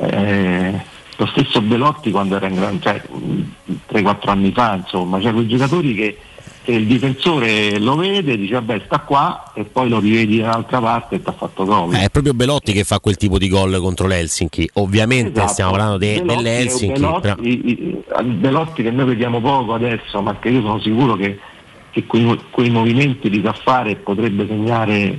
eh, lo stesso Belotti quando era in gran, cioè tre quattro anni fa, insomma, cioè quei giocatori che, che il difensore lo vede, dice vabbè sta qua e poi lo rivedi dall'altra parte e ti ha fatto gol. Eh, è proprio Belotti che fa quel tipo di gol contro l'Helsinki, ovviamente esatto. Stiamo parlando de, Belotti, dell'Helsinki. Belotti, però... i, i, Belotti che noi vediamo poco adesso, ma che io sono sicuro che che quei, quei movimenti li sa fare e potrebbe segnare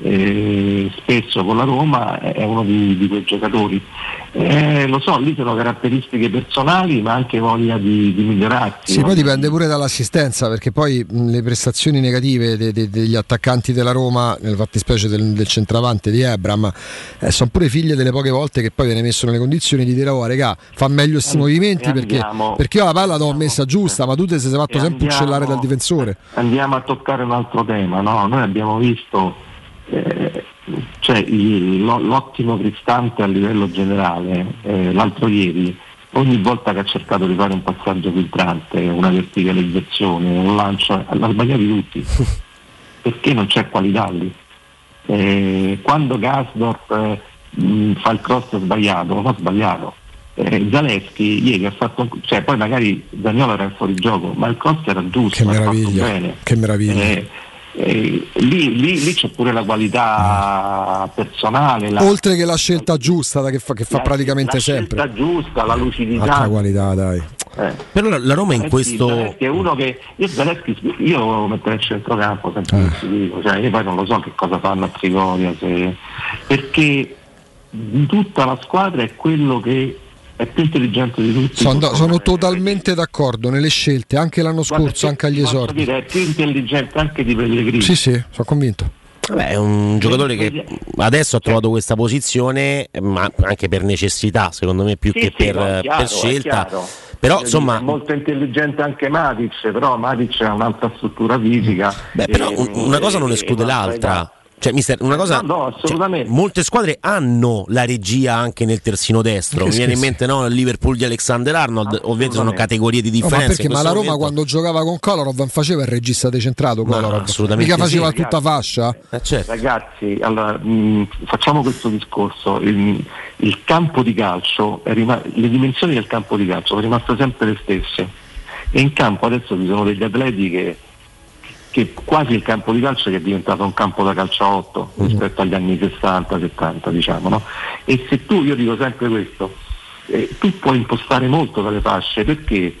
eh, spesso con la Roma, è uno di, di quei giocatori. Eh, lo so, lì sono caratteristiche personali ma anche voglia di, di migliorarsi. Sì, poi dipende pure dall'assistenza, perché poi mh, le prestazioni negative de, de, degli attaccanti della Roma, nel fattispecie del, del centravanti di Ebram, eh, sono pure figlie delle poche volte che poi viene messo nelle condizioni di dire oh regà, fa meglio questi eh, movimenti perché, perché io la palla l'ho messa giusta, ma tu ti sei fatto sempre andiamo, uccellare dal difensore. Andiamo a toccare un altro tema, no? Noi abbiamo visto Eh, cioè il, l'ottimo Cristante a livello generale, eh, l'altro ieri ogni volta che ha cercato di fare un passaggio filtrante, una verticalizzazione, un lancio, l'ha sbagliato tutti perché non c'è qualità lì. Eh, quando Gasdorp eh, mh, fa il cross sbagliato, lo fa sbagliato. Eh, Zalewski ieri ha fatto un, cioè poi magari Zaniolo era in fuorigioco ma il cross era giusto, che meraviglia, bene. Che meraviglia. Eh, Eh, lì, lì, lì c'è pure la qualità personale, la, oltre che la scelta giusta che fa, che fa la, praticamente la sempre la scelta giusta, la lucidità, altra qualità dai. Eh. Però la Roma in eh questo sì, Zalewski è uno che io Zalewski io lo metterei in centrocampo sempre eh. dico, cioè, io poi non lo so che cosa fanno a Trigoria se, perché di tutta la squadra è quello che è più intelligente di tutti. Sono, sono totalmente d'accordo nelle scelte, anche l'anno scorso, anche agli esordi. Dire, è più intelligente anche di Pellegrini. Sì, sì, sono convinto. Beh, è un giocatore che adesso ha trovato questa posizione, ma anche per necessità, secondo me, più sì, che sì, per, no, chiaro, per scelta. Però insomma è molto intelligente anche Matic, però Matic ha un'altra struttura fisica. Beh, però e, una cosa non esclude e, l'altra. Cioè, mister, una cosa, no, no, assolutamente. Cioè, molte squadre hanno la regia anche nel terzino destro. Mi viene in mente no, il Liverpool di Alexander Arnold, ovviamente sono categorie di differenza. No, ma perché? Ma la Roma momento... quando giocava con Kolarov faceva il regista decentrato. Kolarov. Assolutamente. Mica faceva sì, tutta ragazzi, fascia. Eh, certo. Ragazzi, allora mh, facciamo questo discorso. Il, il campo di calcio, è rim- le dimensioni del campo di calcio sono rimaste sempre le stesse. E in campo adesso ci sono degli atleti che che quasi il campo di calcio che è diventato un campo da calcio a otto mm. rispetto agli anni sessanta settanta, diciamo, no? E se tu, io dico sempre questo, eh, tu puoi impostare molto dalle fasce, perché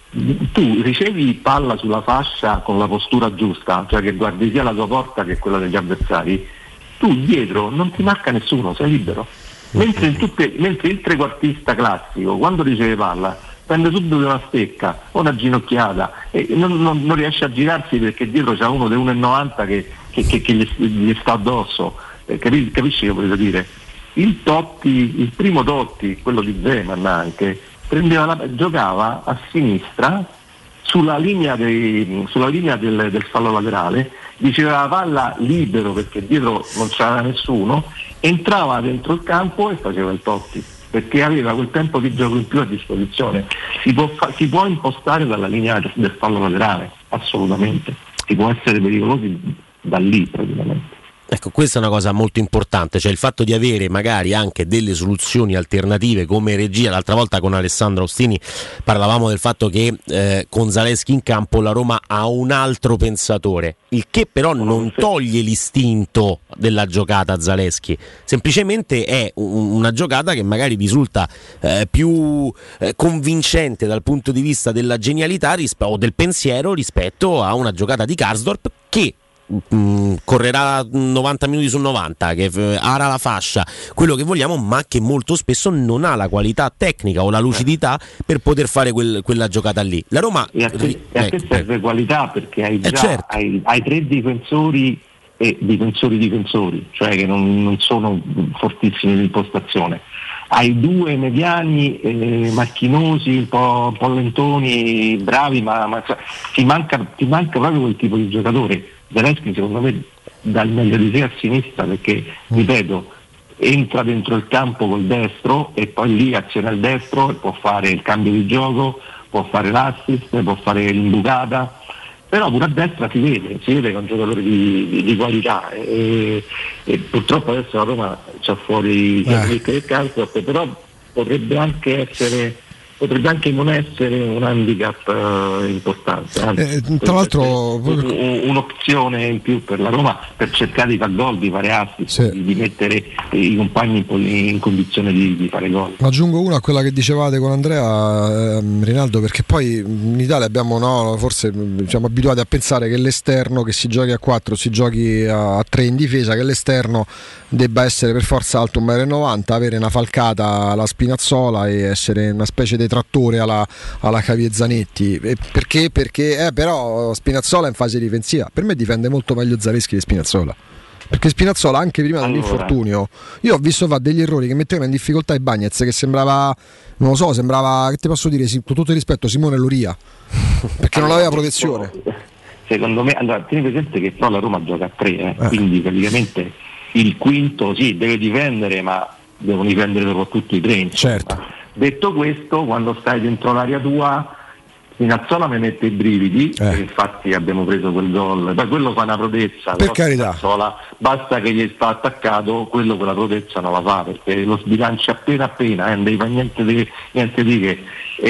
tu ricevi palla sulla fascia con la postura giusta, cioè che guardi sia la tua porta che quella degli avversari, tu dietro non ti marca nessuno, sei libero. Mentre, in tutte, mentre il trequartista classico, quando riceve palla, prende subito una stecca o una ginocchiata e non, non, non riesce a girarsi perché dietro c'è uno di uno e novanta che, che, che, che gli, gli sta addosso. Eh, capisci, capisci che voglio dire? Il Totti, il primo Totti, quello di Zeman anche, prendeva la, giocava a sinistra sulla linea, dei, sulla linea del, del fallo laterale, riceveva la palla libero perché dietro non c'era nessuno, entrava dentro il campo e faceva il Totti, perché aveva quel tempo di gioco in più a disposizione. Si può, fa- si può impostare dalla linea del fallo laterale, assolutamente, si può essere pericolosi da lì praticamente. Ecco, questa è una cosa molto importante, cioè il fatto di avere magari anche delle soluzioni alternative come regia. L'altra volta con Alessandro Ostini parlavamo del fatto che eh, con Zalewski in campo la Roma ha un altro pensatore, il che però non toglie l'istinto della giocata a Zalewski, semplicemente è un, una giocata che magari risulta eh, più eh, convincente dal punto di vista della genialità risp- o del pensiero rispetto a una giocata di Karsdorp che Mm, correrà novanta minuti su novanta, che eh, ara la fascia, quello che vogliamo, ma che molto spesso non ha la qualità tecnica o la lucidità per poter fare quel, quella giocata lì. La Roma e a te, e a te eh, serve eh. qualità, perché hai già eh certo. hai, hai tre difensori e difensori difensori, cioè che non, non sono fortissimi in impostazione. Hai due mediani eh, macchinosi, un po', un po' lentoni, bravi, ma, ma cioè, ti, manca, ti manca proprio quel tipo di giocatore. Zalewski secondo me dà il meglio di sé a sinistra, perché mm. ripeto, entra dentro il campo col destro e poi lì aziona il destro e può fare il cambio di gioco, può fare l'assist, può fare l'imbucata, però pure a destra si vede, si vede che è un giocatore di, di, di qualità e, e purtroppo adesso la Roma c'ha fuori sia eh. che il calcio, però potrebbe anche essere potrebbe anche non essere un handicap uh, importante, anzi, eh, tra l'altro un, un'opzione in più per la Roma per cercare di fare gol, di fare assist, sì. di, di mettere i compagni in, in condizione di, di fare gol. Aggiungo una a quella che dicevate con Andrea, ehm, Rinaldo, perché poi in Italia abbiamo, no, forse siamo abituati a pensare che l'esterno, che si giochi a quattro, si giochi a tre in difesa, che l'esterno debba essere per forza alto un metro e novanta, avere una falcata alla Spinazzola e essere una specie di trattore alla, alla Javier Zanetti. E perché? Perché eh, però Spinazzola è in fase difensiva. Per me difende molto meglio Zalewski di Spinazzola, perché Spinazzola anche prima allora. dell'infortunio io ho visto fare degli errori che mettevano in difficoltà i Bagnez, che sembrava, non lo so, sembrava, che ti posso dire, con tutto il rispetto, Simone Loria, perché non aveva protezione. Secondo me, allora tieni presente che però la Roma gioca a tre, eh, eh. quindi praticamente il quinto sì deve difendere, ma devono difendere soprattutto i tre. Certo. Detto questo, quando stai dentro l'area tua, Spinazzola mi mette i brividi, eh. infatti abbiamo preso quel gol, poi quello fa una prodezza, per carità. Spinazzola, basta che gli sta attaccato, quello quella prodezza non la fa, perché lo sbilancia appena appena, eh, non devi fare niente di, niente di che.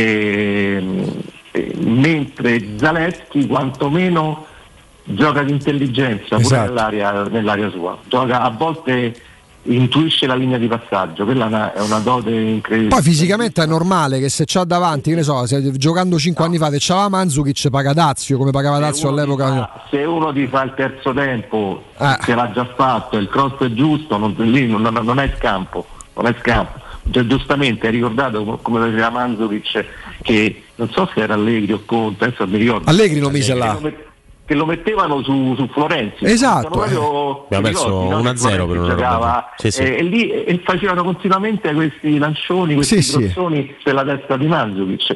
E, e, mentre Zalewski quantomeno gioca di intelligenza, esatto. pure nell'area, nell'area sua, gioca a volte, intuisce la linea di passaggio, quella è una, è una dote incredibile. Poi fisicamente è normale che se c'ha davanti, che ne so, se, giocando cinque no. anni fa te c'aveva Mandzukic, paga Dazio come pagava Dazio all'epoca. Fa, se uno ti fa il terzo tempo, eh. se l'ha già fatto, il cross è giusto, non, lì non, non è scampo, non è scampo. Gi- giustamente hai ricordato come faceva Mandzukic, che non so se era Allegri o Conte, adesso mi ricordo. Allegri lo mise là. Che lo mettevano su, su Florenzi, esatto, proprio, abbiamo perso uno a zero per una sì, sì. E, e lì e facevano continuamente questi lancioni, questi sì, grossoni sì. per la testa di Mandzukic,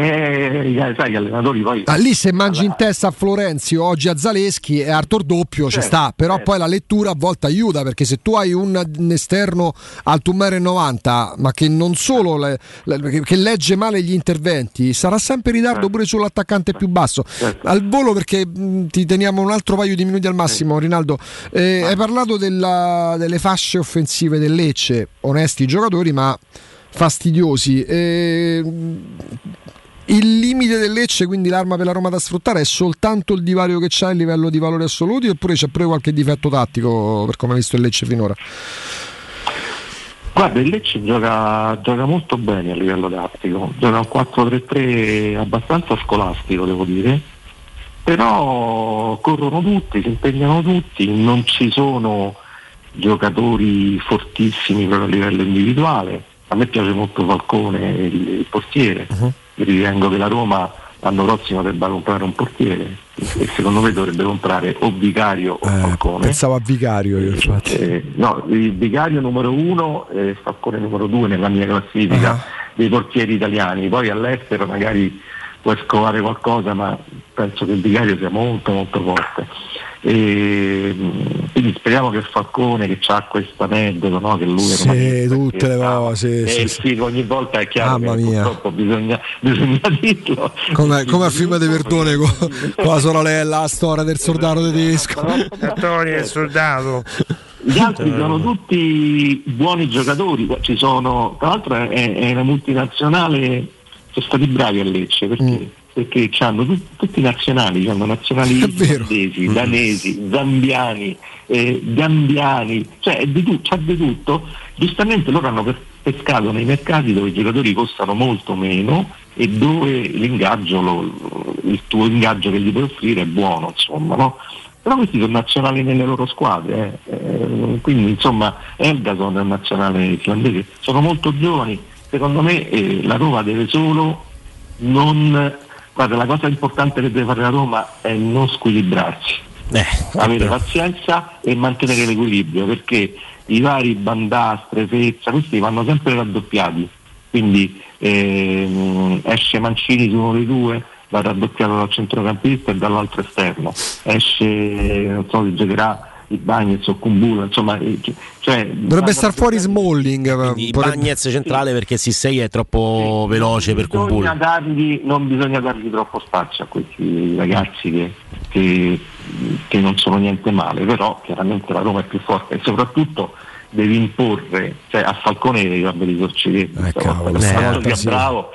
e sai, gli allenatori poi ah, lì se mangi allora. in testa a Florenzi o oggi a Zalewski e Arthur doppio certo, ci sta, però certo. poi la lettura a volte aiuta, perché se tu hai un, un esterno alto un metro e novanta ma che non solo le, le, che legge male gli interventi, sarà sempre in ritardo certo. pure sull'attaccante più basso certo. al volo, perché ti teniamo un altro paio di minuti al massimo. Rinaldo, eh, hai parlato della, delle fasce offensive del Lecce, onesti giocatori ma fastidiosi, eh, Il limite del Lecce, quindi l'arma per la Roma da sfruttare, è soltanto il divario che c'ha a livello di valori assoluti, oppure c'è pure qualche difetto tattico per come ha visto il Lecce finora? Guarda, il Lecce gioca, gioca molto bene a livello tattico, gioca un quattro tre tre abbastanza scolastico, devo dire, però corrono tutti, si impegnano tutti, non ci sono giocatori fortissimi proprio a livello individuale. A me piace molto Falcone, il, il portiere. Uh-huh. Ritengo che la Roma l'anno prossimo debba comprare un portiere e secondo me dovrebbe comprare o Vicario o eh, Falcone. Pensavo a Vicario io, infatti. Eh, no, il Vicario numero uno e Falcone numero due nella mia classifica uh-huh. dei portieri italiani. Poi all'estero magari puoi scovare qualcosa, ma penso che il Vicario sia molto molto forte. E quindi speriamo che Falcone, che ha questo aneddoto, no? Che lui sì, tutte le cose sì, sì, sì, sì. Ogni volta è chiaro Mamma che mia. purtroppo bisogna, bisogna dirlo come, come a Film di Verdone con, con la sorella, la storia del soldato tedesco, storia del soldato. Gli altri sono tutti buoni giocatori, ci sono, tra l'altro è, è una multinazionale, sono stati bravi a Lecce perché mm. perché hanno tutti, tutti nazionali, hanno nazionali islandesi, danesi, zambiani, eh, gambiani, cioè di tu, c'ha di tutto. Giustamente loro hanno pescato nei mercati dove i giocatori costano molto meno e dove l'ingaggio, lo, il tuo ingaggio che gli puoi offrire è buono, insomma, no? Però questi sono nazionali nelle loro squadre, eh. Eh, quindi insomma Elgason è un nazionale islandese, sono molto giovani, secondo me eh, la Roma deve solo non... Guarda, la cosa importante che deve fare la Roma è non squilibrarsi, eh, avere però. pazienza e mantenere l'equilibrio, perché i vari Bandastre, Fezza, questi vanno sempre raddoppiati, quindi ehm, esce Mancini su uno dei due, va raddoppiato dal centrocampista e dall'altro esterno, esce, non so se giocherà i Bagnez o Kumbulla, insomma, cioè, dovrebbe star fuori Smalling, i Bagnez centrale, perché Sissei è troppo sì, veloce per Kumbulla. Dargli, non bisogna dargli troppo spazio a questi ragazzi che, che, che non sono niente male, però chiaramente la Roma è più forte e soprattutto devi imporre, cioè a Falcone devi fare dei sorcidetti, eh, cavolo, eh, sì. bravo.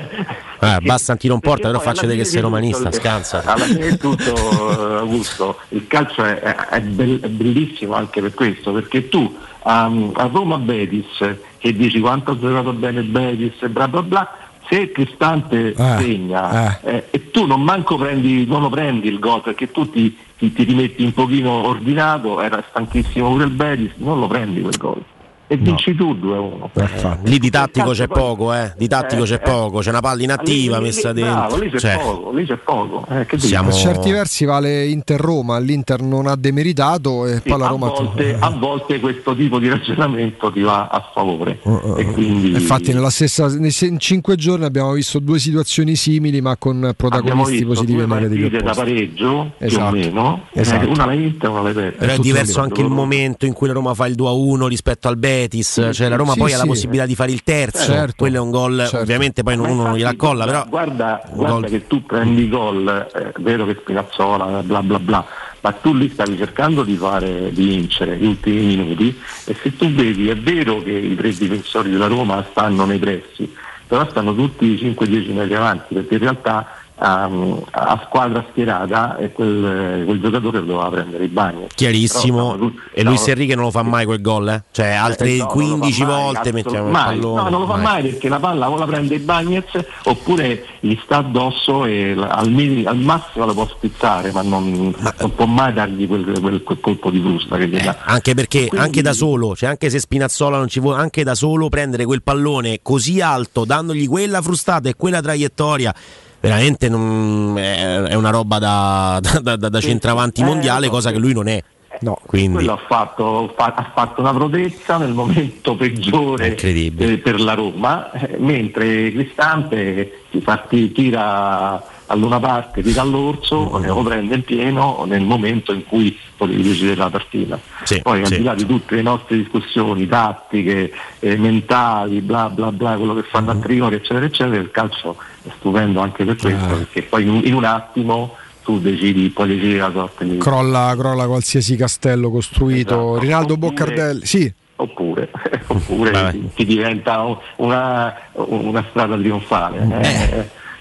Eh, basta anche non porta, però faccia vedere che sei romanista, scansa. Alla fine è tutto Augusto, il calcio è, è, be- è bellissimo anche per questo, perché tu um, a Roma Betis, che dici quanto ha giocato bene Betis e bla bla bla, se Cristante eh, segna eh. Eh, e tu non manco prendi, non lo prendi il gol, perché tu ti, ti, ti rimetti un pochino ordinato, era stanchissimo pure il Betis, non lo prendi quel gol e vinci no. tu due a uno. Eh, lì di tattico c'è poco, eh. Di tattico eh, c'è poco, c'è una palla inattiva lì, messa lì, dentro. Bravo, lì c'è cioè, poco, lì c'è poco. Eh, che siamo... Per certi versi vale Inter-Roma, l'Inter non ha demeritato e sì, poi la a Roma volte, a volte questo tipo di ragionamento ti va a favore. Uh, uh, e quindi... Infatti nella stessa, in cinque giorni abbiamo visto due situazioni simili ma con protagonisti positivi e negativi. Da pareggio, esatto. più o meno, esatto. una la vinta e una la perde. Però è diverso anche il momento in cui la Roma fa il due a uno rispetto al Betis, cioè la Roma sì, poi sì. ha la possibilità di fare il terzo, certo. quello è un gol, certo. ovviamente poi uno non gliela colla, però guarda, guarda gol... che tu prendi gol, è vero che Spinazzola bla bla bla, ma tu lì stavi cercando di fare, di vincere gli ultimi minuti, e se tu vedi è vero che i tre difensori della Roma stanno nei pressi, però stanno tutti cinque dieci metri avanti, perché in realtà Um, a squadra schierata e quel, quel giocatore doveva prendere i bagni. Chiarissimo. Però, e Luis no, Enrique non lo fa mai quel gol, eh? Cioè altre eh, no, quindici mai, volte mettiamo il pallone. No, non lo fa mai, mai perché la palla o la prende i Bagnez oppure gli sta addosso e al, al massimo la può spizzare, ma non, ma non può mai dargli quel, quel, quel colpo di frusta che gli eh, dà. Anche perché Quindi, anche da solo, cioè anche se Spinazzola non ci vuole, anche da solo prendere quel pallone così alto, dandogli quella frustata e quella traiettoria, veramente non, è, è una roba da, da, da, da centravanti mondiale, eh, cosa che lui non è. No, quindi quello ha fatto, fa, ha fatto una prodezza nel momento peggiore eh, per la Roma, eh, mentre Cristante ti, fa, ti tira a Luna Park, tira all'orso, mm-hmm. lo prende in pieno nel momento in cui potevi decidere la partita. Sì, Poi sì, al di là di tutte le nostre discussioni tattiche, eh, mentali, bla bla bla, quello che fanno mm-hmm. a priori, eccetera eccetera, il calcio è stupendo anche per questo, ah. perché poi in, in un attimo tu decidi, poi decidi la sorte di... crolla, crolla qualsiasi castello costruito. Esatto. Rinaldo oppure, Boccardelli, sì. Oppure, oppure ti, ti diventa una, una strada trionfale. Eh.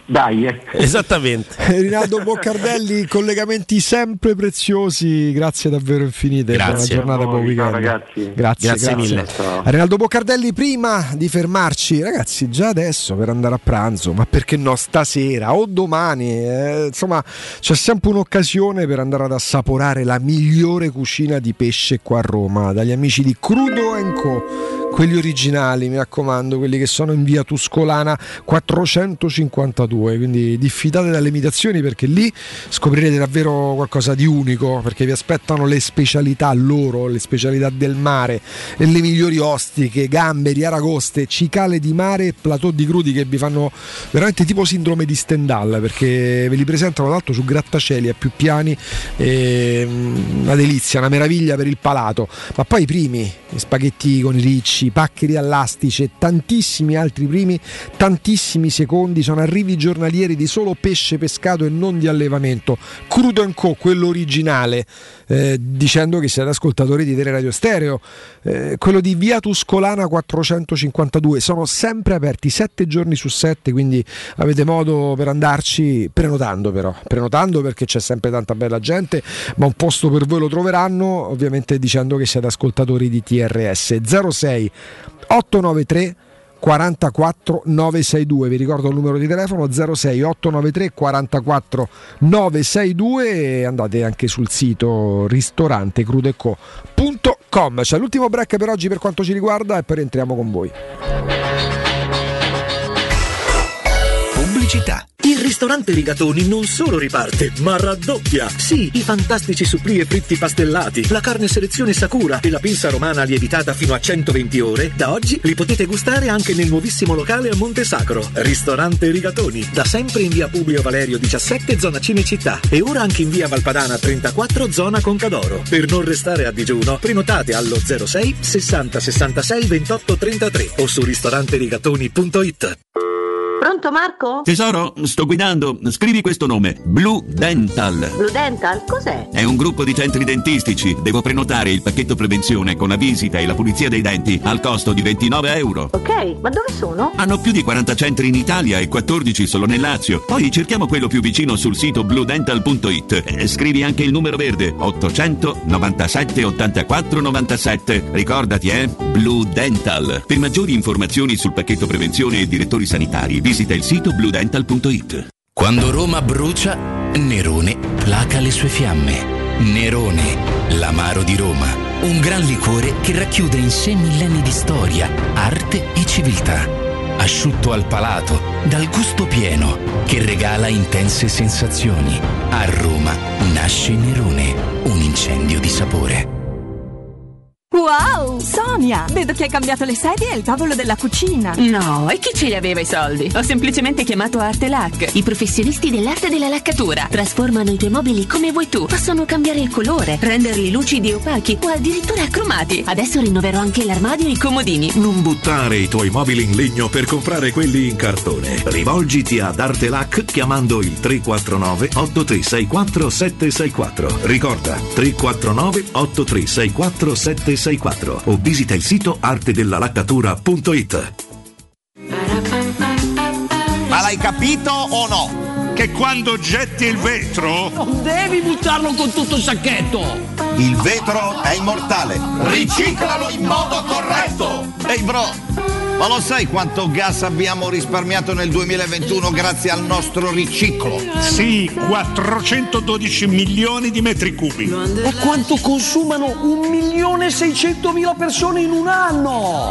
dai. Eh. Esattamente. Rinaldo Boccardelli, collegamenti sempre preziosi, grazie davvero infinite. Grazie. Buona giornata, buon weekend. Ciao, ragazzi. Grazie, Grazie grazie mille. Ciao. A Rinaldo Boccardelli, prima di fermarci, ragazzi, già adesso per andare a pranzo, ma perché no stasera o domani, eh, insomma c'è sempre un'occasione per andare ad assaporare la migliore cucina di pesce qua a Roma, dagli amici di Crudo and Co, quelli originali, mi raccomando, quelli che sono in via Tuscolana quattrocentocinquantadue, quindi diffidate dalle imitazioni, perché lì scoprirete davvero qualcosa di unico, perché vi aspettano le specialità loro, le specialità del mare e le migliori ostiche, gamberi, aragoste, cicale di mare e plateau di crudi che vi fanno veramente tipo sindrome di Stendhal, perché ve li presentano tra l'altro su grattacieli a più piani, e, una delizia, una meraviglia per il palato. Ma poi i primi, gli spaghetti con i ricci, i paccheri all'astice, tantissimi altri primi, tantissimi secondi, sono arrivi giornalieri di solo pesce pescato e non di allevamento. Crudo and Co, quello originale, eh, dicendo che siete ascoltatori di Teleradio Stereo, eh, quello di via Tuscolana quattrocentocinquantadue, sono sempre aperti sette giorni su sette, quindi avete modo per andarci, prenotando però, prenotando perché c'è sempre tanta bella gente, ma un posto per voi lo troveranno, ovviamente dicendo che siete ascoltatori di T R S. Zero sei ottocentonovantatré quarantaquattro novecentosessantadue, vi ricordo il numero di telefono zero sei ottocentonovantatré quarantaquattro novecentosessantadue, e andate anche sul sito ristorante crudo e co punto com. C'è l'ultimo break per oggi per quanto ci riguarda e poi rientriamo con voi. Pubblicità. Il ristorante Rigatoni non solo riparte, ma raddoppia. Sì, i fantastici supplì e fritti pastellati, la carne selezione Sakura e la pinza romana lievitata fino a centoventi ore, da oggi li potete gustare anche nel nuovissimo locale a Monte Sacro. Ristorante Rigatoni, da sempre in via Publio Valerio diciassette, zona Cinecittà, e ora anche in via Valpadana trentaquattro, zona Concadoro. Per non restare a digiuno, prenotate allo zero sei sessanta sessantasei ventotto trentatré o su ristoranterigatoni punto it. Pronto Marco? Tesoro, sto guidando. Scrivi questo nome: Blue Dental. Blue Dental? Cos'è? È un gruppo di centri dentistici. Devo prenotare il pacchetto prevenzione con la visita e la pulizia dei denti al costo di ventinove euro. Ok, ma dove sono? Hanno più di quaranta centri in Italia e quattordici solo nel Lazio. Poi cerchiamo quello più vicino sul sito blue dental punto it. E scrivi anche il numero verde: ottocento novantasette ottantaquattro novantasette. Ricordati, eh? Blue Dental. Per maggiori informazioni sul pacchetto prevenzione e direttori sanitari, visita il sito blue dental punto it. Quando Roma brucia, Nerone placa le sue fiamme. Nerone, l'amaro di Roma. Un gran liquore che racchiude in sé millenni di storia, arte e civiltà. Asciutto al palato, dal gusto pieno, che regala intense sensazioni. A Roma nasce Nerone, un incendio di sapore. Wow, Sonia, vedo che hai cambiato le sedie e il tavolo della cucina. No, e chi ce li aveva i soldi? Ho semplicemente chiamato Artelac, i professionisti dell'arte della laccatura. Trasformano i tuoi mobili come vuoi tu. Possono cambiare il colore, renderli lucidi e opachi o addirittura cromati. Adesso rinnoverò anche l'armadio e i comodini. Non buttare i tuoi mobili in legno per comprare quelli in cartone. Rivolgiti ad Artelac chiamando il tre quattro nove otto tre sei quattro sette sei quattro. Ricorda, tre quattro nove otto tre sei quattro sette sei quattro o visita il sito arte della laccatura punto it. Ma l'hai capito o no? Che quando getti il vetro non devi buttarlo con tutto il sacchetto. Il vetro è immortale. Riciclalo in modo corretto. Ehi bro, ma lo sai quanto gas abbiamo risparmiato nel duemilaventuno grazie al nostro riciclo? Sì, quattrocentododici milioni di metri cubi. E quanto consumano un milione e seicentomila persone in un anno?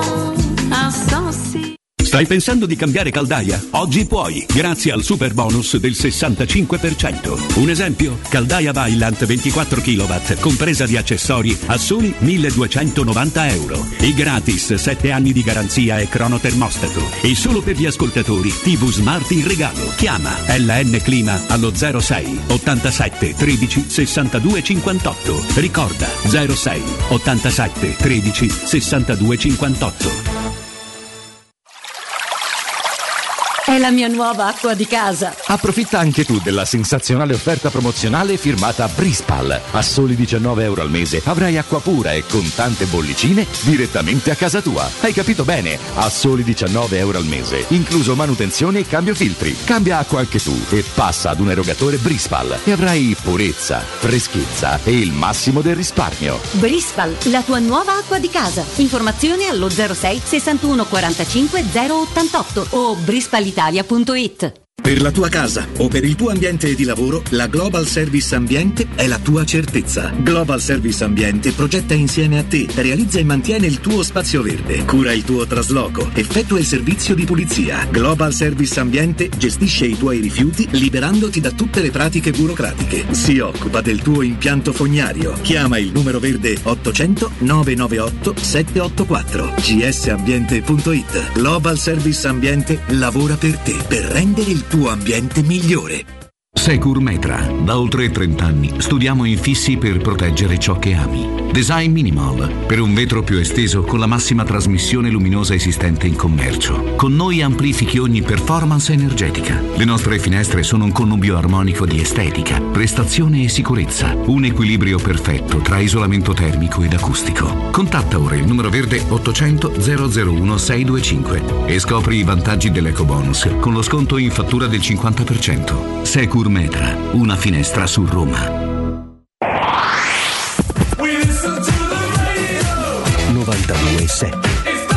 Stai pensando di cambiare caldaia? Oggi puoi, grazie al super bonus del sessantacinque per cento. Un esempio? Caldaia Vaillant ventiquattro chilowatt, compresa di accessori, a soli milleduecentonovanta euro. E gratis sette anni di garanzia e cronotermostato. E solo per gli ascoltatori tivù Smart in regalo. Chiama L N Clima allo zero sei ottantasette tredici sessantadue cinquantotto. Ricorda zero sei ottantasette tredici sessantadue cinquantotto. È la mia nuova acqua di casa. Approfitta anche tu della sensazionale offerta promozionale firmata Brispal. A soli diciannove euro al mese avrai acqua pura e con tante bollicine direttamente a casa tua. Hai capito bene? A soli diciannove euro al mese, incluso manutenzione e cambio filtri. Cambia acqua anche tu e passa ad un erogatore Brispal e avrai purezza, freschezza e il massimo del risparmio. Brispal, la tua nuova acqua di casa. Informazioni allo zero sei sessantuno quarantacinque zero ottantotto o brispalitalia punto it. Per la tua casa o per il tuo ambiente di lavoro, la Global Service Ambiente è la tua certezza. Global Service Ambiente progetta insieme a te, realizza e mantiene il tuo spazio verde, cura il tuo trasloco, effettua il servizio di pulizia. Global Service Ambiente gestisce i tuoi rifiuti liberandoti da tutte le pratiche burocratiche. Si occupa del tuo impianto fognario. Chiama il numero verde ottocento nove nove otto sette otto quattro g s ambiente punto it. Global Service Ambiente lavora per te, per rendere il tuo ambiente migliore. Securmetra. Da oltre trenta anni studiamo infissi per proteggere ciò che ami. Design Minimal, per un vetro più esteso con la massima trasmissione luminosa esistente in commercio. Con noi amplifichi ogni performance energetica. Le nostre finestre sono un connubio armonico di estetica, prestazione e sicurezza. Un equilibrio perfetto tra isolamento termico ed acustico. Contatta ora il numero verde ottocento zero zero uno sei due cinque e scopri i vantaggi dell'ecobonus con lo sconto in fattura del cinquanta per cento. Securmetra, una finestra su Roma. novantadue sette.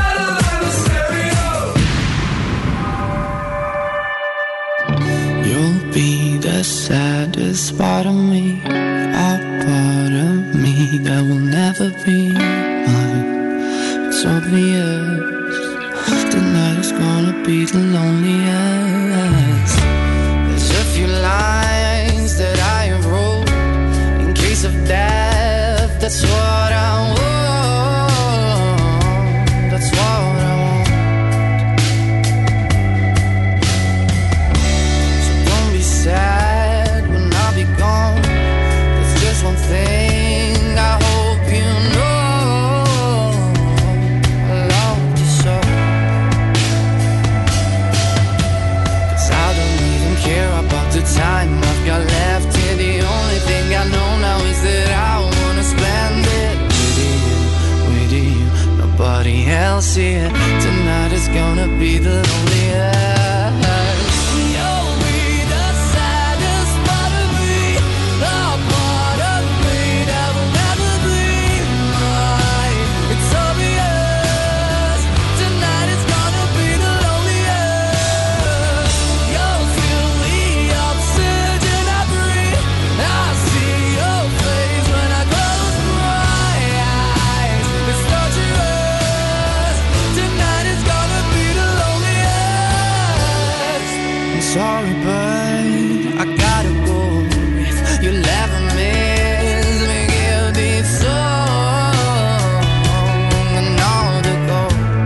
You'll be the saddest part of me, a part of me that will never be mine. It's obvious tonight is gonna be the loneliest. There's a few lines that I have wrote in case of death. That's what I want. That's what I want. So don't be sad when I'll be gone. There's just one thing I hope you know. I love you so. 'Cause I don't even care about the time I've got left here. The only thing I know now is that I wanna spend it with you, with you, nobody else here. Tonight is gonna be the loneliest. You'll be the saddest part of me, the part of me that will never be mine. It's obvious tonight is gonna be the loneliest. You'll feel the oxygen I breathe. I see your face when I close my eyes. It's torturous. Tonight is gonna be the loneliest. I'm sorry, but I gotta go. If you'll ever miss me, give this song an hour to go.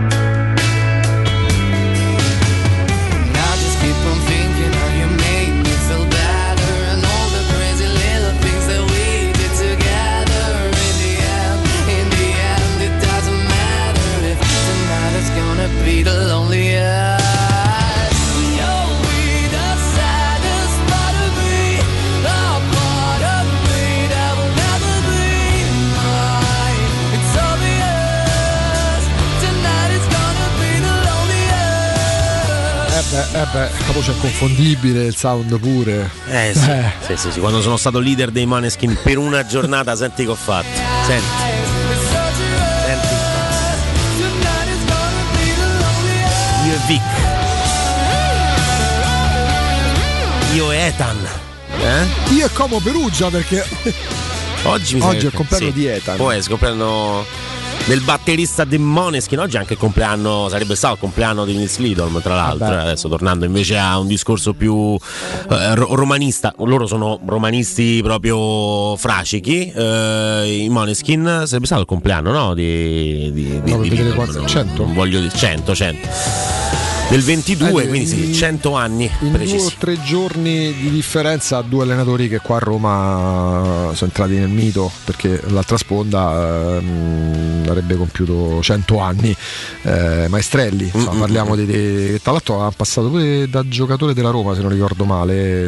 And I just keep on thinking how you make me feel better, and all the crazy little things that we did together. In the end, in the end, it doesn't matter if tonight is gonna be the loneliest. You'll be the saddest part of me, the part of me that will never be mine. It's obvious tonight is gonna be the loneliest. Eh beh, eh beh, la voce è confondibile, il sound pure. Eh sì, sì, sì, sì. Quando sono stato leader dei Maneskin per una giornata, senti che ho fatto. Senti. Senti. Io e Vic. Io e Ethan. Eh? Io e Como Perugia perché Oggi, mi sa oggi che- è il compleanno sì. di Ethan. Poi è il compleanno del batterista dei Måneskin. Oggi è anche il compleanno, sarebbe stato il compleanno di Nils Lidholm, tra l'altro. Vabbè. Adesso tornando invece a un discorso più eh, ro- romanista. Loro sono romanisti proprio frascichi. eh, I Måneskin sarebbe stato il compleanno, no? Di, di, di, No, per di vedere Lidholm, quanto- no? cento? Non voglio dire cento, cento. del ventidue, eh, quindi sì, in, cento anni in precisi. due o tre giorni di differenza, due allenatori che qua a Roma sono entrati nel mito, perché l'altra sponda ehm, avrebbe compiuto cento anni, eh, Maestrelli, insomma, mm-hmm. parliamo di, di tra l'altro ha passato pure da giocatore della Roma, se non ricordo male.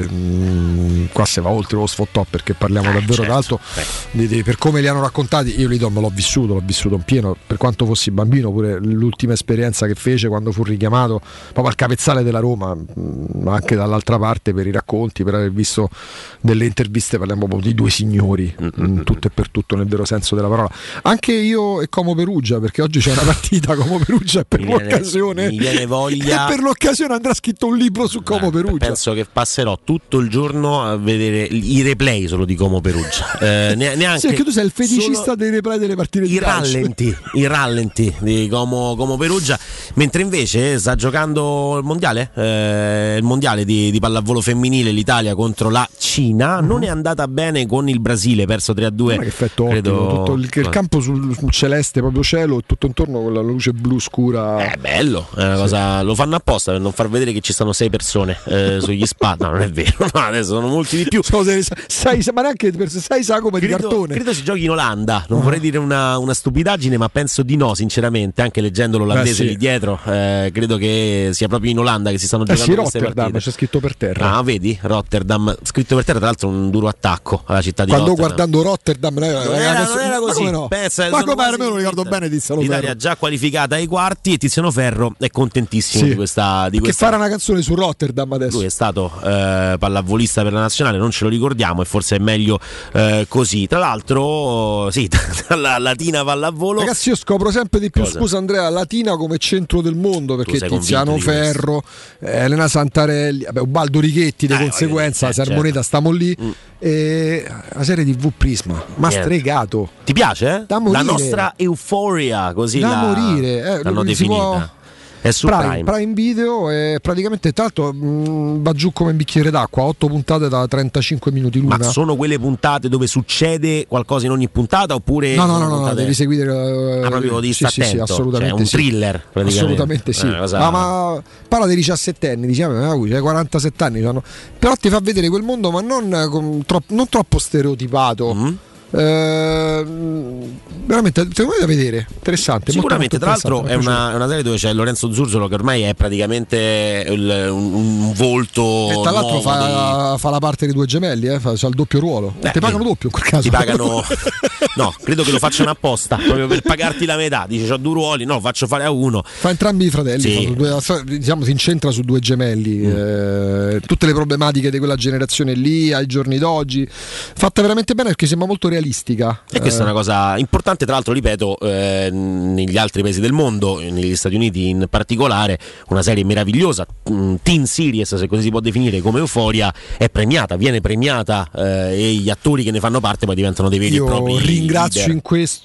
Mm, qua se va oltre lo sfottò, perché parliamo eh, davvero certo. d'altro di, di, per come li hanno raccontati. Io li do, me l'ho vissuto, l'ho vissuto in pieno, per quanto fossi bambino, pure l'ultima esperienza che fece quando fu richiamato proprio al capezzale della Roma, ma anche dall'altra parte per i racconti, per aver visto delle interviste, parliamo proprio di due signori, mm-hmm. tutto e per tutto nel vero senso della parola. Anche io e Como Perugia, perché oggi c'è una partita Como Perugia e per mi l'occasione viene, mi viene voglia, e per l'occasione andrà scritto un libro su Como Perugia. Penso che passerò tutto il giorno a vedere i replay solo di Como Perugia. Eh, neanche sì, perché tu sei il feticista dei replay delle partite di calcio. Rallenti, i rallenti di Como, Como Perugia, mentre invece sta giocando il mondiale, eh, il mondiale di, di pallavolo femminile, l'Italia contro la Cina. Non è andata bene con il Brasile, perso tre a due. Ma che effetto credo... ottimo, tutto il, il campo sul, sul celeste, proprio cielo, e tutto intorno con la luce blu scura. È bello, è una cosa, sì. Lo fanno apposta per non far vedere che ci stanno sei persone eh, sugli spa. No, non è vero, no, adesso sono molti di più. Sei, sei, ma neanche per sei sagome di cartone. Credo si giochi in Olanda, non uh-huh. vorrei dire una, una stupidaggine, ma penso di no, sinceramente, anche leggendo l'olandese Beh, sì. lì dietro, eh, credo che sia proprio in Olanda che si stanno giocando eh sì, queste Rotterdam, partite. C'è scritto per terra. Ah, vedi? Rotterdam, scritto per terra, tra l'altro un duro attacco alla città di Quando Rotterdam. guardando Rotterdam non era, non era, non era così. Ma come no? Pensa, ma come me lo ricordo bene Tiziano Ferro. L'Italia già qualificata ai quarti e Tiziano Ferro è contentissimo sì. di questa di che questa... fare una canzone su Rotterdam adesso. Lui è stato eh, pallavolista per la nazionale, non ce lo ricordiamo e forse è meglio eh, così. Tra l'altro sì, la Latina pallavolo. Ragazzi, io scopro sempre di più, Cosa? scusa Andrea, Latina come centro del mondo, perché Tiziano Ferro, eh, Elena Santarelli, vabbè, Ubaldo Righetti, di eh, conseguenza, eh, Sermoneta, certo. Stiamo lì. Mm. E la serie tivù Prisma, ma stregato. Ti piace? Da la nostra euforia, così da la... morire, eh, l'hanno definita. Può... È su Prime, Prime. Prime Video, e praticamente tra l'altro mh, va giù come un bicchiere d'acqua, otto puntate da trentacinque minuti l'una. Ma sono quelle puntate dove succede qualcosa in ogni puntata oppure no no no, no, puntate... no devi seguire uh, ah, proprio di sì, sì, sì, assolutamente cioè, un sì. thriller praticamente. Assolutamente sì. Eh, cosa... ma, ma parla dei diciassettenni, diciamo, cioè quarantasette anni hanno. Però ti fa vedere quel mondo, ma non, con, troppo, non troppo stereotipato. Mm-hmm. Eh, veramente secondo me da vedere, interessante, sicuramente. Molto, molto tra l'altro è una, è una serie dove c'è Lorenzo Zurzolo che ormai è praticamente il, un, un volto e tra l'altro fa, dei... fa la parte dei due gemelli, eh, fa, fa il doppio ruolo. eh, ti pagano eh, doppio in quel caso, ti pagano no, credo che lo facciano apposta proprio per pagarti la metà. Dice c'ho due ruoli, no, faccio fare a uno. Fa entrambi i fratelli, sì. due, diciamo, si incentra su due gemelli. mm. eh, tutte le problematiche di quella generazione lì ai giorni d'oggi, fatta veramente bene perché sembra molto realistica. E questa eh. è una cosa importante, tra l'altro, ripeto, eh, negli altri paesi del mondo, negli Stati Uniti in particolare, una serie meravigliosa, teen series, se così si può definire, come Euphoria, è premiata, viene premiata eh, e gli attori che ne fanno parte poi diventano dei veri Io e propri ringrazio leader. In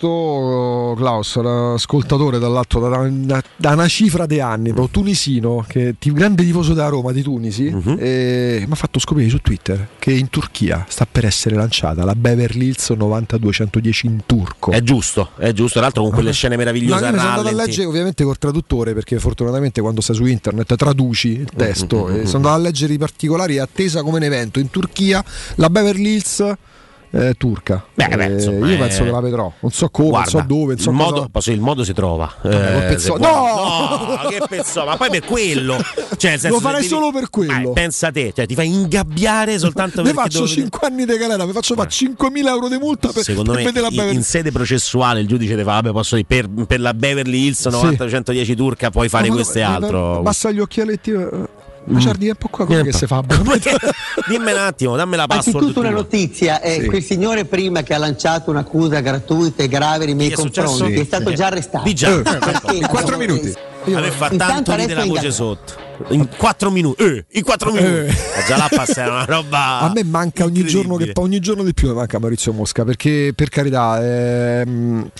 questo Klaus, l'ascoltatore dall'altro da, da, da una cifra di anni, proprio tunisino, che è grande tifoso della Roma di Tunisi, uh-huh. e mi ha fatto scoprire su Twitter che in Turchia sta per essere lanciata la Beverly Hills novantaduecentodieci in turco. È giusto, è giusto, tra l'altro con quelle scene meravigliose. Ma mi sono andato a leggere ovviamente col traduttore, perché fortunatamente quando stai su internet traduci il testo, mm-hmm. e sono andato a leggere i particolari, attesa come un evento in Turchia la Beverly Hills Eh, turca. Beh, beh, eh, insomma, io penso eh... che la vedrò. Non so come, Guarda, non so dove. Non so il, cosa... modo, posso, il modo si trova. Vabbè, eh, pezzo... no! no! Che pezzo, ma poi per quello. Cioè, senso, lo farei devi... solo per quello. Ah, pensa te, cioè, ti fai ingabbiare soltanto per. Ne faccio cinque anni di galera, mi faccio fare cinquemila euro di multa per, secondo per me, vedere la Beverly. In sede processuale il giudice ti fa, vabbè, posso dire, per, per la Beverly Hills novantaduecentodieci turca puoi fare no, questo e altro. Basta gli occhialetti. Ma c'è un po' qua come che si fa? Dimmi un attimo, dammi la password. Anzitutto una notizia, eh, sì. Quel signore prima che ha lanciato un'accusa gratuita e grave nei miei confronti è stato già arrestato. Di già, eh, in quattro minuti. Aveva fatto tanto ridere la voce sotto. In quattro minuti, eh, in quattro minuti. Eh. Già la passa una roba. A me manca ogni giorno, che ogni giorno di più mi manca Maurizio Mosca, perché per carità ehm...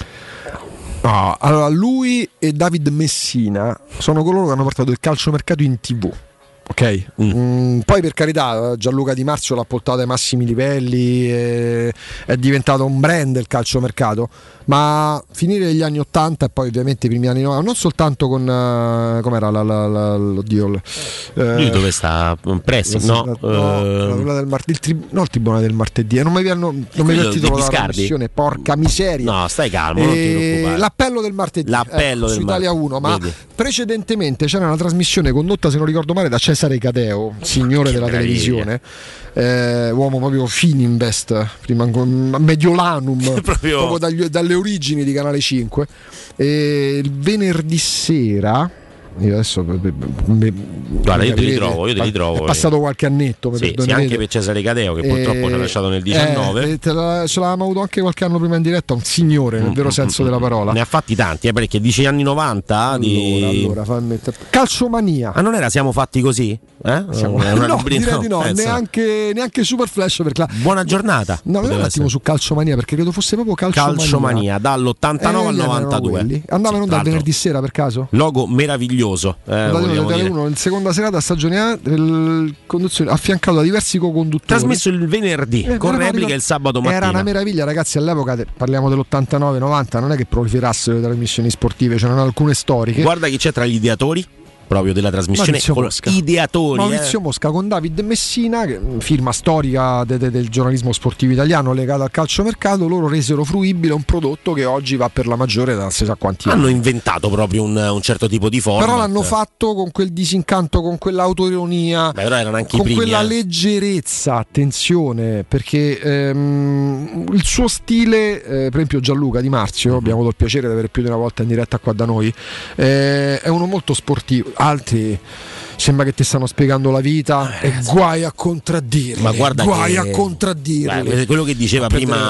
no, allora lui e David Messina sono coloro che hanno portato il calciomercato in tivù. Ok, mm. Mm, poi per carità Gianluca Di Marzio l'ha portato ai massimi livelli, è, è diventato un brand il calciomercato, ma finire gli anni ottanta e poi ovviamente i primi anni novanta, non soltanto con uh, com'era la, la, la, l'oddio, eh, lui dove sta? Pressing? No, no, uh, del mar- il tri- no, il tribunale del martedì, non mi viene non mi viene il titolo della trasmissione, porca miseria. No, stai calmo, non ti preoccupare. L'appello del martedì, l'appello ecco, del su Italia uno, ma vedi. Precedentemente c'era una trasmissione condotta, se non ricordo male, da Cesare Cadeo, signore della meraviglia. Televisione, eh, uomo proprio Fininvest, prima Mediolanum, proprio, proprio dagli, dalle origini di Canale cinque. E il venerdì sera, io adesso me, guarda, io te li trovo, io te li trovo. È passato qualche annetto, sì, sì, anche per Cesare Cadeo che purtroppo ci ha lasciato nel diciannove. Eh, ce l'avevamo avuto anche qualche anno prima in diretta, un signore nel mm, vero mm, senso mm, della parola. Ne ha fatti tanti, eh, perché dici anni novanta allora, di... allora fammi mettere... Calciomania. Ah, non era Siamo fatti così? Eh? Siamo... Una, una no, rubrina, direi di no, neanche, neanche Super Flash per la... Buona giornata. No, non un attimo su Calciomania, perché credo fosse proprio Calciomania. Calciomania dall'ottantanove eh, al novantadue. Andava non dal venerdì sera per caso? Logo meraviglioso. Eh, uno in seconda serata stagione A, conduzione affiancato da diversi co-conduttori, trasmesso il venerdì eh, con replica ricordo, il sabato mattina. Era una meraviglia, ragazzi. All'epoca, parliamo dell'ottantanove novanta, non è che proliferassero le trasmissioni sportive, c'erano alcune storiche. Guarda chi c'è tra gli ideatori proprio della trasmissione, ideatori Maurizio eh. Mosca con David Messina, che firma storica de- de- del giornalismo sportivo italiano legata al calciomercato. Loro resero fruibile un prodotto che oggi va per la maggiore da non si sa quanti anni. Hanno inventato proprio un, un certo tipo di format, però l'hanno fatto con quel disincanto, con quell'autoironia, Beh, però erano anche con i primi, quella eh. leggerezza, attenzione, perché ehm, il suo stile, eh, per esempio Gianluca Di Marzio, mm-hmm. abbiamo avuto il piacere di avere più di una volta in diretta qua da noi, eh, è uno molto sportivo. Altri sembra che ti stanno spiegando la vita eh, e guai a contraddirli, ma guarda guai che, a contraddirli. Beh, quello che diceva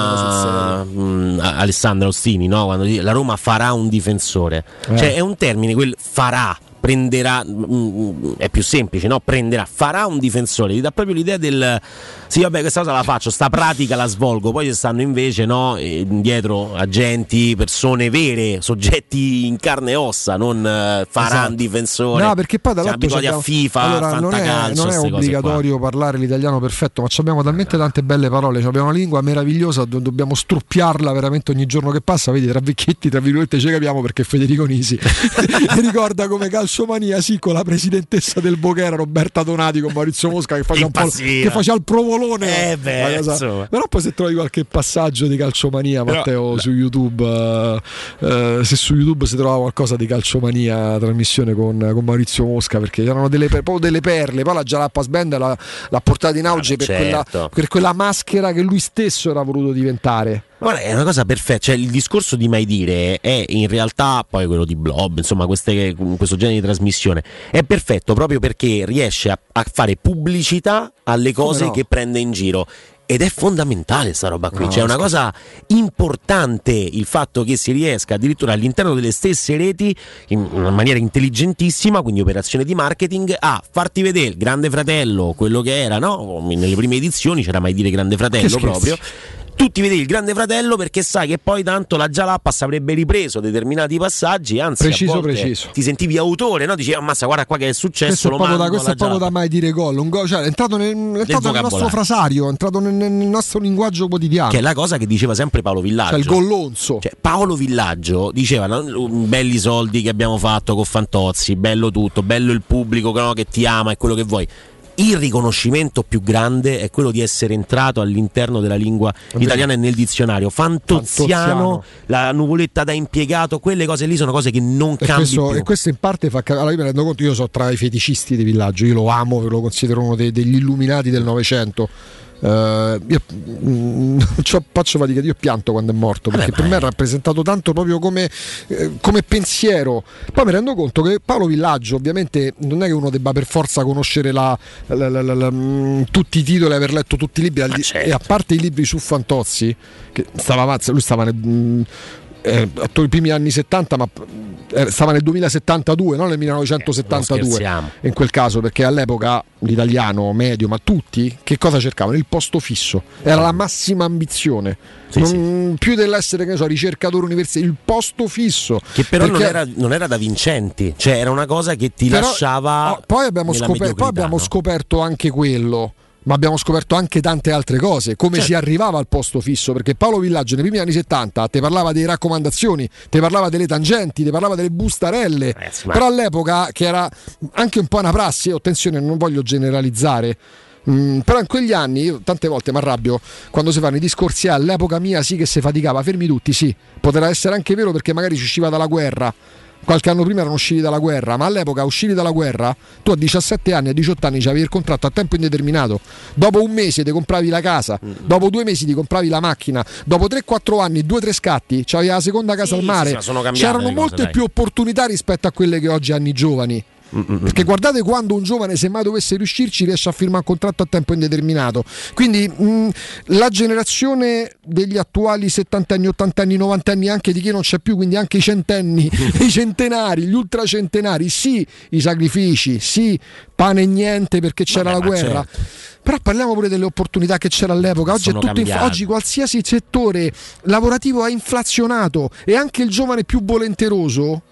prima mh, Alessandro Ostini, no? Quando dice la Roma farà un difensore, eh. cioè è un termine, quel farà, prenderà, mh, è più semplice, no? Prenderà, farà un difensore, ti dà proprio l'idea del sì, vabbè, questa cosa la faccio, sta pratica la svolgo, poi ci stanno invece, no, dietro agenti, persone vere, soggetti in carne e ossa, non uh, farà esatto. un difensore. No, perché poi siamo abituati a FIFA, allora, non è, non è obbligatorio parlare l'italiano perfetto, ma abbiamo talmente tante belle parole, abbiamo una lingua meravigliosa, do- dobbiamo struppiarla veramente ogni giorno che passa. Vedi, tra vecchietti, tra virgolette, ci capiamo, perché Federico Nisi ricorda come Calciomania, sì, con la presidentessa del Bochera Roberta Donati, con Maurizio Mosca che faceva un po' che faceva il provolone. Eh beh, però poi se trovi qualche passaggio di Calciomania, Matteo, però, su YouTube, uh, uh, se su YouTube si trova qualcosa di Calciomania, trasmissione con, con Maurizio Mosca, perché erano delle, proprio delle perle. Poi la Jalapas Band l'ha, l'ha portata in auge ah, per, certo. quella, per quella maschera che lui stesso era voluto diventare. Guarda, è una cosa perfetta, cioè il discorso di Mai Dire è in realtà, poi quello di Blob, insomma queste, questo genere di trasmissione è perfetto proprio perché riesce a, a fare pubblicità alle cose no. che prende in giro. Ed è fondamentale sta roba qui, no, cioè è una cosa importante il fatto che si riesca addirittura all'interno delle stesse reti in una maniera intelligentissima, quindi operazione di marketing, a farti vedere il Grande Fratello, quello che era, no? Nelle prime edizioni c'era Mai Dire Grande Fratello proprio. Tu ti vedi il Grande Fratello perché sai che poi tanto la Jalapas avrebbe ripreso determinati passaggi, anzi preciso, a volte preciso. ti sentivi autore, no? Dicevi ammazza, guarda qua che è successo. Questo lo è proprio, da, questo è proprio da Mai Dire gol, un gol, cioè è entrato nel, è entrato nel nostro frasario, è entrato nel, nel nostro linguaggio quotidiano. Che è la cosa che diceva sempre Paolo Villaggio. Cioè il gollonzo. Cioè, Paolo Villaggio diceva no, belli soldi che abbiamo fatto con Fantozzi, bello tutto, bello il pubblico, no, che ti ama e quello che vuoi. Il riconoscimento più grande è quello di essere entrato all'interno della lingua italiana e nel dizionario. Fantozziano, Fantozziano, la nuvoletta da impiegato, quelle cose lì sono cose che non e cambi questo, più. E questo in parte fa capire. Allora io mi rendo conto, io sono tra i feticisti di Villaggio, io lo amo, lo considero uno dei, degli illuminati del Novecento. Uh, io mm, faccio fatica, io pianto quando è morto perché Vabbè, per me ha rappresentato tanto proprio come, eh, come pensiero. Poi mi rendo conto che Paolo Villaggio ovviamente non è che uno debba per forza conoscere la, la, la, la, la, mh, tutti i titoli, aver letto tutti i libri, certo. E a parte i libri su Fantozzi che stava mazza, lui stava nel, mh, eh, i primi anni settanta, ma stava nel duemilasettantadue, non nel millenovecentosettantadue eh, in quel caso, perché all'epoca l'italiano medio, ma tutti che cosa cercavano? Il posto fisso, era la massima ambizione, sì, non, sì. più dell'essere, che ne so, ricercatore universitario, il posto fisso, che però perché... non, era, non era da vincenti, cioè era una cosa che ti però, lasciava oh, poi abbiamo, scoper- poi abbiamo no? scoperto anche quello, ma abbiamo scoperto anche tante altre cose, come certo. si arrivava al posto fisso, perché Paolo Villaggio nei primi anni settanta ti parlava delle raccomandazioni, ti parlava delle tangenti, ti parlava delle bustarelle, eh, sì, però all'epoca, che era anche un po' una prassi, attenzione, non voglio generalizzare, mm, però in quegli anni io tante volte mi arrabbio quando si fanno i discorsi, ah, all'epoca mia sì che si faticava, fermi tutti, sì, potrà essere anche vero, perché magari si usciva dalla guerra, qualche anno prima erano usciti dalla guerra, ma all'epoca usciti dalla guerra tu a diciassette anni, a diciotto anni avevi il contratto a tempo indeterminato, dopo un mese ti compravi la casa, mm. dopo due mesi ti compravi la macchina, dopo tre quattro anni, due tre scatti c'avevi la seconda casa sì, al mare, sì, c'erano molte cose, più opportunità rispetto a quelle che oggi hanno i giovani. Mm-mm. Perché guardate, quando un giovane, se mai dovesse riuscirci, riesce a firmare un contratto a tempo indeterminato. Quindi mh, la generazione degli attuali settantenni, ottantenni, novantenni, anche di chi non c'è più, quindi anche i centenni, i centenari, gli ultracentenari, sì, i sacrifici, sì, pane e niente perché c'era Vabbè, la guerra, certo. Però parliamo pure delle opportunità che c'era all'epoca. Oggi, è tutto inf- oggi qualsiasi settore lavorativo è inflazionato, e anche il giovane più volenteroso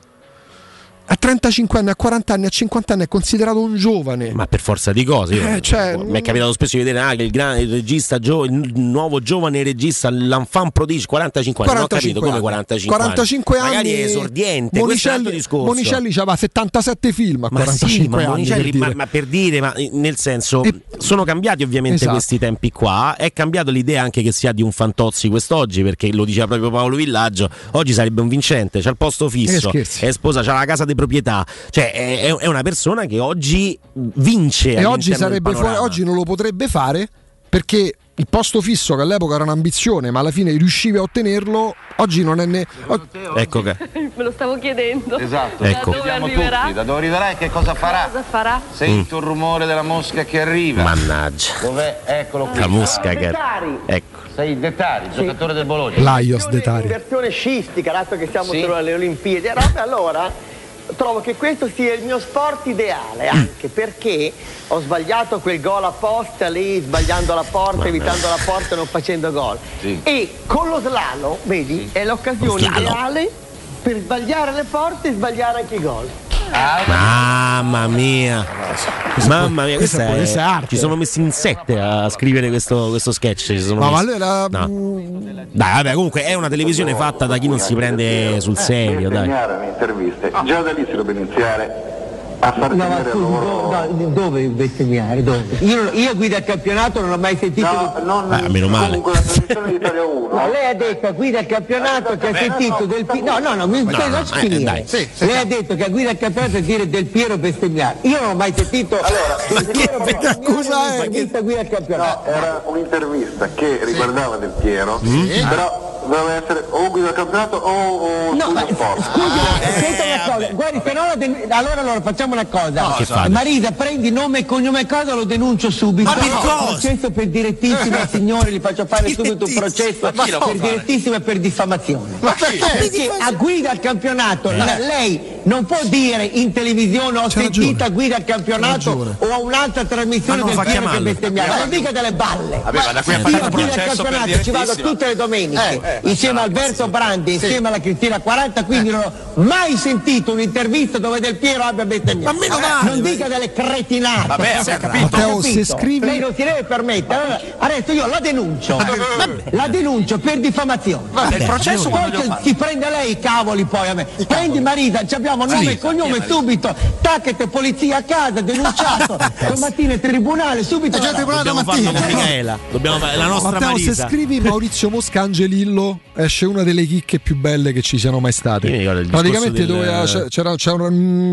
a trentacinque anni, a quaranta anni, a cinquanta anni è considerato un giovane. Ma per forza di cose. Io, eh, cioè, mi è capitato spesso di vedere ah, che il, gran, il regista, gio, il nuovo giovane regista, l'enfant prodige, quarantacinque anni. quarantacinque non ho capito come quarantacinque, quarantacinque anni. Magari è esordiente. Monicelli, discorso. Monicelli aveva settantasette film a ma quarantacinque sì, ma anni. Monicelli, per ma, ma per dire, ma nel senso, e, sono cambiati ovviamente esatto. questi tempi qua. È cambiato l'idea anche che si ha di un Fantozzi quest'oggi, perché lo diceva proprio Paolo Villaggio. Oggi sarebbe un vincente, c'ha il posto fisso, è sposa, c'ha la casa di proprietà. Cioè è, è una persona che oggi vince, e oggi sarebbe fuori, oggi non lo potrebbe fare, perché il posto fisso, che all'epoca era un'ambizione ma alla fine riuscivi a ottenerlo, oggi non è ne... Ecco che me lo stavo chiedendo. Esatto, ecco. Da dove arriverà? Tutti. Da dove arriverà e che cosa farà? Cosa farà? Sento mm. il rumore della mosca che arriva. Mannaggia. Dov'è? Eccolo qui. La mosca che ecco. Sei Detari, sì. giocatore del Bologna. Laios Detari. Versione scistica, dato che siamo sì. solo alle Olimpiadi. Allora trovo che questo sia il mio sport ideale, anche perché ho sbagliato quel gol apposta lì, sbagliando la porta, evitando la porta e non facendo gol. Sì. E con lo slalom, vedi, sì. è l'occasione ideale per sbagliare le porte e sbagliare anche i gol. Ah, mamma mia, mamma mia, questa, questa, è, questa è arte. Ci sono messi in sette a scrivere questo, questo sketch. Ci sono no, messi... ma allora... no. Dai, vabbè, comunque è una televisione fatta da chi non si prende sul serio. Dai. Le interviste, già da lì si deve iniziare a far no, ma scusi, no, dove bestemmiare? Dove? Io, io guida il campionato, non ho mai sentito. No, non, ah, meno male. Comunque la trasmissione di Italia uno. Ma lei ha detto guida il campionato che ha sentito del Piero. No, no, no, mi no, no, eh, dai, sì, sì, lei sì. ha detto che guida il campionato e dire del Piero bestemmiare. Io non ho mai sentito. Allora, del Piero bestemmiare. Ma chi sta guida il campionato? No, era un'intervista che riguardava del Piero, mm. però doveva essere o guida il campionato o, o no, ma, sport. Scusi, ah, senta eh, una cosa, guardi, se no la den- allora, allora facciamo una cosa. No, Marisa, prendi nome e cognome e cosa, lo denuncio subito. Ma per cosa? Processo per direttissima, signore, gli faccio fare subito un processo per direttissima e per diffamazione. Ma perché? Perché a guida il campionato, eh. lei non può dire in televisione ho C'è sentita ragione. guida il campionato o a un'altra trasmissione del Piero che bestemmiava. Non dica delle balle. Vabbè, da qui a io a guida il campionato ci vado tutte le domeniche eh, eh, insieme a Alberto Brandi, sì. insieme alla Cristina quaranta, quindi eh. non ho mai sentito un'intervista dove Del Piero abbia bestemmiato. Ma meno male. Non dica delle cretinate. Vabbè, si è capito. Matteo, se scrivi... Lei non si deve permettere. Allora, adesso io la denuncio. Vabbè. La denuncio per diffamazione. Vabbè, il processo poi si prende lei i cavoli poi a me. Prendi Marita, abbiamo nome sì, e cognome subito. Tacchete, polizia a casa, denunciato. Domattina il tribunale, subito. È già il tribunale domattina. Con Michaela. Dobbiamo fare la nostra Matteo, Marisa. Se scrivi Maurizio Mosca Angelillo esce una delle chicche più belle che ci siano mai state. Praticamente del... dove c'era, c'era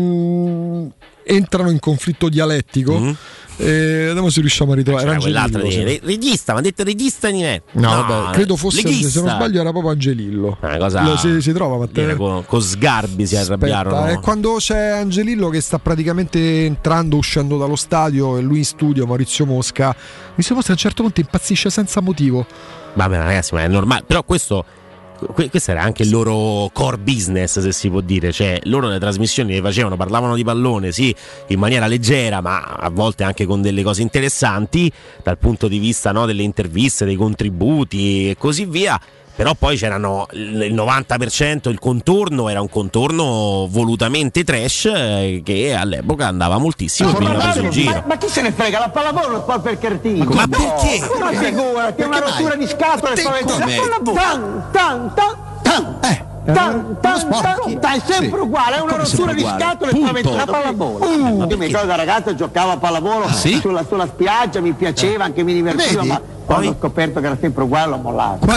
un... entrano in conflitto dialettico. Mm-hmm. E vediamo se riusciamo a ritrovare. Era quell'altra di re- regista, mi ha detto regista di me. No, no, vabbè, credo fosse, leghista. Se non sbaglio era proprio Angelillo. Una cosa Lo, si, si trova Matteo? Con, con Sgarbi si arrabbiarono. È quando c'è Angelillo che sta praticamente entrando, uscendo dallo stadio, e lui in studio, Maurizio Mosca. Maurizio Mosca a un certo punto impazzisce senza motivo. Vabbè ragazzi, ma è normale. Però questo que- questo era anche il loro core business, se si può dire, cioè loro le trasmissioni le facevano, parlavano di pallone, sì, in maniera leggera, ma a volte anche con delle cose interessanti dal punto di vista, no, delle interviste, dei contributi e così via. Però poi c'erano il novanta per cento, il contorno era un contorno volutamente trash, eh, che all'epoca andava moltissimo, Ma, veniva preso in giro. ma, ma chi se ne frega? La pallavolo lo fa per Cartini. Ma, ma perché? Ma figurati, è una rottura di scatole. Te spaventata. come? La pallavolo. Tan, tan, tan, tan. Eh. Tan, tan, tan, tan, è sempre uguale, è una Come rottura di uguale? scatole Punto. spaventata. La pallavolo. Uh, io mi ricordo da ragazzo giocavo a pallavolo sì? sulla, sulla spiaggia, mi piaceva, anche mi divertiva, Vedi? ma quando ho scoperto che era sempre uguale l'ho mollato.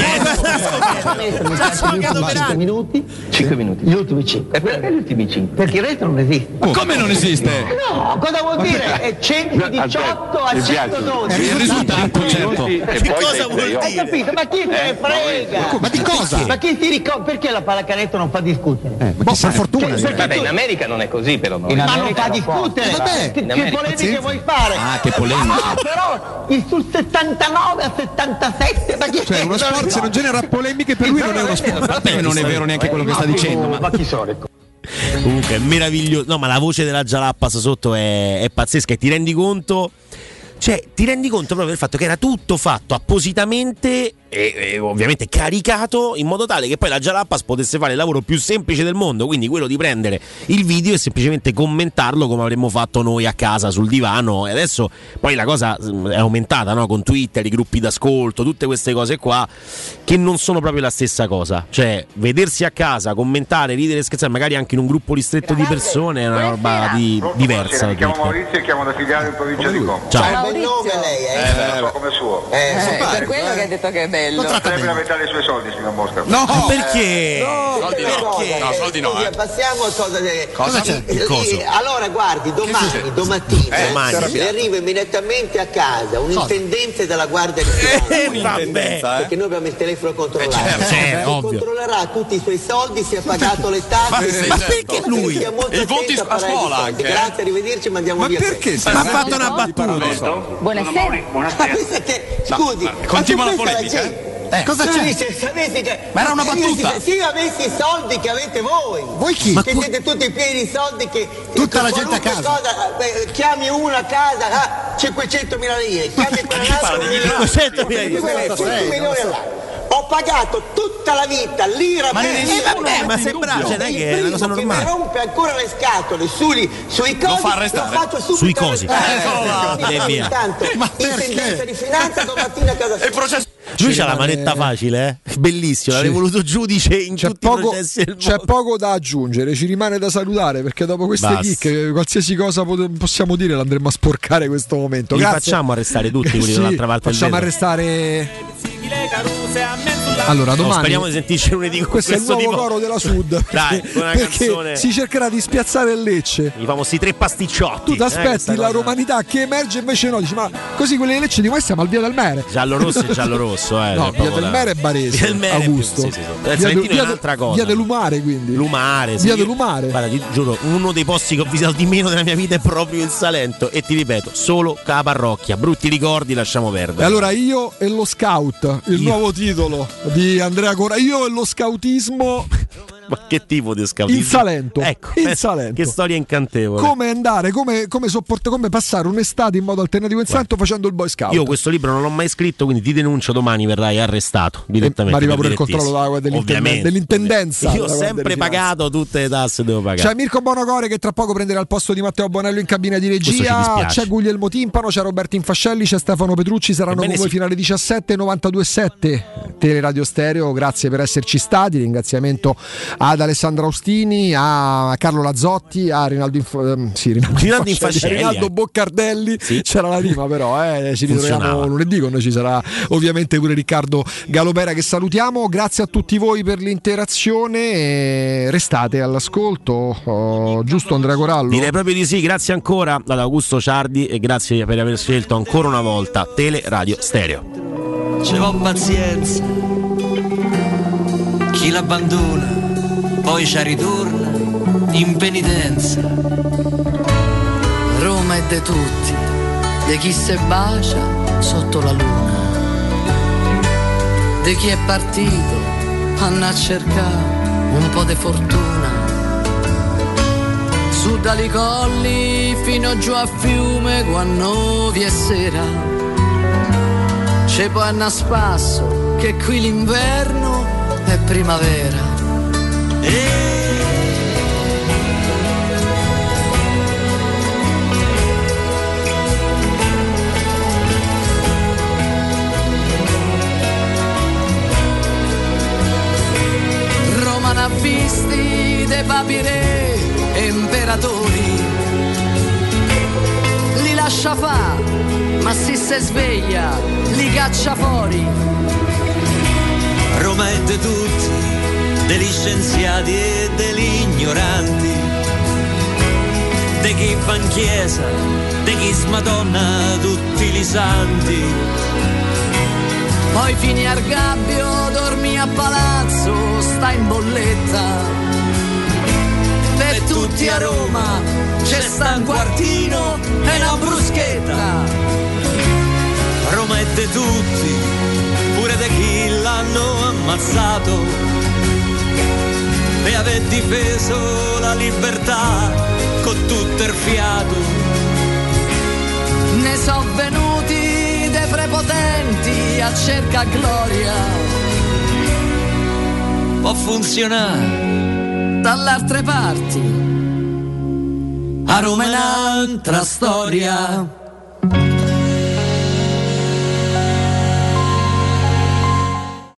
cinque minuti? cinque minuti. Gli ultimi cinque. E perché gli ultimi cinque? Perché il resto non esiste. Ma come non esiste? No, cosa vuol dire? È centodiciotto a centododici. Il risultato, certo. Che cosa vuol dire? Hai capito? Ma chi se ne frega? Ma di cosa? Ma chi ti ricorda? Perché la pallacanestro non fa discutere? Ma per fortuna. Cioè, Vabbè, in America non è così però. No? Ma non fa discutere. Vabbè. Che, che polemiche vuoi fare? Ah, che polemiche. Ah, però il sul settantanove a settantasette, ma chi Cioè, uno sport se non genera polemiche per lui non è uno sport. Vabbè, non è vero neanche quello che sta dicendo. Ma Ma chi sono? Comunque è meraviglioso. No, ma la voce della Jalapas sotto è, è pazzesca e ti rendi conto. Cioè, ti rendi conto proprio del fatto che era tutto fatto appositamente e, e ovviamente caricato in modo tale che poi la Jalapas potesse fare il lavoro più semplice del mondo, quindi quello di prendere il video e semplicemente commentarlo come avremmo fatto noi a casa sul divano. E adesso poi la cosa è aumentata, no? Con Twitter, i gruppi d'ascolto, tutte queste cose qua che non sono proprio la stessa cosa. Cioè, vedersi a casa, commentare, ridere e scherzare, magari anche in un gruppo ristretto di persone, è una roba di, diversa. Mi chiamo Maurizio e chiamo da filiale in provincia di Como. Ciao. Bel nome lei, eh? Eh, un po' come suo. Eh, Eh, per quello che hai detto che è bello. Potrebbe la metà dei suoi soldi, signor Mosca. No, Ma perché? soldi no. Perché? No, soldi no, Scusi, eh. passiamo a cosa. Cosa c'è? Lì- Coso? Allora guardi, domani, domattina Eh, domani. le arriva immediatamente a casa un intendente della Guardia di Finanza. Eh, vabbè. Perché noi abbiamo il telefono controllato. Eh, certo, certo, E ovvio. controllerà tutti i suoi soldi, si è pagato le tasse. Ma perché lui? Stia molto E i voti attento a parlare di scuola soldi. anche, eh? Grazie, arrivederci, mandiamo Ma via. perché? Ma ha fatto una battuta. Buonasera. Ma pensa che, scusi, No, continua ma la tu pensa polemica, gente- eh? Cosa Cosa c'è? c'è? Se avessi che- Ma era una se io- battuta. Se io avessi i soldi che avete voi, Voi chi? che siete tutti pieni di soldi, che Tutta che la gente a qualunque casa. cosa, eh, chiami uno a casa, ah, cinquecentomila lire, chiami quell'altro un milione, cinquecentomila lire. cinque milioni all'anno. Ho pagato tutta la vita l'ira Ma per ne- lira. eh, vabbè, ma sembra- cioè, non è che è una cosa Il primo normale. che mi rompe ancora le scatole sui, sui cosi, fa arrestare. lo faccio subito Sui cosi. arrestare. Eh, via. Intanto, Ma intendenza perché? di finanza domattina a casa sua. Il processo. Lui Ci c'ha la rimane- manetta facile, eh? Bellissimo, l'avrei Ci- voluto giudice in C'è tutti poco, i processi del c'è mondo. poco da aggiungere, ci rimane da salutare perché dopo queste Basta. chicche qualsiasi cosa pot- possiamo dire l'andremo a sporcare questo momento. Li Grazie. facciamo arrestare tutti quelli Sì, dall'altra parte del facciamo vetro. arrestare. Allora, No, domani speriamo di sentirci lunedì con questo è il questo nuovo tipo. coro della Sud. Dai, perché, con una perché canzone. si cercherà di spiazzare il Lecce. I famosi tre pasticciotti. Tu ti eh, aspetti questa la cosa. romanità che emerge, invece no, dici ma così quelli di Lecce dicono ma siamo al Via del Mare. Giallo rosso e giallo rosso, eh. No, c'è Via poco del da- Mare è Barese, Via del Mare è Augusto. più- sì, sì, sì. Via Il de- Salentino via è de- un'altra cosa. Via del Lumare, quindi. Lumare, sì. Via Io- del Lumare. Guarda, ti giuro, uno dei posti che ho visitato di meno della mia vita è proprio il Salento. E ti ripeto, solo la parrocchia. Brutti ricordi, lasciamo perdere. E allora io e lo scout, il Io. nuovo titolo di Andrea Cora, io e lo scoutismo Ma che tipo di scoutismo? in Salento. Ecco, in eh, Salento. che storia incantevole. Come andare, come, come sopportare, come passare un'estate in modo alternativo in Salento facendo il Boy Scout. Io questo libro non l'ho mai scritto, quindi ti denuncio, domani verrai arrestato direttamente. Ma arriva per pure il direttissimo. controllo della- dell'intenden- Ovviamente. dell'intendenza. Io ho della Guardia sempre di Finanza. pagato tutte le tasse, devo pagare. C'è Mirko Bonocore che tra poco prenderà il posto di Matteo Bonello in cabina di Questo ci regia, dispiace. c'è Guglielmo Timpano, c'è Roberto Infascelli, c'è Stefano Petrucci, saranno Ebbene con voi sì. fino alle diciassette novantadue sette Teleradio Stereo, grazie per esserci stati, ringraziamento ad Alessandro Austini, a Carlo Lazzotti, a Rinaldo, Inf- ehm, sì, Rinaldo, Rinaldo Infascelli, Infascelli, a Rinaldo eh. Boccardelli, Sì. c'era la rima però, eh, ci ritroviamo Funzionava. lunedì, con noi ci sarà ovviamente pure Riccardo Galopera che salutiamo, grazie a tutti voi per l'interazione e restate all'ascolto, oh, giusto Andrea Corallo? Direi proprio di sì, grazie ancora ad Augusto Ciardi e grazie per aver scelto ancora una volta Teleradio Stereo. Ce l'ho pazienza, chi l'abbandona poi ci ritorna in penitenza. Roma è de tutti, di chi se bacia sotto la luna, di chi è partito anna a cercare un po' di fortuna. Su dali colli fino giù a fiume quando vi è sera. C'è poi anna a spasso che qui l'inverno è primavera. E ha visti dei papi re e imperatori, li lascia fa, ma si se sveglia, li caccia fuori. Roma è de tutti, degli scienziati e degli ignoranti, de chi fa in chiesa, de chi smadonna tutti i santi. Poi fini al gabbio, dormi a palazzo, sta in bolletta. Per tutti a Roma c'è sta un quartino e una bruschetta. Roma è de tutti, pure de chi l'hanno ammazzato, e aver difeso la libertà con tutto il fiato. Ne so venuti dei prepotenti a cerca gloria. Può funzionare dall'altre parti. A Roma è un'altra storia.